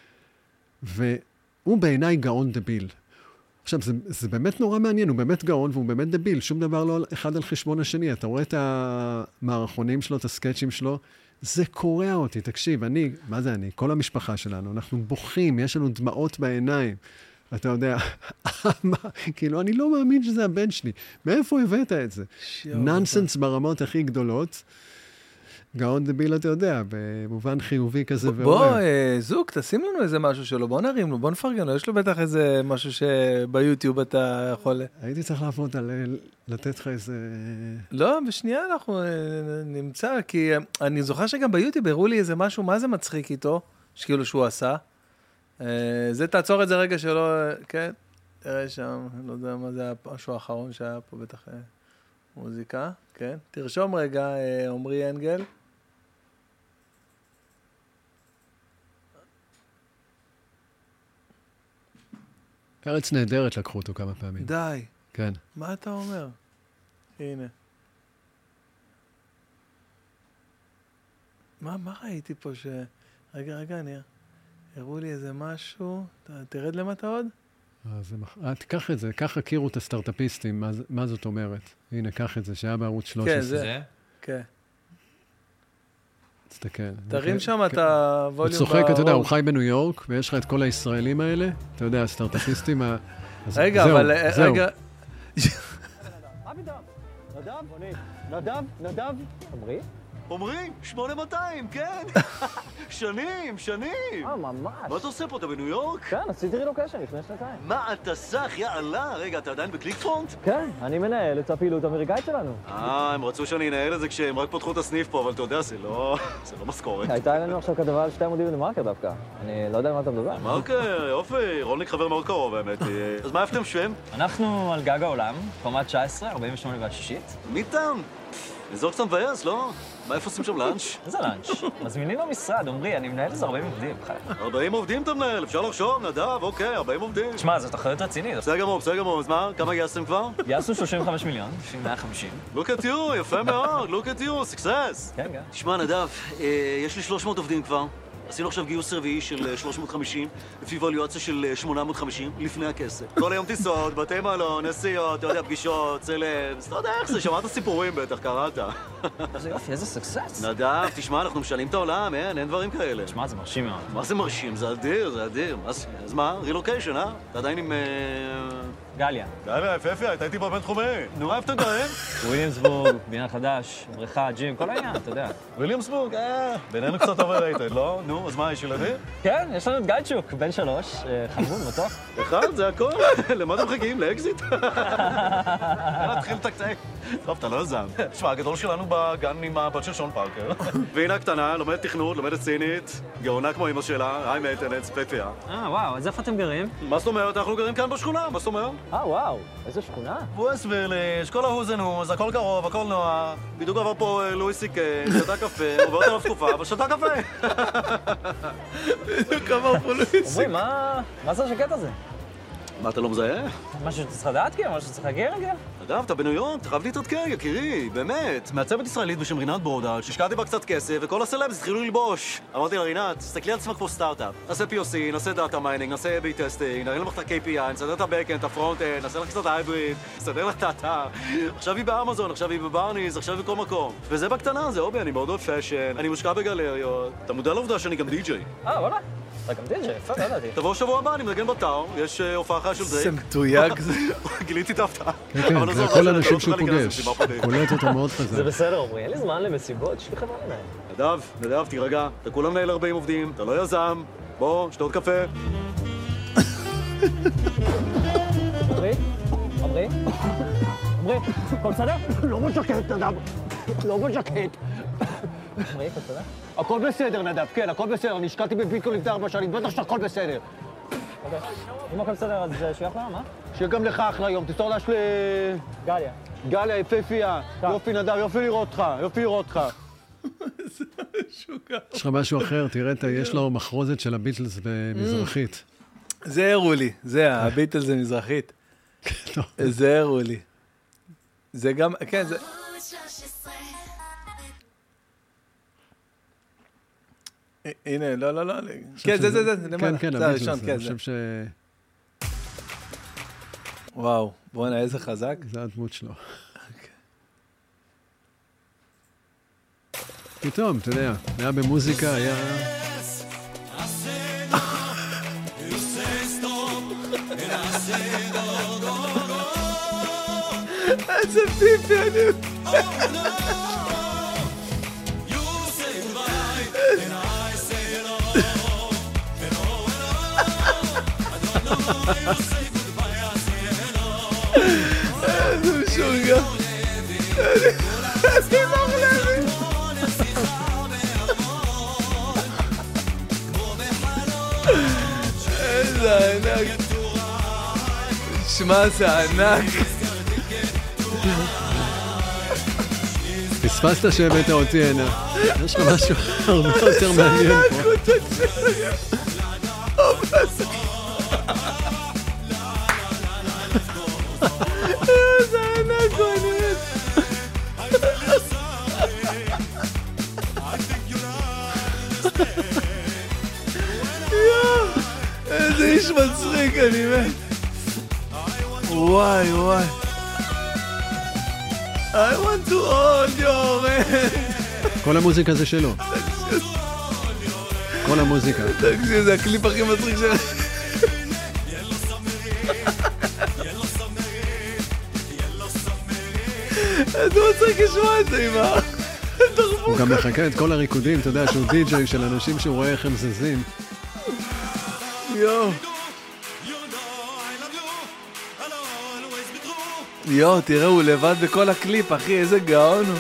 [SPEAKER 2] והוא בעיניי גאון דביל. עכשיו, זה באמת נורא מעניין, הוא באמת גאון, והוא באמת דביל, שום דבר לא אחד על חשבון השני. אתה רואה את המערכונים שלו, את הסקצ'ים שלו, זה קורע אותי, תקשיב, מה זה אני? כל המשפחה שלנו, אנחנו בוכים, יש לנו דמעות בעיניים. אתה יודע, כאילו, אני לא מאמין שזה הבן שלי. מאיפה הבאת את זה? נונסנס ברמות הכי גדולות. גאון דביל, אתה יודע, במובן חיובי כזה ואוהב.
[SPEAKER 1] בוא, זוק, תשים לנו איזה משהו שלו, בוא נרים לו, בוא נפרגן לו, יש לו בטח איזה משהו שביוטיוב אתה יכול...
[SPEAKER 2] הייתי צריך לעבוד על לתת לך איזה...
[SPEAKER 1] לא, בשנייה אנחנו נמצא, כי אני זוכר שגם ביוטיוב הראו לי איזה משהו, מה זה מצחיק איתו, שכאילו שהוא עשה. זה, תעצור את זה רגע שלא... כן, תראה שם, לא יודע מה זה המשהו האחרון שהיה פה, בטח מוזיקה, כן. תרשום רגע, עומרי אנגל.
[SPEAKER 2] ארץ נהדרת לקחו אותו כמה פעמים.
[SPEAKER 1] די.
[SPEAKER 2] כן.
[SPEAKER 1] מה אתה אומר? הנה. מה ראיתי פה ש... רגע, הראו לי איזה משהו. תרד למטה עוד?
[SPEAKER 2] תיקח את זה, ככה הכירו את הסטארט-אפיסטים, מה זאת אומרת. הנה, קח את זה, שהיה בערוץ 13.
[SPEAKER 1] כן, זה? כן.
[SPEAKER 2] תסתכל.
[SPEAKER 1] תרים שם את הווליום.
[SPEAKER 2] הוא צוחק, אתה יודע, הוא חי בניו יורק, ויש לך את כל הישראלים האלה, אתה יודע, הסטארט-אפיסטים.
[SPEAKER 1] רגע, אבל... רגע.
[SPEAKER 3] נדב, עמרי?
[SPEAKER 4] עומרי, 8200, כן. שנים.
[SPEAKER 3] ממש.
[SPEAKER 4] מה אתה עושה פה, אתה בניו יורק?
[SPEAKER 3] כן, עשיתי רילוקיישן לפני שנתיים.
[SPEAKER 4] מה, אתה סך, יאללה. רגע, אתה עדיין בקליק פרונט?
[SPEAKER 3] כן, אני מנהל את הפעילות האמריקאית שלנו.
[SPEAKER 4] הם רצו שאני אנהל את זה כשהם רק פתחו את הסניף פה, אבל אתה יודע, זה לא משכורת.
[SPEAKER 3] הייתה לנו עכשיו כתבה על 2 עמודים בדה-מרקר דווקא. אני לא יודע על מה אתה מדבר.
[SPEAKER 4] מרקר, יופי, רולניק חבר מאוד קרוב, האמת. אז מה איפה אתם שם?
[SPEAKER 3] אנחנו על גג העולם, קומה 19, 48 והשישית.
[SPEAKER 4] מיטאון. אזור קצת מבאס, לא? מה, איפה עושים שם לאנץ'?
[SPEAKER 3] איזה לאנץ'? מזמינים במשרד, עמרי, אני מנהל איזה 40 עובדים, חייב.
[SPEAKER 4] 40 עובדים אתה מנהל, אפשר לחשוב, נדב, אוקיי, 40 עובדים.
[SPEAKER 3] תשמע, זאת אחריות רצינית.
[SPEAKER 4] בסדר גמור, אז מה? כמה גייסתם כבר?
[SPEAKER 3] גייסנו 35 מיליון, בשביל 150.
[SPEAKER 4] Look at you, יפה מאוד, look at you, success.
[SPEAKER 3] כן, כן.
[SPEAKER 4] תשמע, נדב, יש לי 300 עובדים כבר. עשינו עכשיו גיוס רביעי של 350, לפי ווליואציה של 850, לפני הכסף. כל היום טיסות, בתי מלון, נסיעות, אתה יודע, פגישות, צלם, אתה יודע איך זה, שמעת סיפורים בטח, קראת.
[SPEAKER 3] איזה יופי, איזה סקסס.
[SPEAKER 4] נדב, תשמע, אנחנו משנים את העולם, אין דברים כאלה.
[SPEAKER 3] תשמע, זה מרשים מאוד.
[SPEAKER 4] מה זה מרשים? זה אדיר. אז מה? רילוקיישן, אה? אתה עדיין עם...
[SPEAKER 3] גליה.
[SPEAKER 4] גליה, יפה, הייתה איתי בבינתחומי. נו, איפה אתה גר?
[SPEAKER 3] וויליאמסבורג, בניין חדש, בריכה, ג'ים, כל העניין, אתה יודע.
[SPEAKER 4] וויליאמסבורג, בינינו קצת overrated, לא? נו, אז מה, יש ילדים?
[SPEAKER 3] כן, יש לנו את גייצ'וק, בן 3, חמוד, מתוק.
[SPEAKER 4] אחד, זה הכל. למה אתם מחכים? לאקזיט? נתחיל לתקתק. טוב, אתה לא יזם. תשמע, הגדול שלנו בגן עם הבת של שון פארקר. והנה הקטנה, לומדת תכנות, לומדת סינית, גאונה כמו אמא שלה, היי מייטננס, פפיה.
[SPEAKER 3] וואו, אז איפה אתם גרים?
[SPEAKER 4] מה זאת אומרת? אנחנו גרים כאן בשכונה, מה זאת אומרת?
[SPEAKER 3] וואו, איזה שכונה.
[SPEAKER 4] ווסט ויליג', כל ההוזנוז, הכל קרוב, הכל נוח. בדיוק עבר פה לואי סי-קיי, שתה קפה, עוברת עליו תקופה, אבל שתה קפה.
[SPEAKER 1] בדיוק עבר פה לואי סי-קיי.
[SPEAKER 3] עמרי, מה זה השקט הזה?
[SPEAKER 4] מה, אתה לא מזהה?
[SPEAKER 3] משהו שצריך לדעת כאילו? משהו שצריך להגיע רגע?
[SPEAKER 4] אגב, אתה בניו יורק, אתה חייב להתעדכן, יקירי, באמת. מעצבת ישראלית בשם רינת ברודל, שהשקעתי בה קצת כסף, וכל הסלבס התחילו ללבוש. אמרתי לה, רינת, תסתכלי על עצמך כמו סטארט-אפ. נעשה POC, נעשה דאטה מיינינג, נעשה A/B טסטינג, נראה לך את ה-KPI, נסדר את ה-Backend, את ה-Frontend, נעשה לך קצת הייבריד, נסדר לך את האתר. עכשיו היא באמזון, עכשיו היא בברניס, עכשיו היא בכל מקום. וזה בקטנה, זה הובי, אני מאוד אוהב פאשן, אני מושקע בגלריות. אתה מודע לעובדה שאני גם די-ג'יי.
[SPEAKER 3] וואלה. אתה גם די-ג'יי, יפה, לא ידעתי.
[SPEAKER 4] תבוא שבוע הבא, אני מנגן בטאו, יש הופעה חיה של דרייק.
[SPEAKER 1] זה מתויג זה.
[SPEAKER 4] גיליתי את ההפתעה.
[SPEAKER 2] כן, זה כל האנשים שהוא פוגש. קולט אותו מאוד חזק.
[SPEAKER 3] זה בסדר, עמרי, אין לי זמן למסיבות, יש לי חברה עיניים.
[SPEAKER 4] נדב, תירגע. אתה כולם מנהל 40 עובדים, אתה לא יזם. בוא, שתה עוד קפה.
[SPEAKER 3] עמרי, הכל בסדר?
[SPEAKER 5] לא בז'קט, נדב. לא בז'קט.
[SPEAKER 3] עמרי, הכל בסדר?
[SPEAKER 5] הכל בסדר, נדב, כן, הכל בסדר. אני השקעתי בביטקוין לפני 4 שנים, בטח שהכל בסדר.
[SPEAKER 3] אוקיי. אם הכל בסדר, אז שיח לה, מה?
[SPEAKER 5] שיהיה גם לך אחלה יום. תסתור לה
[SPEAKER 3] גליה.
[SPEAKER 5] גליה, יפהפייה. יופי, נדב, יופי לראות אותך.
[SPEAKER 1] זה משוגע.
[SPEAKER 2] יש לך משהו אחר, תראה, יש לו מחרוזת של הביטלס במזרחית.
[SPEAKER 1] זה הראו לי, זה, הביטלס זה מזרחית. זה הראו לי. זה גם, כן, זה... הנה, לא. כן, זה, למעלה.
[SPEAKER 2] כן,
[SPEAKER 1] זה הראשון, כן,
[SPEAKER 2] אני חושב ש...
[SPEAKER 1] וואו, בוא'נה, איזה חזק.
[SPEAKER 2] זה הדמות שלו. פתאום, אתה יודע, היה במוזיקה, היה...
[SPEAKER 1] איזה פיפי, אני... זה משוגע. אני לא מלהבין. איזה ענק. שמע, זה ענק.
[SPEAKER 2] פספסת שהבאת אותי הנה. יש לך משהו הרבה יותר מעניין פה.
[SPEAKER 1] זה ענק, אני מת. איזה איש מצחיק, אני מת. וואי וואי. I want to hold your hand.
[SPEAKER 2] כל המוזיקה זה שלו. כל המוזיקה.
[SPEAKER 1] תקשיב, זה הקליפ הכי מצחיק שלו. איזה מצחיק לשמוע את זה, אמא.
[SPEAKER 2] הוא גם מחכה את כל הריקודים, אתה יודע שהוא די-ג'יי של אנשים שהוא רואה איך הם זזים.
[SPEAKER 1] יואו. יואו, תראה, הוא לבד בכל הקליפ, אחי, איזה גאון הוא.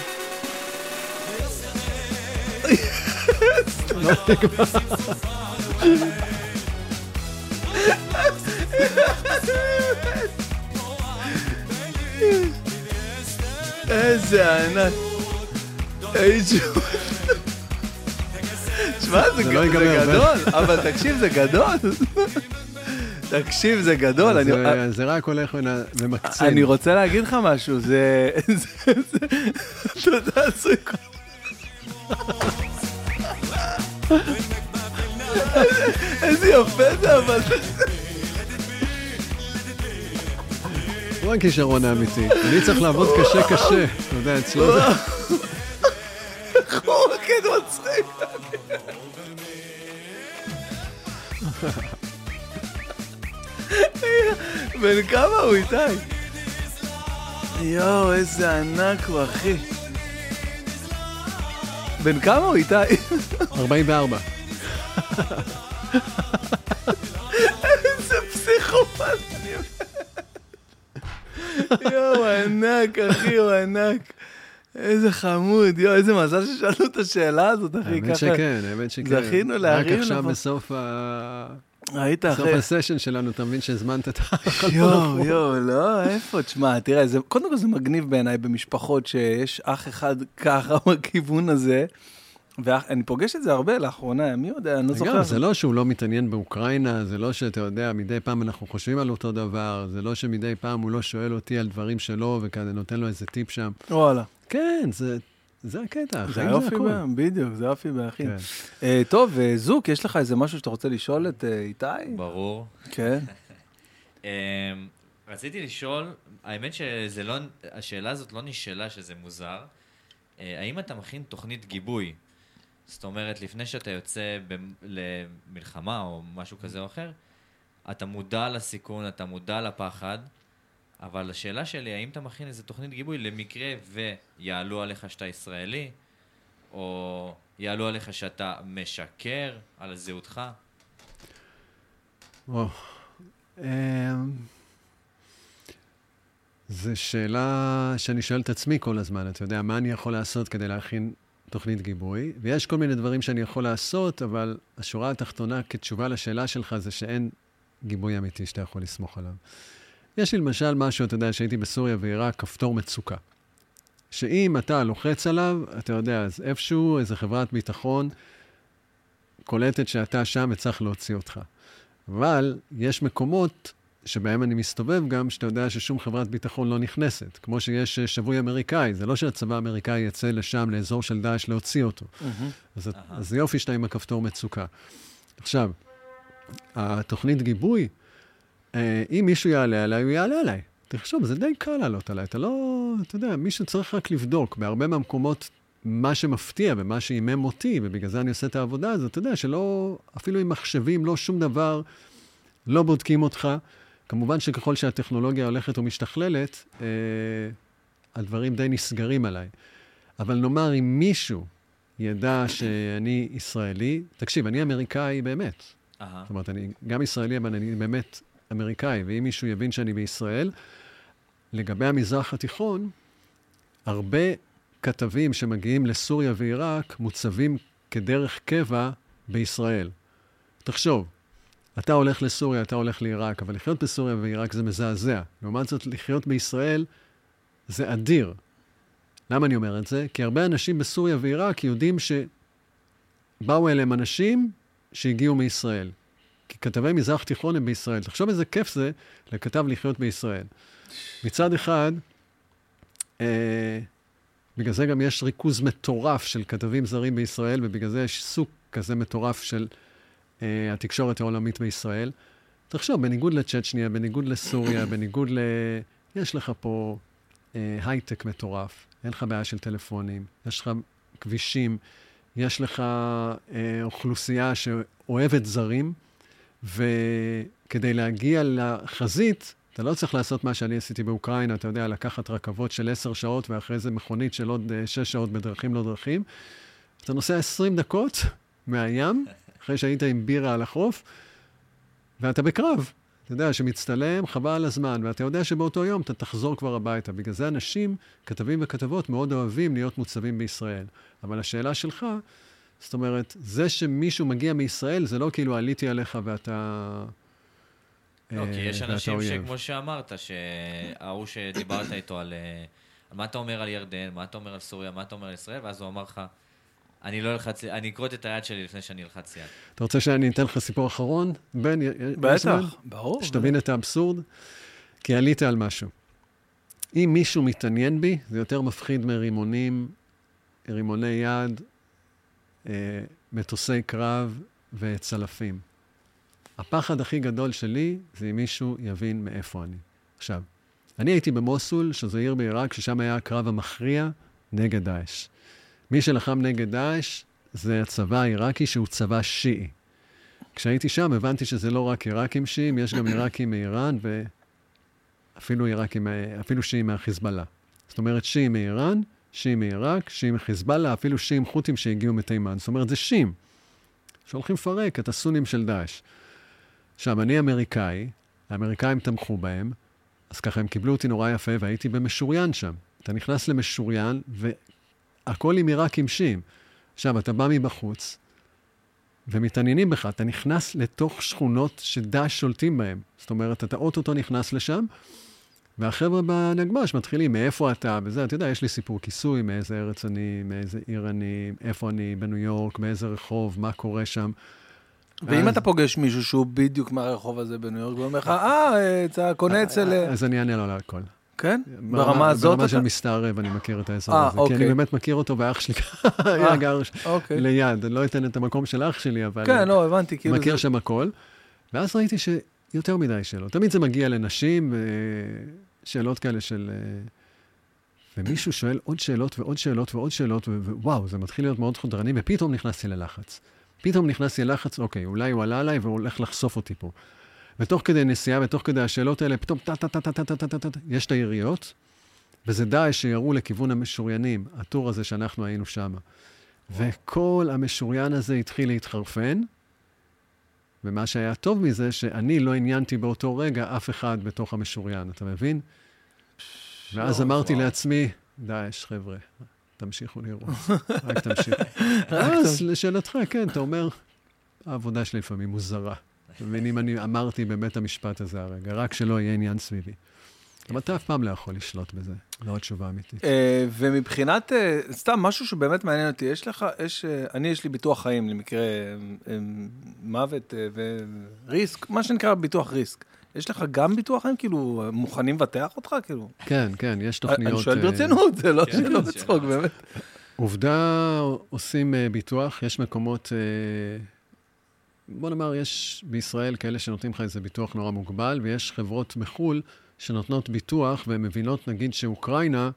[SPEAKER 2] לא נגמר.
[SPEAKER 1] איזה ענק. תשמע, זה גדול, אבל תקשיב, זה גדול. תקשיב, זה גדול.
[SPEAKER 2] זה רק הולך ומקצין.
[SPEAKER 1] אני רוצה להגיד לך משהו, זה... אתה יודע, עשוי כל... איזה יפה זה, אבל...
[SPEAKER 2] הוא הכישרון האמיתי. אני צריך לעבוד קשה. אתה יודע, אצלו זה...
[SPEAKER 1] הוא כן מצחיק. בן כמה הוא איתי? יואו, איזה ענק הוא, אחי. בן כמה הוא איתי?
[SPEAKER 2] 44.
[SPEAKER 1] איזה פסיכופת. יואו, ענק, אחי, הוא ענק. איזה חמוד, יואו, איזה מזל ששאלנו את השאלה הזאת, אחי.
[SPEAKER 2] האמת שכן.
[SPEAKER 1] זכינו להרים.
[SPEAKER 2] רק עכשיו בסוף
[SPEAKER 1] היית
[SPEAKER 2] סוף
[SPEAKER 1] אחרי...
[SPEAKER 2] הסשן שלנו, אתה מבין שהזמנת את
[SPEAKER 1] יואו, לא, איפה? תשמע, תראה, קודם כל זה מגניב בעיניי במשפחות שיש אח אחד ככה בכיוון הזה, ואני פוגש את זה הרבה לאחרונה, מי יודע, אני לא זוכר.
[SPEAKER 2] אגב, זה לא שהוא לא מתעניין באוקראינה, זה לא שאתה יודע, מדי פעם אנחנו חושבים על אותו דבר, זה לא שמדי פעם הוא לא שואל אותי על דברים שלו, וכאן נותן לו איזה טיפ שם.
[SPEAKER 1] וואלה.
[SPEAKER 2] כן, זה הקטע,
[SPEAKER 1] זה יופי בהם, בדיוק, זה יופי באחים. טוב, זוק, יש לך איזה משהו שאתה רוצה לשאול את איתי?
[SPEAKER 6] ברור.
[SPEAKER 1] כן.
[SPEAKER 6] רציתי לשאול, האמת שהשאלה הזאת לא נשאלה שזה מוזר, האם אתה מכין תוכנית גיבוי? זאת אומרת, לפני שאתה יוצא למלחמה או משהו כזה או אחר, אתה מודע לסיכון, אתה מודע לפחד, אבל השאלה שלי, האם אתה מכין איזה תוכנית גיבוי למקרה ויעלו עליך שאתה ישראלי, או יעלו עליך שאתה משקר על זהותך?
[SPEAKER 2] וואו. זו שאלה שאני שואל את עצמי כל הזמן. אתה יודע, מה אני יכול לעשות כדי להכין תוכנית גיבוי? ויש כל מיני דברים שאני יכול לעשות, אבל השורה התחתונה כתשובה לשאלה שלך זה שאין גיבוי אמיתי שאתה יכול לסמוך עליו. יש לי למשל משהו, אתה יודע, שהייתי בסוריה ועיראק, כפתור מצוקה. שאם אתה לוחץ עליו, אתה יודע, אז איפשהו איזו חברת ביטחון קולטת שאתה שם וצריך להוציא אותך. אבל יש מקומות שבהם אני מסתובב גם, שאתה יודע ששום חברת ביטחון לא נכנסת. כמו שיש שבוי אמריקאי, זה לא שהצבא האמריקאי יצא לשם, לאזור של דאעש, להוציא אותו. אז זה יופי שאתה עם הכפתור מצוקה. עכשיו, התוכנית גיבוי, אם מישהו יעלה עליי, הוא יעלה עליי. תחשוב, זה די קל לעלות עליי. אתה יודע, מישהו צריך רק לבדוק. בהרבה מהמקומות, מה שמפתיע ומה שאימם אותי, ובגלל זה אני עושה את העבודה הזאת, אתה יודע, שלא, אפילו עם מחשבים, לא שום דבר, לא בודקים אותך. כמובן שככל שהטכנולוגיה הולכת ומשתכללת, הדברים די נסגרים עליי. אבל נאמר, אם מישהו ידע שאני ישראלי, תקשיב, אני אמריקאי באמת. זאת אומרת, אני גם ישראלי, אבל אני באמת אמריקאי, ואם מישהו יבין שאני בישראל, לגבי המזרח התיכון, הרבה כתבים שמגיעים לסוריה ועיראק מוצבים כדרך קבע בישראל. תחשוב, אתה הולך לסוריה, אתה הולך לעיראק, אבל לחיות בסוריה ועיראק זה מזעזע. לעומת זאת, לחיות בישראל זה אדיר. למה אני אומר את זה? כי הרבה אנשים בסוריה ועיראק יודעים שבאו אליהם אנשים שהגיעו מישראל. כי כתבי מזרח תיכון הם בישראל. תחשוב איזה כיף זה לכתב לחיות בישראל. מצד אחד, בגלל זה גם יש ריכוז מטורף של כתבים זרים בישראל, ובגלל זה יש סוג כזה מטורף של התקשורת העולמית בישראל. תחשוב, בניגוד לצ'צ'ניה, בניגוד לסוריה, בניגוד יש לך פה הייטק מטורף, אין לך בעיה של טלפונים, יש לך כבישים, יש לך אוכלוסייה שאוהבת זרים, וכדי להגיע לחזית, אתה לא צריך לעשות מה שאני עשיתי באוקראינה, אתה יודע, לקחת רכבות של 10 שעות, ואחרי זה מכונית של עוד 6 שעות בדרכים לא דרכים. אתה נוסע 20 דקות מהים, אחרי שהיית עם בירה על החוף, ואתה בקרב. אתה יודע, שמצטלם, חבל על הזמן, ואתה יודע שבאותו יום אתה תחזור כבר הביתה. בגלל זה אנשים, כתבים וכתבות, מאוד אוהבים להיות מוצבים בישראל. אבל השאלה שלך, זאת אומרת, זה שמישהו מגיע מישראל, זה לא כאילו עליתי עליך ואתה...
[SPEAKER 6] לא, כי יש אנשים שכמו שאמרת, שההוא שדיברת איתו על מה אתה אומר על ירדן, מה אתה אומר על סוריה, מה אתה אומר על ישראל, ואז הוא אמר לך, אני אקרוט את היד שלי לפני שאני אלחץ יד.
[SPEAKER 2] אתה רוצה שאני אתן לך סיפור אחרון? בן,
[SPEAKER 1] בטח, ברור.
[SPEAKER 2] שתבין את האבסורד, כי עלית על משהו. אם מישהו מתעניין בי, זה יותר מפחיד מרימונים, רימוני יד, מטוסי קרב וצלפים. הפחד הכי גדול שלי זה אם מישהו יבין מאיפה אני. עכשיו, אני הייתי במוסול, שזו עיר בעיראק, ששם היה הקרב המכריע נגד דאעש. מי שלחם נגד דאעש זה הצבא העיראקי, שהוא צבא שיעי. כשהייתי שם הבנתי שזה לא רק עיראקים שיעים, יש גם עיראקים מאיראן, ואפילו שיעים מהחיזבאללה. זאת אומרת, שיעים מאיראן, שיעים מעיראק, שיעים מחיזבאללה, אפילו שיעים חות'ים שהגיעו מתימן. זאת אומרת, זה שיעים שהולכים לפרק את הסונים של דאעש. עכשיו, אני אמריקאי, האמריקאים תמכו בהם, אז ככה הם קיבלו אותי נורא יפה, והייתי במשוריין שם. אתה נכנס למשוריין, והכל עם עיראקים שיעים. עכשיו, אתה בא מבחוץ, ומתעניינים בך, אתה נכנס לתוך שכונות שדאעש שולטים בהם. זאת אומרת, אתה אוטוטו נכנס לשם, והחבר'ה בנגמ"ש מתחילים, מאיפה אתה, וזה, אתה יודע, יש לי סיפור כיסוי, מאיזה ארץ אני, מאיזה עיר אני, איפה אני, בניו יורק, מאיזה רחוב, מה קורה שם.
[SPEAKER 1] ואם אתה פוגש מישהו שהוא בדיוק מהרחוב הזה בניו יורק, ואומר לך, אתה קונה אצל...
[SPEAKER 2] אז אני אענה לו על הכל.
[SPEAKER 1] כן? ברמה הזאת?
[SPEAKER 2] ברמה של מסתערב, אני מכיר את האזור הזה. כי אני באמת מכיר אותו, ואח שלי היה גר ליד. אני לא אתן את המקום של אח שלי, אבל...
[SPEAKER 1] כן, לא, הבנתי.
[SPEAKER 2] מכיר שם הכל. ואז ראיתי שיותר מדי שאלות. תמיד זה מגיע לנשים, שאלות כאלה של... ומישהו שואל עוד שאלות ועוד שאלות ועוד שאלות, ווואו, זה מתחיל להיות מאוד חודרני, ופתאום נכנסתי ללחץ. אוקיי, אולי הוא עלה עליי והוא הולך לחשוף אותי פה. ותוך כדי נסיעה, ותוך כדי השאלות האלה, פתאום יש את היריות, וזה דאעש שיראו לכיוון המשוריינים, הטור הזה שאנחנו היינו שם. וכל המשוריין הזה התחיל להתחרפן, ומה שהיה טוב מזה, שאני לא עניינתי באותו רגע אף אחד בתוך המשוריין, אתה מבין? ואז אמרתי לעצמי, דאעש, חבר'ה, תמשיכו לראות, רק תמשיכו. אז לשאלתך, כן, אתה אומר, העבודה שלי לפעמים מוזרה. מבינים, אני אמרתי באמת המשפט הזה הרגע, רק שלא יהיה עניין סביבי. אבל אתה אף פעם לא יכול לשלוט בזה, לא תשובה אמיתית.
[SPEAKER 1] ומבחינת, סתם, משהו שבאמת מעניין אותי, יש לי ביטוח חיים למקרה מוות וריסק, מה שנקרא ביטוח ריסק. יש לך גם ביטוח חיים? כאילו, מוכנים לבטח אותך? כאילו?
[SPEAKER 2] כן, כן, יש תוכניות...
[SPEAKER 1] אני שואל ברצינות, זה לא שלא בצחוק, באמת.
[SPEAKER 2] עובדה, עושים ביטוח, יש מקומות... בוא נאמר, יש בישראל כאלה שנותנים לך איזה ביטוח נורא מוגבל, ויש חברות בחול שנותנות ביטוח, והן מבינות, נגיד, שאוקראינה,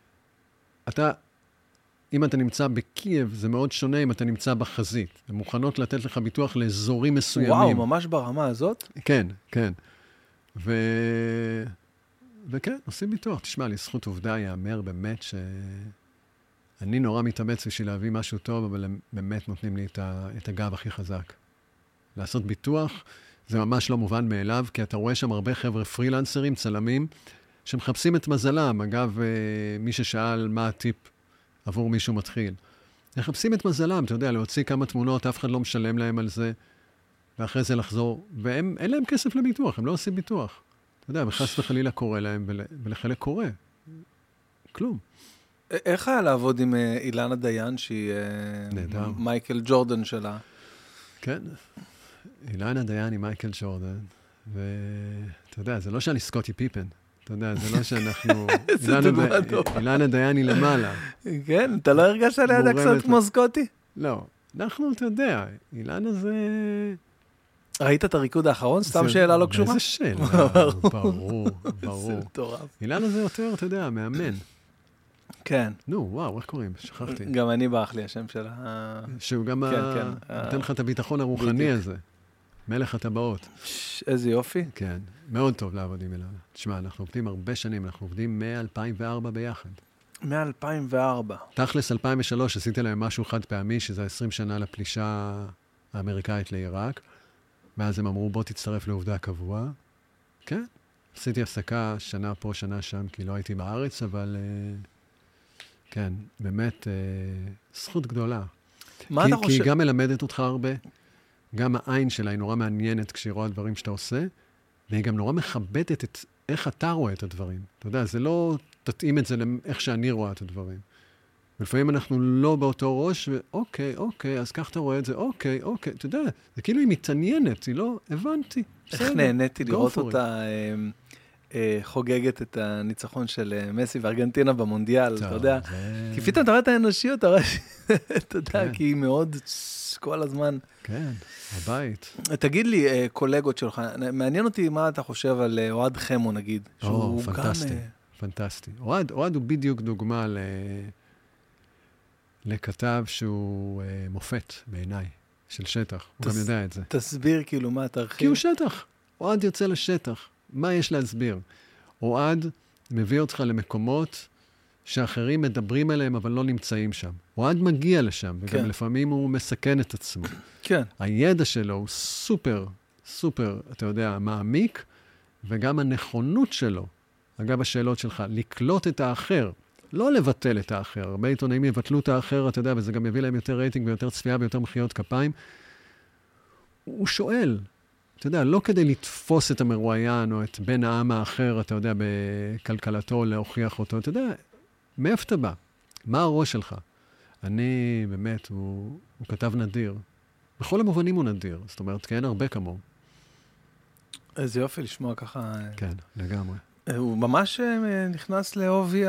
[SPEAKER 2] אם אתה נמצא בקייב, זה מאוד שונה אם אתה נמצא בחזית. הן מוכנות לתת לך ביטוח לאזורים מסוימים.
[SPEAKER 1] וואו, ממש ברמה הזאת?
[SPEAKER 2] כן, כן. וכן, עושים ביטוח. תשמע, לזכות עובדה יאמר באמת שאני נורא מתאמץ בשביל להביא משהו טוב, אבל הם באמת נותנים לי את הגב הכי חזק. לעשות ביטוח זה ממש לא מובן מאליו, כי אתה רואה שם הרבה חבר'ה פרילנסרים, צלמים, שמחפשים את מזלם. אגב, מי ששאל מה הטיפ עבור מישהו מתחיל. מחפשים את מזלם, אתה יודע, להוציא כמה תמונות, אף אחד לא משלם להם על זה, ואחרי זה לחזור, והם, אין להם כסף לביטוח, הם לא עושים ביטוח. אתה יודע, וחס וחלילה קורה להם, ולחלק קורה. כלום.
[SPEAKER 1] איך היה לעבוד עם אילנה דיין, שהיא מייקל ג'ורדן שלה?
[SPEAKER 2] כן, אילנה דיין היא מייקל ג'ורדן, ואתה יודע, זה לא שאני סקוטי פיפן, אתה יודע, זה לא שאנחנו... אילנה דיין היא למעלה.
[SPEAKER 1] כן, אתה לא הרגשת לידה קצת כמו סקוטי?
[SPEAKER 2] לא, אנחנו, אתה יודע, אילנה זה...
[SPEAKER 1] ראית את הריקוד האחרון? סתם שאלה לא קשורה?
[SPEAKER 2] איזה שאלה, ברור.
[SPEAKER 1] זה מטורף.
[SPEAKER 2] אילנה זה יותר, אתה יודע, מאמן.
[SPEAKER 1] כן.
[SPEAKER 2] נו, וואו, איך קוראים? שכחתי.
[SPEAKER 1] גם אני ברח לי השם שלה.
[SPEAKER 2] שהוא גם נותן לך את הביטחון הרוחני הזה. מלך הטבעות.
[SPEAKER 1] איזה יופי.
[SPEAKER 2] כן, מאוד טוב לעבוד עם אילנה. תשמע, אנחנו עובדים הרבה שנים, אנחנו עובדים מ-2004 ביחד.
[SPEAKER 1] מ-2004.
[SPEAKER 2] תכלס 2003 עשיתי להם משהו חד פעמי, שזה 20 שנה לפלישה האמריקאית לעיראק. מאז הם אמרו, בוא תצטרף לעובדה קבוע. כן, עשיתי הפסקה שנה פה, שנה שם, כי לא הייתי בארץ, אבל כן, באמת זכות גדולה.
[SPEAKER 1] מה אתה חושב?
[SPEAKER 2] כי היא גם מלמדת אותך הרבה, גם העין שלה היא נורא מעניינת כשהיא רואה דברים שאתה עושה, והיא גם נורא מכבדת את איך אתה רואה את הדברים. אתה יודע, זה לא תתאים את זה לאיך שאני רואה את הדברים. ולפעמים אנחנו לא באותו ראש, ואוקיי, אז כך אתה רואה את זה, אוקיי, אתה יודע, זה כאילו היא מתעניינת, היא לא, הבנתי.
[SPEAKER 1] איך נהניתי לראות אותה חוגגת את הניצחון של מסי וארגנטינה במונדיאל, אתה יודע. כי פתאום אתה רואה את האנושיות, אתה יודע, כי היא מאוד כל הזמן.
[SPEAKER 2] כן, הבית.
[SPEAKER 1] תגיד לי, קולגות שלך, מעניין אותי מה אתה חושב על אוהד חמו, נגיד.
[SPEAKER 2] פנטסטי. אוהד הוא בדיוק דוגמה לכתב שהוא מופת בעיניי, של שטח. הוא גם יודע את זה.
[SPEAKER 1] תסביר כאילו מה תרחיב.
[SPEAKER 2] כי הוא שטח. אוהד יוצא לשטח. מה יש להסביר? אוהד מביא אותך למקומות שאחרים מדברים עליהם, אבל לא נמצאים שם. אוהד מגיע לשם, וגם לפעמים הוא מסכן את עצמו.
[SPEAKER 1] כן.
[SPEAKER 2] הידע שלו הוא סופר, אתה יודע, מעמיק, וגם הנכונות שלו, אגב השאלות שלך, לקלוט את האחר, לא לבטל את האחר. הרבה עיתונאים יבטלו את האחר, אתה יודע, וזה גם יביא להם יותר רייטינג ויותר צפייה ויותר מחיאות כפיים. הוא שואל, אתה יודע, לא כדי לתפוס את המרואיין או את בן העם האחר, אתה יודע, בכלכלתו, להוכיח אותו, אתה יודע, מאיפה אתה בא? מה הראש שלך? אני, באמת, הוא כתב נדיר. בכל המובנים הוא נדיר, זאת אומרת, כי אין הרבה כמוהו.
[SPEAKER 1] איזה יופי לשמוע ככה.
[SPEAKER 2] כן, לגמרי.
[SPEAKER 1] הוא ממש נכנס לעובי,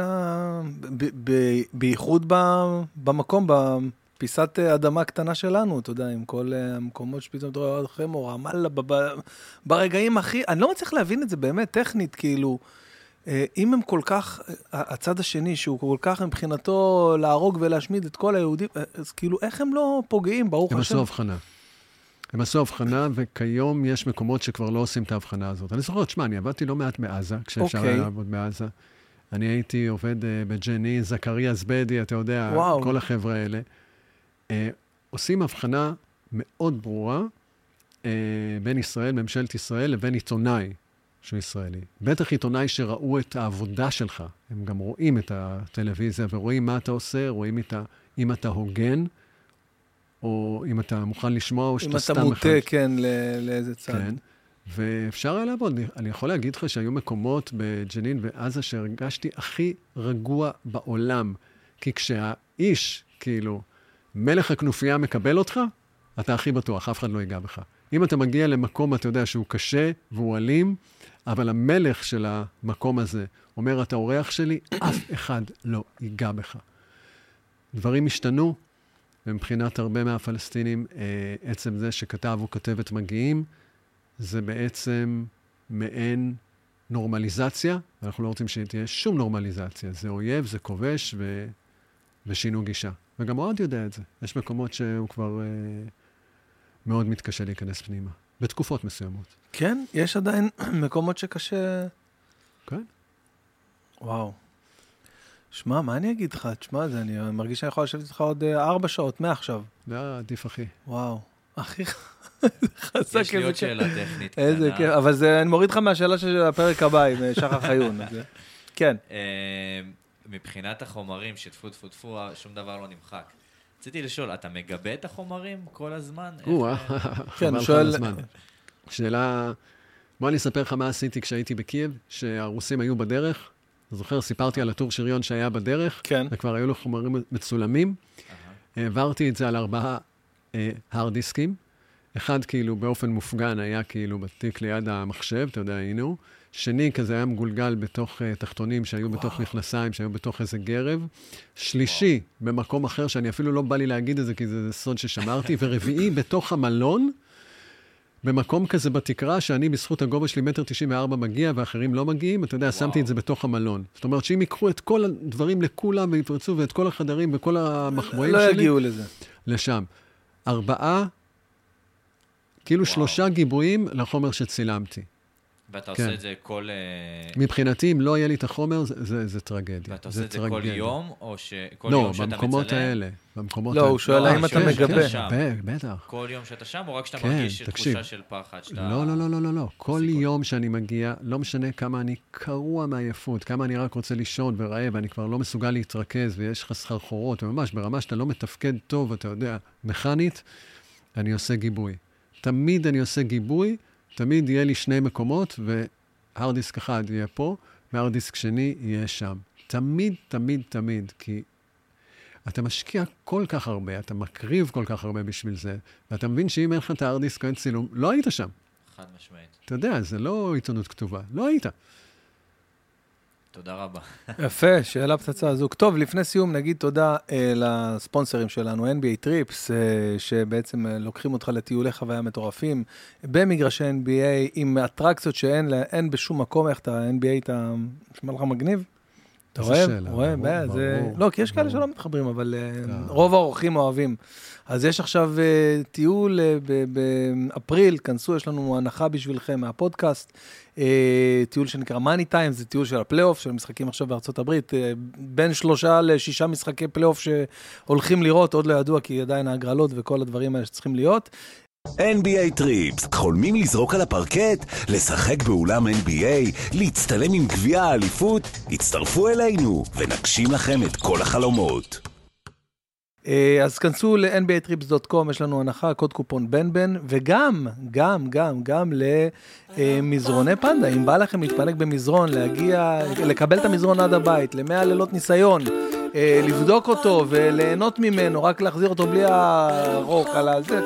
[SPEAKER 1] בייחוד במקום, בפיסת אדמה קטנה שלנו, אתה יודע, עם כל המקומות שפתאום אתה רואה לכם, או רמאללה, ברגעים הכי, אני לא מצליח להבין את זה באמת, טכנית, כאילו, אם הם כל כך, הצד השני, שהוא כל כך מבחינתו להרוג ולהשמיד את כל היהודים, אז כאילו, איך הם לא פוגעים, ברוך השם?
[SPEAKER 2] הם עשו הבחנה, וכיום יש מקומות שכבר לא עושים את ההבחנה הזאת. אני זוכר, תשמע, אני עבדתי לא מעט מעזה, כשאפשר היה לעבוד מעזה. אני הייתי עובד בג'ני, זכריה זבדי, אתה יודע, כל החבר'ה האלה. עושים הבחנה מאוד ברורה בין ישראל, ממשלת ישראל, לבין עיתונאי שהוא ישראלי. בטח עיתונאי שראו את העבודה שלך. הם גם רואים את הטלוויזיה ורואים מה אתה עושה, רואים אם אתה הוגן, או אם אתה מוכן לשמוע, או שאתה סתם...
[SPEAKER 1] אם אתה מוטה, כן, לאיזה צד. כן,
[SPEAKER 2] ואפשר היה לעבוד. אני יכול להגיד לך שהיו מקומות בג'נין ועזה שהרגשתי הכי רגוע בעולם. כי כשהאיש, כאילו, מלך הכנופיה מקבל אותך, אתה הכי בטוח, אף אחד לא ייגע בך. אם אתה מגיע למקום, אתה יודע שהוא קשה והוא אלים, אבל המלך של המקום הזה אומר, אתה אורח שלי, אף אחד לא ייגע בך. דברים השתנו, ומבחינת הרבה מהפלסטינים, עצם זה שכתב או כתבת מגיעים, זה בעצם מעין נורמליזציה, ואנחנו לא רוצים שתהיה שום נורמליזציה. זה אויב, זה כובש ושינו גישה. וגם אוהד יודע את זה. יש מקומות שהוא כבר מאוד מתקשה להיכנס פנימה, בתקופות מסוימות.
[SPEAKER 1] כן? יש עדיין מקומות שקשה...
[SPEAKER 2] כן.
[SPEAKER 1] וואו. שמע, מה אני אגיד לך? תשמע, אני מרגיש שאני יכול לשבת איתך עוד 4 שעות, מעכשיו.
[SPEAKER 2] זה עדיף, אחי.
[SPEAKER 1] וואו. הכי חזק.
[SPEAKER 6] יש לי עוד שאלה טכנית
[SPEAKER 1] איזה כיף, אבל אני מוריד לך מהשאלה של הפרק הבא עם שחר חיון. כן.
[SPEAKER 6] מבחינת החומרים שטפו טפו, שום דבר לא נמחק. רציתי לשאול, אתה מגבה את החומרים כל הזמן?
[SPEAKER 1] כן, שואל...
[SPEAKER 2] שאלה... בוא אני אספר לך מה עשיתי כשהייתי בקייב, שהרוסים היו בדרך. זוכר, סיפרתי על הטור שריון שהיה בדרך,
[SPEAKER 1] כן.
[SPEAKER 2] וכבר היו לו חומרים מצולמים. העברתי את זה על 4 הרד דיסקים. אחד כאילו באופן מופגן היה כאילו בתיק ליד המחשב, אתה יודע, היינו. שני כזה היה מגולגל בתוך תחתונים שהיו בתוך מכנסיים, שהיו בתוך איזה גרב. שלישי במקום אחר, שאני אפילו לא בא לי להגיד את זה, כי זה סוד ששמרתי. ורביעי בתוך המלון, במקום כזה בתקרה, שאני בזכות הגובה שלי 1.94 מגיע, ואחרים לא מגיעים, אתה יודע, שמתי את זה בתוך המלון. זאת אומרת, שאם ייקחו את כל הדברים לכולם, ויפרצו, ואת כל החדרים, וכל המחבואים שלי,
[SPEAKER 1] לא יגיעו לזה.
[SPEAKER 2] לשם. 4, כאילו 3 גיבויים לחומר שצילמתי.
[SPEAKER 6] ואתה עושה את זה כל...
[SPEAKER 2] מבחינתי, אם לא יהיה לי את החומר, זה טרגדיה.
[SPEAKER 6] ואתה עושה את זה כל יום, או שכל
[SPEAKER 2] לא,
[SPEAKER 6] יום שאתה מצלם?
[SPEAKER 2] במקומות האלה. במקומות
[SPEAKER 1] לא, הוא שואל האם אתה מגבה.
[SPEAKER 2] בטח.
[SPEAKER 6] כל יום שאתה שם, או רק שאתה מרגיש תחושה של פחד?
[SPEAKER 2] לא. כל יום שאני מגיע, לא משנה כמה אני קרוע מעייפות, כמה אני רק רוצה לישון ורעב, ואני כבר לא מסוגל להתרכז, ויש לך סחרחורות, וממש ברמה שאתה לא מתפקד טוב, אתה יודע, מכנית, אני עושה גיבוי. תמיד אני עושה גיבוי, תמיד יהיה לי 2 מקומות, והרד דיסק אחד יהיה פה, והרד דיסק שני יהיה שם. תמיד, תמיד, תמיד, כי אתה משקיע כל כך הרבה, אתה מקריב כל כך הרבה בשביל זה, ואתה מבין שאם אין לך את ההרד דיסק או אין צילום, לא היית שם.
[SPEAKER 6] חד משמעית.
[SPEAKER 2] אתה יודע, זה לא עיתונות כתובה, לא היית.
[SPEAKER 6] תודה רבה.
[SPEAKER 1] יפה, שאלה פצצה הזו. טוב, לפני סיום נגיד תודה לספונסרים שלנו, NBA טריפס, שבעצם לוקחים אותך לטיולי חוויה מטורפים, במגרשי NBA, עם אטרקציות שאין בשום מקום, איך אתה NBA, אתה נשמע לך מגניב? אתה רואה? לא, כי יש כאלה שלא מתחברים, אבל רוב האורחים אוהבים. אז יש עכשיו טיול באפריל, כנסו, יש לנו הנחה בשבילכם מהפודקאסט, טיול שנקרא מאני טיים, זה טיול של הפלייאוף, של משחקים עכשיו בארצות הברית, בין 3 ל6 משחקי פלייאוף שהולכים לראות, עוד לא ידוע, כי עדיין ההגרלות וכל הדברים האלה שצריכים להיות.
[SPEAKER 7] NBA טריפס, חולמים לזרוק על הפרקט, לשחק באולם NBA, להצטלם עם גביע האליפות? הצטרפו אלינו ונגשים לכם את כל החלומות.
[SPEAKER 1] אז כנסו ל-nbatrips.com, יש לנו הנחה, קוד קופון בן, וגם למזרוני פנדה. אם בא לכם להתפנק במזרון, להגיע, לקבל את המזרון עד הבית, ל100 לילות ניסיון, לבדוק אותו וליהנות ממנו, רק להחזיר אותו בלי הרוק על הזה,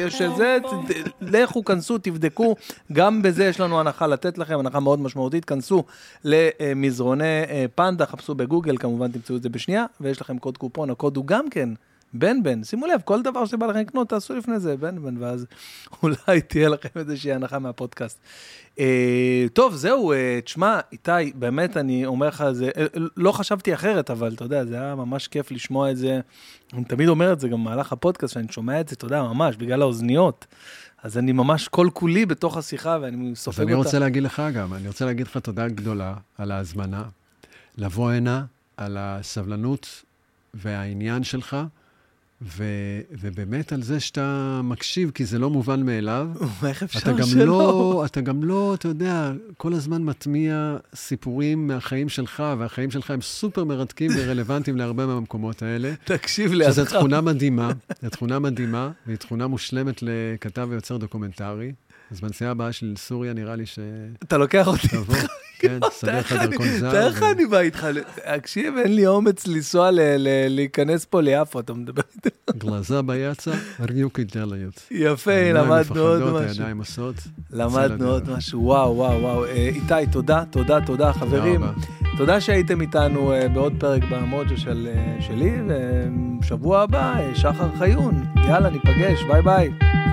[SPEAKER 1] לכו, כנסו, תבדקו, גם בזה יש לנו הנחה לתת לכם, הנחה מאוד משמעותית, כנסו למזרוני פנדה, חפשו בגוגל, כמובן תמצאו את זה בשנייה, ויש לכם קוד קופון, הקוד הוא גם כן, בן, שימו לב, כל דבר שבא לכם לקנות, תעשו לפני זה, בן, ואז אולי תהיה לכם איזושהי הנחה מהפודקאסט. טוב, זהו, תשמע, איתי, באמת אני אומר לך, לא חשבתי אחרת, אבל אתה יודע, זה היה ממש כיף לשמוע את זה, אני תמיד אומר את זה גם במהלך הפודקאסט, שאני שומע את זה, אתה יודע, ממש, בגלל האוזניות, אז אני ממש כל כולי בתוך השיחה, ואני סופג אותה.
[SPEAKER 2] אז אני רוצה להגיד לך גם, אני רוצה להגיד לך תודה גדולה על ההזמנה, לבוא הנה, על הסבלנות והעניין שלך, ובאמת על זה שאתה מקשיב, כי זה לא מובן מאליו.
[SPEAKER 1] איך אפשר שלא?
[SPEAKER 2] אתה גם לא, אתה יודע, כל הזמן מטמיע סיפורים מהחיים שלך, והחיים שלך הם סופר מרתקים ורלוונטיים להרבה מהמקומות האלה.
[SPEAKER 1] תקשיב לי.
[SPEAKER 2] שזו תכונה מדהימה, והיא תכונה מושלמת לכתב ויוצר דוקומנטרי. אז בנסיעה הבאה של סוריה נראה לי ש...
[SPEAKER 1] אתה לוקח אותי
[SPEAKER 2] איתך. כן, סדר לך דרכון זר.
[SPEAKER 1] תארך אני בא איתך, תקשיב, אין לי אומץ לנסוע להיכנס פה ליפו, אתה מדבר איתי.
[SPEAKER 2] גלזה ביצה, אריוקי דליות.
[SPEAKER 1] יפה, למדנו עוד משהו.
[SPEAKER 2] הידיים עושות.
[SPEAKER 1] למדנו עוד משהו, וואו. איתי, תודה, חברים. תודה שהייתם איתנו בעוד פרק במוג'ו שלי, ושבוע הבא, שחר חיון. יאללה, ניפגש, ביי.